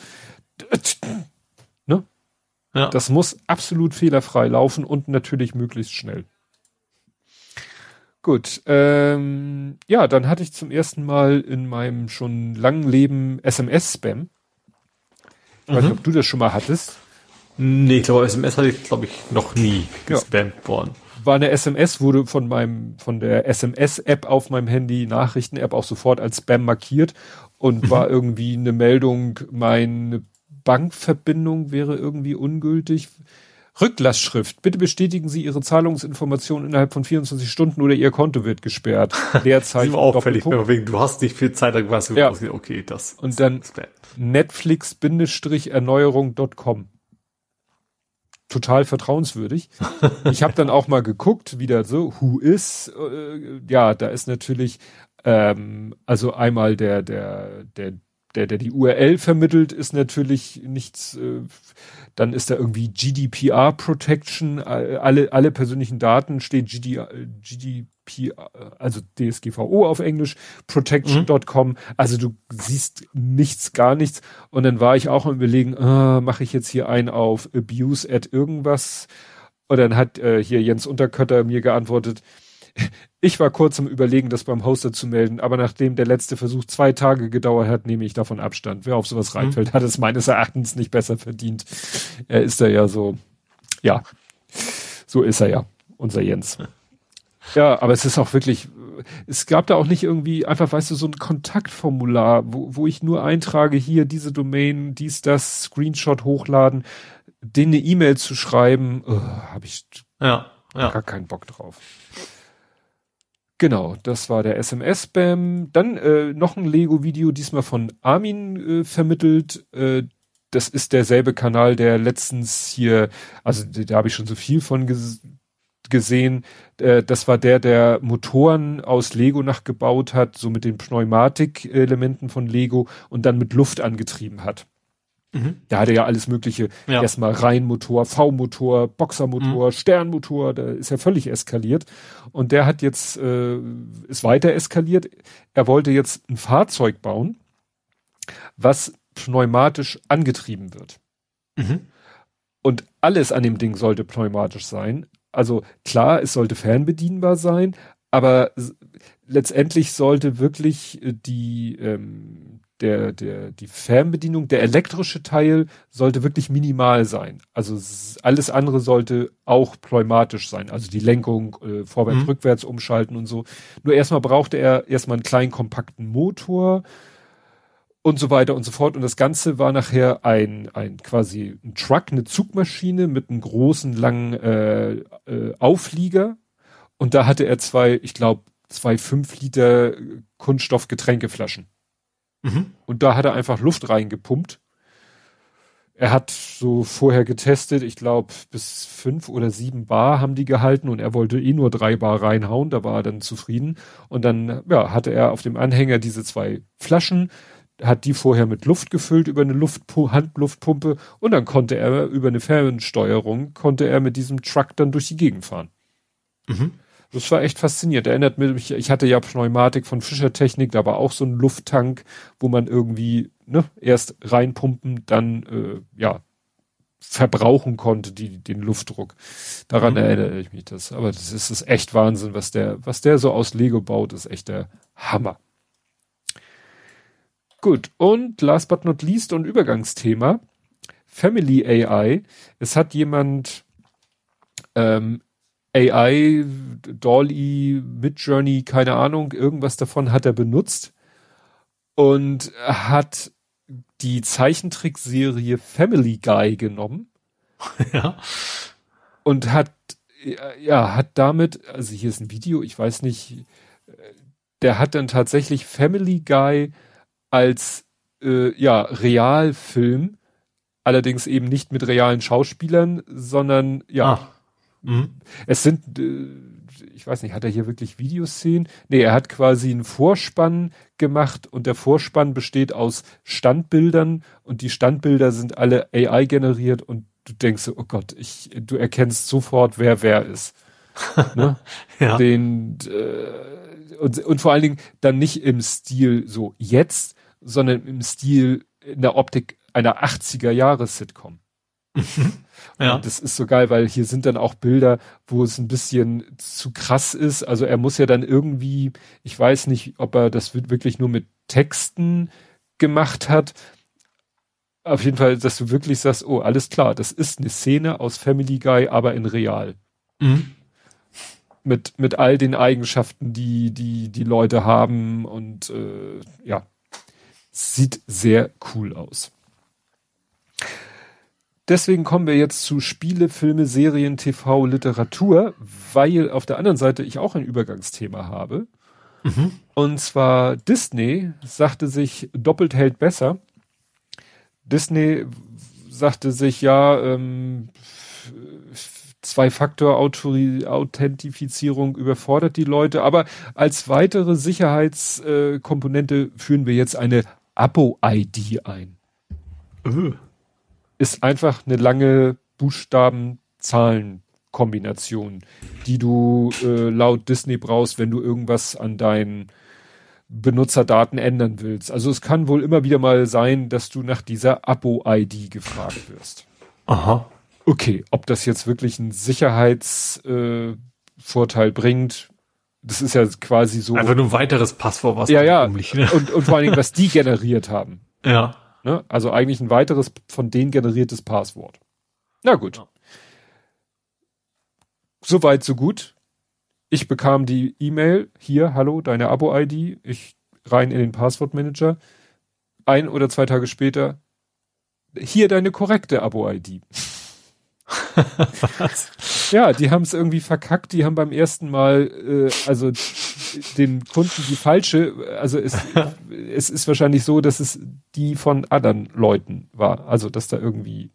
ne? Ja. Das muss absolut fehlerfrei laufen und natürlich möglichst schnell. Gut, ähm, ja, dann hatte ich zum ersten Mal in meinem schon langen Leben S M S-Spam. Ich mhm. weiß nicht, ob du das schon mal hattest. Nee, ich glaube, S M S hatte ich, glaube ich, noch nie gespammt ja. worden. War eine S M S, wurde von meinem, von der S M S-App auf meinem Handy, Nachrichten-App auch sofort als Spam markiert und mhm. war irgendwie eine Meldung, meine Bankverbindung wäre irgendwie ungültig. Rücklassschrift. Bitte bestätigen Sie Ihre Zahlungsinformationen innerhalb von vierundzwanzig Stunden oder Ihr Konto wird gesperrt. Leerzeichen. Das war auffällig, wegen du hast nicht viel Zeit, dann warst du ja. okay, das. Und dann Netflix-Erneuerung Punkt com. Total vertrauenswürdig. Ich habe dann auch mal geguckt, wieder so, who is, äh, ja, da ist natürlich, ähm, also einmal der, der, der, der, der die U R L vermittelt, ist natürlich nichts, äh, dann ist da irgendwie G D P R Protection, äh, alle, alle persönlichen Daten steht G D, G D P R, also D S G V O auf Englisch, protection Punkt com, mhm. also du siehst nichts, gar nichts. Und dann war ich auch am Überlegen, äh, mache ich jetzt hier ein auf abuse at irgendwas. Und dann hat äh, hier Jens Unterkötter mir geantwortet, ich war kurz im Überlegen, das beim Hoster zu melden, aber nachdem der letzte Versuch zwei Tage gedauert hat, nehme ich davon Abstand. Wer auf sowas reinfällt, mhm. hat es meines Erachtens nicht besser verdient. Er ist da ja so, ja, so ist er ja, unser Jens. Ja, aber es ist auch wirklich es gab da auch nicht irgendwie einfach, weißt du, so ein Kontaktformular, wo, wo ich nur eintrage, hier diese Domain, dies, das, Screenshot hochladen, denen eine E-Mail zu schreiben, oh, habe ich ja, ja. gar keinen Bock drauf. Genau, das war der S M S-Spam. Dann äh, noch ein Lego-Video, diesmal von Armin äh, vermittelt. Äh, das ist derselbe Kanal, der letztens hier, also da habe ich schon so viel von ges gesehen. Äh, das war der, der Motoren aus Lego nachgebaut hat, so mit den Pneumatik-Elementen von Lego und dann mit Luft angetrieben hat. Mhm. Da hatte ja alles mögliche, ja. Erstmal Reihenmotor, V-Motor, Boxermotor, mhm. Sternmotor, da ist ja völlig eskaliert. Und der hat jetzt, äh, ist weiter eskaliert. Er wollte jetzt ein Fahrzeug bauen, was pneumatisch angetrieben wird. Mhm. Und alles an dem Ding sollte pneumatisch sein. Also klar, es sollte fernbedienbar sein, aber letztendlich sollte wirklich die, ähm, der, der, die Fernbedienung, der elektrische Teil sollte wirklich minimal sein. Also alles andere sollte auch pneumatisch sein. Also die Lenkung, äh, vorwärts, mhm. rückwärts umschalten und so. Nur erstmal brauchte er erstmal einen kleinen, kompakten Motor und so weiter und so fort. Und das Ganze war nachher ein, ein quasi ein Truck, eine Zugmaschine mit einem großen, langen äh, äh, Auflieger. Und da hatte er zwei, ich glaube, zwei fünf Liter Kunststoff-Getränkeflaschen. Mhm. Und da hat er einfach Luft reingepumpt. Er hat so vorher getestet, ich glaube bis fünf oder sieben Bar haben die gehalten und er wollte eh nur drei Bar reinhauen, da war er dann zufrieden. Und dann ja, hatte er auf dem Anhänger diese zwei Flaschen, hat die vorher mit Luft gefüllt über eine Luftpu- Handluftpumpe und dann konnte er über eine Fernsteuerung, konnte er mit diesem Truck dann durch die Gegend fahren. Mhm. Das war echt faszinierend. Erinnert mich, ich hatte ja Pneumatik von Fischer Technik, da war auch so ein Lufttank, wo man irgendwie ne, erst reinpumpen, dann äh, ja verbrauchen konnte, die, den Luftdruck. Daran mhm. erinnere ich mich das. Aber das ist, das ist echt Wahnsinn, was der, was der so aus Lego baut, ist echt der Hammer. Gut, und last but not least und Übergangsthema, Family A I. Es hat jemand ähm, A I, Dall-E, Midjourney, keine Ahnung, irgendwas davon hat er benutzt und hat die Zeichentrickserie Family Guy genommen. Ja. Und hat, ja, hat damit, also hier ist ein Video, ich weiß nicht, der hat dann tatsächlich Family Guy als, äh, ja, Realfilm, allerdings eben nicht mit realen Schauspielern, sondern, ja, ah. Mhm. Es sind, äh, ich weiß nicht, hat er hier wirklich Videoszenen? Nee, er hat quasi einen Vorspann gemacht und der Vorspann besteht aus Standbildern und die Standbilder sind alle A I generiert und du denkst so, oh Gott, ich, du erkennst sofort, wer wer ist. Ne? Ja. Den, äh, und, und vor allen Dingen dann nicht im Stil so jetzt, sondern im Stil in der Optik einer achtziger-Jahres-Sitcom. Ja. Und das ist so geil, weil hier sind dann auch Bilder, wo es ein bisschen zu krass ist. Also er muss ja dann irgendwie, ich weiß nicht, ob er das wirklich nur mit Texten gemacht hat. Auf jeden Fall, dass du wirklich sagst, oh, alles klar, das ist eine Szene aus Family Guy, aber in real. Mhm. Mit, mit all den Eigenschaften, die, die, die Leute haben und, äh, ja, sieht sehr cool aus. Deswegen kommen wir jetzt zu Spiele, Filme, Serien, T V, Literatur, weil auf der anderen Seite ich auch ein Übergangsthema habe. Mhm. Und zwar Disney sagte sich, doppelt hält besser. Disney sagte sich, ja, ähm, Zwei-Faktor-Authentifizierung überfordert die Leute, aber als weitere Sicherheitskomponente äh, führen wir jetzt eine Abo-I D ein. Uh. Ist einfach eine lange Buchstaben-Zahlen-Kombination, die du äh, laut Disney brauchst, wenn du irgendwas an deinen Benutzerdaten ändern willst. Also es kann wohl immer wieder mal sein, dass du nach dieser Abo-I D gefragt wirst. Aha. Okay, ob das jetzt wirklich einen Sicherheitsvorteil äh, bringt, das ist ja quasi so. Einfach nur ein weiteres Passwort, was ja, ja. Umliegt, ne? und, und vor allen Dingen, was die generiert haben. Ja. Ne? Also eigentlich ein weiteres von denen generiertes Passwort. Na gut. Ja. Soweit, so gut. ich bekam die E-Mail, hier, hallo, deine Abo-I D, ich rein in den Passwortmanager. Ein oder zwei Tage später, hier deine korrekte Abo-I D. Was? Ja, die haben es irgendwie verkackt, die haben beim ersten Mal, äh, also den Kunden die falsche, also es, es ist wahrscheinlich so, dass es die von anderen Leuten war, also dass da irgendwie,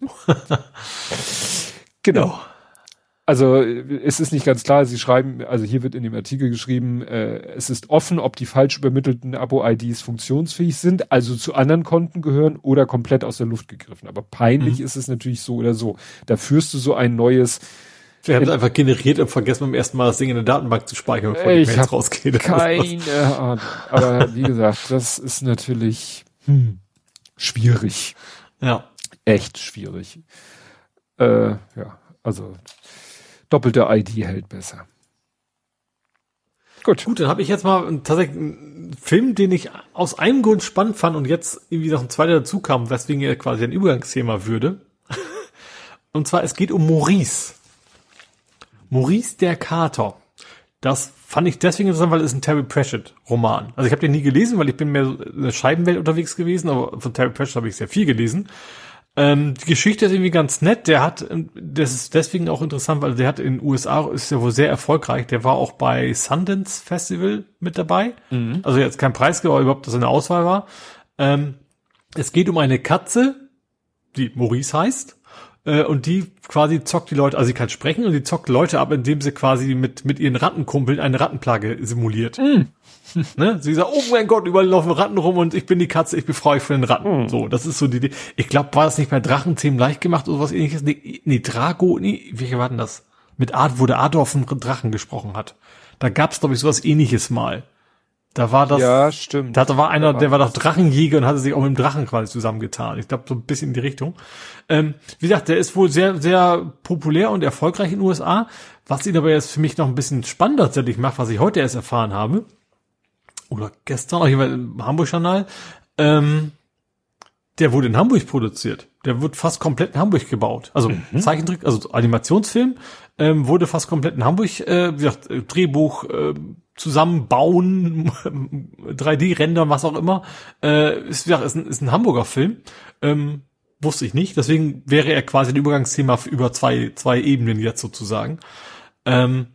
genau. Ja. Also es ist nicht ganz klar, sie schreiben, also hier wird in dem Artikel geschrieben, äh, es ist offen, ob die falsch übermittelten Abo-I Ds funktionsfähig sind, also zu anderen Konten gehören oder komplett aus der Luft gegriffen. Aber peinlich mhm. ist es natürlich so oder so. Da führst du so ein neues... Wir haben es einfach generiert und vergessen beim ersten Mal das Ding in der Datenbank zu speichern, bevor die Mails rausgehen. Keine Ahnung. Aber wie gesagt, das ist natürlich hm, schwierig. Ja. Echt schwierig. Äh, ja, also... Doppelte I D hält besser. Gut. Gut, dann habe ich jetzt mal tatsächlich einen Film, den ich aus einem Grund spannend fand und jetzt irgendwie noch ein zweiter dazu kam, weswegen er quasi ein Übergangsthema würde. Und zwar, es geht um Maurice. Maurice der Kater. Das fand ich deswegen interessant, weil es ein Terry Pratchett-Roman. Also ich habe den nie gelesen, weil ich bin mehr in der Scheibenwelt unterwegs gewesen, aber von Terry Pratchett habe ich sehr viel gelesen. Ähm, die Geschichte ist irgendwie ganz nett. Der hat, das ist deswegen auch interessant, weil der hat in den U S A, ist ja wohl sehr erfolgreich. Der war auch bei Sundance Festival mit dabei. Mhm. Also jetzt kein Preisgeber, aber überhaupt, dass er eine Auswahl war. Ähm, es geht um eine Katze, die Maurice heißt. Äh, und die quasi zockt die Leute, also sie kann sprechen und die zockt Leute ab, indem sie quasi mit, mit ihren Rattenkumpeln eine Rattenplage simuliert. Mhm. Ne? Sie sagt, oh mein Gott, überall laufen Ratten rum und ich bin die Katze, ich befreie euch von den Ratten. Mhm. So, das ist so die Idee. Ich glaube, war das nicht bei Drachenzähmen leicht gemacht oder was ähnliches? Nee, nee Drago, nee, welche war denn das? Mit Art, wo der Adolf einen Drachen gesprochen hat. Da gab's, glaube ich, sowas ähnliches mal. Da war das. Ja, stimmt. Da war einer, der war doch Drachenjäger und hatte sich auch mit dem Drachen quasi zusammengetan. Ich glaube, so ein bisschen in die Richtung. Ähm, wie gesagt, der ist wohl sehr, sehr populär und erfolgreich in den U S A. Was ihn aber jetzt für mich noch ein bisschen spannender tatsächlich macht, was ich heute erst erfahren habe. Oder gestern, auch hier im Hamburg-Kanal, ähm, der wurde in Hamburg produziert. Der wird fast komplett in Hamburg gebaut. Also mhm. Zeichentrick, also Animationsfilm, ähm, wurde fast komplett in Hamburg, äh, wie gesagt, Drehbuch, äh, zusammenbauen, drei D-Rendern, was auch immer. Äh, ist, wie gesagt, ist ein, ist ein Hamburger Film. Ähm, wusste ich nicht. Deswegen wäre er quasi ein Übergangsthema für über zwei, zwei Ebenen jetzt sozusagen. Ähm,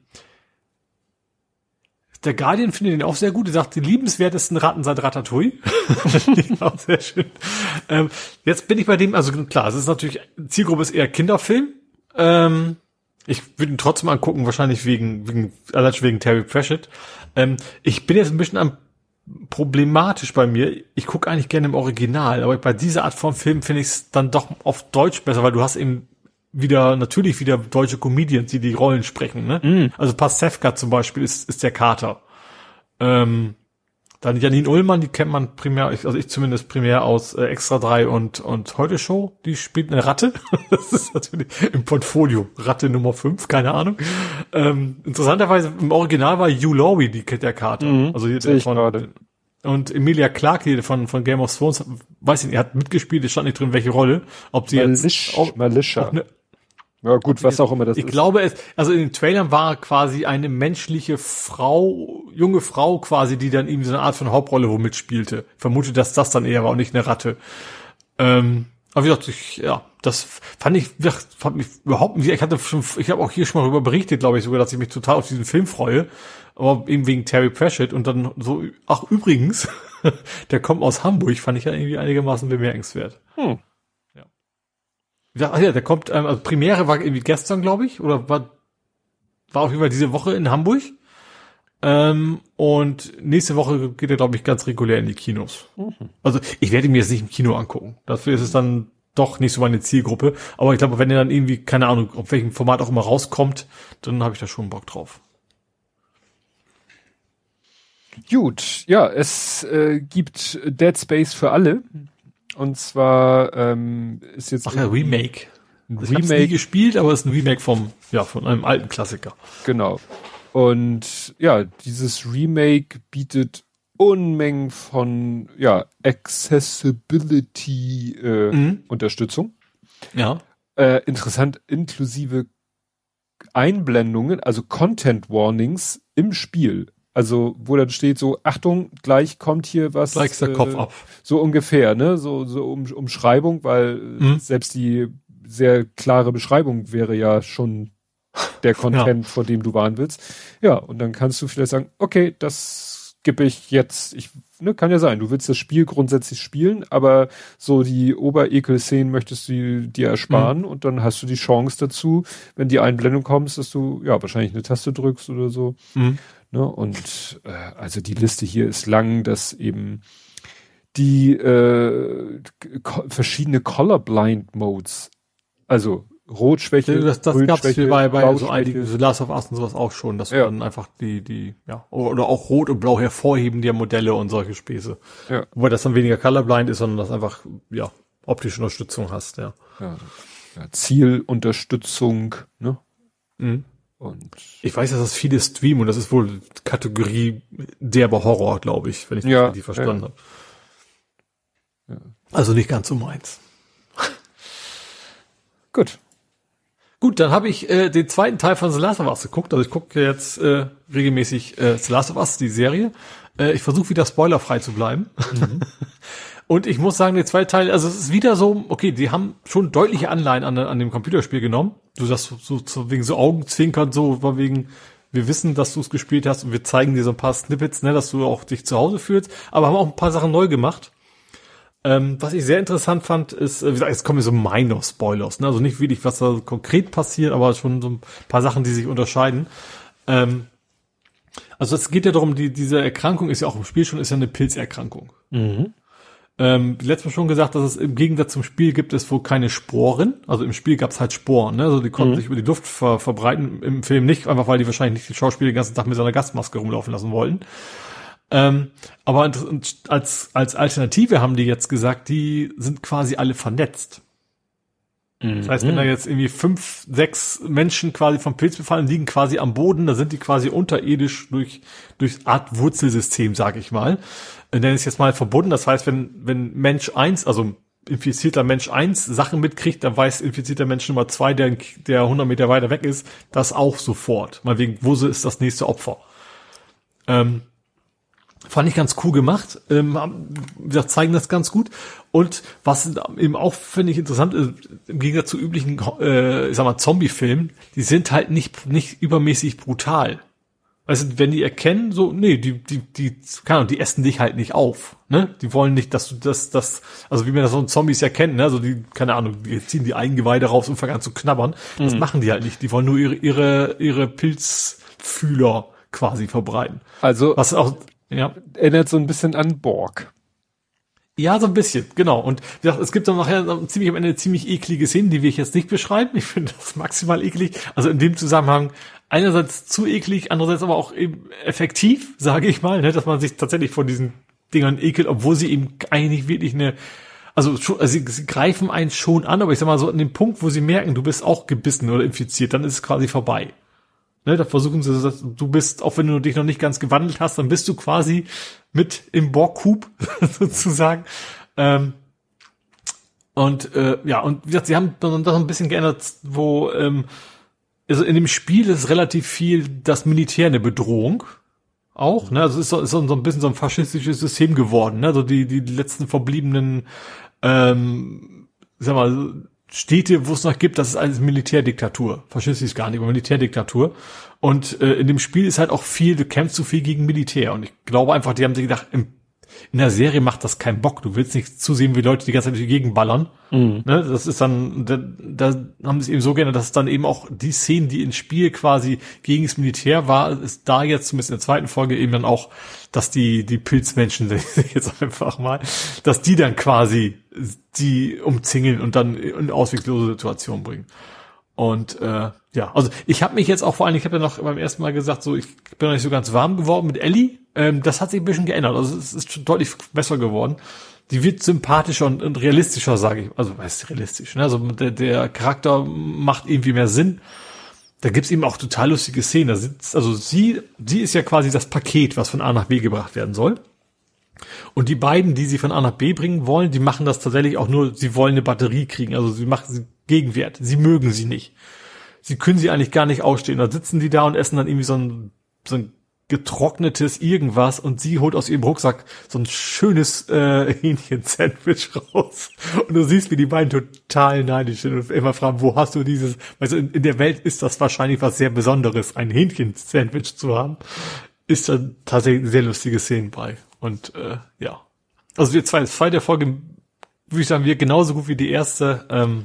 Der Guardian findet ihn auch sehr gut. Er sagt, die liebenswertesten Ratten seit Ratatouille. Auch sehr schön. Ähm, jetzt bin ich bei dem, also klar, es ist natürlich, Zielgruppe ist eher Kinderfilm. Ähm, ich würde ihn trotzdem angucken, wahrscheinlich wegen, wegen, allein wegen Terry Pratchett. Ähm, ich bin jetzt ein bisschen am, problematisch bei mir. Ich gucke eigentlich gerne im Original, aber bei dieser Art von Film finde ich es dann doch auf Deutsch besser, weil du hast eben wieder, natürlich wieder deutsche Comedians, die die Rollen sprechen, ne? Mm. Also Pastewka zum Beispiel ist, ist der Kater. Ähm, dann Janine Ullmann, die kennt man primär, also ich zumindest primär aus äh, Extra drei und, und Heute Show, die spielt eine Ratte. Das ist natürlich im Portfolio. Ratte Nummer fünf, keine Ahnung. Ähm, interessanterweise im Original war Hugh Laurie, die kennt der Kater. Mm. Also hier der von, und Emilia Clarke von, von Game of Thrones, weiß ich nicht, er hat mitgespielt, es stand nicht drin, welche Rolle. Ob sie Malish, jetzt auch, Malisha. Auch ne, ja gut, was auch immer das ich ist. Ich glaube es, also in den Trailern war quasi eine menschliche Frau, junge Frau quasi, die dann irgendwie so eine Art von Hauptrolle wo mitspielte. Ich vermute, dass das dann eher war und nicht eine Ratte. Ähm, aber wie gesagt, ich, ja, das fand ich, fand mich überhaupt nicht, ich hatte schon, ich habe auch hier schon mal darüber berichtet, glaube ich sogar, dass ich mich total auf diesen Film freue. Aber eben wegen Terry Pratchett und dann so, ach übrigens, der kommt aus Hamburg, fand ich ja irgendwie einigermaßen bemerkenswert. Hm. Ja, ach ja, der kommt, ähm, also Premiere war irgendwie gestern, glaube ich, oder war, war auf jeden Fall diese Woche in Hamburg. Ähm, und nächste Woche geht er, glaube ich, ganz regulär in die Kinos. Mhm. Also ich werde mir jetzt nicht im Kino angucken. Dafür ist es dann doch nicht so meine Zielgruppe. Aber ich glaube, wenn er dann irgendwie, keine Ahnung, auf welchem Format auch immer rauskommt, dann habe ich da schon Bock drauf. Gut, ja, es äh, gibt Dead Space für alle. Und zwar ähm, ist jetzt ach ja, Remake. Ein ich Remake. Hab's nie gespielt, aber es ist ein Remake vom ja von einem alten Klassiker. Genau. Und ja, dieses Remake bietet Unmengen von ja Accessibility äh, mhm. Unterstützung. Ja. Äh, interessant, inklusive Einblendungen, also Content Warnings im Spiel. Also, wo dann steht so, Achtung, gleich kommt hier was. Gleich ist der äh, Kopf ab. So ungefähr, ne? So, so um, Umschreibung, weil Mhm. selbst die sehr klare Beschreibung wäre ja schon der Content, ja. vor dem du warnen willst. Ja, und dann kannst du vielleicht sagen, okay, das gebe ich jetzt, ich, ne, kann ja sein, du willst das Spiel grundsätzlich spielen, aber so die Oberekel-Szenen möchtest du dir ersparen mhm. und dann hast du die Chance dazu, wenn die Einblendung kommt, dass du, ja, wahrscheinlich eine Taste drückst oder so. Mhm. Ne, und äh, also die Liste hier ist lang, dass eben die äh, ko- verschiedene Colorblind-Modes, also Rotschwäche, das, das gab es bei, bei so einigen, so Last of Us und sowas auch schon, dass ja. man einfach die, die, ja, oder auch Rot und Blau hervorheben der Modelle und solche Späße. Ja. Wobei das dann weniger Colorblind ist, sondern das einfach, ja, optische Unterstützung hast, ja. Ja, ja Zielunterstützung, ne? Mhm. Und ich weiß, dass das viele streamen und das ist wohl Kategorie derber Horror, glaube ich, wenn ich das ja, richtig verstanden ja. habe. Ja. Also nicht ganz so meins. Gut. Gut, dann habe ich äh, den zweiten Teil von The Last of Us geguckt. Also ich gucke jetzt äh, regelmäßig äh, The Last of Us, die Serie. Äh, ich versuche wieder spoilerfrei zu bleiben. Mhm. Und ich muss sagen, der zweite Teil, also es ist wieder so, okay, die haben schon deutliche Anleihen an, an dem Computerspiel genommen. Du das so, so, so wegen so Augenzwinkern, so wegen, wir wissen, dass du es gespielt hast und wir zeigen dir so ein paar Snippets, ne, dass du auch dich zu Hause fühlst, aber haben auch ein paar Sachen neu gemacht. Ähm, was ich sehr interessant fand, ist, wie gesagt, jetzt kommen so Minor-Spoilers, ne, also nicht wirklich, was da konkret passiert, aber schon so ein paar Sachen, die sich unterscheiden. Ähm, also es geht ja darum, die, diese Erkrankung ist ja auch im Spiel schon, ist ja eine Pilzerkrankung. Mhm. Ähm, letztes Mal schon gesagt, dass es im Gegensatz zum Spiel gibt es wohl keine Sporen. Also im Spiel gab es halt Sporen, ne? Also die konnten mhm. sich über die Luft ver- verbreiten. Im Film nicht, einfach weil die wahrscheinlich nicht die Schauspieler den ganzen Tag mit so einer Gasmaske rumlaufen lassen wollten. Ähm, aber als als Alternative haben die jetzt gesagt, die sind quasi alle vernetzt. Mhm. Das heißt, wenn da jetzt irgendwie fünf, sechs Menschen quasi vom Pilz befallen, liegen quasi am Boden, da sind die quasi unterirdisch durch durch Art Wurzelsystem, sag ich mal. Nenne ich es jetzt mal verbunden. Das heißt, wenn wenn Mensch eins, also infizierter Mensch eins Sachen mitkriegt, dann weiß infizierter Mensch Nummer zwei, der der hundert Meter weiter weg ist, das auch sofort. Mal wegen, wo ist das nächste Opfer? Ähm, fand ich ganz cool gemacht. Ähm, wir zeigen das ganz gut. Und was eben auch, finde ich, interessant ist, im Gegensatz zu üblichen, äh, ich sag mal, Zombie-Filmen, die sind halt nicht nicht übermäßig brutal. Weißt du, wenn die erkennen, so, nee, die, die, die, keine Ahnung, die essen dich halt nicht auf, ne? Die wollen nicht, dass du das, das, also wie man das so in Zombies erkennt, ne? Also die, keine Ahnung, die ziehen die Eingeweide raus und fangen an zu knabbern. Das mhm. machen die halt nicht. Die wollen nur ihre, ihre, ihre Pilzfühler quasi verbreiten. Also, was auch, ja. Erinnert so ein bisschen an Borg. Ja, so ein bisschen, genau. Und wie gesagt, es gibt dann nachher ziemlich am Ende ziemlich eklige Szenen, die will ich jetzt nicht beschreiben. Ich finde das maximal eklig. Also in dem Zusammenhang einerseits zu eklig, andererseits aber auch eben effektiv, sage ich mal, ne, dass man sich tatsächlich von diesen Dingern ekelt, obwohl sie eben eigentlich wirklich eine, also, schon, also sie, sie greifen einen schon an, aber ich sag mal so an dem Punkt, wo sie merken, du bist auch gebissen oder infiziert, dann ist es quasi vorbei. Ne, da versuchen sie, du bist, auch wenn du dich noch nicht ganz gewandelt hast, dann bist du quasi mit im Borg-Coup sozusagen. Ähm, und äh, ja, und wie gesagt, sie haben dann das ein bisschen geändert, wo ähm, also in dem Spiel ist relativ viel das Militär eine Bedrohung auch, ne? Also es ist so, ist so ein bisschen so ein faschistisches System geworden, ne? Also die die letzten verbliebenen ähm, sag mal Städte, wo es noch gibt, das ist alles Militärdiktatur. Faschistisch gar nicht, aber Militärdiktatur. Und äh, in dem Spiel ist halt auch viel, du kämpfst so viel gegen Militär. Und ich glaube einfach, die haben sich gedacht, im, in der Serie macht das keinen Bock. Du willst nicht zusehen, wie Leute die ganze Zeit durch die Gegend ballern. Mhm. Ne? Das ist dann, da, da haben sie es eben so gerne, dass es dann eben auch die Szenen, die ins Spiel quasi gegen das Militär war, ist da jetzt zumindest in der zweiten Folge eben dann auch, dass die die Pilzmenschen, jetzt einfach mal, dass die dann quasi die umzingeln und dann in ausweglose Situationen bringen. Und äh, ja, also ich habe mich jetzt auch vor allem, ich habe ja noch beim ersten Mal gesagt, so ich bin noch nicht so ganz warm geworden mit Ellie. Ähm, das hat sich ein bisschen geändert. Also es ist schon deutlich besser geworden. Die wird sympathischer und, und realistischer, sage ich. Also was ist realistisch? Ne? Also der, der Charakter macht irgendwie mehr Sinn. Da gibt's eben auch total lustige Szenen. Da sitzt, also sie, sie ist ja quasi das Paket, was von A nach B gebracht werden soll. Und die beiden, die sie von A nach B bringen wollen, die machen das tatsächlich auch nur, sie wollen eine Batterie kriegen. Also sie machen sie Gegenwert. Sie mögen sie nicht. Sie können sie eigentlich gar nicht ausstehen. Da sitzen die da und essen dann irgendwie so ein, so ein getrocknetes irgendwas und sie holt aus ihrem Rucksack so ein schönes äh, Hähnchen-Sandwich raus. Und du siehst, wie die beiden total neidisch sind und immer fragen, wo hast du dieses, also in, in der Welt ist das wahrscheinlich was sehr Besonderes, ein Hähnchen-Sandwich zu haben. Ist da tatsächlich sehr lustige Szenen bei. Und äh, ja. Also die zweite, zweite Folge, würde ich sagen, wir genauso gut wie die erste. Ähm,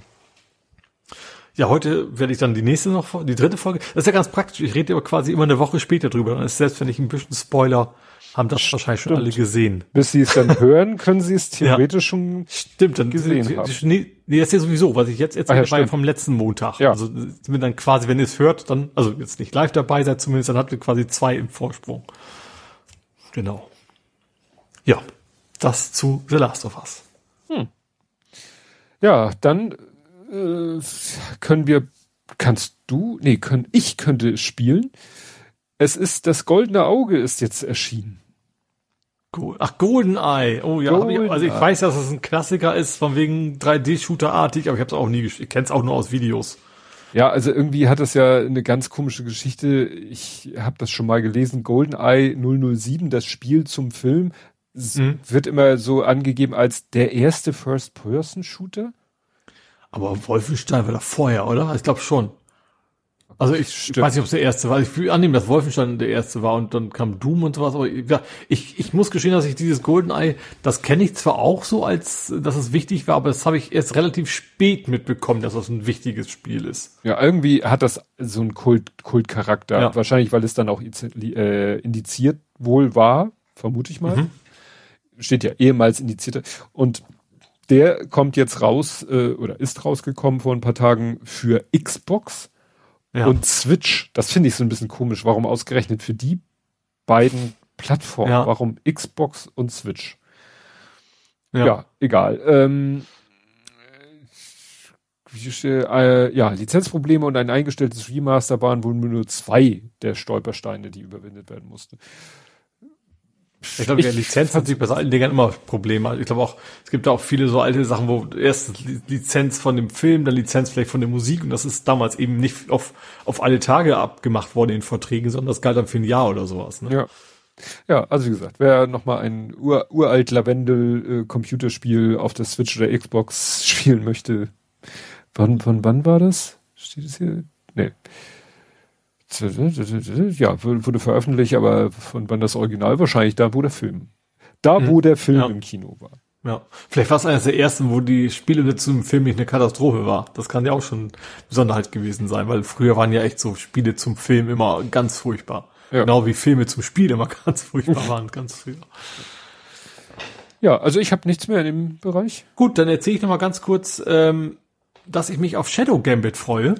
Ja, heute werde ich dann die nächste noch, die dritte Folge. Das ist ja ganz praktisch. Ich rede aber quasi immer eine Woche später drüber. Dann ist selbst wenn ich ein bisschen Spoiler, haben das wahrscheinlich schon alle gesehen. Bis sie es dann hören, können sie es theoretisch ja. schon stimmt, dann gesehen die, haben. Die, nee, das ist ja sowieso, was ich jetzt erzähle, ja, war ja vom letzten Montag. Ja. Also wenn dann quasi, wenn ihr es hört, dann, also jetzt nicht live dabei seid zumindest, dann habt ihr quasi zwei im Vorsprung. Genau. Ja, das zu The Last of Us. Hm. Ja, dann äh, können wir Kannst du? Nee, können, ich könnte es spielen. Es ist, das Goldene Auge ist jetzt erschienen. Ach, GoldenEye. Oh ja, hab ich, also ich GoldenEye. weiß, dass es ein Klassiker ist, von wegen drei D-Shooter-artig, aber ich habe es auch nie gespielt. Ich kenne es auch nur aus Videos. Ja, also irgendwie hat das ja eine ganz komische Geschichte. Ich habe das schon mal gelesen. GoldenEye null null sieben, das Spiel zum Film, mhm. wird immer so angegeben als der erste First-Person-Shooter. Aber Wolfenstein war da vorher, oder? Ich glaube schon. Also ich, ich weiß nicht, ob es der erste war. Ich will annehmen, dass Wolfenstein der erste war und dann kam Doom und sowas. Aber ja, ich, ich muss gestehen, dass ich dieses GoldenEye, das kenne ich zwar auch so, als dass es wichtig war, aber das habe ich erst relativ spät mitbekommen, dass das ein wichtiges Spiel ist. Ja, irgendwie hat das so einen Kult, Kultcharakter. Ja. Wahrscheinlich, weil es dann auch äh, indiziert wohl war, vermute ich mal. Mhm. Steht ja ehemals indizierte. Und der kommt jetzt raus, äh, oder ist rausgekommen vor ein paar Tagen für Xbox ja. und Switch. Das finde ich so ein bisschen komisch. Warum ausgerechnet für die beiden Plattformen? Ja. Warum Xbox und Switch? Ja, ja egal. Ähm, äh, ja, Lizenzprobleme und ein eingestelltes Remaster waren wohl nur zwei der Stolpersteine, die überwindet werden mussten. Ich glaube, die Lizenz hat sich bei allen Dingern immer Probleme. Ich glaube auch, es gibt da auch viele so alte Sachen, wo erst Lizenz von dem Film, dann Lizenz vielleicht von der Musik und das ist damals eben nicht auf, auf alle Tage abgemacht worden in Verträgen, sondern das galt dann für ein Jahr oder sowas. Ne? Ja. Ja, also wie gesagt, wer nochmal ein ur, uralt Lavendel-Computerspiel auf der Switch oder Xbox spielen möchte, wann, von wann war das? Steht es hier? Nee. Ja, wurde veröffentlicht, aber von wann das Original? Wahrscheinlich da, wo der Film. Da, hm. wo der Film ja. im Kino war. Ja. Vielleicht war es eines der ersten, wo die Spiele zum Film nicht eine Katastrophe war. Das kann ja auch schon Besonderheit gewesen sein, weil früher waren ja echt so Spiele zum Film immer ganz furchtbar. Ja. Genau wie Filme zum Spiel immer ganz furchtbar waren, ganz früher. Ja, also ich habe nichts mehr in dem Bereich. Gut, dann erzähle ich noch mal ganz kurz, ähm, dass ich mich auf Shadow Gambit freue.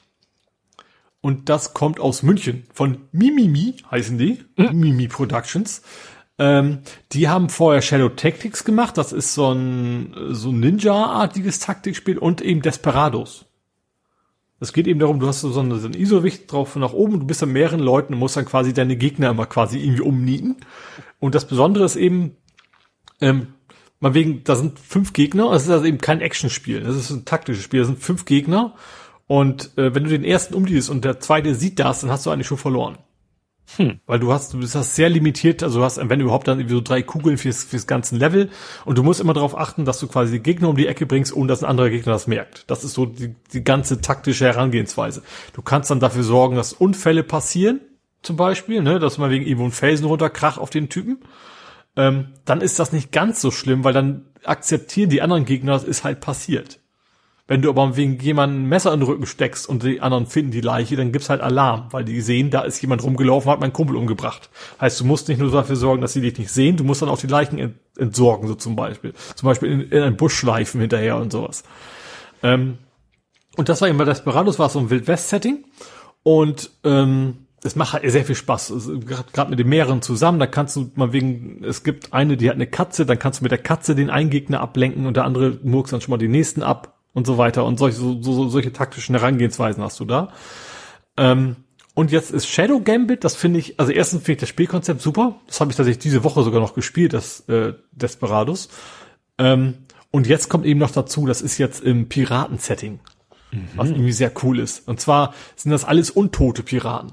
Und das kommt aus München von Mimimi, heißen die, mhm. Mimimi Productions. Ähm, die haben vorher Shadow Tactics gemacht, das ist so ein, so ein Ninja-artiges Taktikspiel und eben Desperados. Es geht eben darum, du hast so eine, so ein I S O-Wicht drauf nach oben, du bist an mehreren Leuten und musst dann quasi deine Gegner immer quasi irgendwie umnieten. Und das Besondere ist eben, ähm, mal wegen, da sind fünf Gegner, es ist also eben kein Actionspiel, das ist ein taktisches Spiel, da sind fünf Gegner. Und äh, wenn du den ersten umliest und der zweite sieht das, dann hast du eigentlich schon verloren. Hm. Weil du hast, du bist das sehr limitiert, also du hast, wenn überhaupt, dann irgendwie so drei Kugeln fürs, fürs ganzen Level und du musst immer darauf achten, dass du quasi die Gegner um die Ecke bringst, ohne dass ein anderer Gegner das merkt. Das ist so die, die ganze taktische Herangehensweise. Du kannst dann dafür sorgen, dass Unfälle passieren, zum Beispiel, ne, dass man wegen irgendwo einen Felsen runterkracht auf den Typen. Ähm, dann ist das nicht ganz so schlimm, weil dann akzeptieren die anderen Gegner, das ist halt passiert. Wenn du aber wegen jemandem ein Messer in den Rücken steckst und die anderen finden die Leiche, dann gibt's halt Alarm, weil die sehen, da ist jemand rumgelaufen, hat meinen Kumpel umgebracht. Heißt, du musst nicht nur dafür sorgen, dass sie dich nicht sehen, du musst dann auch die Leichen entsorgen, so zum Beispiel. Zum Beispiel in, in einen Busch schleifen hinterher und sowas. Ähm, und das war eben bei Desperados, war so ein Wild-West-Setting. Und ähm, es macht halt sehr viel Spaß. Gerade mit den mehreren zusammen, da kannst du mal wegen, es gibt eine, die hat eine Katze, dann kannst du mit der Katze den einen Gegner ablenken und der andere murkst dann schon mal den nächsten ab. Und so weiter. Und solche, so, so, solche taktischen Herangehensweisen hast du da. Ähm, und jetzt ist Shadow Gambit, das finde ich, also erstens finde ich das Spielkonzept super. Das habe ich tatsächlich diese Woche sogar noch gespielt, das äh, Desperados. Ähm, und jetzt kommt eben noch dazu, das ist jetzt im Piraten-Setting, mhm. was irgendwie sehr cool ist. Und zwar sind das alles untote Piraten.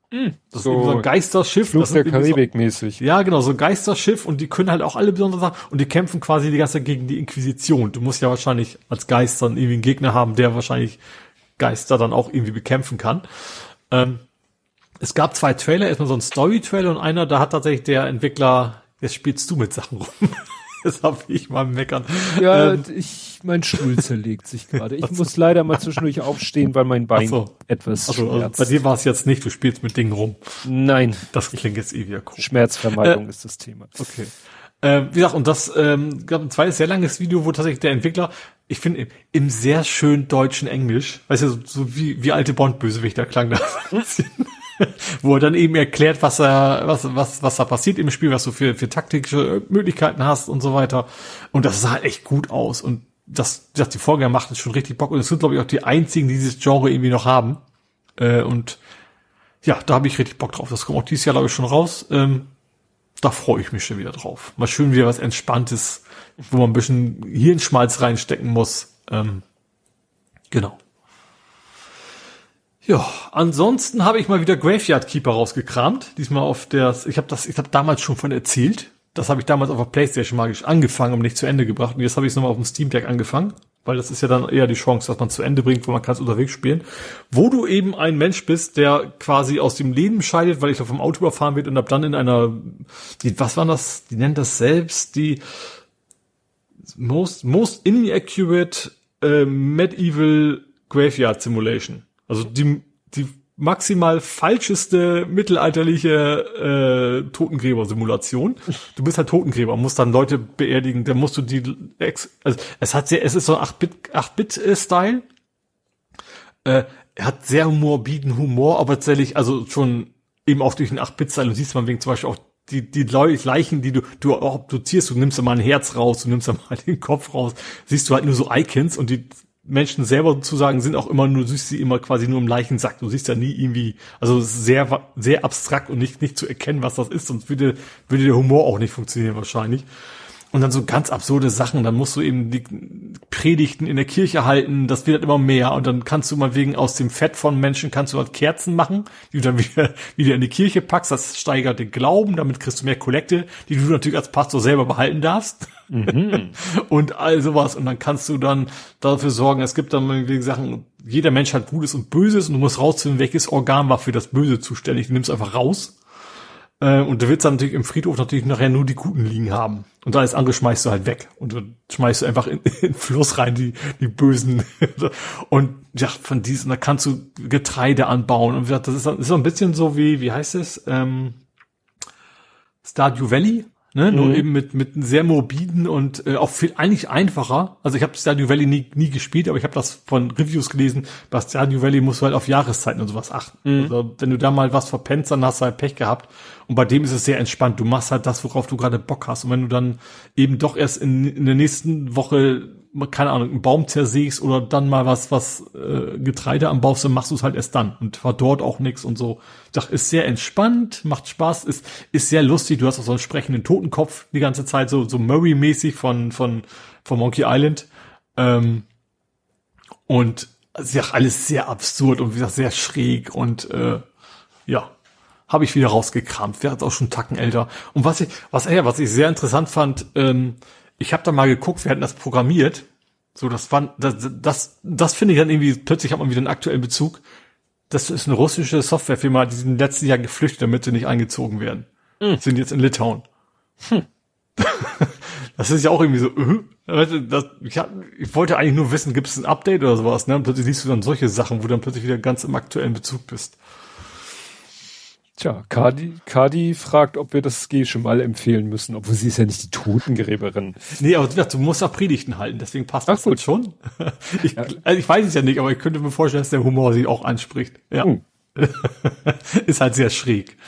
Das so ist eben so ein Geisterschiff. Fluch das der sind irgendwie Karibik mäßig. So, ja, genau, so ein Geisterschiff und die können halt auch alle besondere Sachen und die kämpfen quasi die ganze Zeit gegen die Inquisition. Du musst ja wahrscheinlich als Geist dann irgendwie einen Gegner haben, der wahrscheinlich Geister dann auch irgendwie bekämpfen kann. Ähm, es gab zwei Trailer, erstmal so ein Story-Trailer und einer, da hat tatsächlich der Entwickler, jetzt spielst du mit Sachen rum. Das habe ich mal meckern. Ja, ähm, ich, mein Stuhl zerlegt sich gerade. Ich muss leider mal zwischendurch aufstehen, weil mein Bein so. etwas also, also schmerzt. bei dir war es jetzt nicht, du spielst mit Dingen rum. Nein. Das klingt jetzt eh wieder komisch. Schmerzvermeidung Äh, ist das Thema. Okay. Äh, wie gesagt, und das ähm, gab ein zweites sehr langes Video, wo tatsächlich der Entwickler, ich finde, im, im sehr schön deutschen Englisch, weißt du, so, so wie, wie alte Bond-Bösewichter klang das ein bisschen. Wo er dann eben erklärt, was er, was, was, was da passiert im Spiel, was du für, für taktische Möglichkeiten hast und so weiter. Und das sah halt echt gut aus. Und das, das die Vorgänger macht es schon richtig Bock. Und es sind, glaube ich, auch die einzigen, die dieses Genre irgendwie noch haben. Äh, und ja, da habe ich richtig Bock drauf. Das kommt auch dieses Jahr, glaube ich, schon raus. Ähm, da freue ich mich schon wieder drauf. Mal schön wieder was Entspanntes, wo man ein bisschen Hirnschmalz reinstecken muss. Ähm, genau. Ja, ansonsten habe ich mal wieder Graveyard Keeper rausgekramt. Diesmal auf der, ich habe das, ich habe damals schon von erzählt. Das habe ich damals auf der PlayStation magisch angefangen, aber nicht zu Ende gebracht. Und jetzt habe ich es nochmal auf dem Steam Deck angefangen, weil das ist ja dann eher die Chance, dass man zu Ende bringt, wo man kann es unterwegs spielen. Wo du eben ein Mensch bist, der quasi aus dem Leben scheidet, weil ich auf dem Auto überfahren wird und ab dann in einer, die, was war das? Die nennen das selbst die most most inaccurate äh, medieval Graveyard Simulation. Also die, die maximal falscheste mittelalterliche äh, Totengräber-Simulation. Du bist halt Totengräber, musst dann Leute beerdigen, dann musst du die, ex, also es hat sehr, es ist so ein acht Bit Style. Äh, er hat sehr morbiden Humor, aber tatsächlich, also schon eben auch durch den acht Bit Style und siehst man wegen zum Beispiel auch die, die Leichen, die du, du obduzierst, du nimmst da mal ein Herz raus, du nimmst da mal den Kopf raus, siehst du halt nur so Icons und die Menschen selber sozusagen sind auch immer nur, du siehst sie immer quasi nur im Leichensack. Du siehst ja nie irgendwie, also sehr, sehr abstrakt und nicht, nicht zu erkennen, was das ist, sonst würde, würde der Humor auch nicht funktionieren wahrscheinlich. Und dann so ganz absurde Sachen, dann musst du eben die Predigten in der Kirche halten, das wird halt immer mehr und dann kannst du mal wegen aus dem Fett von Menschen kannst du halt Kerzen machen, die du dann wieder, wieder in die Kirche packst, das steigert den Glauben, damit kriegst du mehr Kollekte, die du natürlich als Pastor selber behalten darfst. Mhm. Und all sowas und dann kannst du dann dafür sorgen, es gibt dann irgendwie Sachen, jeder Mensch hat Gutes und Böses und du musst rausfinden, welches Organ war für das Böse zuständig, du nimmst einfach raus. Und du willst dann natürlich im Friedhof natürlich nachher nur die Guten liegen haben. Und alles andere schmeißt du halt weg. Und dann schmeißt du einfach in, in den Fluss rein, die, die Bösen. Und ja, von diesen, da kannst du Getreide anbauen. Und das ist, das ist so ein bisschen so wie, wie heißt es? Ähm, Stardew Valley. Ne, mhm. Nur eben mit mit sehr morbiden und äh, auch viel eigentlich einfacher. Also ich habe Stardew Valley nie nie gespielt, aber ich habe das von Reviews gelesen. Bei Stardew Valley musst du halt auf Jahreszeiten und sowas achten. Mhm. Also wenn du da mal was verpennst, dann hast du halt Pech gehabt. Und bei dem ist es sehr entspannt. Du machst halt das, worauf du gerade Bock hast. Und wenn du dann eben doch erst in, in der nächsten Woche, keine Ahnung, einen Baum zersägst oder dann mal was was äh, Getreide anbaust, dann machst du es halt erst dann und verdorrt auch nichts und so. Das ist sehr entspannt, macht Spaß, ist ist sehr lustig. Du hast auch so einen sprechenden Totenkopf die ganze Zeit, so so Murray-mäßig von von von Monkey Island. Ähm, und ja, alles sehr absurd und wie gesagt sehr schräg und äh, ja, habe ich wieder rausgekramt. Wäre jetzt auch schon einen Tacken älter. Und was ich was ja, was ich sehr interessant fand, ähm, ich habe da mal geguckt, wir hatten das programmiert. So, das war, das, das, das finde ich dann irgendwie, plötzlich hat man wieder einen aktuellen Bezug. Das ist eine russische Softwarefirma, die sind letztes Jahr geflüchtet, damit sie nicht eingezogen werden. Mhm. Sind jetzt in Litauen. Hm. Das ist ja auch irgendwie so, uh, das, ich, hab, ich wollte eigentlich nur wissen, gibt es ein Update oder sowas, ne? Und plötzlich siehst du dann solche Sachen, wo du dann plötzlich wieder ganz im aktuellen Bezug bist. Tja, Kadi, Kadi fragt, ob wir das G schon mal empfehlen müssen, obwohl sie ist ja nicht die Totengräberin. Nee, aber du musst auch Predigten halten, deswegen passt das gut schon. Ich, ja. Also ich weiß es ja nicht, aber ich könnte mir vorstellen, dass der Humor sie auch anspricht. Ja. Hm. Ist halt sehr schräg.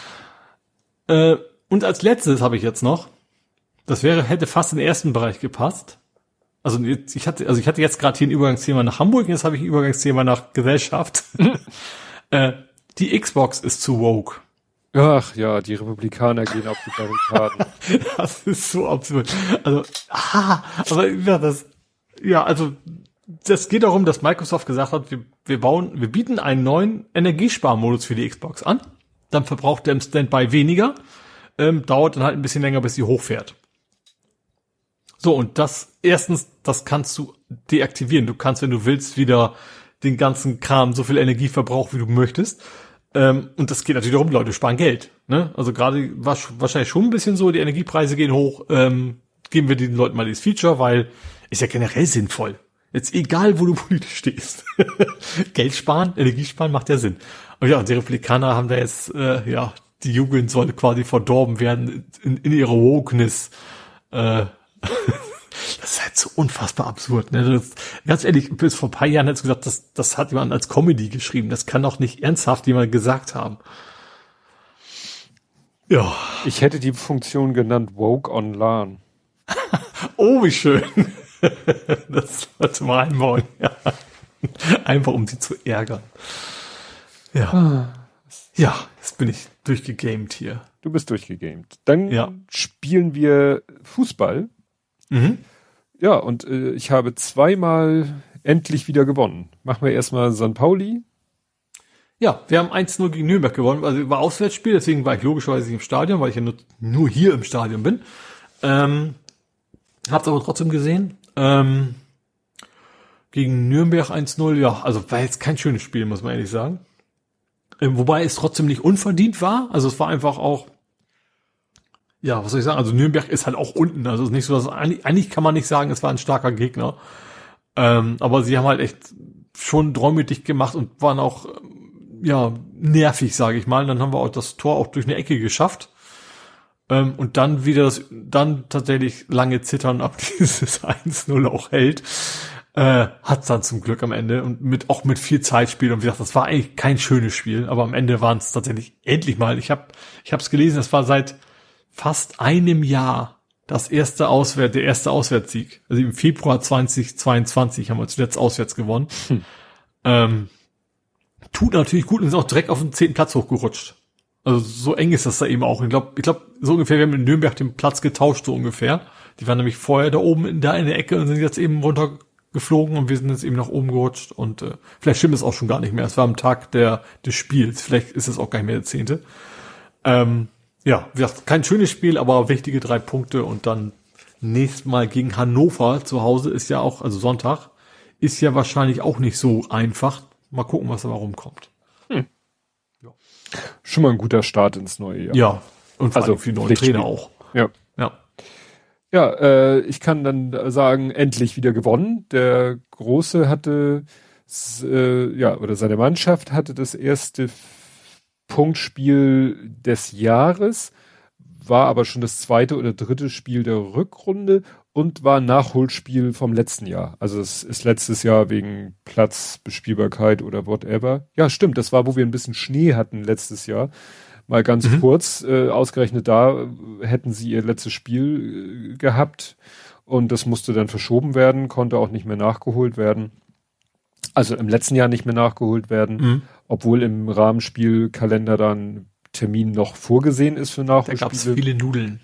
Äh, und als letztes habe ich jetzt noch, das wäre, hätte fast in den ersten Bereich gepasst. Also ich hatte, also ich hatte jetzt gerade hier ein Übergangsthema nach Hamburg, jetzt habe ich ein Übergangsthema nach Gesellschaft. äh, Die Xbox ist zu woke. Ach ja, die Republikaner gehen auf die Barrikaden. Das ist so absurd. Also, ah, aber ja, das, ja, also, das geht darum, dass Microsoft gesagt hat, wir, wir bauen, wir bieten einen neuen Energiesparmodus für die Xbox an. Dann verbraucht der im Standby weniger, ähm, dauert dann halt ein bisschen länger, bis sie hochfährt. So, und das, erstens, das kannst du deaktivieren. Du kannst, wenn du willst, wieder den ganzen Kram, so viel Energieverbrauch, wie du möchtest. Ähm, und das geht natürlich darum, Leute sparen Geld. Ne? Also gerade war wahrscheinlich schon ein bisschen so, die Energiepreise gehen hoch, ähm, geben wir den Leuten mal dieses Feature, weil ist ja generell sinnvoll. Jetzt egal, wo du politisch stehst. Geld sparen, Energie sparen macht ja Sinn. Und ja, und die Republikaner haben da jetzt, äh, ja, die Jugend soll quasi verdorben werden in, in ihrer Wokeness. Äh, das ist halt so unfassbar absurd. Ne? Das, ganz ehrlich, bis vor ein paar Jahren hättest du gesagt, das, das hat jemand als Comedy geschrieben. Das kann doch nicht ernsthaft jemand gesagt haben. Ja. Ich hätte die Funktion genannt Woke on LAN. Oh, wie schön. Das sollte man einbauen. Ja. Einfach, um sie zu ärgern. Ja. Ja, jetzt bin ich durchgegamed hier. Du bist durchgegamed. Dann ja. spielen wir Fußball. Mhm. Ja, und äh, ich habe zweimal endlich wieder gewonnen. Machen wir erstmal Sankt Pauli. Ja, wir haben eins null gegen Nürnberg gewonnen. Also war Auswärtsspiel, deswegen war ich logischerweise nicht im Stadion, weil ich ja nur, nur hier im Stadion bin. Ähm, hab's aber trotzdem gesehen. Ähm, gegen Nürnberg eins null, ja, also war jetzt kein schönes Spiel, muss man ehrlich sagen. Ähm, wobei es trotzdem nicht unverdient war. Also es war einfach auch, ja, was soll ich sagen, also Nürnberg ist halt auch unten. Also es ist nicht so, dass eigentlich, eigentlich kann man nicht sagen, es war ein starker Gegner. Ähm, aber sie haben halt echt schon dreumütig gemacht und waren auch, ja, nervig, sage ich mal. Und dann haben wir auch das Tor auch durch eine Ecke geschafft. Ähm, und dann wieder das, dann tatsächlich lange zittern, ab dieses eins null auch hält. Äh, hat's dann zum Glück am Ende und mit auch mit viel Zeitspiel. Und wie gesagt, das war eigentlich kein schönes Spiel, aber am Ende waren es tatsächlich endlich mal. Ich habe, ich habe es gelesen, das war seit fast einem Jahr das erste Auswärts, der erste Auswärtssieg. Also im Februar zweitausendzweiundzwanzig haben wir zuletzt auswärts gewonnen. Hm. Ähm, tut natürlich gut und sind auch direkt auf den zehnten Platz hochgerutscht. Also so eng ist das da eben auch. Ich glaube, ich glaube so ungefähr, wir haben in Nürnberg den Platz getauscht, so ungefähr. Die waren nämlich vorher da oben in, da in der Ecke und sind jetzt eben runtergeflogen und wir sind jetzt eben nach oben gerutscht. Und äh, vielleicht stimmt es auch schon gar nicht mehr. Es war am Tag der des Spiels. Vielleicht ist es auch gar nicht mehr der zehnte. Ähm, ja, wie gesagt, kein schönes Spiel, aber wichtige drei Punkte. Und dann nächstes Mal gegen Hannover zu Hause ist ja auch, also Sonntag, ist ja wahrscheinlich auch nicht so einfach. Mal gucken, was da rumkommt. Hm. Ja. Schon mal ein guter Start ins neue Jahr. Ja, und also für die neuen Trainer auch. Ja. Ja. Ja, äh, ich kann dann sagen, endlich wieder gewonnen. Der Große hatte, äh, ja, oder seine Mannschaft hatte das erste Punktspiel des Jahres, war aber schon das zweite oder dritte Spiel der Rückrunde und war ein Nachholspiel vom letzten Jahr. Also es ist letztes Jahr wegen Platzbespielbarkeit oder whatever. Ja, stimmt, das war, wo wir ein bisschen Schnee hatten letztes Jahr. Mal ganz mhm. kurz, äh, ausgerechnet da hätten sie ihr letztes Spiel äh, gehabt und das musste dann verschoben werden, konnte auch nicht mehr nachgeholt werden. Also im letzten Jahr nicht mehr nachgeholt werden, mhm. obwohl im Rahmenspielkalender dann Termin noch vorgesehen ist für Nachholspiele. Da gab es viele Nudeln.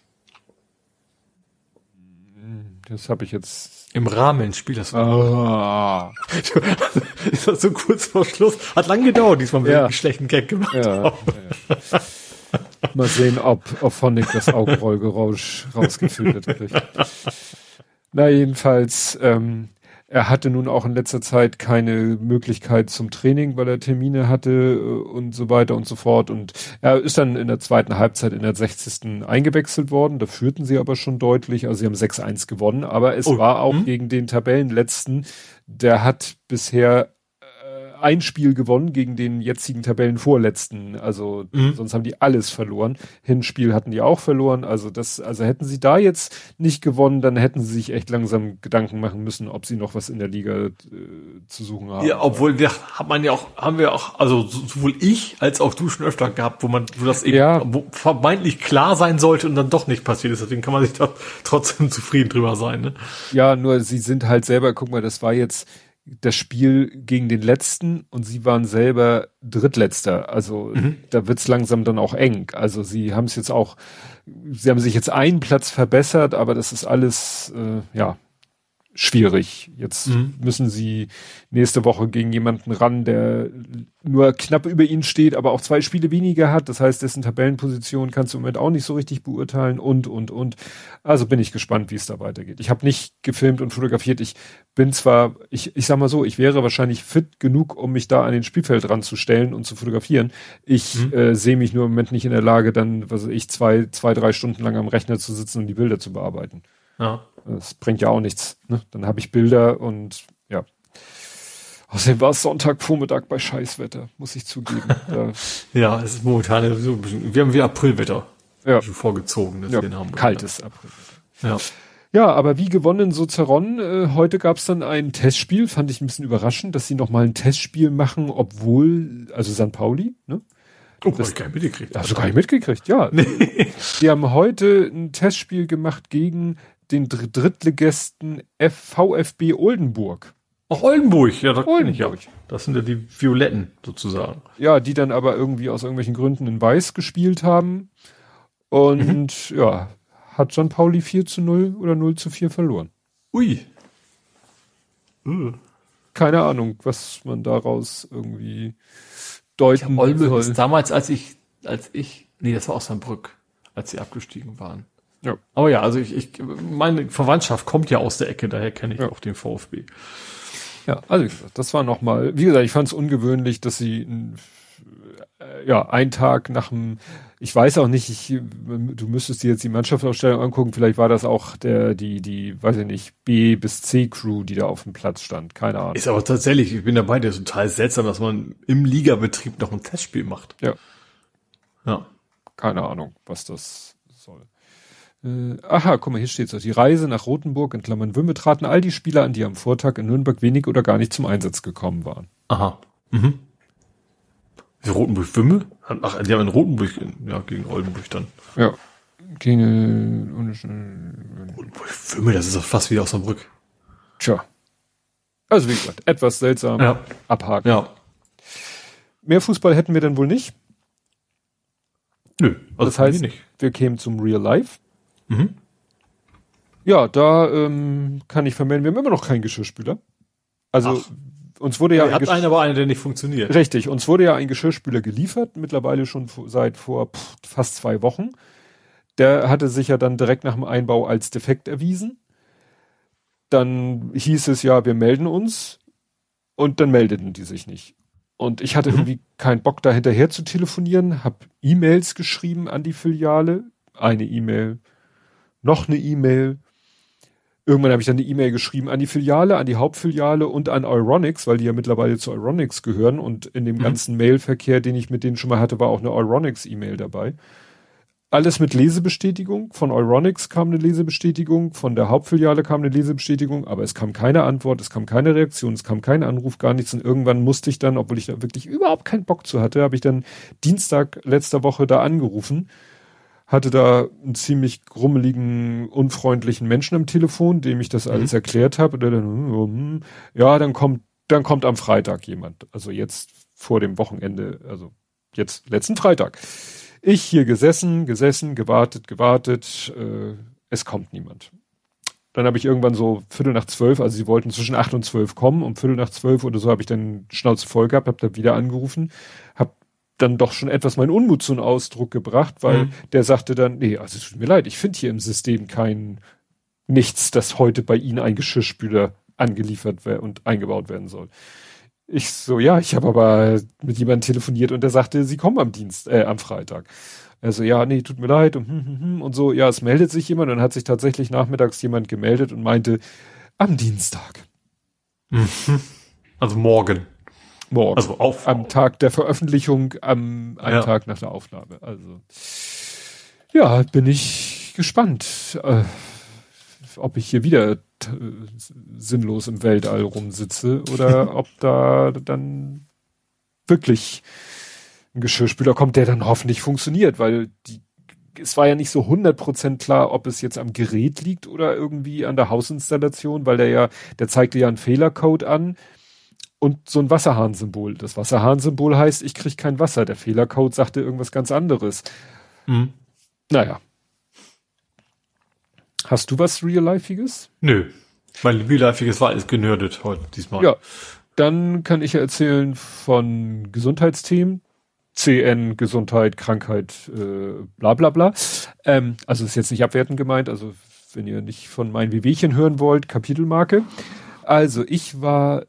Das habe ich jetzt... Im Rahmenspiel, das war... Ah. Das war so kurz vor Schluss. Hat lang gedauert, diesmal mit ja. einem schlechten Gag gemacht. Ja, ja. Mal sehen, ob, ob Phonic das Augenrollgeräusch rausgefiltert kriegt. Na, jedenfalls... Ähm, Er hatte nun auch in letzter Zeit keine Möglichkeit zum Training, weil er Termine hatte und so weiter und so fort. Und er ist dann in der zweiten Halbzeit in der sechzigsten eingewechselt worden. Da führten sie aber schon deutlich. Also sie haben sechs eins gewonnen. Aber es oh. war auch hm? gegen den Tabellenletzten. Der hat bisher äh, ein Spiel gewonnen gegen den jetzigen Tabellenvorletzten. Also mhm. sonst haben die alles verloren. Hinspiel hatten die auch verloren. Also das, also hätten sie da jetzt nicht gewonnen, dann hätten sie sich echt langsam Gedanken machen müssen, ob sie noch was in der Liga äh, zu suchen haben. Ja, obwohl wir hat man ja auch, haben wir auch, also sowohl ich als auch du schon öfter gehabt, wo man, wo das eben ja. wo vermeintlich klar sein sollte und dann doch nicht passiert ist. Deswegen kann man sich da trotzdem zufrieden drüber sein. Ne? Ja, nur sie sind halt selber, guck mal, das war jetzt das Spiel gegen den Letzten und sie waren selber Drittletzter. Also mhm. da wird's langsam dann auch eng. Also sie haben es jetzt auch, sie haben sich jetzt einen Platz verbessert, aber das ist alles, äh, ja, schwierig. Jetzt mhm. müssen sie nächste Woche gegen jemanden ran, der nur knapp über ihnen steht, aber auch zwei Spiele weniger hat. Das heißt, dessen Tabellenposition kannst du im Moment auch nicht so richtig beurteilen und, und, und. Also bin ich gespannt, wie es da weitergeht. Ich habe nicht gefilmt und fotografiert. Ich bin zwar, ich, ich sag mal so, ich wäre wahrscheinlich fit genug, um mich da an den Spielfeld ranzustellen und zu fotografieren. Ich mhm. äh, sehe mich nur im Moment nicht in der Lage, dann, was weiß ich, zwei, zwei, drei Stunden lang am Rechner zu sitzen und die Bilder zu bearbeiten. Ja. Das bringt ja auch nichts. Ne? Dann habe ich Bilder und ja. Außerdem war es Sonntagvormittag bei Scheißwetter, muss ich zugeben. Da, ja, es ist momentan so ein bisschen, wir haben wieder Aprilwetter. Ja. Schon vorgezogen. Ja, in Hamburg, kaltes Aprilwetter. Ja. Ja, aber wie gewonnen so Zeron. Äh, heute gab es dann ein Testspiel, fand ich ein bisschen überraschend, dass sie nochmal ein Testspiel machen, obwohl, also Sankt Pauli, ne? Oh, das hab ich gar nicht mitgekriegt. Hast du gar nicht mitgekriegt, ja. Nee. Die haben heute ein Testspiel gemacht gegen den Dr- Drittligisten F- VfB Oldenburg. Ach, Oldenburg, ja, das Oldenburg. kenn ich ja. Das sind ja die Violetten sozusagen. Ja, die dann aber irgendwie aus irgendwelchen Gründen in Weiß gespielt haben. Und mhm. ja, hat Sankt Pauli vier zu null oder null zu vier verloren. Ui. Uh. Keine Ahnung, was man daraus irgendwie deuten ja, Oldenburg ist damals, als ich, als ich, nee, das war Osnabrück, als sie abgestiegen waren. Ja. Aber ja, also ich, ich, meine Verwandtschaft kommt ja aus der Ecke, daher kenne ich ja. auch den VfB. Ja, also wie gesagt, das war nochmal, wie gesagt, ich fand es ungewöhnlich, dass sie äh, ja einen Tag nach dem, ich weiß auch nicht, ich, du müsstest dir jetzt die Mannschaftsaufstellung angucken, vielleicht war das auch der, die, die, weiß ich nicht, B bis C Crew, die da auf dem Platz stand, keine Ahnung. Ist aber tatsächlich, ich bin dabei, der ist total seltsam, dass man im Ligabetrieb noch ein Testspiel macht. Ja. Ja. Keine Ahnung, was das soll. Äh, aha, guck mal, hier steht's. Die Reise nach Rothenburg in Klammern Wümme traten all die Spieler an, die am Vortag in Nürnberg wenig oder gar nicht zum Einsatz gekommen waren. Aha. Mhm. Die Rotenburg-Wümme? Ach, die haben in Rotenburg, ja, gegen Oldenburg dann. Ja. Gegen, äh, Rotenburg-Wümme, das ist doch fast wie Osnabrück. Tja. Also wie gesagt, etwas seltsam. Ja. Abhaken. Ja. Mehr Fußball hätten wir dann wohl nicht. Nö, also das heißt, nicht. Wir kämen zum Real Life. Mhm. Ja, da ähm, kann ich vermelden, wir haben immer noch keinen Geschirrspüler. Also Ach. uns wurde ja... Ihr habt einen, aber einen, der nicht funktioniert. Richtig, uns wurde ja ein Geschirrspüler geliefert, mittlerweile schon seit vor pff, fast zwei Wochen. Der hatte sich ja dann direkt nach dem Einbau als defekt erwiesen. Dann hieß es ja, wir melden uns und dann meldeten die sich nicht. Und ich hatte mhm. irgendwie keinen Bock, da hinterher zu telefonieren, habe E-Mails geschrieben an die Filiale, eine E-Mail, noch eine E-Mail. Irgendwann habe ich dann eine E-Mail geschrieben an die Filiale, an die Hauptfiliale und an Euronics, weil die ja mittlerweile zu Euronics gehören. Und in dem mhm. ganzen Mailverkehr, den ich mit denen schon mal hatte, war auch eine Euronics-E-Mail dabei. Alles mit Lesebestätigung. Von Euronics kam eine Lesebestätigung, von der Hauptfiliale kam eine Lesebestätigung, aber es kam keine Antwort, es kam keine Reaktion, es kam kein Anruf, gar nichts. Und irgendwann musste ich dann, obwohl ich da wirklich überhaupt keinen Bock zu hatte, habe ich dann Dienstag letzter Woche da angerufen, hatte da einen ziemlich grummeligen, unfreundlichen Menschen am Telefon, dem ich das mhm. alles erklärt habe. Und der dann, hm, ja, dann kommt, dann kommt am Freitag jemand. Also jetzt vor dem Wochenende, also jetzt letzten Freitag. Ich hier gesessen, gesessen, gewartet, gewartet, äh, es kommt niemand. Dann habe ich irgendwann so Viertel nach zwölf, also sie wollten zwischen acht und zwölf kommen, um Viertel nach zwölf oder so habe ich dann Schnauze voll gehabt, habe da wieder angerufen, habe dann doch schon etwas meinen Unmut zum Ausdruck gebracht, weil mhm. der sagte dann, nee, also es tut mir leid, ich finde hier im System kein nichts, dass heute bei Ihnen ein Geschirrspüler angeliefert werden und eingebaut werden soll. Ich so, ja, ich habe aber mit jemandem telefoniert und der sagte, sie kommen am Dienst, äh, am Freitag. Also, ja, nee, tut mir leid und, hm, hm, hm, und so, ja, es meldet sich jemand und dann hat sich tatsächlich nachmittags jemand gemeldet und meinte, am Dienstag. Mhm. Also morgen. Morgen. Also auf, am Tag der Veröffentlichung, am einen ja. Tag nach der Aufnahme. Also, ja, bin ich gespannt, äh, ob ich hier wieder t- sinnlos im Weltall rumsitze oder ob da dann wirklich ein Geschirrspüler kommt, der dann hoffentlich funktioniert, weil die, es war ja nicht so hundert Prozent klar, ob es jetzt am Gerät liegt oder irgendwie an der Hausinstallation, weil der ja, der zeigte ja einen Fehlercode an und so ein Wasserhahnsymbol. Das Wasserhahnsymbol heißt, ich kriege kein Wasser. Der Fehlercode sagte irgendwas ganz anderes. Mhm. Naja. Hast du was Real-Lifeiges? Nö. Mein Real-Life war alles genördet heute diesmal. Ja, dann kann ich ja erzählen von Gesundheitsthemen. C N, Gesundheit, Krankheit, äh, bla bla bla. Ähm, also ist jetzt nicht abwertend gemeint, also wenn ihr nicht von meinen Wehwehchen hören wollt, Kapitelmarke. Also ich war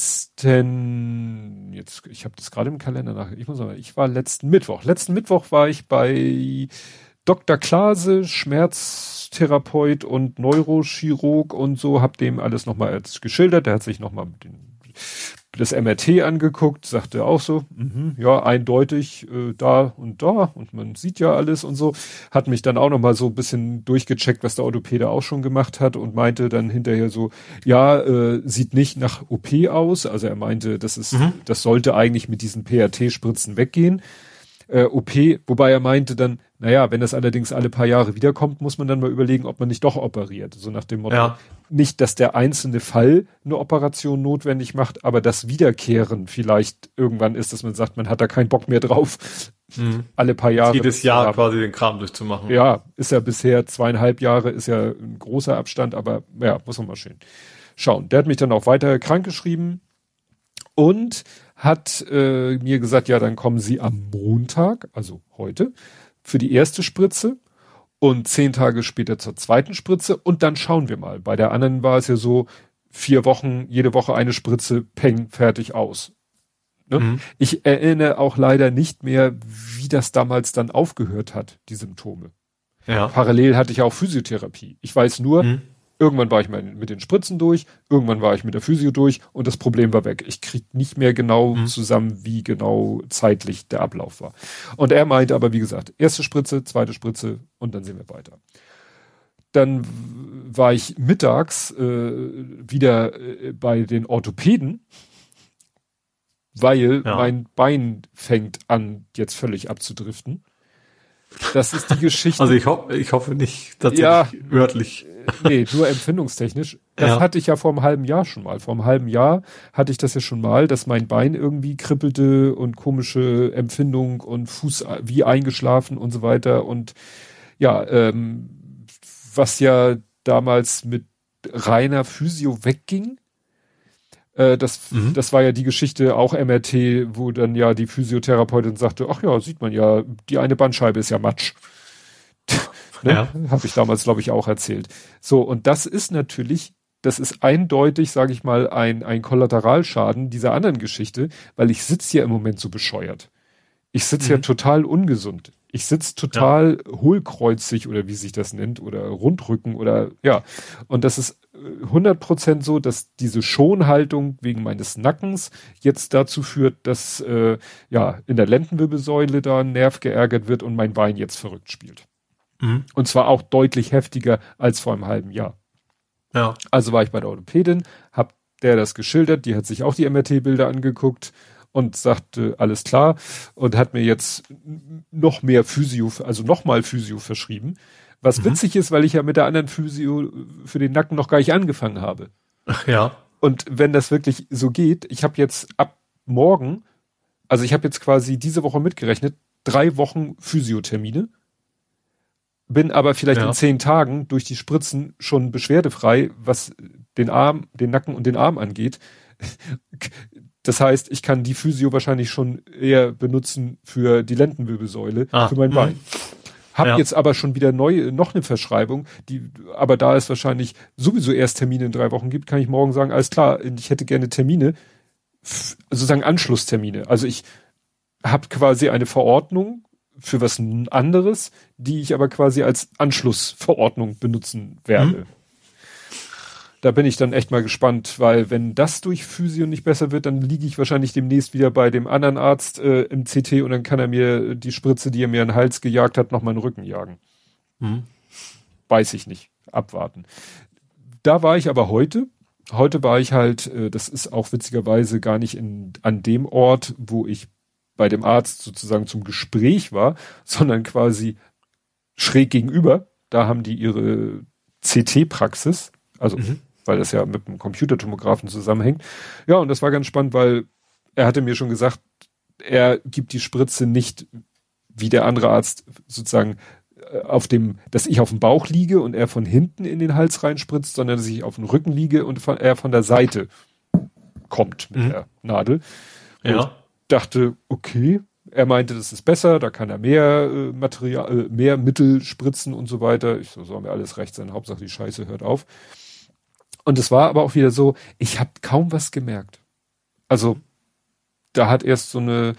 letzten, jetzt, ich habe das gerade im Kalender nach, ich muss sagen, ich war letzten Mittwoch. Letzten Mittwoch war ich bei Doktor Klase, Schmerztherapeut und Neurochirurg und so, hab dem alles nochmal geschildert. Der hat sich nochmal den das M R T angeguckt, sagte auch so, mh, ja, eindeutig äh, da und da und man sieht ja alles und so, hat mich dann auch nochmal so ein bisschen durchgecheckt, was der Orthopäde auch schon gemacht hat und meinte dann hinterher so, ja, äh, sieht nicht nach O P aus, also er meinte, das ist, mhm. das sollte eigentlich mit diesen P R T-Spritzen weggehen, äh, O P, wobei er meinte dann, naja, wenn das allerdings alle paar Jahre wiederkommt, muss man dann mal überlegen, ob man nicht doch operiert. So nach dem Motto, ja. Nicht, dass der einzelne Fall eine Operation notwendig macht, aber das Wiederkehren vielleicht irgendwann ist, dass man sagt, man hat da keinen Bock mehr drauf, mhm. alle paar Jahre. Jedes Jahr haben. Quasi den Kram durchzumachen. Ja, ist ja bisher zweieinhalb Jahre, ist ja ein großer Abstand, aber ja, muss man mal schön schauen. Der hat mich dann auch weiter krankgeschrieben und hat äh, mir gesagt, ja, dann kommen Sie am Montag, also heute, für die erste Spritze und zehn Tage später zur zweiten Spritze und dann schauen wir mal. Bei der anderen war es ja so, vier Wochen, jede Woche eine Spritze, peng, fertig, aus. Ne? Mhm. Ich erinnere auch leider nicht mehr, wie das damals dann aufgehört hat, die Symptome. Ja. Parallel hatte ich auch Physiotherapie. Ich weiß nur, mhm. irgendwann war ich mal mit den Spritzen durch, irgendwann war ich mit der Physio durch und das Problem war weg. Ich krieg nicht mehr genau mhm. zusammen, wie genau zeitlich der Ablauf war. Und er meinte aber, wie gesagt, erste Spritze, zweite Spritze und dann sehen wir weiter. Dann war ich mittags äh, wieder äh, bei den Orthopäden, weil ja. mein Bein fängt an, jetzt völlig abzudriften. Das ist die Geschichte. Also ich hoffe, ich hoffe nicht tatsächlich ja, wörtlich. Nee, nur empfindungstechnisch. Das ja. hatte ich ja vor einem halben Jahr schon mal. Vor einem halben Jahr hatte ich das ja schon mal, dass mein Bein irgendwie kribbelte und komische Empfindung und Fuß wie eingeschlafen und so weiter. Und ja, ähm, was ja damals mit reiner Physio wegging. Äh, das, mhm. das war ja die Geschichte, auch M R T, wo dann ja die Physiotherapeutin sagte, ach ja, sieht man ja, die eine Bandscheibe ist ja Matsch. Ne? Ja. Habe ich damals, glaube ich, auch erzählt. So, und das ist natürlich, das ist eindeutig, sage ich mal, ein, ein Kollateralschaden dieser anderen Geschichte, weil ich sitze ja im Moment so bescheuert. Ich sitze mhm. ja total ungesund. Ich sitze total ja. hohlkreuzig oder wie sich das nennt oder Rundrücken oder ja. Und das ist hundert Prozent so, dass diese Schonhaltung wegen meines Nackens jetzt dazu führt, dass äh, ja in der Lendenwirbelsäule da ein Nerv geärgert wird und mein Bein jetzt verrückt spielt. Mhm. Und zwar auch deutlich heftiger als vor einem halben Jahr. Ja. Also war ich bei der Orthopädin, hab der das geschildert, die hat sich auch die M R T-Bilder angeguckt und sagte, alles klar, und hat mir jetzt noch mehr Physio, also nochmal Physio verschrieben. Was mhm. witzig ist, weil ich ja mit der anderen Physio für den Nacken noch gar nicht angefangen habe. Ach ja. Und wenn das wirklich so geht, ich habe jetzt ab morgen, also ich habe jetzt quasi diese Woche mitgerechnet, drei Wochen Physiothermine, bin aber vielleicht ja. in zehn Tagen durch die Spritzen schon beschwerdefrei, was den Arm, den Nacken und den Arm angeht. Das heißt, ich kann die Physio wahrscheinlich schon eher benutzen für die Lendenwirbelsäule, ah, für mein mh. Bein. Hab ja. jetzt aber schon wieder neu, noch eine Verschreibung, die, aber da es wahrscheinlich sowieso erst Termine in drei Wochen gibt, kann ich morgen sagen, alles klar, ich hätte gerne Termine, sozusagen Anschlusstermine. Also ich habe quasi eine Verordnung für was anderes, die ich aber quasi als Anschlussverordnung benutzen werde. Mhm. Da bin ich dann echt mal gespannt, weil wenn das durch Physio nicht besser wird, dann liege ich wahrscheinlich demnächst wieder bei dem anderen Arzt äh, im C T und dann kann er mir die Spritze, die er mir in den Hals gejagt hat, noch mal in den Rücken jagen. Mhm. Weiß ich nicht. Abwarten. Da war ich aber heute. Heute war ich halt, äh, das ist auch witzigerweise gar nicht in, an dem Ort, wo ich bei dem Arzt sozusagen zum Gespräch war, sondern quasi schräg gegenüber. Da haben die ihre C T-Praxis. Also mhm. weil das ja mit dem Computertomographen zusammenhängt. Ja, und das war ganz spannend, weil er hatte mir schon gesagt, er gibt die Spritze nicht wie der andere Arzt sozusagen auf dem, dass ich auf dem Bauch liege und er von hinten in den Hals reinspritzt, sondern dass ich auf dem Rücken liege und von, er von der Seite kommt mit mhm. der Nadel. Und ja. ich dachte, okay, er meinte, das ist besser, da kann er mehr äh, Material, äh, mehr Mittel spritzen und so weiter. Ich so, soll mir alles recht sein, Hauptsache die Scheiße hört auf. Und es war aber auch wieder so, ich habe kaum was gemerkt. Also da hat erst so eine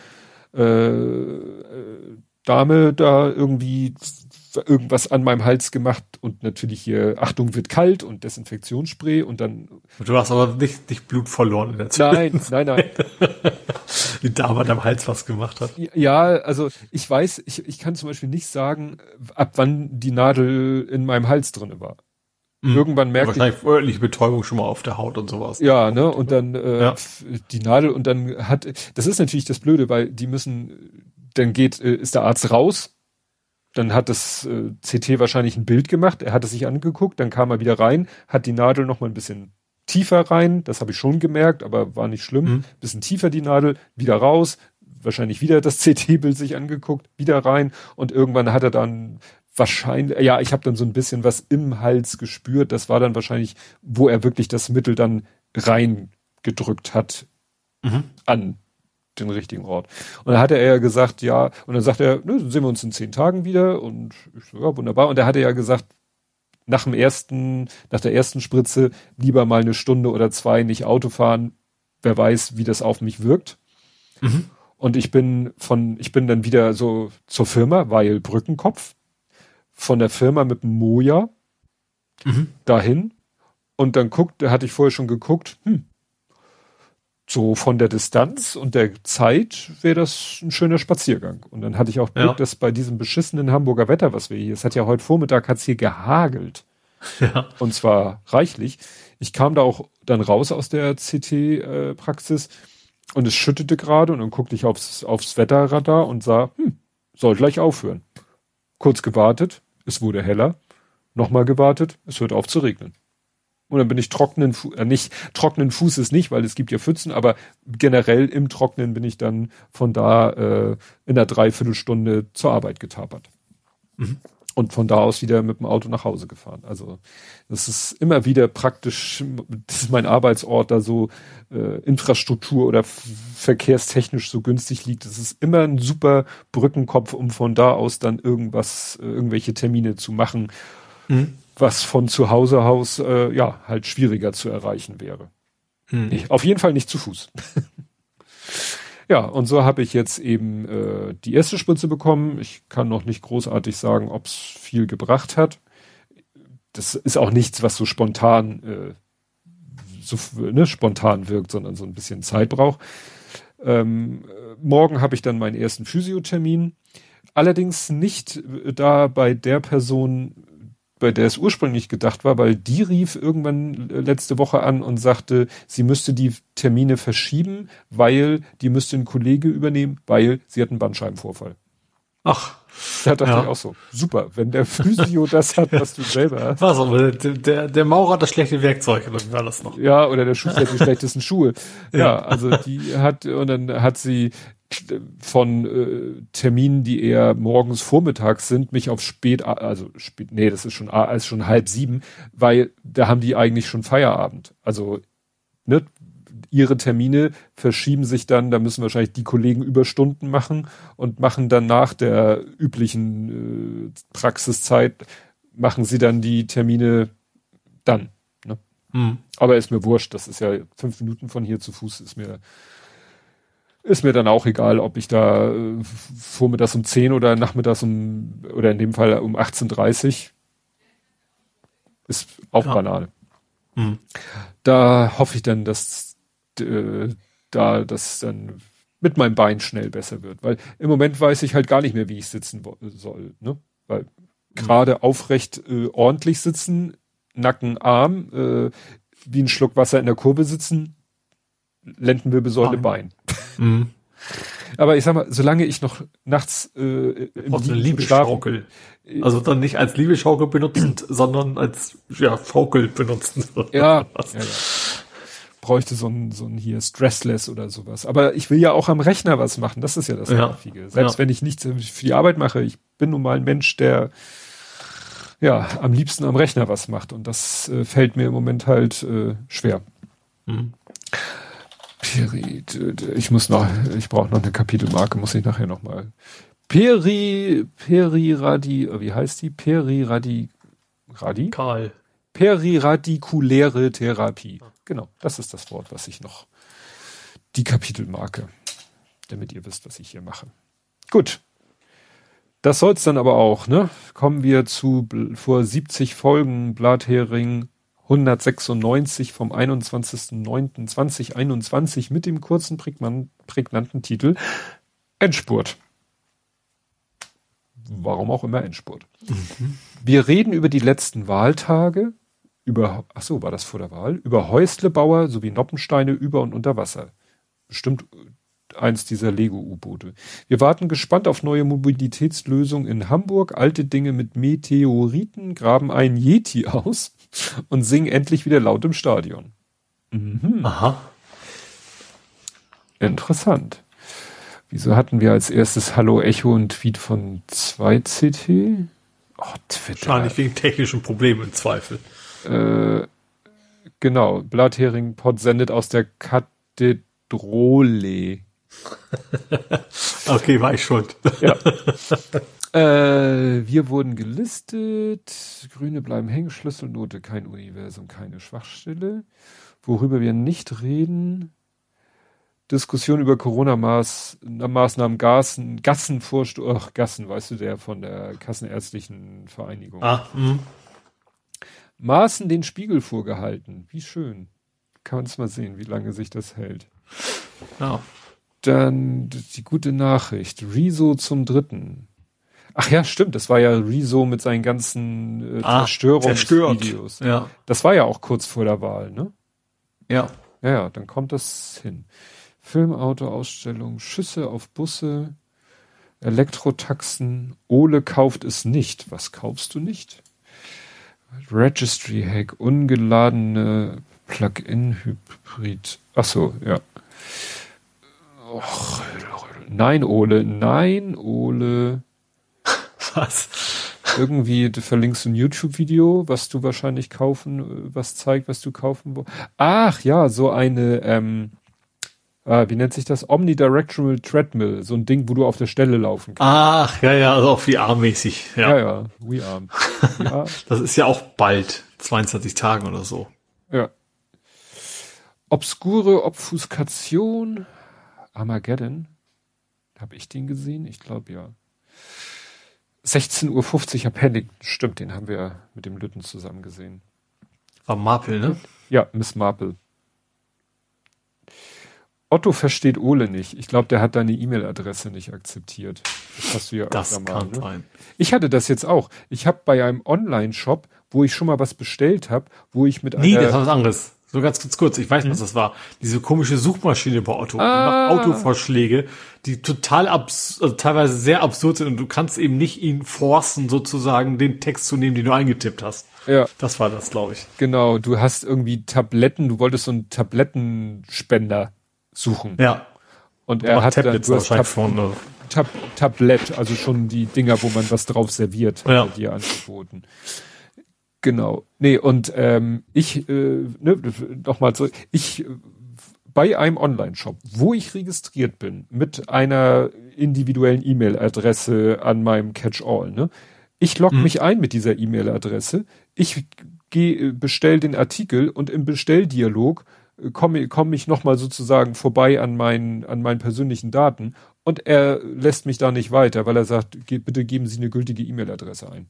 äh, Dame da irgendwie irgendwas an meinem Hals gemacht und natürlich hier, Achtung, wird kalt und Desinfektionsspray und dann... Du hast aber nicht, nicht Blut verloren in der Zeit. Nein, nein, nein. Die Dame an deinem Hals was gemacht hat. Ja, also ich weiß, ich, ich kann zum Beispiel nicht sagen, ab wann die Nadel in meinem Hals drin war. Mhm. Irgendwann merkte ja, wahrscheinlich ich... Wahrscheinlich örtliche Betäubung schon mal auf der Haut und sowas. Ja, ne, und dann äh, ja. die Nadel und dann hat... Das ist natürlich das Blöde, weil die müssen... Dann geht, äh, ist der Arzt raus. Dann hat das äh, C T wahrscheinlich ein Bild gemacht. Er hat es sich angeguckt, dann kam er wieder rein, hat die Nadel noch mal ein bisschen tiefer rein. Das habe ich schon gemerkt, aber war nicht schlimm. Mhm. Bisschen tiefer die Nadel, wieder raus. Wahrscheinlich wieder das C T-Bild sich angeguckt, wieder rein. Und irgendwann hat er dann wahrscheinlich, ja, ich habe dann so ein bisschen was im Hals gespürt. Das war dann wahrscheinlich, wo er wirklich das Mittel dann reingedrückt hat mhm. an den richtigen Ort. Und dann hatte er ja gesagt, ja, und dann sagt er, ne, dann sehen wir uns in zehn Tagen wieder und ich so, ja, wunderbar. Und er hatte ja gesagt, nach dem ersten, nach der ersten Spritze lieber mal eine Stunde oder zwei nicht Auto fahren. Wer weiß, wie das auf mich wirkt. Mhm. Und ich bin von, ich bin dann wieder so zur Firma, weil Brückenkopf, von der Firma mit dem Moja mhm. dahin. Und dann guckt, da hatte ich vorher schon geguckt, hm, so von der Distanz und der Zeit wäre das ein schöner Spaziergang. Und dann hatte ich auch Glück, ja. dass bei diesem beschissenen Hamburger Wetter, was wir hier, es hat ja heute Vormittag, hat's hier gehagelt. Ja. Und zwar reichlich. Ich kam da auch dann raus aus der C T-Praxis äh, und es schüttete gerade und dann guckte ich aufs, aufs Wetterradar und sah, hm, soll gleich aufhören. Kurz gewartet, es wurde heller. Nochmal gewartet, es hört auf zu regnen. Und dann bin ich trockenen, Fu- äh, nicht, trockenen Fußes nicht, weil es gibt ja Pfützen, aber generell im Trocknen bin ich dann von da äh, in einer Dreiviertelstunde zur Arbeit getapert. Mhm. Und von da aus wieder mit dem Auto nach Hause gefahren. Also das ist immer wieder praktisch, dass mein Arbeitsort da so äh, Infrastruktur oder f- verkehrstechnisch so günstig liegt. Das ist immer ein super Brückenkopf, um von da aus dann irgendwas, äh, irgendwelche Termine zu machen. Mhm. Was von zu Hause aus, äh, ja, halt schwieriger zu erreichen wäre. Hm. Ich, auf jeden Fall nicht zu Fuß. Ja, und so habe ich jetzt eben äh, die erste Spritze bekommen. Ich kann noch nicht großartig sagen, ob es viel gebracht hat. Das ist auch nichts, was so spontan, äh, so ne, spontan wirkt, sondern so ein bisschen Zeit braucht. Ähm, morgen habe ich dann meinen ersten Physiothermin. Allerdings nicht da bei der Person, bei der es ursprünglich gedacht war, weil die rief irgendwann letzte Woche an und sagte, sie müsste die Termine verschieben, weil die müsste ein Kollege übernehmen, weil sie hat einen Bandscheibenvorfall. Ach. Da dachte ja. ich auch so, super, wenn der Physio das hat, was du selber hast. Was, aber der, der, der Maurer hat das schlechte Werkzeug, oder wie war das noch? Ja, oder der Schuster hat die schlechtesten Schuhe. Ja, ja, also die hat, und dann hat sie von äh, Terminen, die eher morgens vormittags sind, mich auf spät, also spät, nee, das ist schon, ist schon halb sieben, weil da haben die eigentlich schon Feierabend. Also, ne, ihre Termine verschieben sich dann, da müssen wahrscheinlich die Kollegen Überstunden machen und machen dann nach der üblichen äh, Praxiszeit, machen sie dann die Termine dann. Ne? Mhm. Aber ist mir wurscht, das ist ja fünf Minuten von hier zu Fuß, ist mir Ist mir dann auch egal, ob ich da äh, vormittags um zehn oder nachmittags um, oder in dem Fall um achtzehn Uhr dreißig. Ist auch ja. banal. Mhm. Da hoffe ich dann, dass äh, da das dann mit meinem Bein schnell besser wird. Weil im Moment weiß ich halt gar nicht mehr, wie ich sitzen wo- soll. Ne? Weil mhm. gerade aufrecht äh, ordentlich sitzen, Nacken, Arm, äh, wie ein Schluck Wasser in der Kurve sitzen, Lendenwirbelsäule, Bein. Mhm. Aber ich sag mal, solange ich noch nachts äh, im eine Liebeschaukel. Also dann nicht als Liebeschaukel benutzend, sondern als ja, Schaukel benutzen. Ja, ja, ja. bräuchte so ein, so ein hier Stressless oder sowas. Aber ich will ja auch am Rechner was machen. Das ist ja das Ja. Nervige. Selbst Ja. wenn ich nichts für die Arbeit mache, ich bin nun mal ein Mensch, der ja am liebsten am Rechner was macht. Und das äh, fällt mir im Moment halt äh, schwer. Mhm. Peri, ich muss noch, ich brauche noch eine Kapitelmarke, muss ich nachher nochmal. Peri, Periradi, wie heißt die? Periradi, Radi? Karl. Periradikuläre Therapie. Genau, das ist das Wort, was ich noch. Die Kapitelmarke. Damit ihr wisst, was ich hier mache. Gut. Das soll's dann aber auch, ne? Kommen wir zu vor siebzig Folgen Blathering hundertsechsundneunzig vom einundzwanzigsten neunten zweitausendeinundzwanzig mit dem kurzen, prägnanten Titel Endspurt. Warum auch immer Endspurt. Mhm. Wir reden über die letzten Wahltage, über, ach so, war das vor der Wahl, über Häuslebauer sowie Noppensteine über und unter Wasser. Bestimmt eins dieser Lego-U-Boote. Wir warten gespannt auf neue Mobilitätslösungen in Hamburg. Alte Dinge mit Meteoriten graben einen Yeti aus und singen endlich wieder laut im Stadion. Mhm. Aha. Interessant. Wieso hatten wir als erstes Hallo Echo einen Tweet von zwei C T? Oh, Twitter. Wahrscheinlich wegen technischen Problemen im Zweifel. Äh, genau. Blathering Pod sendet aus der Kathedrale. Okay, war ich schuld. Ja. äh, wir wurden gelistet. Grüne bleiben hängen. Schlüsselnote, kein Universum, keine Schwachstelle. Worüber wir nicht reden. Diskussion über Corona-Maßnahmen, Gassen, Gassenvorstoß, ach, Gassen, weißt du, der von der Kassenärztlichen Vereinigung. Ah, mh. Maßen den Spiegel vorgehalten. Wie schön. Kann man es mal sehen, wie lange sich das hält. Ja. Dann die gute Nachricht. Rezo zum Dritten. Ach ja, stimmt. Das war ja Rezo mit seinen ganzen äh, ah, Zerstörungsvideos. Ja. Das war ja auch kurz vor der Wahl, ne? Ja. Ja, ja, dann kommt das hin. Filmauto-Ausstellung, Schüsse auf Busse, Elektrotaxen, Ole kauft es nicht. Was kaufst du nicht? Registry-Hack, ungeladene Plug-in-Hybrid. Ach so, ja. Och, nein, Ole, nein, Ole. Was? Irgendwie, du verlinkst ein YouTube-Video, was du wahrscheinlich kaufen, was zeigt, was du kaufen willst. Ach ja, so eine, ähm, ah, wie nennt sich das? Omnidirectional Treadmill. So ein Ding, wo du auf der Stelle laufen kannst. Ach, ja, ja, also auch V R-mäßig. Ja, Ja, ja, We Arm. Ja, das ist ja auch bald, zweiundzwanzig Tagen oder so. ja. Obskure Obfuskation. Armageddon. Habe ich den gesehen? Ich glaube, ja. sechzehn Uhr fünfzig, Appendix. Stimmt, den haben wir mit dem Lütten zusammen gesehen. War Marple, ne? Ja, Miss Marple. Otto versteht Ole nicht. Ich glaube, der hat deine E-Mail-Adresse nicht akzeptiert. Das hast du ja Das öfter kann mal, ne? sein. Ich hatte das jetzt auch. Ich habe bei einem Online-Shop, wo ich schon mal was bestellt habe, wo ich mit Nee, einer... das war was anderes. So ganz, ganz kurz, ich weiß, was das war. Diese komische Suchmaschine bei Otto. Ah. Die macht Autovorschläge, die total abs also teilweise sehr absurd sind und du kannst eben nicht ihn forcen, sozusagen den Text zu nehmen, den du eingetippt hast. Ja, Das war das, glaube ich. genau. Du hast irgendwie Tabletten, du wolltest so einen Tablettenspender suchen. Ja. Und er hat dann, Tablets du hast wahrscheinlich Tab vorne. Tab Tablett, also schon die Dinger, wo man was drauf serviert, hat Ja. er dir angeboten. Genau. Nee, und ähm, ich, äh, ne, nochmal zurück, ich äh, bei einem Online-Shop, wo ich registriert bin, mit einer individuellen E-Mail-Adresse an meinem Catch-all, ne? Ich logge Mhm. mich ein mit dieser E-Mail-Adresse, ich gehe, bestell den Artikel und im Bestelldialog äh, komme komm ich nochmal sozusagen vorbei an meinen, an meinen persönlichen Daten und er lässt mich da nicht weiter, weil er sagt, ge bitte geben Sie eine gültige E-Mail-Adresse ein.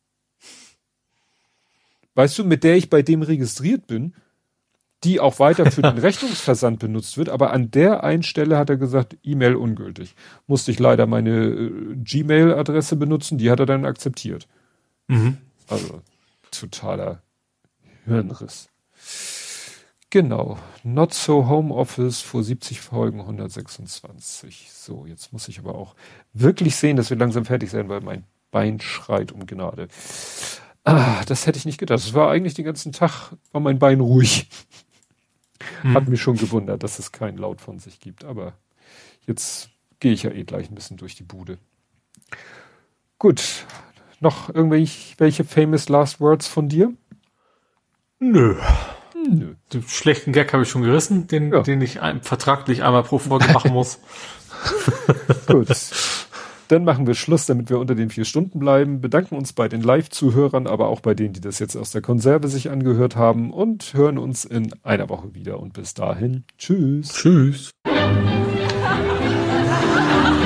Weißt du, mit der ich bei dem registriert bin, die auch weiter für den Rechnungsversand benutzt wird, aber an der einen Stelle hat er gesagt, E-Mail ungültig. Musste ich leider meine äh, Gmail-Adresse benutzen, die hat er dann akzeptiert. Mhm. Also totaler Hirnriss. Genau. Not so Home Office vor siebzig Folgen hundertsechsundzwanzig. So, jetzt muss ich aber auch wirklich sehen, dass wir langsam fertig sein, weil mein Bein schreit um Gnade. Ah, das hätte ich nicht gedacht. Es war eigentlich den ganzen Tag, war mein Bein ruhig. Mhm. Hat mich schon gewundert, dass es keinen Laut von sich gibt, aber jetzt gehe ich ja eh gleich ein bisschen durch die Bude. Gut, noch irgendwelche welche famous last words von dir? Nö. Nö. Den schlechten Gag habe ich schon gerissen, den, ja. den ich ein, vertraglich einmal pro Folge machen muss. Gut. Dann machen wir Schluss, damit wir unter den vier Stunden bleiben. Bedanken uns bei den Live-Zuhörern, aber auch bei denen, die das jetzt aus der Konserve sich angehört haben und hören uns in einer Woche wieder. Und bis dahin, tschüss. Tschüss.